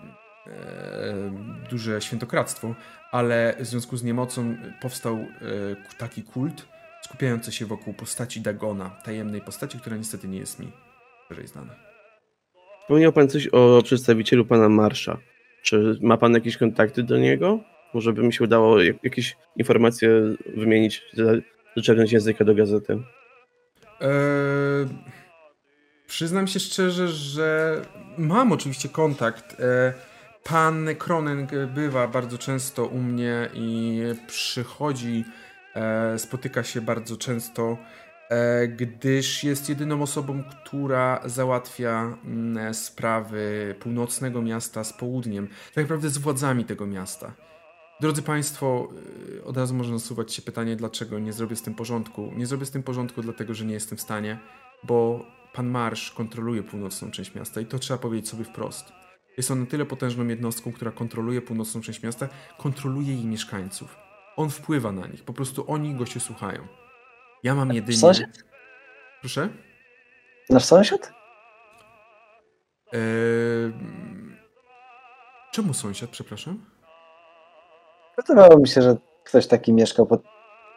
[SPEAKER 1] duże świętokradztwo, ale w związku z niemocą powstał taki kult skupiający się wokół postaci Dagona, tajemnej postaci, która niestety nie jest mi szerzej znana.
[SPEAKER 4] Wspomniał pan coś o przedstawicielu pana Marsza. Czy ma pan jakieś kontakty do niego? Może by mi się udało jakieś informacje wymienić, doczerpnąć języka do gazety?
[SPEAKER 1] Eee, przyznam się szczerze, że mam oczywiście kontakt. Eee, Pan Kronen bywa bardzo często u mnie i przychodzi, e, spotyka się bardzo często, e, gdyż jest jedyną osobą, która załatwia m, sprawy północnego miasta z południem, tak naprawdę z władzami tego miasta. Drodzy Państwo, od razu można nasuwać się pytanie, dlaczego nie zrobię z tym porządku. Nie zrobię z tym porządku dlatego, że nie jestem w stanie, bo pan Marsz kontroluje północną część miasta i to trzeba powiedzieć sobie wprost. Jest on na tyle potężną jednostką, która kontroluje północną część miasta, kontroluje jej mieszkańców. On wpływa na nich, po prostu oni go się słuchają. Ja mam jedynie...
[SPEAKER 2] Sąsiad?
[SPEAKER 1] Proszę?
[SPEAKER 2] Nasz sąsiad?
[SPEAKER 1] Eee... Czemu sąsiad, przepraszam?
[SPEAKER 2] Wydawało mi się, że ktoś taki mieszkał pod...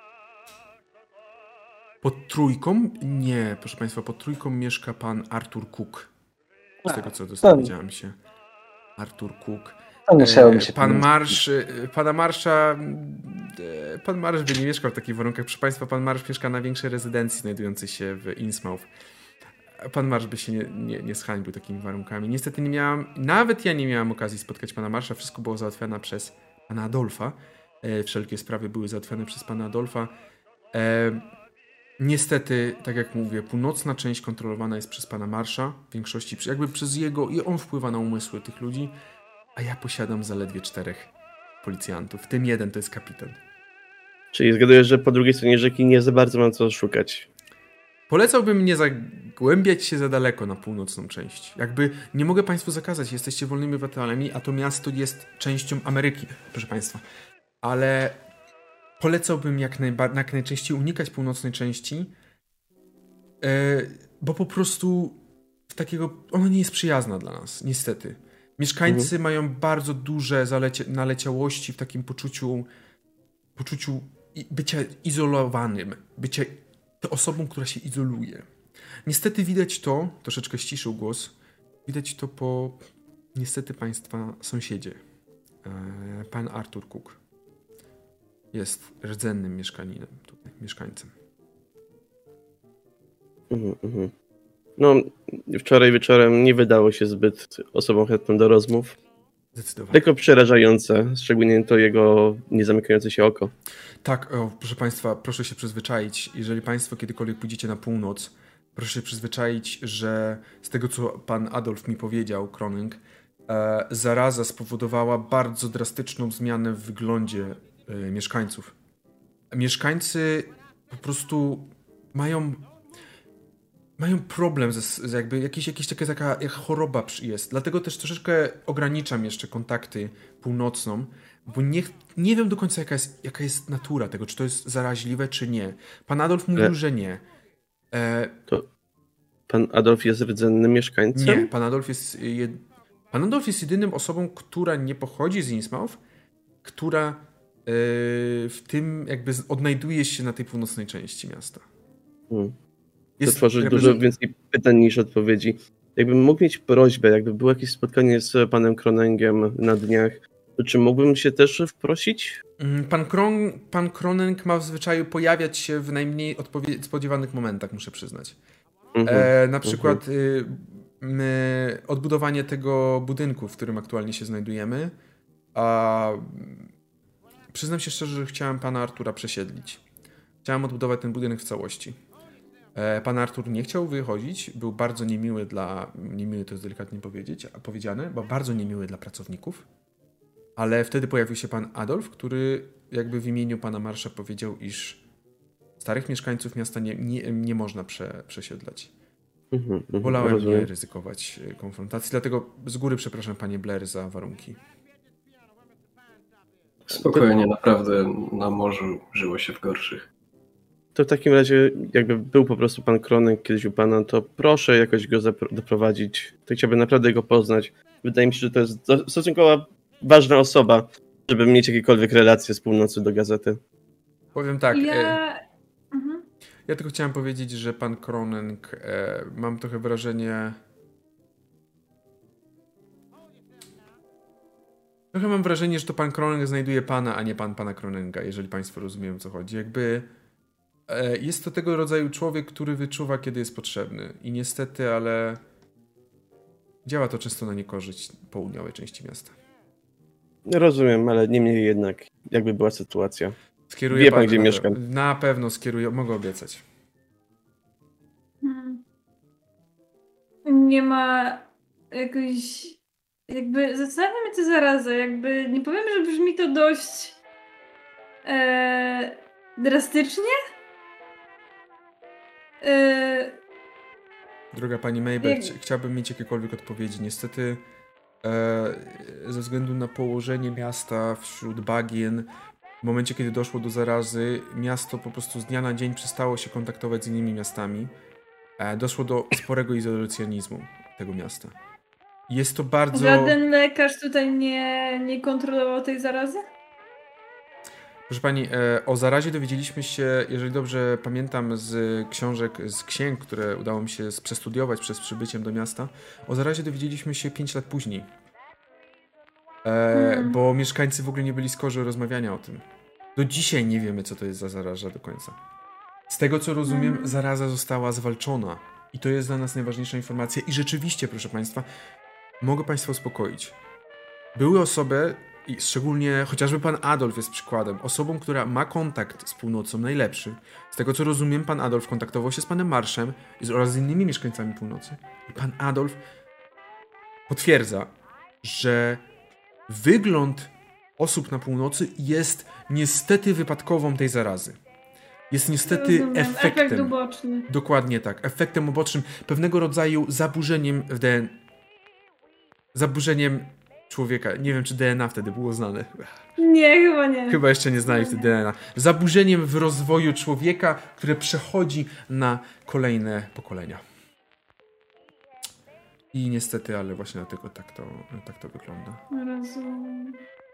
[SPEAKER 1] Pod trójką? Nie, proszę Państwa, pod trójką mieszka pan Artur Cook. Z tego, co dowiedziałem się. Artur Cook.
[SPEAKER 2] To musiało mi się
[SPEAKER 1] Pan Marsz, pana Marsza, pan Marsz by nie mieszkał w takich warunkach. Proszę Państwa, pan Marsz mieszka na większej rezydencji znajdującej się w Innsmouth. Pan Marsz by się nie, nie, nie zhańbił takimi warunkami. Niestety nie miałam, nawet ja nie miałam okazji spotkać pana Marsza. Wszystko było załatwiane przez pana Adolfa. Wszelkie sprawy były załatwiane przez pana Adolfa. Niestety, tak jak mówię, północna część kontrolowana jest przez pana Marsza, w większości jakby przez jego, i on wpływa na umysły tych ludzi, a ja posiadam zaledwie czterech policjantów, w tym jeden to jest kapitan.
[SPEAKER 4] Czyli zgaduję, że po drugiej stronie rzeki nie za bardzo mam co szukać.
[SPEAKER 1] Polecałbym nie zagłębiać się za daleko na północną część. Jakby nie mogę Państwu zakazać, jesteście wolnymi obywatelami, a to miasto jest częścią Ameryki, proszę Państwa. Ale polecałbym jak, najba- jak najczęściej unikać północnej części, yy, bo po prostu w takiego, ona nie jest przyjazna dla nas, niestety. Mieszkańcy mhm. mają bardzo duże zalecie- naleciałości w takim poczuciu, poczuciu bycia izolowanym, bycia osobą, która się izoluje. Niestety widać to, troszeczkę ściszył głos, widać to po niestety Państwa sąsiedzie, yy, pan Artur Cook. Jest rdzennym mieszkaninem, tutaj, mieszkańcem.
[SPEAKER 4] Mhm, mhm. No, wczoraj wieczorem nie wydało się zbyt osobą chętną do rozmów.
[SPEAKER 1] Zdecydowanie.
[SPEAKER 4] Tylko przerażające, szczególnie to jego niezamykające się oko.
[SPEAKER 1] Tak, o, proszę Państwa, proszę się przyzwyczaić. Jeżeli Państwo kiedykolwiek pójdziecie na północ, proszę się przyzwyczaić, że z tego, co pan Adolf mi powiedział, Kroning, e, zaraza spowodowała bardzo drastyczną zmianę w wyglądzie e, mieszkańców. Mieszkańcy po prostu mają mają problem ze, z jakby jakiś, jakiś taka, taka jak choroba jest. Dlatego też troszeczkę ograniczam jeszcze kontakty północną, bo nie, nie wiem do końca jaka jest, jaka jest natura tego, czy to jest zaraźliwe, czy nie. Pan Adolf mówił,
[SPEAKER 4] Ale...
[SPEAKER 1] że nie. E...
[SPEAKER 4] To pan Adolf jest rdzennym mieszkańcem?
[SPEAKER 1] Nie, pan Adolf jest jed... pan Adolf jest jedynym osobą, która nie pochodzi z Innsmouth, która yy, w tym jakby odnajduje się na tej północnej części miasta.
[SPEAKER 4] Hmm.
[SPEAKER 1] Jest,
[SPEAKER 4] to tworzy
[SPEAKER 1] jakby,
[SPEAKER 4] dużo
[SPEAKER 1] że...
[SPEAKER 4] więcej pytań niż odpowiedzi. Jakbym mógł mieć prośbę, jakby było jakieś spotkanie z panem Kronengiem na dniach, to czy mógłbym się też wprosić?
[SPEAKER 1] Pan, Kron, pan Kroneng ma w zwyczaju pojawiać się w najmniej odpowie- spodziewanych momentach, muszę przyznać. Mhm, e, na przykład mhm. y, y, odbudowanie tego budynku, w którym aktualnie się znajdujemy. A przyznam się szczerze, że chciałem pana Artura przesiedlić. Chciałem odbudować ten budynek w całości. E, pan Artur nie chciał wychodzić, był bardzo niemiły dla, niemiły to jest delikatnie powiedzieć, a powiedziane, był bardzo niemiły dla pracowników. Ale wtedy pojawił się pan Adolf, który jakby w imieniu pana Marsza powiedział, iż starych mieszkańców miasta nie, nie, nie można prze, przesiedlać.
[SPEAKER 4] Mhm,
[SPEAKER 1] Wolałem
[SPEAKER 4] rozumiem.
[SPEAKER 1] nie ryzykować konfrontacji, dlatego z góry przepraszam panie Blair za warunki.
[SPEAKER 7] Spokojnie, naprawdę na morzu żyło się w gorszych.
[SPEAKER 4] To w takim razie, jakby był po prostu pan Kroneng kiedyś u pana, to proszę jakoś go zapro- doprowadzić. To chciałbym naprawdę go poznać. Wydaje mi się, że to jest stosunkowo ważna osoba, żeby mieć jakiekolwiek relacje z północy do gazety.
[SPEAKER 1] Powiem tak.
[SPEAKER 3] Ja...
[SPEAKER 1] E,
[SPEAKER 3] mhm.
[SPEAKER 1] ja tylko chciałem powiedzieć, że pan Kroneng, e, mam trochę wrażenie... Trochę mam wrażenie, że to pan Kroneng znajduje pana, a nie pan pana Kronenga, jeżeli państwo rozumieją, o co chodzi. Jakby e, jest to tego rodzaju człowiek, który wyczuwa, kiedy jest potrzebny. I niestety, ale działa to często na niekorzyść południowej części miasta.
[SPEAKER 4] Rozumiem, ale niemniej jednak, jakby była sytuacja.
[SPEAKER 1] Skieruję
[SPEAKER 4] Wie pan,
[SPEAKER 1] pan,
[SPEAKER 4] gdzie
[SPEAKER 1] na,
[SPEAKER 4] mieszkam.
[SPEAKER 1] Na pewno skieruję, mogę obiecać.
[SPEAKER 3] Hmm. Nie ma jakoś... Jakby zastanawia mnie to zarazem, jakby nie powiem, że brzmi to dość e, drastycznie. E,
[SPEAKER 1] Droga pani Mabel,
[SPEAKER 3] Jak...
[SPEAKER 1] chciałbym mieć jakiekolwiek odpowiedzi. Niestety e, ze względu na położenie miasta wśród bagien, w momencie kiedy doszło do zarazy, miasto po prostu z dnia na dzień przestało się kontaktować z innymi miastami. E, doszło do sporego izolacjonizmu tego miasta. Jest to bardzo...
[SPEAKER 3] Żaden lekarz tutaj nie, nie kontrolował tej zarazy?
[SPEAKER 1] Proszę pani, e, o zarazie dowiedzieliśmy się, jeżeli dobrze pamiętam, z książek, z księg, które udało mi się przestudiować przez przybyciem do miasta. O zarazie dowiedzieliśmy się pięć lat później. E, hmm. Bo mieszkańcy w ogóle nie byli skorzy o rozmawiania o tym. Do dzisiaj nie wiemy, co to jest za zaraza do końca. Z tego, co rozumiem, hmm. zaraza została zwalczona. I to jest dla nas najważniejsza informacja. I rzeczywiście, proszę państwa, mogę państwa uspokoić. Były osoby, i szczególnie chociażby pan Adolf jest przykładem, osobą, która ma kontakt z północą najlepszy. Z tego co rozumiem, pan Adolf kontaktował się z panem Marszem oraz z innymi mieszkańcami północy. I pan Adolf potwierdza, że wygląd osób na północy jest niestety wypadkową tej zarazy. Jest niestety
[SPEAKER 3] Rozumiem.
[SPEAKER 1] efektem.
[SPEAKER 3] Efekt uboczny.
[SPEAKER 1] Dokładnie tak. Efektem ubocznym, pewnego rodzaju zaburzeniem w D N A. Zaburzeniem człowieka. Nie wiem, czy D N A wtedy było znane.
[SPEAKER 3] Nie, chyba nie.
[SPEAKER 1] Chyba jeszcze nie znali wtedy D N A. Zaburzeniem w rozwoju człowieka, które przechodzi na kolejne pokolenia. I niestety, ale właśnie dlatego tak to, tak to wygląda.
[SPEAKER 3] Rozumiem.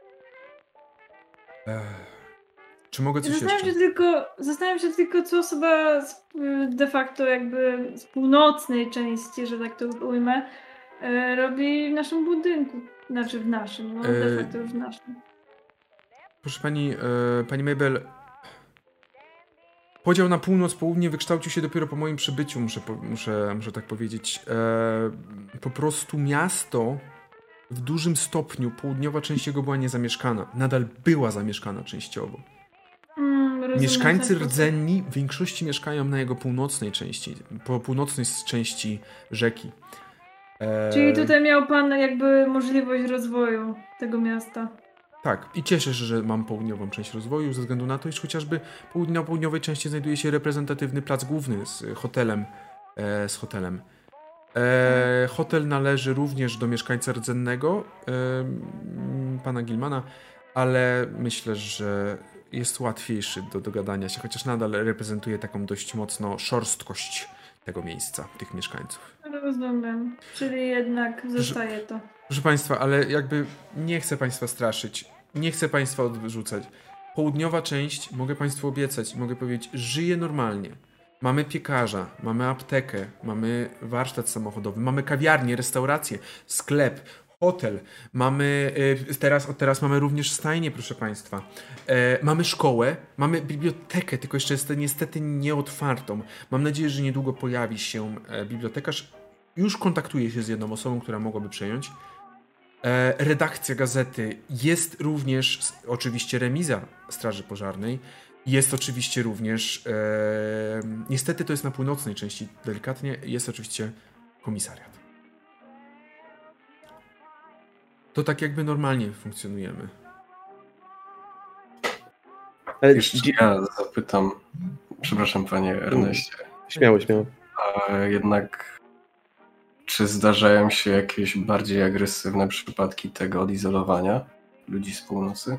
[SPEAKER 1] Ech. Czy mogę coś
[SPEAKER 3] Zastanawiam
[SPEAKER 1] jeszcze?
[SPEAKER 3] się tylko, zastanawiam się tylko, co osoba z, de facto jakby z północnej części, że tak to ujmę, e, robi w naszym budynku. Znaczy w naszym, no de facto już w naszym.
[SPEAKER 1] Proszę pani, e, pani Mabel, podział na północ, południe wykształcił się dopiero po moim przybyciu, muszę, muszę, muszę tak powiedzieć. E, po prostu miasto w dużym stopniu południowa część jego była niezamieszkana. Nadal była zamieszkana częściowo.
[SPEAKER 3] Mm, rozumiem,
[SPEAKER 1] Mieszkańcy
[SPEAKER 3] tak,
[SPEAKER 1] rdzenni w większości mieszkają na jego północnej części, po północnej części rzeki. E...
[SPEAKER 3] Czyli tutaj miał pan jakby możliwość rozwoju tego miasta.
[SPEAKER 1] Tak, i cieszę się, że mam południową część rozwoju, ze względu na to, iż chociażby na południowej części znajduje się reprezentatywny plac główny z hotelem. E, z hotelem. E, hotel należy również do mieszkańca rdzennego, e, pana Gilmana, ale myślę, że jest łatwiejszy do dogadania się, chociaż nadal reprezentuje taką dość mocno szorstkość tego miejsca, tych mieszkańców.
[SPEAKER 3] Rozumiem, czyli jednak zostaje to.
[SPEAKER 1] Proszę Państwa, ale jakby nie chcę Państwa straszyć, nie chcę Państwa odrzucać. Południowa część, mogę Państwu obiecać, mogę powiedzieć, żyje normalnie. Mamy piekarza, mamy aptekę, mamy warsztat samochodowy, mamy kawiarnię, restaurację, sklep, hotel, mamy, teraz, od teraz mamy również stajnię, proszę Państwa, e, mamy szkołę, mamy bibliotekę, tylko jeszcze jest niestety nieotwartą. Mam nadzieję, że niedługo pojawi się bibliotekarz. Już kontaktuję się z jedną osobą, która mogłaby przejąć. E, redakcja gazety jest również, oczywiście remiza Straży Pożarnej, jest oczywiście również, e, niestety to jest na północnej części delikatnie, jest oczywiście komisariat. To tak jakby normalnie funkcjonujemy.
[SPEAKER 7] Ale jeszcze ja zapytam, przepraszam panie Erneście.
[SPEAKER 4] Śmiało, śmiało.
[SPEAKER 7] A jednak czy zdarzają się jakieś bardziej agresywne przypadki tego odizolowania ludzi z północy?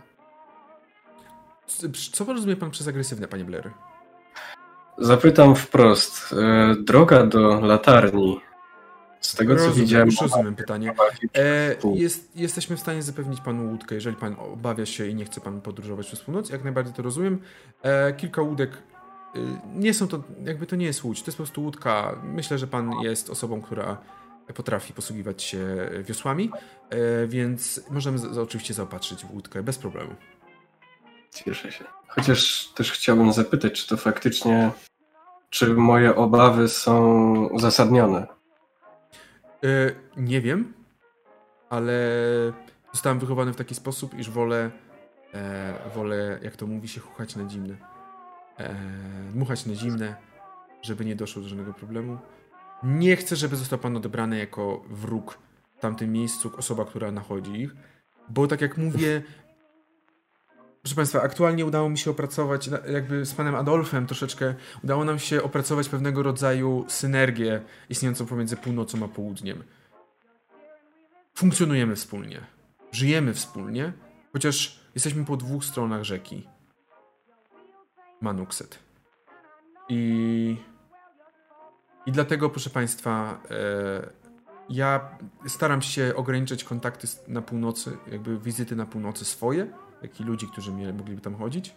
[SPEAKER 1] Co rozumie pan przez agresywne, panie Blair?
[SPEAKER 7] Zapytam wprost. Droga do latarni. Z tego
[SPEAKER 1] rozumiem,
[SPEAKER 7] co widziałem...
[SPEAKER 1] Już rozumiem pytanie. E, jest, jesteśmy w stanie zapewnić panu łódkę, jeżeli pan obawia się i nie chce pan podróżować przez północ. Jak najbardziej to rozumiem. E, kilka łódek. E, nie są to, jakby to nie jest łódź, to jest po prostu łódka. Myślę, że pan jest osobą, która potrafi posługiwać się wiosłami, e, więc możemy z, oczywiście zaopatrzyć w łódkę bez problemu.
[SPEAKER 7] Cieszę się. Chociaż też chciałbym zapytać, czy to faktycznie, czy moje obawy są uzasadnione?
[SPEAKER 1] Yy, nie wiem, ale zostałem wychowany w taki sposób, iż wolę, e, wolę, jak to mówi się, chuchać na zimne. E, dmuchać na zimne, żeby nie doszło do żadnego problemu. Nie chcę, żeby został pan odebrany jako wróg w tamtym miejscu, osoba, która nachodzi ich, bo tak jak mówię, proszę Państwa, aktualnie udało mi się opracować, jakby z panem Adolfem troszeczkę, udało nam się opracować pewnego rodzaju synergię istniejącą pomiędzy północą a południem. Funkcjonujemy wspólnie, żyjemy wspólnie, chociaż jesteśmy po dwóch stronach rzeki Manukset. I, i dlatego, proszę Państwa, e, ja staram się ograniczać kontakty na północy, jakby wizyty na północy swoje, jak i ludzi, którzy mogliby tam chodzić.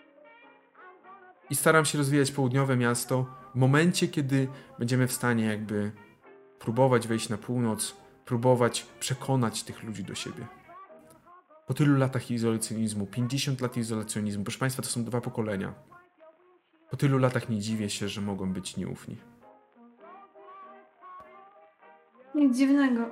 [SPEAKER 1] I staram się rozwijać południowe miasto w momencie, kiedy będziemy w stanie jakby próbować wejść na północ, próbować przekonać tych ludzi do siebie. Po tylu latach izolacjonizmu, pięćdziesiąt lat izolacjonizmu, proszę Państwa, to są dwa pokolenia. Po tylu latach nie dziwię się, że mogą być nieufni.
[SPEAKER 3] Nic dziwnego.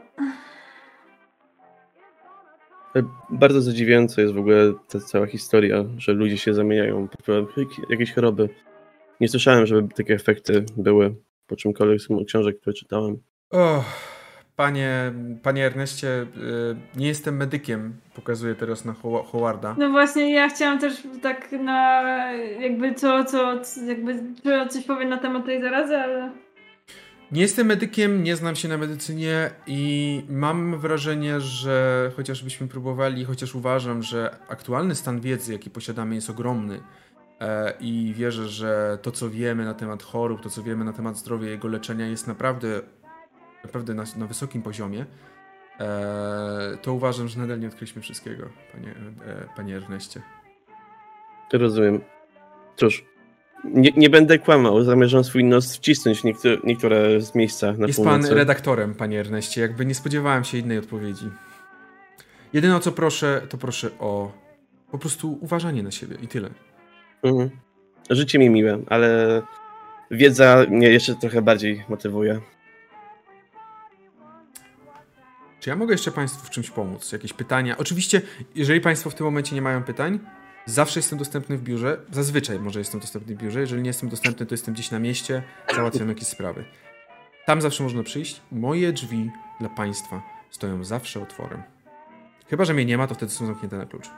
[SPEAKER 4] Bardzo zadziwiająca jest w ogóle ta cała historia, że ludzie się zamieniają po jakieś choroby. Nie słyszałem, żeby takie efekty były po czymkolwiek z książek, które czytałem.
[SPEAKER 1] Oh, panie, panie Erneście, nie jestem medykiem, pokazuję teraz na Howarda.
[SPEAKER 3] No właśnie, ja chciałam też tak na jakby co, co, jakby coś powiem na temat tej zarazy, ale...
[SPEAKER 1] Nie jestem medykiem, nie znam się na medycynie i mam wrażenie, że chociażbyśmy próbowali, chociaż uważam, że aktualny stan wiedzy, jaki posiadamy, jest ogromny e, i wierzę, że to, co wiemy na temat chorób, to, co wiemy na temat zdrowia i jego leczenia jest naprawdę, naprawdę na, na wysokim poziomie, e, to uważam, że nadal nie odkryliśmy wszystkiego, panie, e, panie Erneście.
[SPEAKER 4] Rozumiem. Cóż, Nie, nie będę kłamał, zamierzam swój nos wcisnąć w niektóre, niektóre z miejsca na
[SPEAKER 1] Jest
[SPEAKER 4] północy.
[SPEAKER 1] pan redaktorem, panie Erneście, jakby nie spodziewałem się innej odpowiedzi. Jedyne o co proszę, to proszę o po prostu uważanie na siebie i tyle.
[SPEAKER 4] Mhm. Życie mi miłe, ale wiedza mnie jeszcze trochę bardziej motywuje.
[SPEAKER 1] Czy ja mogę jeszcze Państwu w czymś pomóc? Jakieś pytania? Oczywiście, jeżeli Państwo w tym momencie nie mają pytań, zawsze jestem dostępny w biurze. Zazwyczaj może jestem dostępny w biurze. Jeżeli nie jestem dostępny, to jestem gdzieś na mieście, załatwiam jakieś sprawy. Tam zawsze można przyjść. Moje drzwi dla Państwa stoją zawsze otworem. Chyba że mnie nie ma, to wtedy są zamknięte na klucz.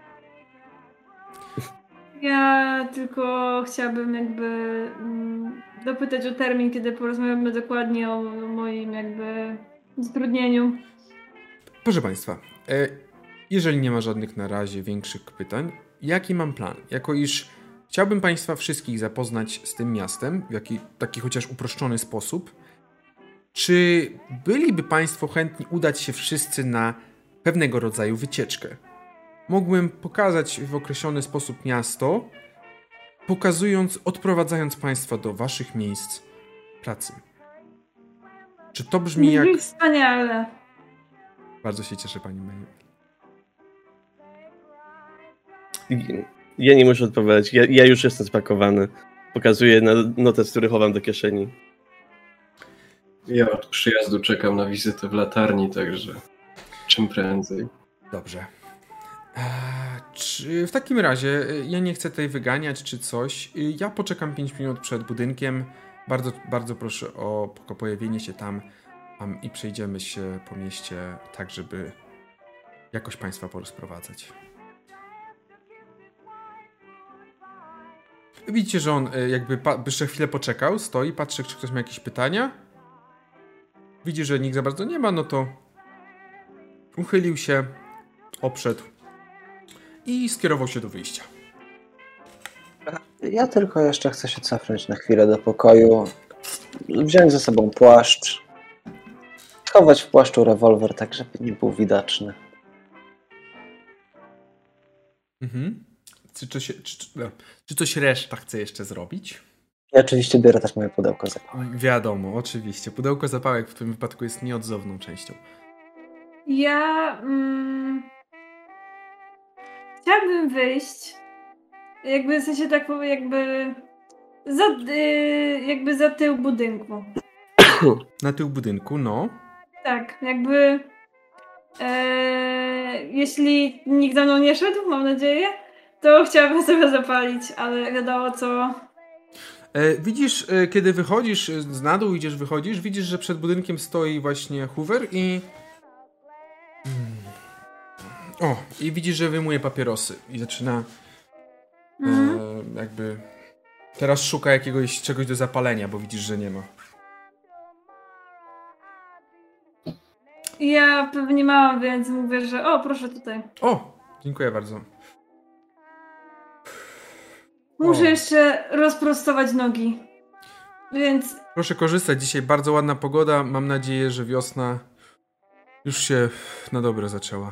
[SPEAKER 3] Ja tylko chciałabym jakby mm, dopytać o termin, kiedy porozmawiamy dokładnie o moim jakby zatrudnieniu.
[SPEAKER 1] Proszę Państwa, e, jeżeli nie ma żadnych na razie większych pytań, jaki mam plan? Jako iż chciałbym Państwa wszystkich zapoznać z tym miastem w jaki, taki chociaż uproszczony sposób, czy byliby Państwo chętni udać się wszyscy na pewnego rodzaju wycieczkę? Mógłbym pokazać w określony sposób miasto, pokazując, odprowadzając Państwa do Waszych miejsc pracy. Czy to brzmi jak...
[SPEAKER 3] Wspaniale.
[SPEAKER 1] Bardzo się cieszę, Pani May.
[SPEAKER 4] Ja nie muszę odpowiadać. Ja, ja już jestem spakowany. Pokazuję na notes, który chowam do kieszeni.
[SPEAKER 7] Ja od przyjazdu czekam na wizytę w latarni, także czym prędzej.
[SPEAKER 1] Dobrze. Eee, czy w takim razie, ja nie chcę tutaj wyganiać czy coś. Ja poczekam pięć minut przed budynkiem. Bardzo, bardzo proszę o pojawienie się tam um, i przejdziemy się po mieście tak, żeby jakoś Państwa porozprowadzać. Widzicie, że on jakby jeszcze chwilę poczekał, stoi, patrzy, czy ktoś ma jakieś pytania. Widzi, że nikt za bardzo nie ma, no to uchylił się, obszedł i skierował się do wyjścia.
[SPEAKER 2] Ja tylko jeszcze chcę się cofnąć na chwilę do pokoju, wziąć ze sobą płaszcz, schować w płaszczu rewolwer, tak żeby nie był widoczny.
[SPEAKER 1] Mhm. Czy, czy, czy, czy, czy coś reszta chce jeszcze zrobić?
[SPEAKER 2] Ja oczywiście biorę też moje pudełko zapałek.
[SPEAKER 1] Wiadomo, oczywiście. Pudełko zapałek w tym wypadku jest nieodzowną częścią.
[SPEAKER 3] Ja mm, chciałabym wyjść, jakby w sensie tak powiem, jakby za, y, jakby za tył budynku.
[SPEAKER 1] Na tył budynku, no.
[SPEAKER 3] Tak, jakby e, jeśli nikt za mną nie szedł, mam nadzieję, to chciałabym sobie zapalić, ale wiadomo co...
[SPEAKER 1] E, widzisz, e, kiedy wychodzisz z na dół, idziesz, wychodzisz, widzisz, że przed budynkiem stoi właśnie Hoover i... O, i widzisz, że wyjmuje papierosy i zaczyna
[SPEAKER 3] Mhm.
[SPEAKER 1] e, jakby... Teraz szuka jakiegoś czegoś do zapalenia, bo widzisz, że nie ma.
[SPEAKER 3] Ja pewnie mam, więc mówię, że o, proszę tutaj.
[SPEAKER 1] O, dziękuję bardzo.
[SPEAKER 3] Muszę
[SPEAKER 1] O.
[SPEAKER 3] jeszcze rozprostować nogi. Więc
[SPEAKER 1] Proszę korzystać, dzisiaj bardzo ładna pogoda, mam nadzieję, że wiosna już się na dobre zaczęła.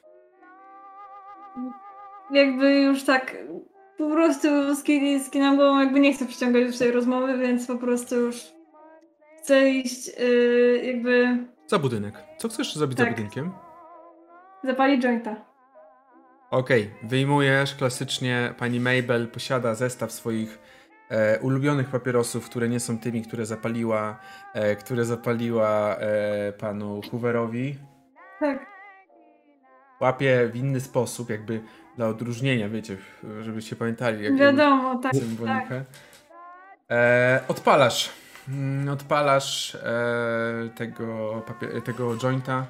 [SPEAKER 3] jakby już tak po prostu ski- skinam głową, jakby nie chcę przyciągać już tej rozmowy, więc po prostu już chcę iść yy, jakby
[SPEAKER 1] Za budynek. Co chcesz zrobić
[SPEAKER 3] Tak.
[SPEAKER 1] za budynkiem?
[SPEAKER 3] zapalić jointa.
[SPEAKER 1] Okej, wyjmujesz, klasycznie pani Mabel posiada zestaw swoich e, ulubionych papierosów, które nie są tymi, które zapaliła, e, które zapaliła e, panu Hooverowi.
[SPEAKER 3] Tak.
[SPEAKER 1] Łapie w inny sposób, jakby dla odróżnienia, wiecie, żebyście pamiętali. Jak
[SPEAKER 3] Wiadomo, tak.
[SPEAKER 1] symbolikę. E, odpalasz. Mm, Odpalasz e, tego, papier- tego jointa.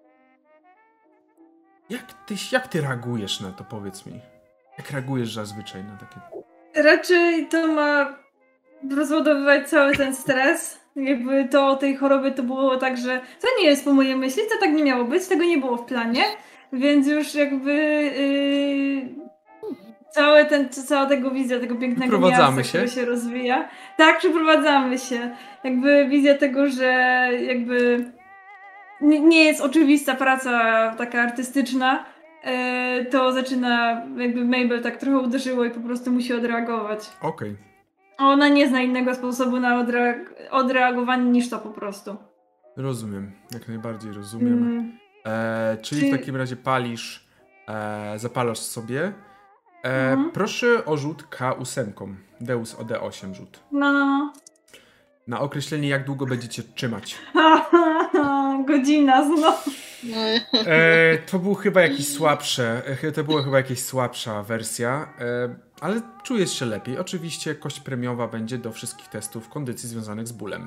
[SPEAKER 1] Jak ty, jak ty reagujesz na to, powiedz mi? Jak reagujesz zazwyczaj na takie...
[SPEAKER 3] Raczej to ma rozładowywać cały ten stres. Jakby to o tej chorobie to było tak, że to nie jest po mojej myśli, to tak nie miało być, tego nie było w planie, więc już jakby yy, całe ten, cała tego wizja tego pięknego
[SPEAKER 1] Przeprowadzamy
[SPEAKER 3] miasta,
[SPEAKER 1] się?
[SPEAKER 3] które się rozwija. Tak, przeprowadzamy się. Jakby wizja tego, że jakby nie, nie jest oczywista praca taka artystyczna, yy, to zaczyna jakby Mabel tak trochę uderzyło i po prostu musi odreagować.
[SPEAKER 1] Okej.
[SPEAKER 3] Ona nie zna innego sposobu na odre- odreagowanie niż to po prostu.
[SPEAKER 1] Rozumiem. Jak najbardziej rozumiem.
[SPEAKER 3] Mm,
[SPEAKER 1] E, czyli
[SPEAKER 3] Czy-
[SPEAKER 1] w takim razie palisz, e, zapalasz sobie. E,
[SPEAKER 3] Mhm.
[SPEAKER 1] Proszę o rzut K osiem. Deus o D osiem rzut.
[SPEAKER 3] no, no, no.
[SPEAKER 1] Na określenie, jak długo będziecie trzymać.
[SPEAKER 3] Godzina znowu.
[SPEAKER 1] E, to był chyba jakiś słabsze, to była chyba jakaś słabsza wersja, e, ale czujesz się lepiej. Oczywiście kość premiowa będzie do wszystkich testów kondycji związanych z bólem.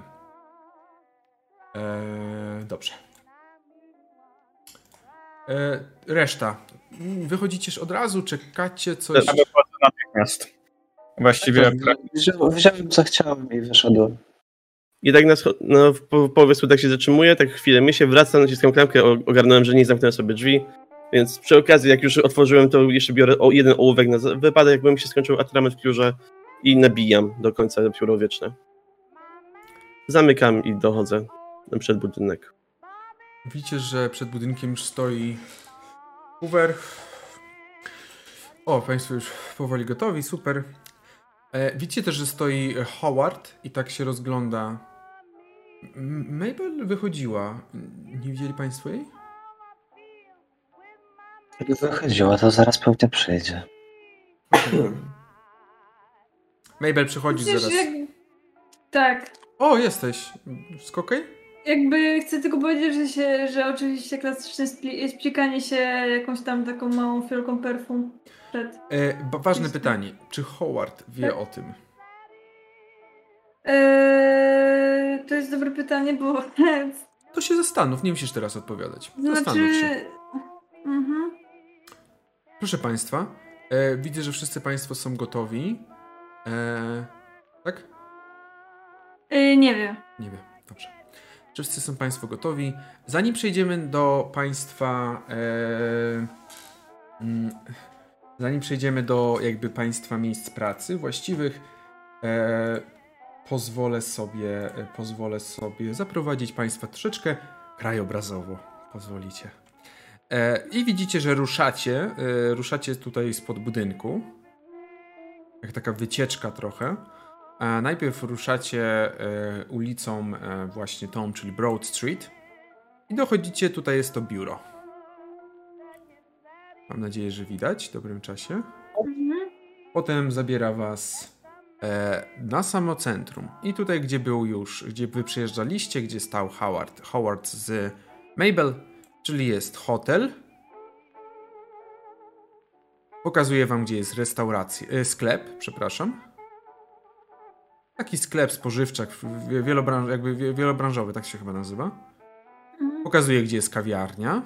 [SPEAKER 1] E, dobrze. E, reszta. Wychodzicie od razu, czekacie coś...
[SPEAKER 6] Ja wychodzę natychmiast. Właściwie...
[SPEAKER 2] Wziąłem, wziąłem co chciałem i wyszedłem.
[SPEAKER 4] I tak na, scho- no, w po- w połowie tak się zatrzymuję, tak chwilę myślę, wracam, naciskam klamkę, o- ogarnąłem, że nie zamknąłem sobie drzwi, więc przy okazji, jak już otworzyłem, to jeszcze biorę o jeden ołówek na za- wypadek, jakby mi się skończył atrament w piórze i nabijam do końca pióro wieczne. Zamykam i dochodzę przed budynek.
[SPEAKER 1] Widzicie, że przed budynkiem już stoi Hoover. O, Państwo już powoli gotowi, super. E, widzicie też, że stoi Howard i tak się rozgląda. M- Mabel wychodziła. Nie widzieli Państwo jej?
[SPEAKER 2] Jak wychodziła, to zaraz pewnie przyjdzie.
[SPEAKER 1] Mabel przychodzi
[SPEAKER 3] Przecież
[SPEAKER 1] zaraz.
[SPEAKER 3] jak... Tak.
[SPEAKER 1] O, jesteś. Wszystko okej?
[SPEAKER 3] Jakby chcę tylko powiedzieć, że, się, że oczywiście klasyczne spli- splikanie się jakąś tam taką małą fiolką perfum przed.
[SPEAKER 1] E, ba- ważne pytanie. Czy Howard wie
[SPEAKER 3] Tak?
[SPEAKER 1] o tym?
[SPEAKER 3] Eee, to jest dobre pytanie, bo
[SPEAKER 1] To się zastanów, nie musisz teraz odpowiadać. Zastanów
[SPEAKER 3] znaczy...
[SPEAKER 1] się.
[SPEAKER 3] Mhm.
[SPEAKER 1] Proszę Państwa, e, widzę, że wszyscy Państwo są gotowi. E, tak?
[SPEAKER 3] Eee, nie wiem.
[SPEAKER 1] Nie wiem, dobrze. Wszyscy są Państwo gotowi. Zanim przejdziemy do Państwa... E, mm, zanim przejdziemy do jakby Państwa miejsc pracy właściwych, e, pozwolę sobie, e, pozwolę sobie zaprowadzić Państwa troszeczkę krajobrazowo. Pozwolicie. E, I widzicie, że ruszacie, e, ruszacie tutaj spod budynku. Jak taka wycieczka trochę. E, najpierw ruszacie e, ulicą e, właśnie tą, czyli Broad Street. I dochodzicie, tutaj jest to biuro. Mam nadzieję, że widać w dobrym czasie.
[SPEAKER 3] Mhm.
[SPEAKER 1] Potem zabiera was e, na samo centrum. I tutaj, gdzie był już, gdzie wy przyjeżdżaliście, gdzie stał Howard. Howard z Mabel, czyli jest hotel. Pokazuję wam, gdzie jest restauracja, e, sklep, przepraszam. Taki sklep spożywczak, wielobranż, jakby wielobranżowy, tak się chyba nazywa.
[SPEAKER 3] Mhm.
[SPEAKER 1] Pokazuję, gdzie jest kawiarnia.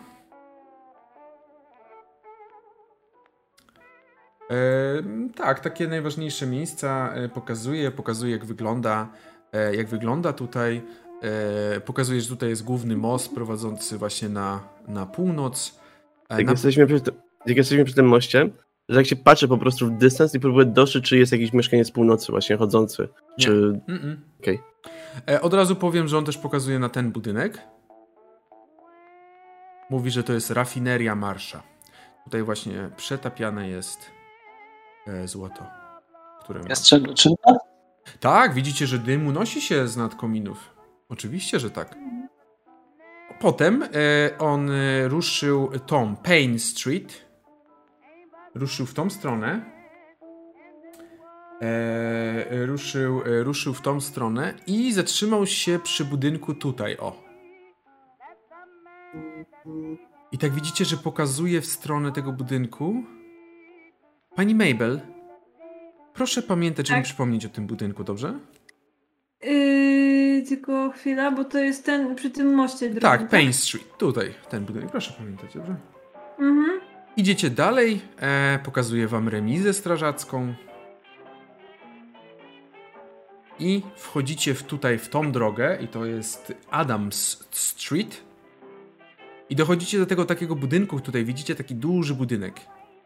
[SPEAKER 1] E, tak, takie najważniejsze miejsca e, pokazuję, pokazuję jak wygląda, e, jak wygląda tutaj. E, pokazuję, że tutaj jest główny most prowadzący właśnie na, na północ. E,
[SPEAKER 4] Jak,
[SPEAKER 1] na...
[SPEAKER 4] jesteśmy przy, te- jak jesteśmy przy tym moście, że jak się patrzę po prostu w dystans i próbuję dostrzec, czy jest jakiś mieszkaniec z północy właśnie chodzący,
[SPEAKER 1] Nie.
[SPEAKER 4] czy...
[SPEAKER 1] Mm-mm.
[SPEAKER 4] Okej.
[SPEAKER 1] E, od razu powiem, że on też pokazuje na ten budynek. Mówi, że to jest rafineria Marsza. Tutaj właśnie przetapiane jest e, złoto, które ma.
[SPEAKER 2] Jest czym, czym?
[SPEAKER 1] Tak, widzicie, że dym unosi się z nad kominów. Oczywiście, że tak. Potem e, on e, ruszył tą Payne Street. Ruszył w tą stronę. E, ruszył, e, ruszył w tą stronę i zatrzymał się przy budynku tutaj, o. I tak widzicie, że pokazuje w stronę tego budynku. Pani Mabel, proszę pamiętać, żeby
[SPEAKER 3] Tak.
[SPEAKER 1] mi przypomnieć o tym budynku, dobrze?
[SPEAKER 3] Yy, tylko chwila, bo to jest ten przy tym moście drogim.
[SPEAKER 1] Tak, Payne Street, tutaj, ten budynek, proszę pamiętać, dobrze?
[SPEAKER 3] Mhm.
[SPEAKER 1] Idziecie dalej, e, pokazuję wam remizę strażacką. I wchodzicie w tutaj w tą drogę i to jest Adams Street. I dochodzicie do tego takiego budynku, tutaj widzicie taki duży budynek.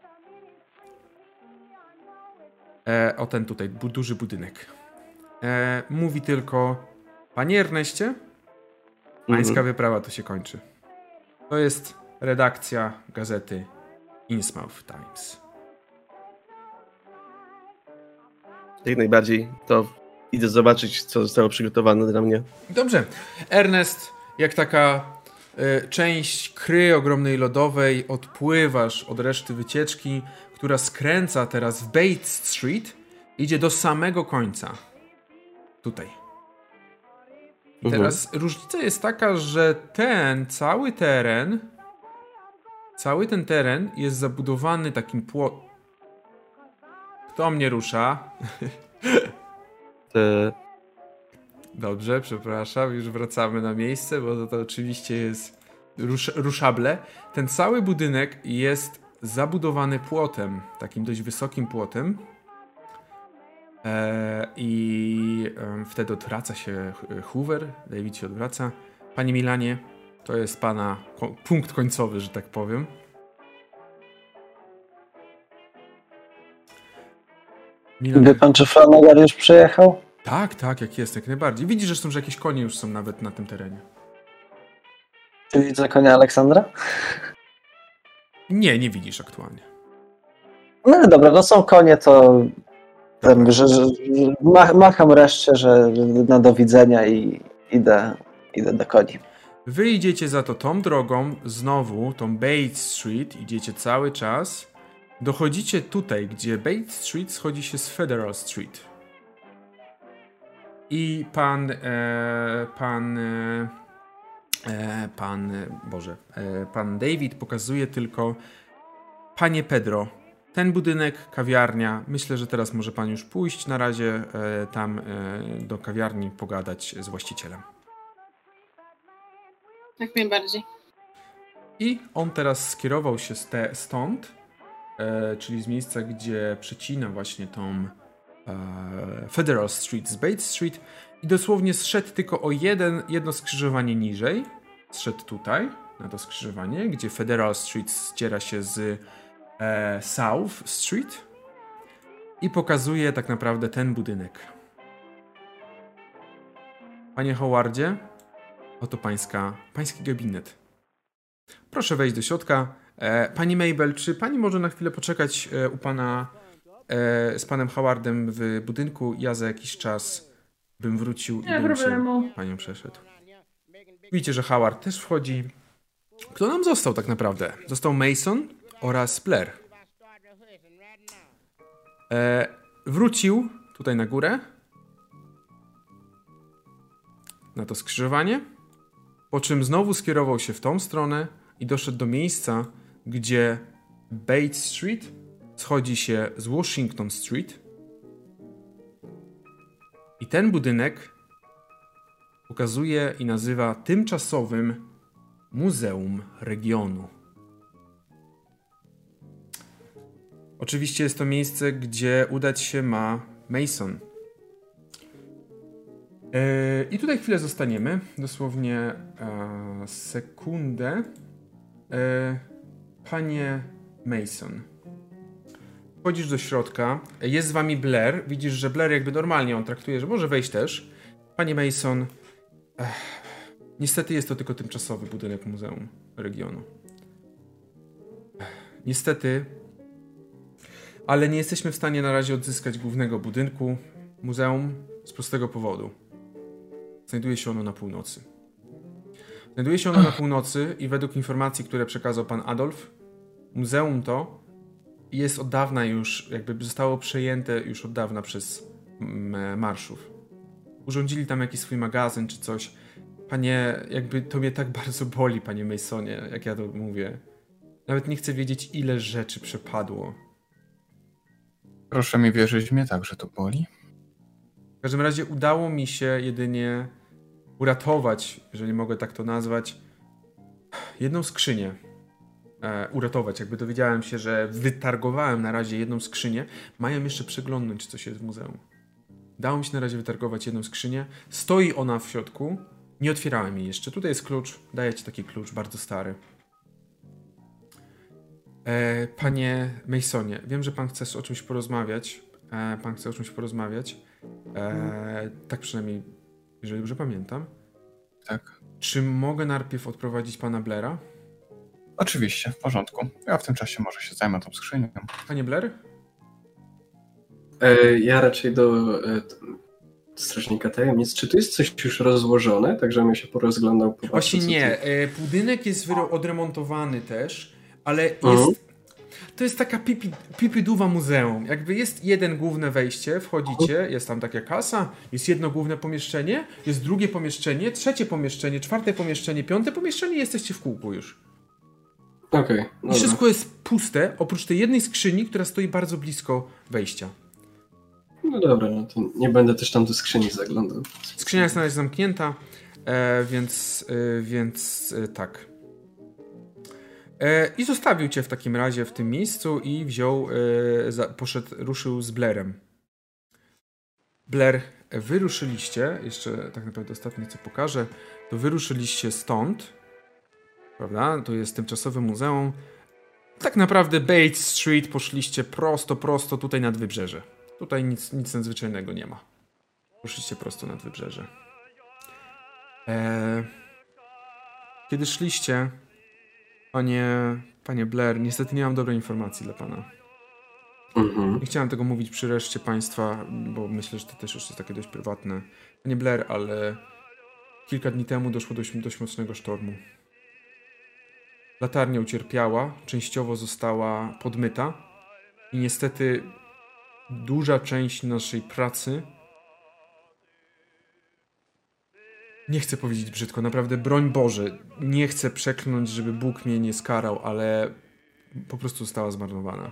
[SPEAKER 1] E, o ten tutaj, bu, duży budynek. E, mówi tylko: Panie Erneście, pańska
[SPEAKER 4] Mhm.
[SPEAKER 1] wyprawa tu się kończy. To jest redakcja gazety Innsmouth Times.
[SPEAKER 4] Jak najbardziej, to idę zobaczyć, co zostało przygotowane dla mnie.
[SPEAKER 1] Dobrze. Ernest, jak taka y, część kry ogromnej lodowej, odpływasz od reszty wycieczki, która skręca teraz w Bates Street, idzie do samego końca. Tutaj. I
[SPEAKER 4] Mhm.
[SPEAKER 1] teraz różnica jest taka, że ten cały teren Cały ten teren jest zabudowany takim płotem. Kto mnie rusza?
[SPEAKER 4] Te...
[SPEAKER 1] Dobrze, przepraszam, już wracamy na miejsce, bo to, to oczywiście jest rusz, ruszable. Ten cały budynek jest zabudowany płotem, takim dość wysokim płotem. E, I e, wtedy odwraca się Hoover, David się odwraca. Panie Milanie, to jest pana ko- punkt końcowy, że tak powiem. Milan...
[SPEAKER 2] Wie pan, czy Flanagan już przyjechał?
[SPEAKER 1] Tak, tak, jak jest, jak najbardziej. Widzisz zresztą, że jakieś konie już są nawet na tym terenie.
[SPEAKER 2] Czy widzę konia Aleksandra?
[SPEAKER 1] Nie, nie widzisz aktualnie.
[SPEAKER 2] No dobra, no są konie, to ten, że, że, mach, macham reszcie, że na do widzenia i idę, idę do koni.
[SPEAKER 1] Wy idziecie za to tą drogą, znowu, tą Bates Street, idziecie cały czas. Dochodzicie tutaj, gdzie Bates Street schodzi się z Federal Street. I pan, e, pan, e, pan, Boże, e, pan David pokazuje tylko, panie Pedro, ten budynek, kawiarnia, myślę, że teraz może pan już pójść na razie e, tam e, do kawiarni pogadać z właścicielem.
[SPEAKER 5] Jak najbardziej.
[SPEAKER 1] I on teraz skierował się ste, stąd, e, czyli z miejsca, gdzie przecina właśnie tą e, Federal Street z Bates Street i dosłownie zszedł tylko o jeden, jedno skrzyżowanie niżej. Zszedł tutaj, na to skrzyżowanie, gdzie Federal Street ściera się z e, South Street i pokazuje tak naprawdę ten budynek. Panie Howardzie, oto pańska, pański gabinet. Proszę wejść do środka. E, pani Mabel, czy pani może na chwilę poczekać e, u pana e, z panem Howardem w budynku? Ja za jakiś czas bym wrócił i
[SPEAKER 3] Nie
[SPEAKER 1] bym
[SPEAKER 3] problemu.
[SPEAKER 1] się panią przeszedł. Widzicie, że Howard też wchodzi. Kto nam został tak naprawdę? Został Mason oraz Blair. E, wrócił tutaj na górę. Na to skrzyżowanie. Po czym znowu skierował się w tą stronę i doszedł do miejsca, gdzie Bates Street schodzi się z Washington Street. I ten budynek pokazuje i nazywa tymczasowym Muzeum Regionu. Oczywiście jest to miejsce, gdzie udać się ma Mason. I tutaj chwilę zostaniemy, dosłownie e, sekundę. E, panie Mason, wchodzisz do środka, jest z wami Blair, widzisz, że Blair jakby normalnie on traktuje, że może wejść też. Panie Mason, ech, niestety jest to tylko tymczasowy budynek Muzeum Regionu. Ech, niestety, ale nie jesteśmy w stanie na razie odzyskać głównego budynku muzeum z prostego powodu. Znajduje się ono na północy. Znajduje się ono na północy i według informacji, które przekazał pan Adolf, muzeum to jest od dawna już, jakby zostało przejęte już od dawna przez marszów. Urządzili tam jakiś swój magazyn czy coś. Panie, jakby to mnie tak bardzo boli, panie Masonie, jak ja to mówię. Nawet nie chcę wiedzieć, ile rzeczy przepadło.
[SPEAKER 6] Proszę mi wierzyć, mnie także to boli.
[SPEAKER 1] W każdym razie udało mi się jedynie uratować, jeżeli mogę tak to nazwać, jedną skrzynię. E, uratować, jakby dowiedziałem się, że wytargowałem na razie jedną skrzynię. Mają jeszcze przeglądnąć, co się jest w muzeum. Dało mi się na razie wytargować jedną skrzynię. Stoi ona w środku. Nie otwierałem jej jeszcze. Tutaj jest klucz. Daję ci taki klucz, bardzo stary. E, panie Masonie, wiem, że pan chce o czymś porozmawiać. E, pan chce o czymś porozmawiać. E, tak przynajmniej, jeżeli dobrze pamiętam.
[SPEAKER 6] Tak.
[SPEAKER 1] Czy mogę najpierw odprowadzić pana Blaira?
[SPEAKER 6] Oczywiście, w porządku. Ja w tym czasie może się zajmę tą skrzynią.
[SPEAKER 1] Panie Blair?
[SPEAKER 7] E, ja raczej do e, strażnika tajemnic. Czy tu jest coś już rozłożone, tak żebym się porozglądał? Po
[SPEAKER 1] Właśnie
[SPEAKER 7] co
[SPEAKER 1] nie.
[SPEAKER 7] tu...
[SPEAKER 1] E, budynek jest wyro- odremontowany też, ale jest...
[SPEAKER 7] Mhm.
[SPEAKER 1] To jest taka pipi, pipiduwa muzeum. Jakby jest jeden główne wejście, wchodzicie, jest tam taka kasa, jest jedno główne pomieszczenie, jest drugie pomieszczenie, trzecie pomieszczenie, czwarte pomieszczenie, piąte pomieszczenie i jesteście w kółku już.
[SPEAKER 7] Okej. Okay,
[SPEAKER 1] I wszystko jest puste, oprócz tej jednej skrzyni, która stoi bardzo blisko wejścia.
[SPEAKER 7] No dobra, no to nie będę też tam do skrzyni zaglądał.
[SPEAKER 1] Skrzynia jest na razie zamknięta, e, więc, e, więc e, tak. E, I zostawił cię w takim razie w tym miejscu i wziął, e, za, poszedł, ruszył z Blairem. Blair, wy ruszyliście, jeszcze tak naprawdę ostatnie co pokażę, to wy ruszyliście stąd, prawda? To jest tymczasowe muzeum. Tak naprawdę Bates Street poszliście prosto, prosto tutaj nad wybrzeże. Tutaj nic, nic nadzwyczajnego nie ma. Poszliście prosto nad wybrzeże. Eee, kiedy szliście, panie, panie Blair, niestety nie mam dobrej informacji dla pana.
[SPEAKER 7] Mhm.
[SPEAKER 1] Nie chciałem tego mówić przy reszcie państwa, bo myślę, że to też już jest takie dość prywatne. Panie Blair, ale kilka dni temu doszło do dość mocnego sztormu. Latarnia ucierpiała, częściowo została podmyta i niestety duża część naszej pracy, nie chcę powiedzieć brzydko, naprawdę broń Boże, nie chcę przekląć, żeby Bóg mnie nie skarał, ale po prostu została zmarnowana.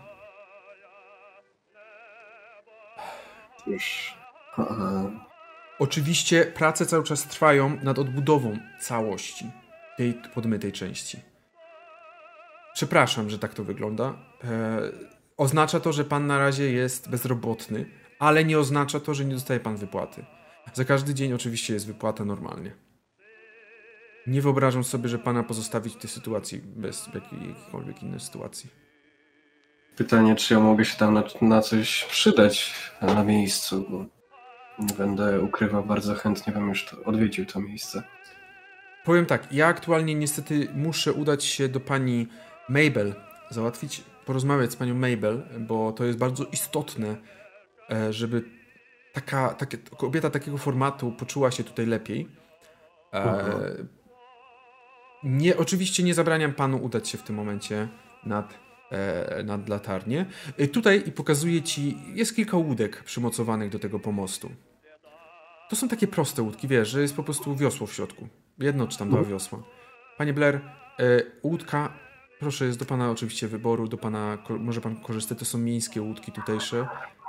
[SPEAKER 7] Już. Aha.
[SPEAKER 1] Oczywiście prace cały czas trwają nad odbudową całości tej podmytej części. Przepraszam, że tak to wygląda. E, oznacza to, że pan na razie jest bezrobotny, ale nie oznacza to, że nie dostaje pan wypłaty. Za każdy dzień oczywiście jest wypłata normalnie. Nie wyobrażam sobie, że pana pozostawić w tej sytuacji bez jakiejkolwiek innej sytuacji.
[SPEAKER 7] Pytanie, czy ja mogę się tam na, na coś przydać na miejscu, bo nie będę ukrywał, bardzo chętnie bym już to, odwiedził to miejsce.
[SPEAKER 1] Powiem tak, ja aktualnie niestety muszę udać się do pani Mabel, załatwić, porozmawiać z panią Mabel, bo to jest bardzo istotne, żeby taka, taka kobieta takiego formatu poczuła się tutaj lepiej. E, nie, oczywiście nie zabraniam panu udać się w tym momencie nad, e, nad latarnię. E, tutaj i pokazuję ci, jest kilka łódek przymocowanych do tego pomostu. To są takie proste łódki, wiesz, że jest po prostu wiosło w środku. Jedno czy tam dwa wiosła. Panie Blair, e, łódka, proszę, jest do pana oczywiście wyboru, do pana, może pan korzystać, to są miejskie łódki tutejsze.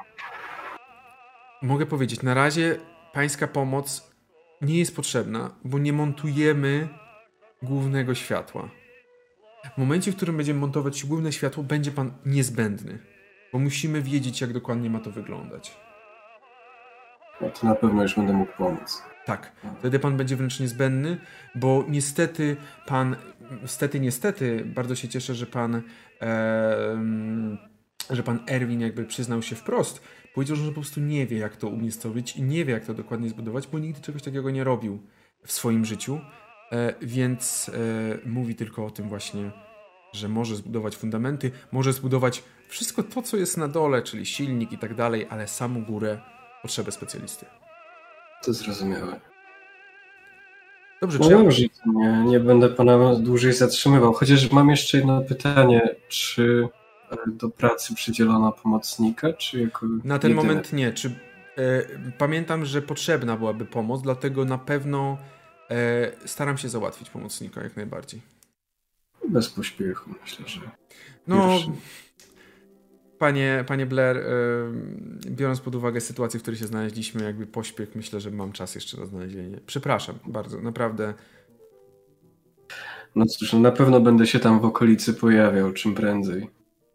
[SPEAKER 1] Mogę powiedzieć, na razie pańska pomoc nie jest potrzebna, bo nie montujemy głównego światła. W momencie, w którym będziemy montować główne światło, będzie pan niezbędny, bo musimy wiedzieć, jak dokładnie ma to wyglądać.
[SPEAKER 7] No to na pewno już będę mógł pomóc.
[SPEAKER 1] Tak, wtedy pan będzie wręcz niezbędny, bo niestety pan, niestety, niestety, bardzo się cieszę, że pan, e, że pan Erwin jakby przyznał się wprost. Powiedział, że po prostu nie wie, jak to umiejscowić i nie wie, jak to dokładnie zbudować, bo nigdy czegoś takiego nie robił w swoim życiu, e, więc e, mówi tylko o tym właśnie, że może zbudować fundamenty, może zbudować wszystko to, co jest na dole, czyli silnik i tak dalej, ale samą górę potrzebę specjalisty.
[SPEAKER 7] To zrozumiałe.
[SPEAKER 1] Dobrze,
[SPEAKER 7] no
[SPEAKER 1] czy ja...
[SPEAKER 7] dobrze, nie, nie będę pana dłużej zatrzymywał, chociaż mam jeszcze jedno pytanie, czy do pracy przydzielono pomocnika, czy jako...
[SPEAKER 1] Na ten
[SPEAKER 7] jedyne?
[SPEAKER 1] moment nie. Czy, e, pamiętam, że potrzebna byłaby pomoc, dlatego na pewno e, staram się załatwić pomocnika jak najbardziej.
[SPEAKER 7] Bez pośpiechu, myślę, że...
[SPEAKER 1] No,
[SPEAKER 7] pierwszy...
[SPEAKER 1] panie, panie Blair, e, biorąc pod uwagę sytuację, w której się znaleźliśmy, jakby pośpiech, myślę, że mam czas jeszcze na znalezienie. Przepraszam bardzo, naprawdę.
[SPEAKER 7] No cóż, na pewno będę się tam w okolicy pojawiał czym prędzej.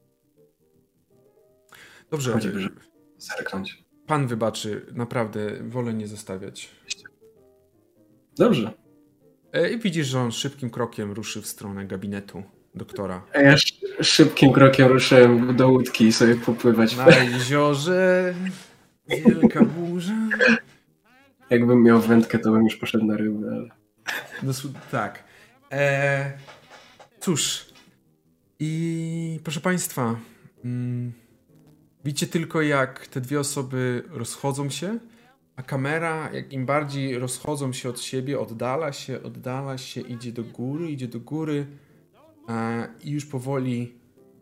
[SPEAKER 1] Dobrze.
[SPEAKER 7] Choćby, żeby zerknąć.
[SPEAKER 1] Pan wybaczy, naprawdę wolę nie zostawiać.
[SPEAKER 7] Dobrze.
[SPEAKER 1] I widzisz, że on szybkim krokiem ruszy w stronę gabinetu doktora.
[SPEAKER 7] A ja szybkim krokiem ruszyłem do łódki i sobie popływać.
[SPEAKER 1] Na jeziorze wielka burza.
[SPEAKER 7] Jakbym miał wędkę, to bym już poszedł na ryby, ale...
[SPEAKER 1] No tak. Eee, cóż. I proszę państwa... Mm, widzicie tylko, jak te dwie osoby rozchodzą się, a kamera, jak im bardziej rozchodzą się od siebie, oddala się, oddala się, idzie do góry, idzie do góry e, i już powoli...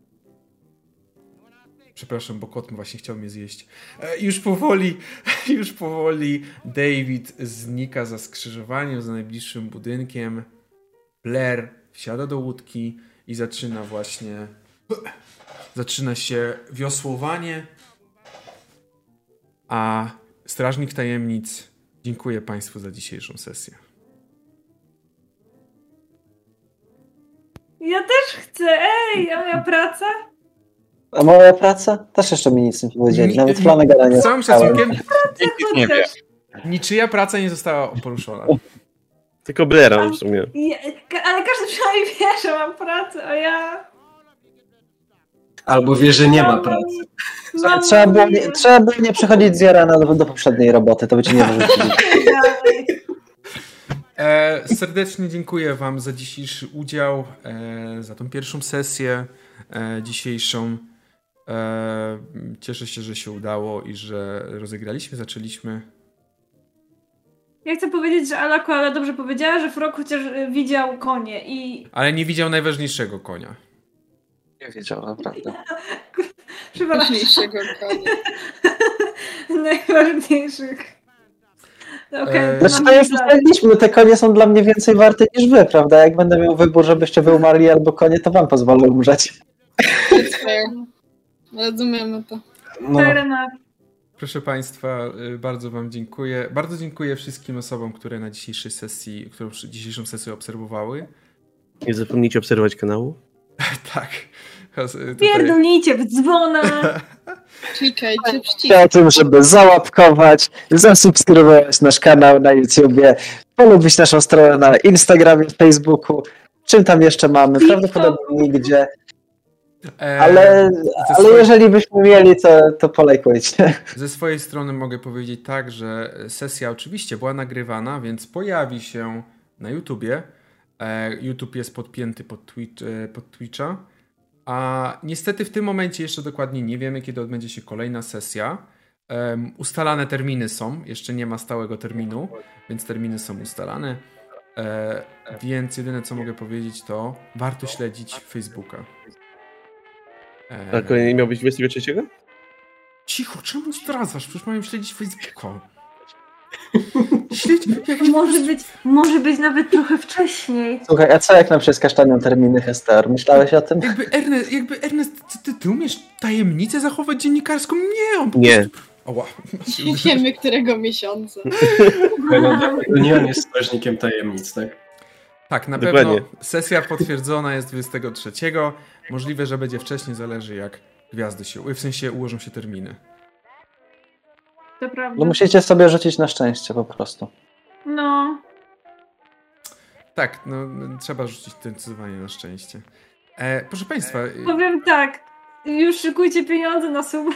[SPEAKER 1] Przepraszam, bo kot właśnie chciał mnie zjeść. E, już powoli, już powoli David znika za skrzyżowaniem, za najbliższym budynkiem. Blair wsiada do łódki i zaczyna właśnie zaczyna się wiosłowanie, a Strażnik Tajemnic dziękuję Państwu za dzisiejszą sesję.
[SPEAKER 3] Ja też chcę, ej, a moja praca?
[SPEAKER 2] A moja praca? Też jeszcze mi nic nie powiedzieli,
[SPEAKER 1] Ni-
[SPEAKER 2] nawet Flanagana nie
[SPEAKER 1] Z całym
[SPEAKER 2] słuchałem.
[SPEAKER 1] szacunkiem,
[SPEAKER 6] Nie wiem.
[SPEAKER 1] niczyja praca nie została poruszona.
[SPEAKER 4] Tylko Blaira w sumie.
[SPEAKER 3] Ja, ka- ale każdy przynajmniej wie, że mam pracę, a ja...
[SPEAKER 7] Albo wie, że nie ma pracy.
[SPEAKER 3] Mam
[SPEAKER 2] Trzeba było, nie, trzeba było nie przychodzić z Jarana do, do poprzedniej roboty, to by ci nie wyrzucili.
[SPEAKER 3] dalej.
[SPEAKER 1] E, serdecznie dziękuję Wam za dzisiejszy udział, e, za tą pierwszą sesję e, dzisiejszą. E, cieszę się, że się udało i że rozegraliśmy, zaczęliśmy.
[SPEAKER 3] Ja chcę powiedzieć, że Alako, ale dobrze powiedziała, że Frog chociaż y, widział konie i...
[SPEAKER 1] Ale nie widział najważniejszego konia.
[SPEAKER 2] Nie wiedział, naprawdę.
[SPEAKER 3] Przepraszam.
[SPEAKER 5] Ważniejszego konia.
[SPEAKER 3] Najważniejszych. Okej.
[SPEAKER 1] E,
[SPEAKER 2] Znaczy,
[SPEAKER 3] mam
[SPEAKER 2] to już
[SPEAKER 3] plan.
[SPEAKER 2] ustaliliśmy, te konie są dla mnie więcej warte niż wy, prawda? Jak będę miał wybór, żebyście wy umarli albo konie, to wam pozwolę umrzeć.
[SPEAKER 5] It's fair. Rozumiemy to.
[SPEAKER 2] No.
[SPEAKER 3] Fair enough.
[SPEAKER 1] Proszę Państwa, y, bardzo Wam dziękuję. Bardzo dziękuję wszystkim osobom, które na dzisiejszej sesji, którą dzisiejszą sesję obserwowały.
[SPEAKER 4] Nie zapomnijcie obserwować kanału.
[SPEAKER 1] Tak. Tutaj...
[SPEAKER 3] Pierdolnijcie w dzwona.
[SPEAKER 5] Klikajcie przycisk.
[SPEAKER 2] O tym, żeby załapkować, zasubskrybować nasz kanał na YouTubie, polubić naszą stronę na Instagramie, Facebooku, czym tam jeszcze mamy, prawdopodobnie nigdzie,
[SPEAKER 1] E,
[SPEAKER 2] ale,
[SPEAKER 1] ze
[SPEAKER 2] ale
[SPEAKER 1] swojej-
[SPEAKER 2] jeżeli byśmy mieli, to, to polajkujcie.
[SPEAKER 1] Ze swojej strony mogę powiedzieć tak, że sesja oczywiście była nagrywana, więc pojawi się na YouTubie. E, YouTube jest podpięty pod, Twitch, e, pod Twitcha. A niestety w tym momencie jeszcze dokładnie nie wiemy, kiedy odbędzie się kolejna sesja. Um, ustalane terminy są, jeszcze nie ma stałego terminu, więc terminy są ustalane. E, więc jedyne co mogę powiedzieć to warto śledzić Facebooka. E,
[SPEAKER 4] A kolejny miał być dwudziestego trzeciego?
[SPEAKER 1] Cicho, czemu zdradzasz? Przecież mają śledzić Facebooka. Śledź, jak...
[SPEAKER 3] Może być, może być nawet trochę wcześniej.
[SPEAKER 2] Słuchaj, a co jak nam się skasztanią terminy Hester? Myślałeś o tym?
[SPEAKER 1] Jakby Ernest, jakby Ernest ty, ty, ty umiesz tajemnicę zachować dziennikarską? Nie, on po
[SPEAKER 4] Nie.
[SPEAKER 1] prostu... Oła.
[SPEAKER 5] Nie wiemy, którego miesiąca.
[SPEAKER 7] No, dlatego nie on jest strażnikiem tajemnic, tak?
[SPEAKER 1] Tak, na
[SPEAKER 4] Dokładnie.
[SPEAKER 1] pewno sesja potwierdzona jest dwudziestego trzeciego. Możliwe, że będzie wcześniej, zależy jak gwiazdy się, w sensie ułożą się terminy.
[SPEAKER 3] To prawda.
[SPEAKER 2] No musicie sobie rzucić na szczęście po prostu.
[SPEAKER 3] No.
[SPEAKER 1] Tak, no trzeba rzucić zdecydowanie na szczęście. E, proszę Państwa, e,
[SPEAKER 3] Powiem tak. Już szykujcie pieniądze na sum.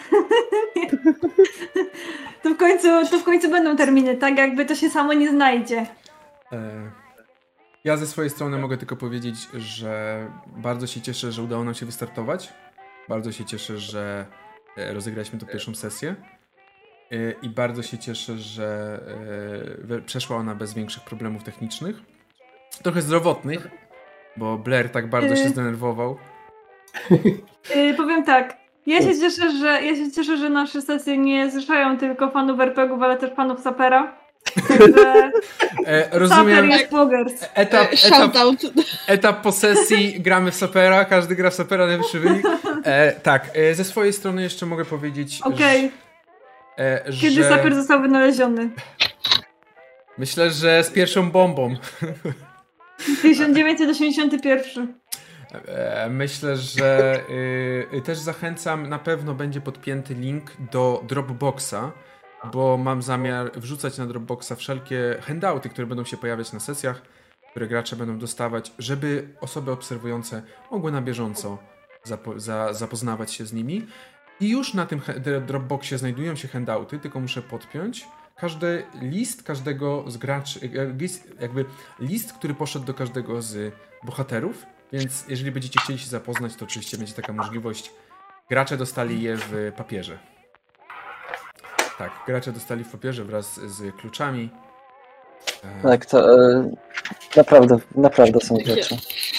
[SPEAKER 3] To w końcu, to w końcu będą terminy, tak jakby to się samo nie znajdzie.
[SPEAKER 1] e, ja ze swojej strony mogę tylko powiedzieć, że bardzo się cieszę, że udało nam się wystartować. Bardzo się cieszę, że e, rozegraliśmy tę pierwszą sesję. E, I bardzo się cieszę, że e, we- przeszła ona bez większych problemów technicznych. Trochę zdrowotnych, bo Blair tak bardzo się
[SPEAKER 3] Y.
[SPEAKER 1] zdenerwował.
[SPEAKER 3] Yy, powiem tak. Ja się cieszę, że ja się cieszę, że nasze sesje nie zrzeszają tylko fanów er pe gie ów, ale też fanów Sapera. Także
[SPEAKER 1] E,
[SPEAKER 3] Saper
[SPEAKER 1] rozumiem,
[SPEAKER 3] jest pogers.
[SPEAKER 1] etap, etap,
[SPEAKER 5] Shoutout.
[SPEAKER 1] etap po sesji, gramy w Sapera, każdy gra w Sapera, najwyższy wynik. E, tak, e, ze swojej strony jeszcze mogę powiedzieć,
[SPEAKER 3] Okej.
[SPEAKER 1] że, e,
[SPEAKER 3] Kiedy
[SPEAKER 1] że
[SPEAKER 3] Saper został wynaleziony?
[SPEAKER 1] myślę, że z pierwszą bombą.
[SPEAKER 3] tysiąc dziewięćset osiemdziesiąty pierwszy.
[SPEAKER 1] E, Myślę, że y, też zachęcam, na pewno będzie podpięty link do Dropboxa, bo mam zamiar wrzucać na Dropboxa wszelkie handouty, które będą się pojawiać na sesjach, które gracze będą dostawać, żeby osoby obserwujące mogły na bieżąco zapo za zapoznawać się z nimi. I już na tym he- Dropboxie znajdują się handouty, tylko muszę podpiąć każdy list każdego z graczy, e, list, jakby list, który poszedł do każdego z bohaterów. Więc jeżeli będziecie chcieli się zapoznać, to oczywiście będzie taka możliwość. Gracze dostali je w papierze. Tak, gracze dostali w papierze wraz z kluczami. E,
[SPEAKER 2] Tak, to e, naprawdę, naprawdę są rzeczy.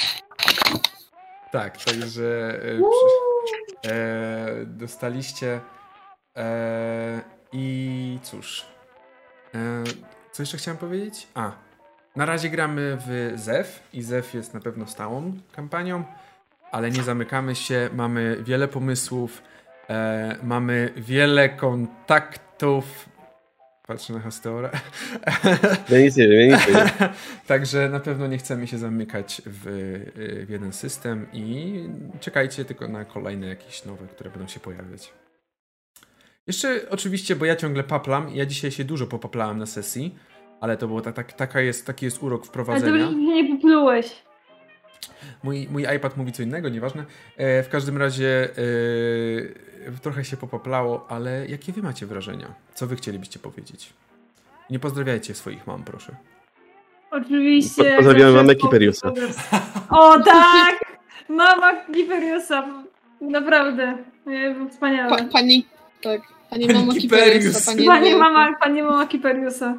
[SPEAKER 1] tak, także e, przy, e, dostaliście e, i cóż. E, co jeszcze chciałem powiedzieć? A, na razie gramy w Zef i Zef jest na pewno stałą kampanią. ale nie zamykamy się, mamy wiele pomysłów, e, mamy wiele kontaktów. Patrzę na Hasteora.
[SPEAKER 4] Ja nic nie wiem, ja nic nie wiem.
[SPEAKER 1] Także na pewno nie chcemy się zamykać w, w jeden system i czekajcie tylko na kolejne jakieś nowe, które będą się pojawiać. Jeszcze oczywiście, bo ja ciągle paplam, ja dzisiaj się dużo popaplałem na sesji, ale to było tak, tak, taka jest, taki jest urok
[SPEAKER 3] Ale
[SPEAKER 1] wprowadzenia.
[SPEAKER 3] dobrze, że nie poplułeś.
[SPEAKER 1] Mój, mój iPad mówi co innego, nieważne. E, w każdym razie e, trochę się popaplało, ale jakie wy macie wrażenia? Co wy chcielibyście powiedzieć? Nie pozdrawiajcie swoich mam, proszę.
[SPEAKER 3] Oczywiście.
[SPEAKER 4] Po- pozdrawiamy mamę Kiperiusa.
[SPEAKER 3] O tak! Mama Kiperiusa. Naprawdę. Nie, był wspaniałe.
[SPEAKER 5] Pa, pani, tak, pani mama
[SPEAKER 1] Kiperius.
[SPEAKER 5] Kiperiusa, pani
[SPEAKER 3] Pani
[SPEAKER 5] Elwielka.
[SPEAKER 3] mama, pani mama Kiperiusa.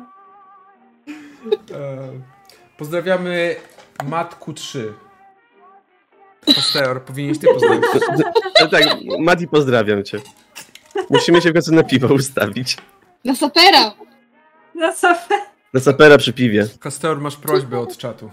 [SPEAKER 1] E, pozdrawiamy Matku trzy. Pasteur, powinieneś ty pozdrowić.
[SPEAKER 4] No tak, Mati, pozdrawiam cię. Musimy się w końcu na piwo ustawić.
[SPEAKER 5] Na sapera!
[SPEAKER 3] Na sofę.
[SPEAKER 4] Na sapera przy piwie.
[SPEAKER 1] Pasteur, masz prośbę od czatu.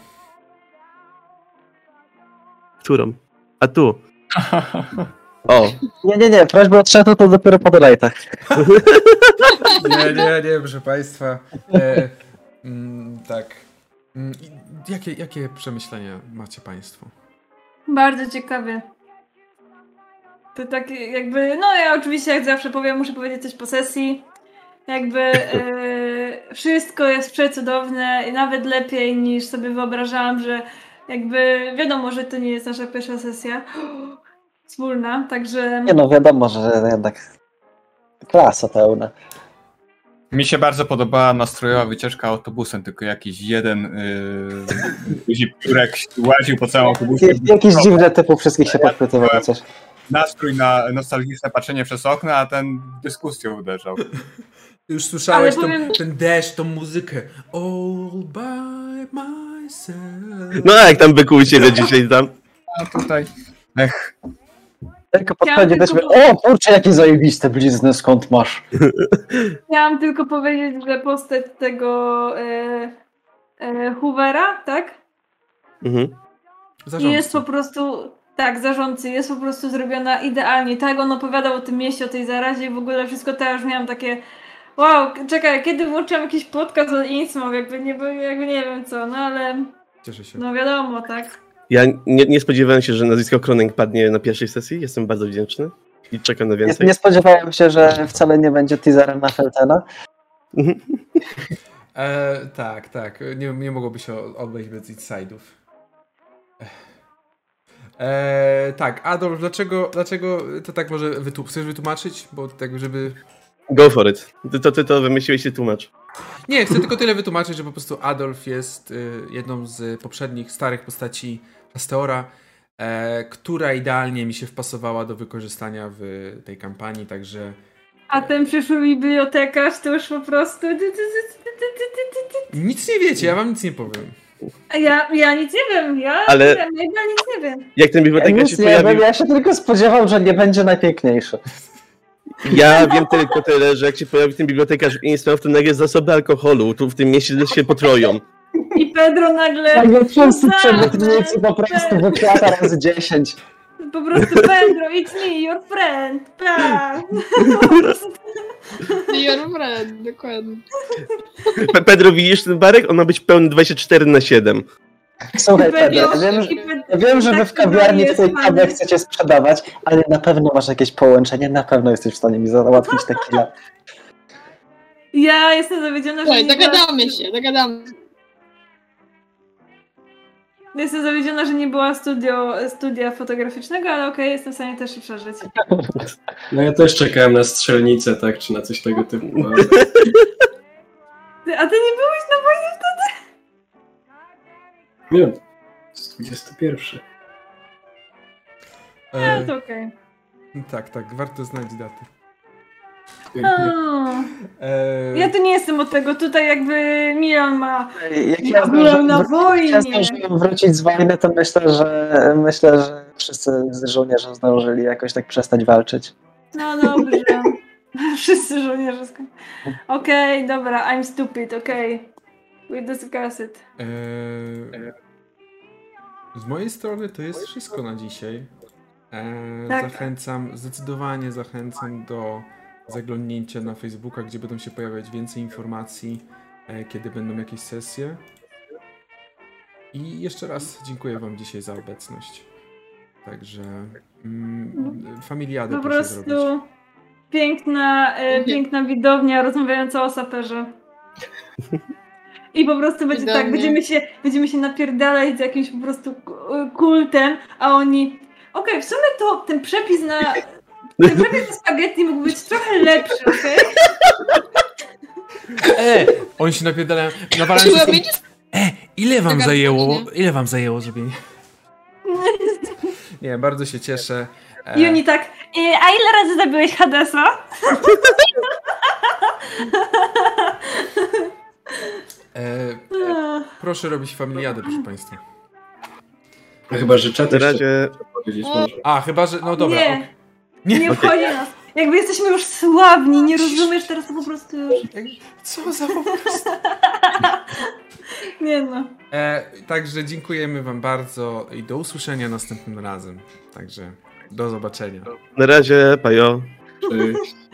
[SPEAKER 4] Którą? A tu. O.
[SPEAKER 2] Nie, nie, nie, prośba od czatu to dopiero po donate'ach.
[SPEAKER 1] Nie, nie, nie, proszę państwa. E, mm, tak. Mm, i jakie, jakie przemyślenia macie państwo?
[SPEAKER 3] Bardzo ciekawie. To tak jakby, no ja oczywiście jak zawsze powiem, muszę powiedzieć coś po sesji. Jakby e, wszystko jest przecudowne i nawet lepiej niż sobie wyobrażałam, że jakby wiadomo, że to nie jest nasza pierwsza sesja wspólna, także...
[SPEAKER 2] Nie no, wiadomo, że jednak klasa pełna.
[SPEAKER 6] Mi się bardzo podobała nastrojowa wycieczka autobusem, tylko jakiś jeden yy, którek łaził po całym autobusie.
[SPEAKER 2] Jakieś dziwne typu wszystkich się podpytywało coś.
[SPEAKER 6] Nastrój na nostalgiczne patrzenie przez okno, a ten dyskusją uderzał.
[SPEAKER 1] Już słyszałeś
[SPEAKER 3] Ale powiem-
[SPEAKER 1] tą, ten deszcz, tą muzykę. All by myself.
[SPEAKER 4] No jak tam byku u ciebie dzisiaj tam?
[SPEAKER 6] A tutaj... Ech,
[SPEAKER 2] Tylko
[SPEAKER 3] Chciałam
[SPEAKER 2] podchodzi do
[SPEAKER 3] tylko
[SPEAKER 2] ciebie, o kurczę, jakie zajebiste blizny, skąd masz?
[SPEAKER 3] Chciałam tylko powiedzieć, że postać tego e, e, Hoovera, tak?
[SPEAKER 4] Mhm.
[SPEAKER 1] Zarządcy.
[SPEAKER 3] Jest po prostu, tak, zarządcy, jest po prostu zrobiona idealnie. Tak, on opowiadał o tym mieście, o tej zarazie i w ogóle wszystko to, ja już miałam takie wow, czekaj, kiedy włączyłam jakiś podcast o Innsmouth, jakby nie, jakby nie wiem co, no ale
[SPEAKER 1] Cieszę się.
[SPEAKER 3] no wiadomo, tak.
[SPEAKER 4] Ja nie, nie spodziewałem się, że nazwisko Kroning padnie na pierwszej sesji. Jestem bardzo wdzięczny i czekam na
[SPEAKER 2] Nie,
[SPEAKER 4] więcej.
[SPEAKER 2] nie spodziewałem się, że wcale nie będzie teaserem na Feltena.
[SPEAKER 1] E, tak, tak. Nie, nie mogłoby się odbyć bez inside'ów. E, tak, Adolf, dlaczego, dlaczego to tak może wytłum- chcesz wytłumaczyć? Bo tak, żeby...
[SPEAKER 4] Go for it. Ty to, ty to wymyśliłeś i tłumacz.
[SPEAKER 1] Nie, chcę tylko tyle wytłumaczyć, że po prostu Adolf jest y, jedną z poprzednich starych postaci Hasteora, e, która idealnie mi się wpasowała do wykorzystania w tej kampanii, także...
[SPEAKER 3] A ten przyszły bibliotekarz to już po prostu...
[SPEAKER 1] Nic nie wiecie, ja wam nic nie powiem.
[SPEAKER 3] A ja, ja nic nie wiem, ja,
[SPEAKER 4] Ale-
[SPEAKER 3] ja, ja nic nie wiem.
[SPEAKER 4] Jak ten
[SPEAKER 2] Ja,
[SPEAKER 4] bibliotekarz się
[SPEAKER 2] nic nie wiem,
[SPEAKER 4] pojawił...
[SPEAKER 2] ja się tylko spodziewał, że nie będzie najpiękniejszy.
[SPEAKER 4] Ja wiem tylko tyle, że jak się pojawi ten bibliotekarz w Innsmouth, to nagle zasoby alkoholu tu w tym mieście się potroją.
[SPEAKER 3] I Pedro nagle...
[SPEAKER 2] Tak jak wszyscy
[SPEAKER 3] Tak,
[SPEAKER 2] przemytnicy po prostu
[SPEAKER 3] tak.
[SPEAKER 2] wypłata razy dziesięć.
[SPEAKER 3] Po prostu Pedro, it's me, your friend. Tak.
[SPEAKER 5] Your friend, dokładnie.
[SPEAKER 4] Pe- Pedro, widzisz ten barek? On ma być pełny dwadzieścia cztery na siedem.
[SPEAKER 2] Słuchaj, Pedro, ja
[SPEAKER 3] Pedro,
[SPEAKER 2] wiem, że,
[SPEAKER 3] i Pedro-
[SPEAKER 2] ja wiem, że wy w
[SPEAKER 3] tak,
[SPEAKER 2] kawiarni
[SPEAKER 3] jest
[SPEAKER 2] tutaj
[SPEAKER 3] fajny.
[SPEAKER 2] kawę chcecie sprzedawać, ale na pewno masz jakieś połączenie, na pewno jesteś w stanie mi załatwić tequila.
[SPEAKER 3] Ja jestem zawiedziona, że
[SPEAKER 5] Słuchaj,
[SPEAKER 3] nie
[SPEAKER 5] dogadamy
[SPEAKER 3] była...
[SPEAKER 5] się, dogadamy.
[SPEAKER 3] Jestem zawiedziona, że nie była studio, studia fotograficznego, ale okej, jestem w stanie też się przeżyć.
[SPEAKER 7] No ja też czekałem na strzelnicę, tak, czy na coś tego typu. ale-
[SPEAKER 3] Ty, a ty nie byłeś na wojnie wtedy?
[SPEAKER 7] Nie, to jest dwudziesty pierwszy.
[SPEAKER 3] Nie,
[SPEAKER 1] E,
[SPEAKER 3] to okej.
[SPEAKER 1] tak, tak, warto znać daty.
[SPEAKER 3] O,
[SPEAKER 1] E,
[SPEAKER 3] Ja tu nie jestem od tego, tutaj jakby Milan ma...
[SPEAKER 2] Jak
[SPEAKER 3] Ja
[SPEAKER 2] ja
[SPEAKER 3] byłem na
[SPEAKER 2] zdążyłem-
[SPEAKER 3] wojnie.
[SPEAKER 2] ja zdążyłem wrócić z wojny, to myślę, że myślę, że wszyscy z żołnierzy zdążyli jakoś tak przestać walczyć.
[SPEAKER 3] No dobrze. Wszyscy żołnierze. sk- Okej, dobra, I'm stupid, okej. We discuss it.
[SPEAKER 1] e, Z mojej strony to jest wszystko na dzisiaj. E,
[SPEAKER 3] Tak.
[SPEAKER 1] Zachęcam, zdecydowanie zachęcam do zaglądnięcia na Facebooka, gdzie będą się pojawiać więcej informacji, e, kiedy będą jakieś sesje. I jeszcze raz dziękuję wam dzisiaj za obecność. Także mm, familiadę
[SPEAKER 3] Po
[SPEAKER 1] proszę
[SPEAKER 3] prostu
[SPEAKER 1] zrobić.
[SPEAKER 3] piękna, e, piękna widownia rozmawiająca o saperze. I po prostu będzie
[SPEAKER 5] Widownia.
[SPEAKER 3] tak, będziemy się, będziemy się napierdalać z jakimś po prostu k- kultem, a oni okej, w sumie to ten przepis na ten przepis na spaghetti mógł być trochę lepszy, okej?
[SPEAKER 1] E, oni się napierdalają, nawalają się z tym, E, ile wam
[SPEAKER 5] Taka
[SPEAKER 1] zajęło,
[SPEAKER 5] właśnie.
[SPEAKER 1] ile wam zajęło zrobienie? Nie, bardzo się cieszę. E,
[SPEAKER 3] I oni tak, e, a ile razy zabiłeś Hadesa?
[SPEAKER 1] e, proszę robić familiadę, proszę państwa.
[SPEAKER 7] No chyba, że czat
[SPEAKER 4] Na
[SPEAKER 7] jeszcze
[SPEAKER 4] razie
[SPEAKER 7] powiedzieć
[SPEAKER 5] O.
[SPEAKER 7] może.
[SPEAKER 1] A, chyba, że, no dobra.
[SPEAKER 3] Nie.
[SPEAKER 1] ok. Nie,
[SPEAKER 3] Nie obchodzi nas. Jakby jesteśmy już sławni, nie rozumiesz, teraz to po prostu już...
[SPEAKER 1] co za po prostu.
[SPEAKER 3] Nie no.
[SPEAKER 1] E, także dziękujemy wam bardzo i do usłyszenia następnym razem. Także do zobaczenia.
[SPEAKER 4] na razie, pajo.
[SPEAKER 7] Cześć.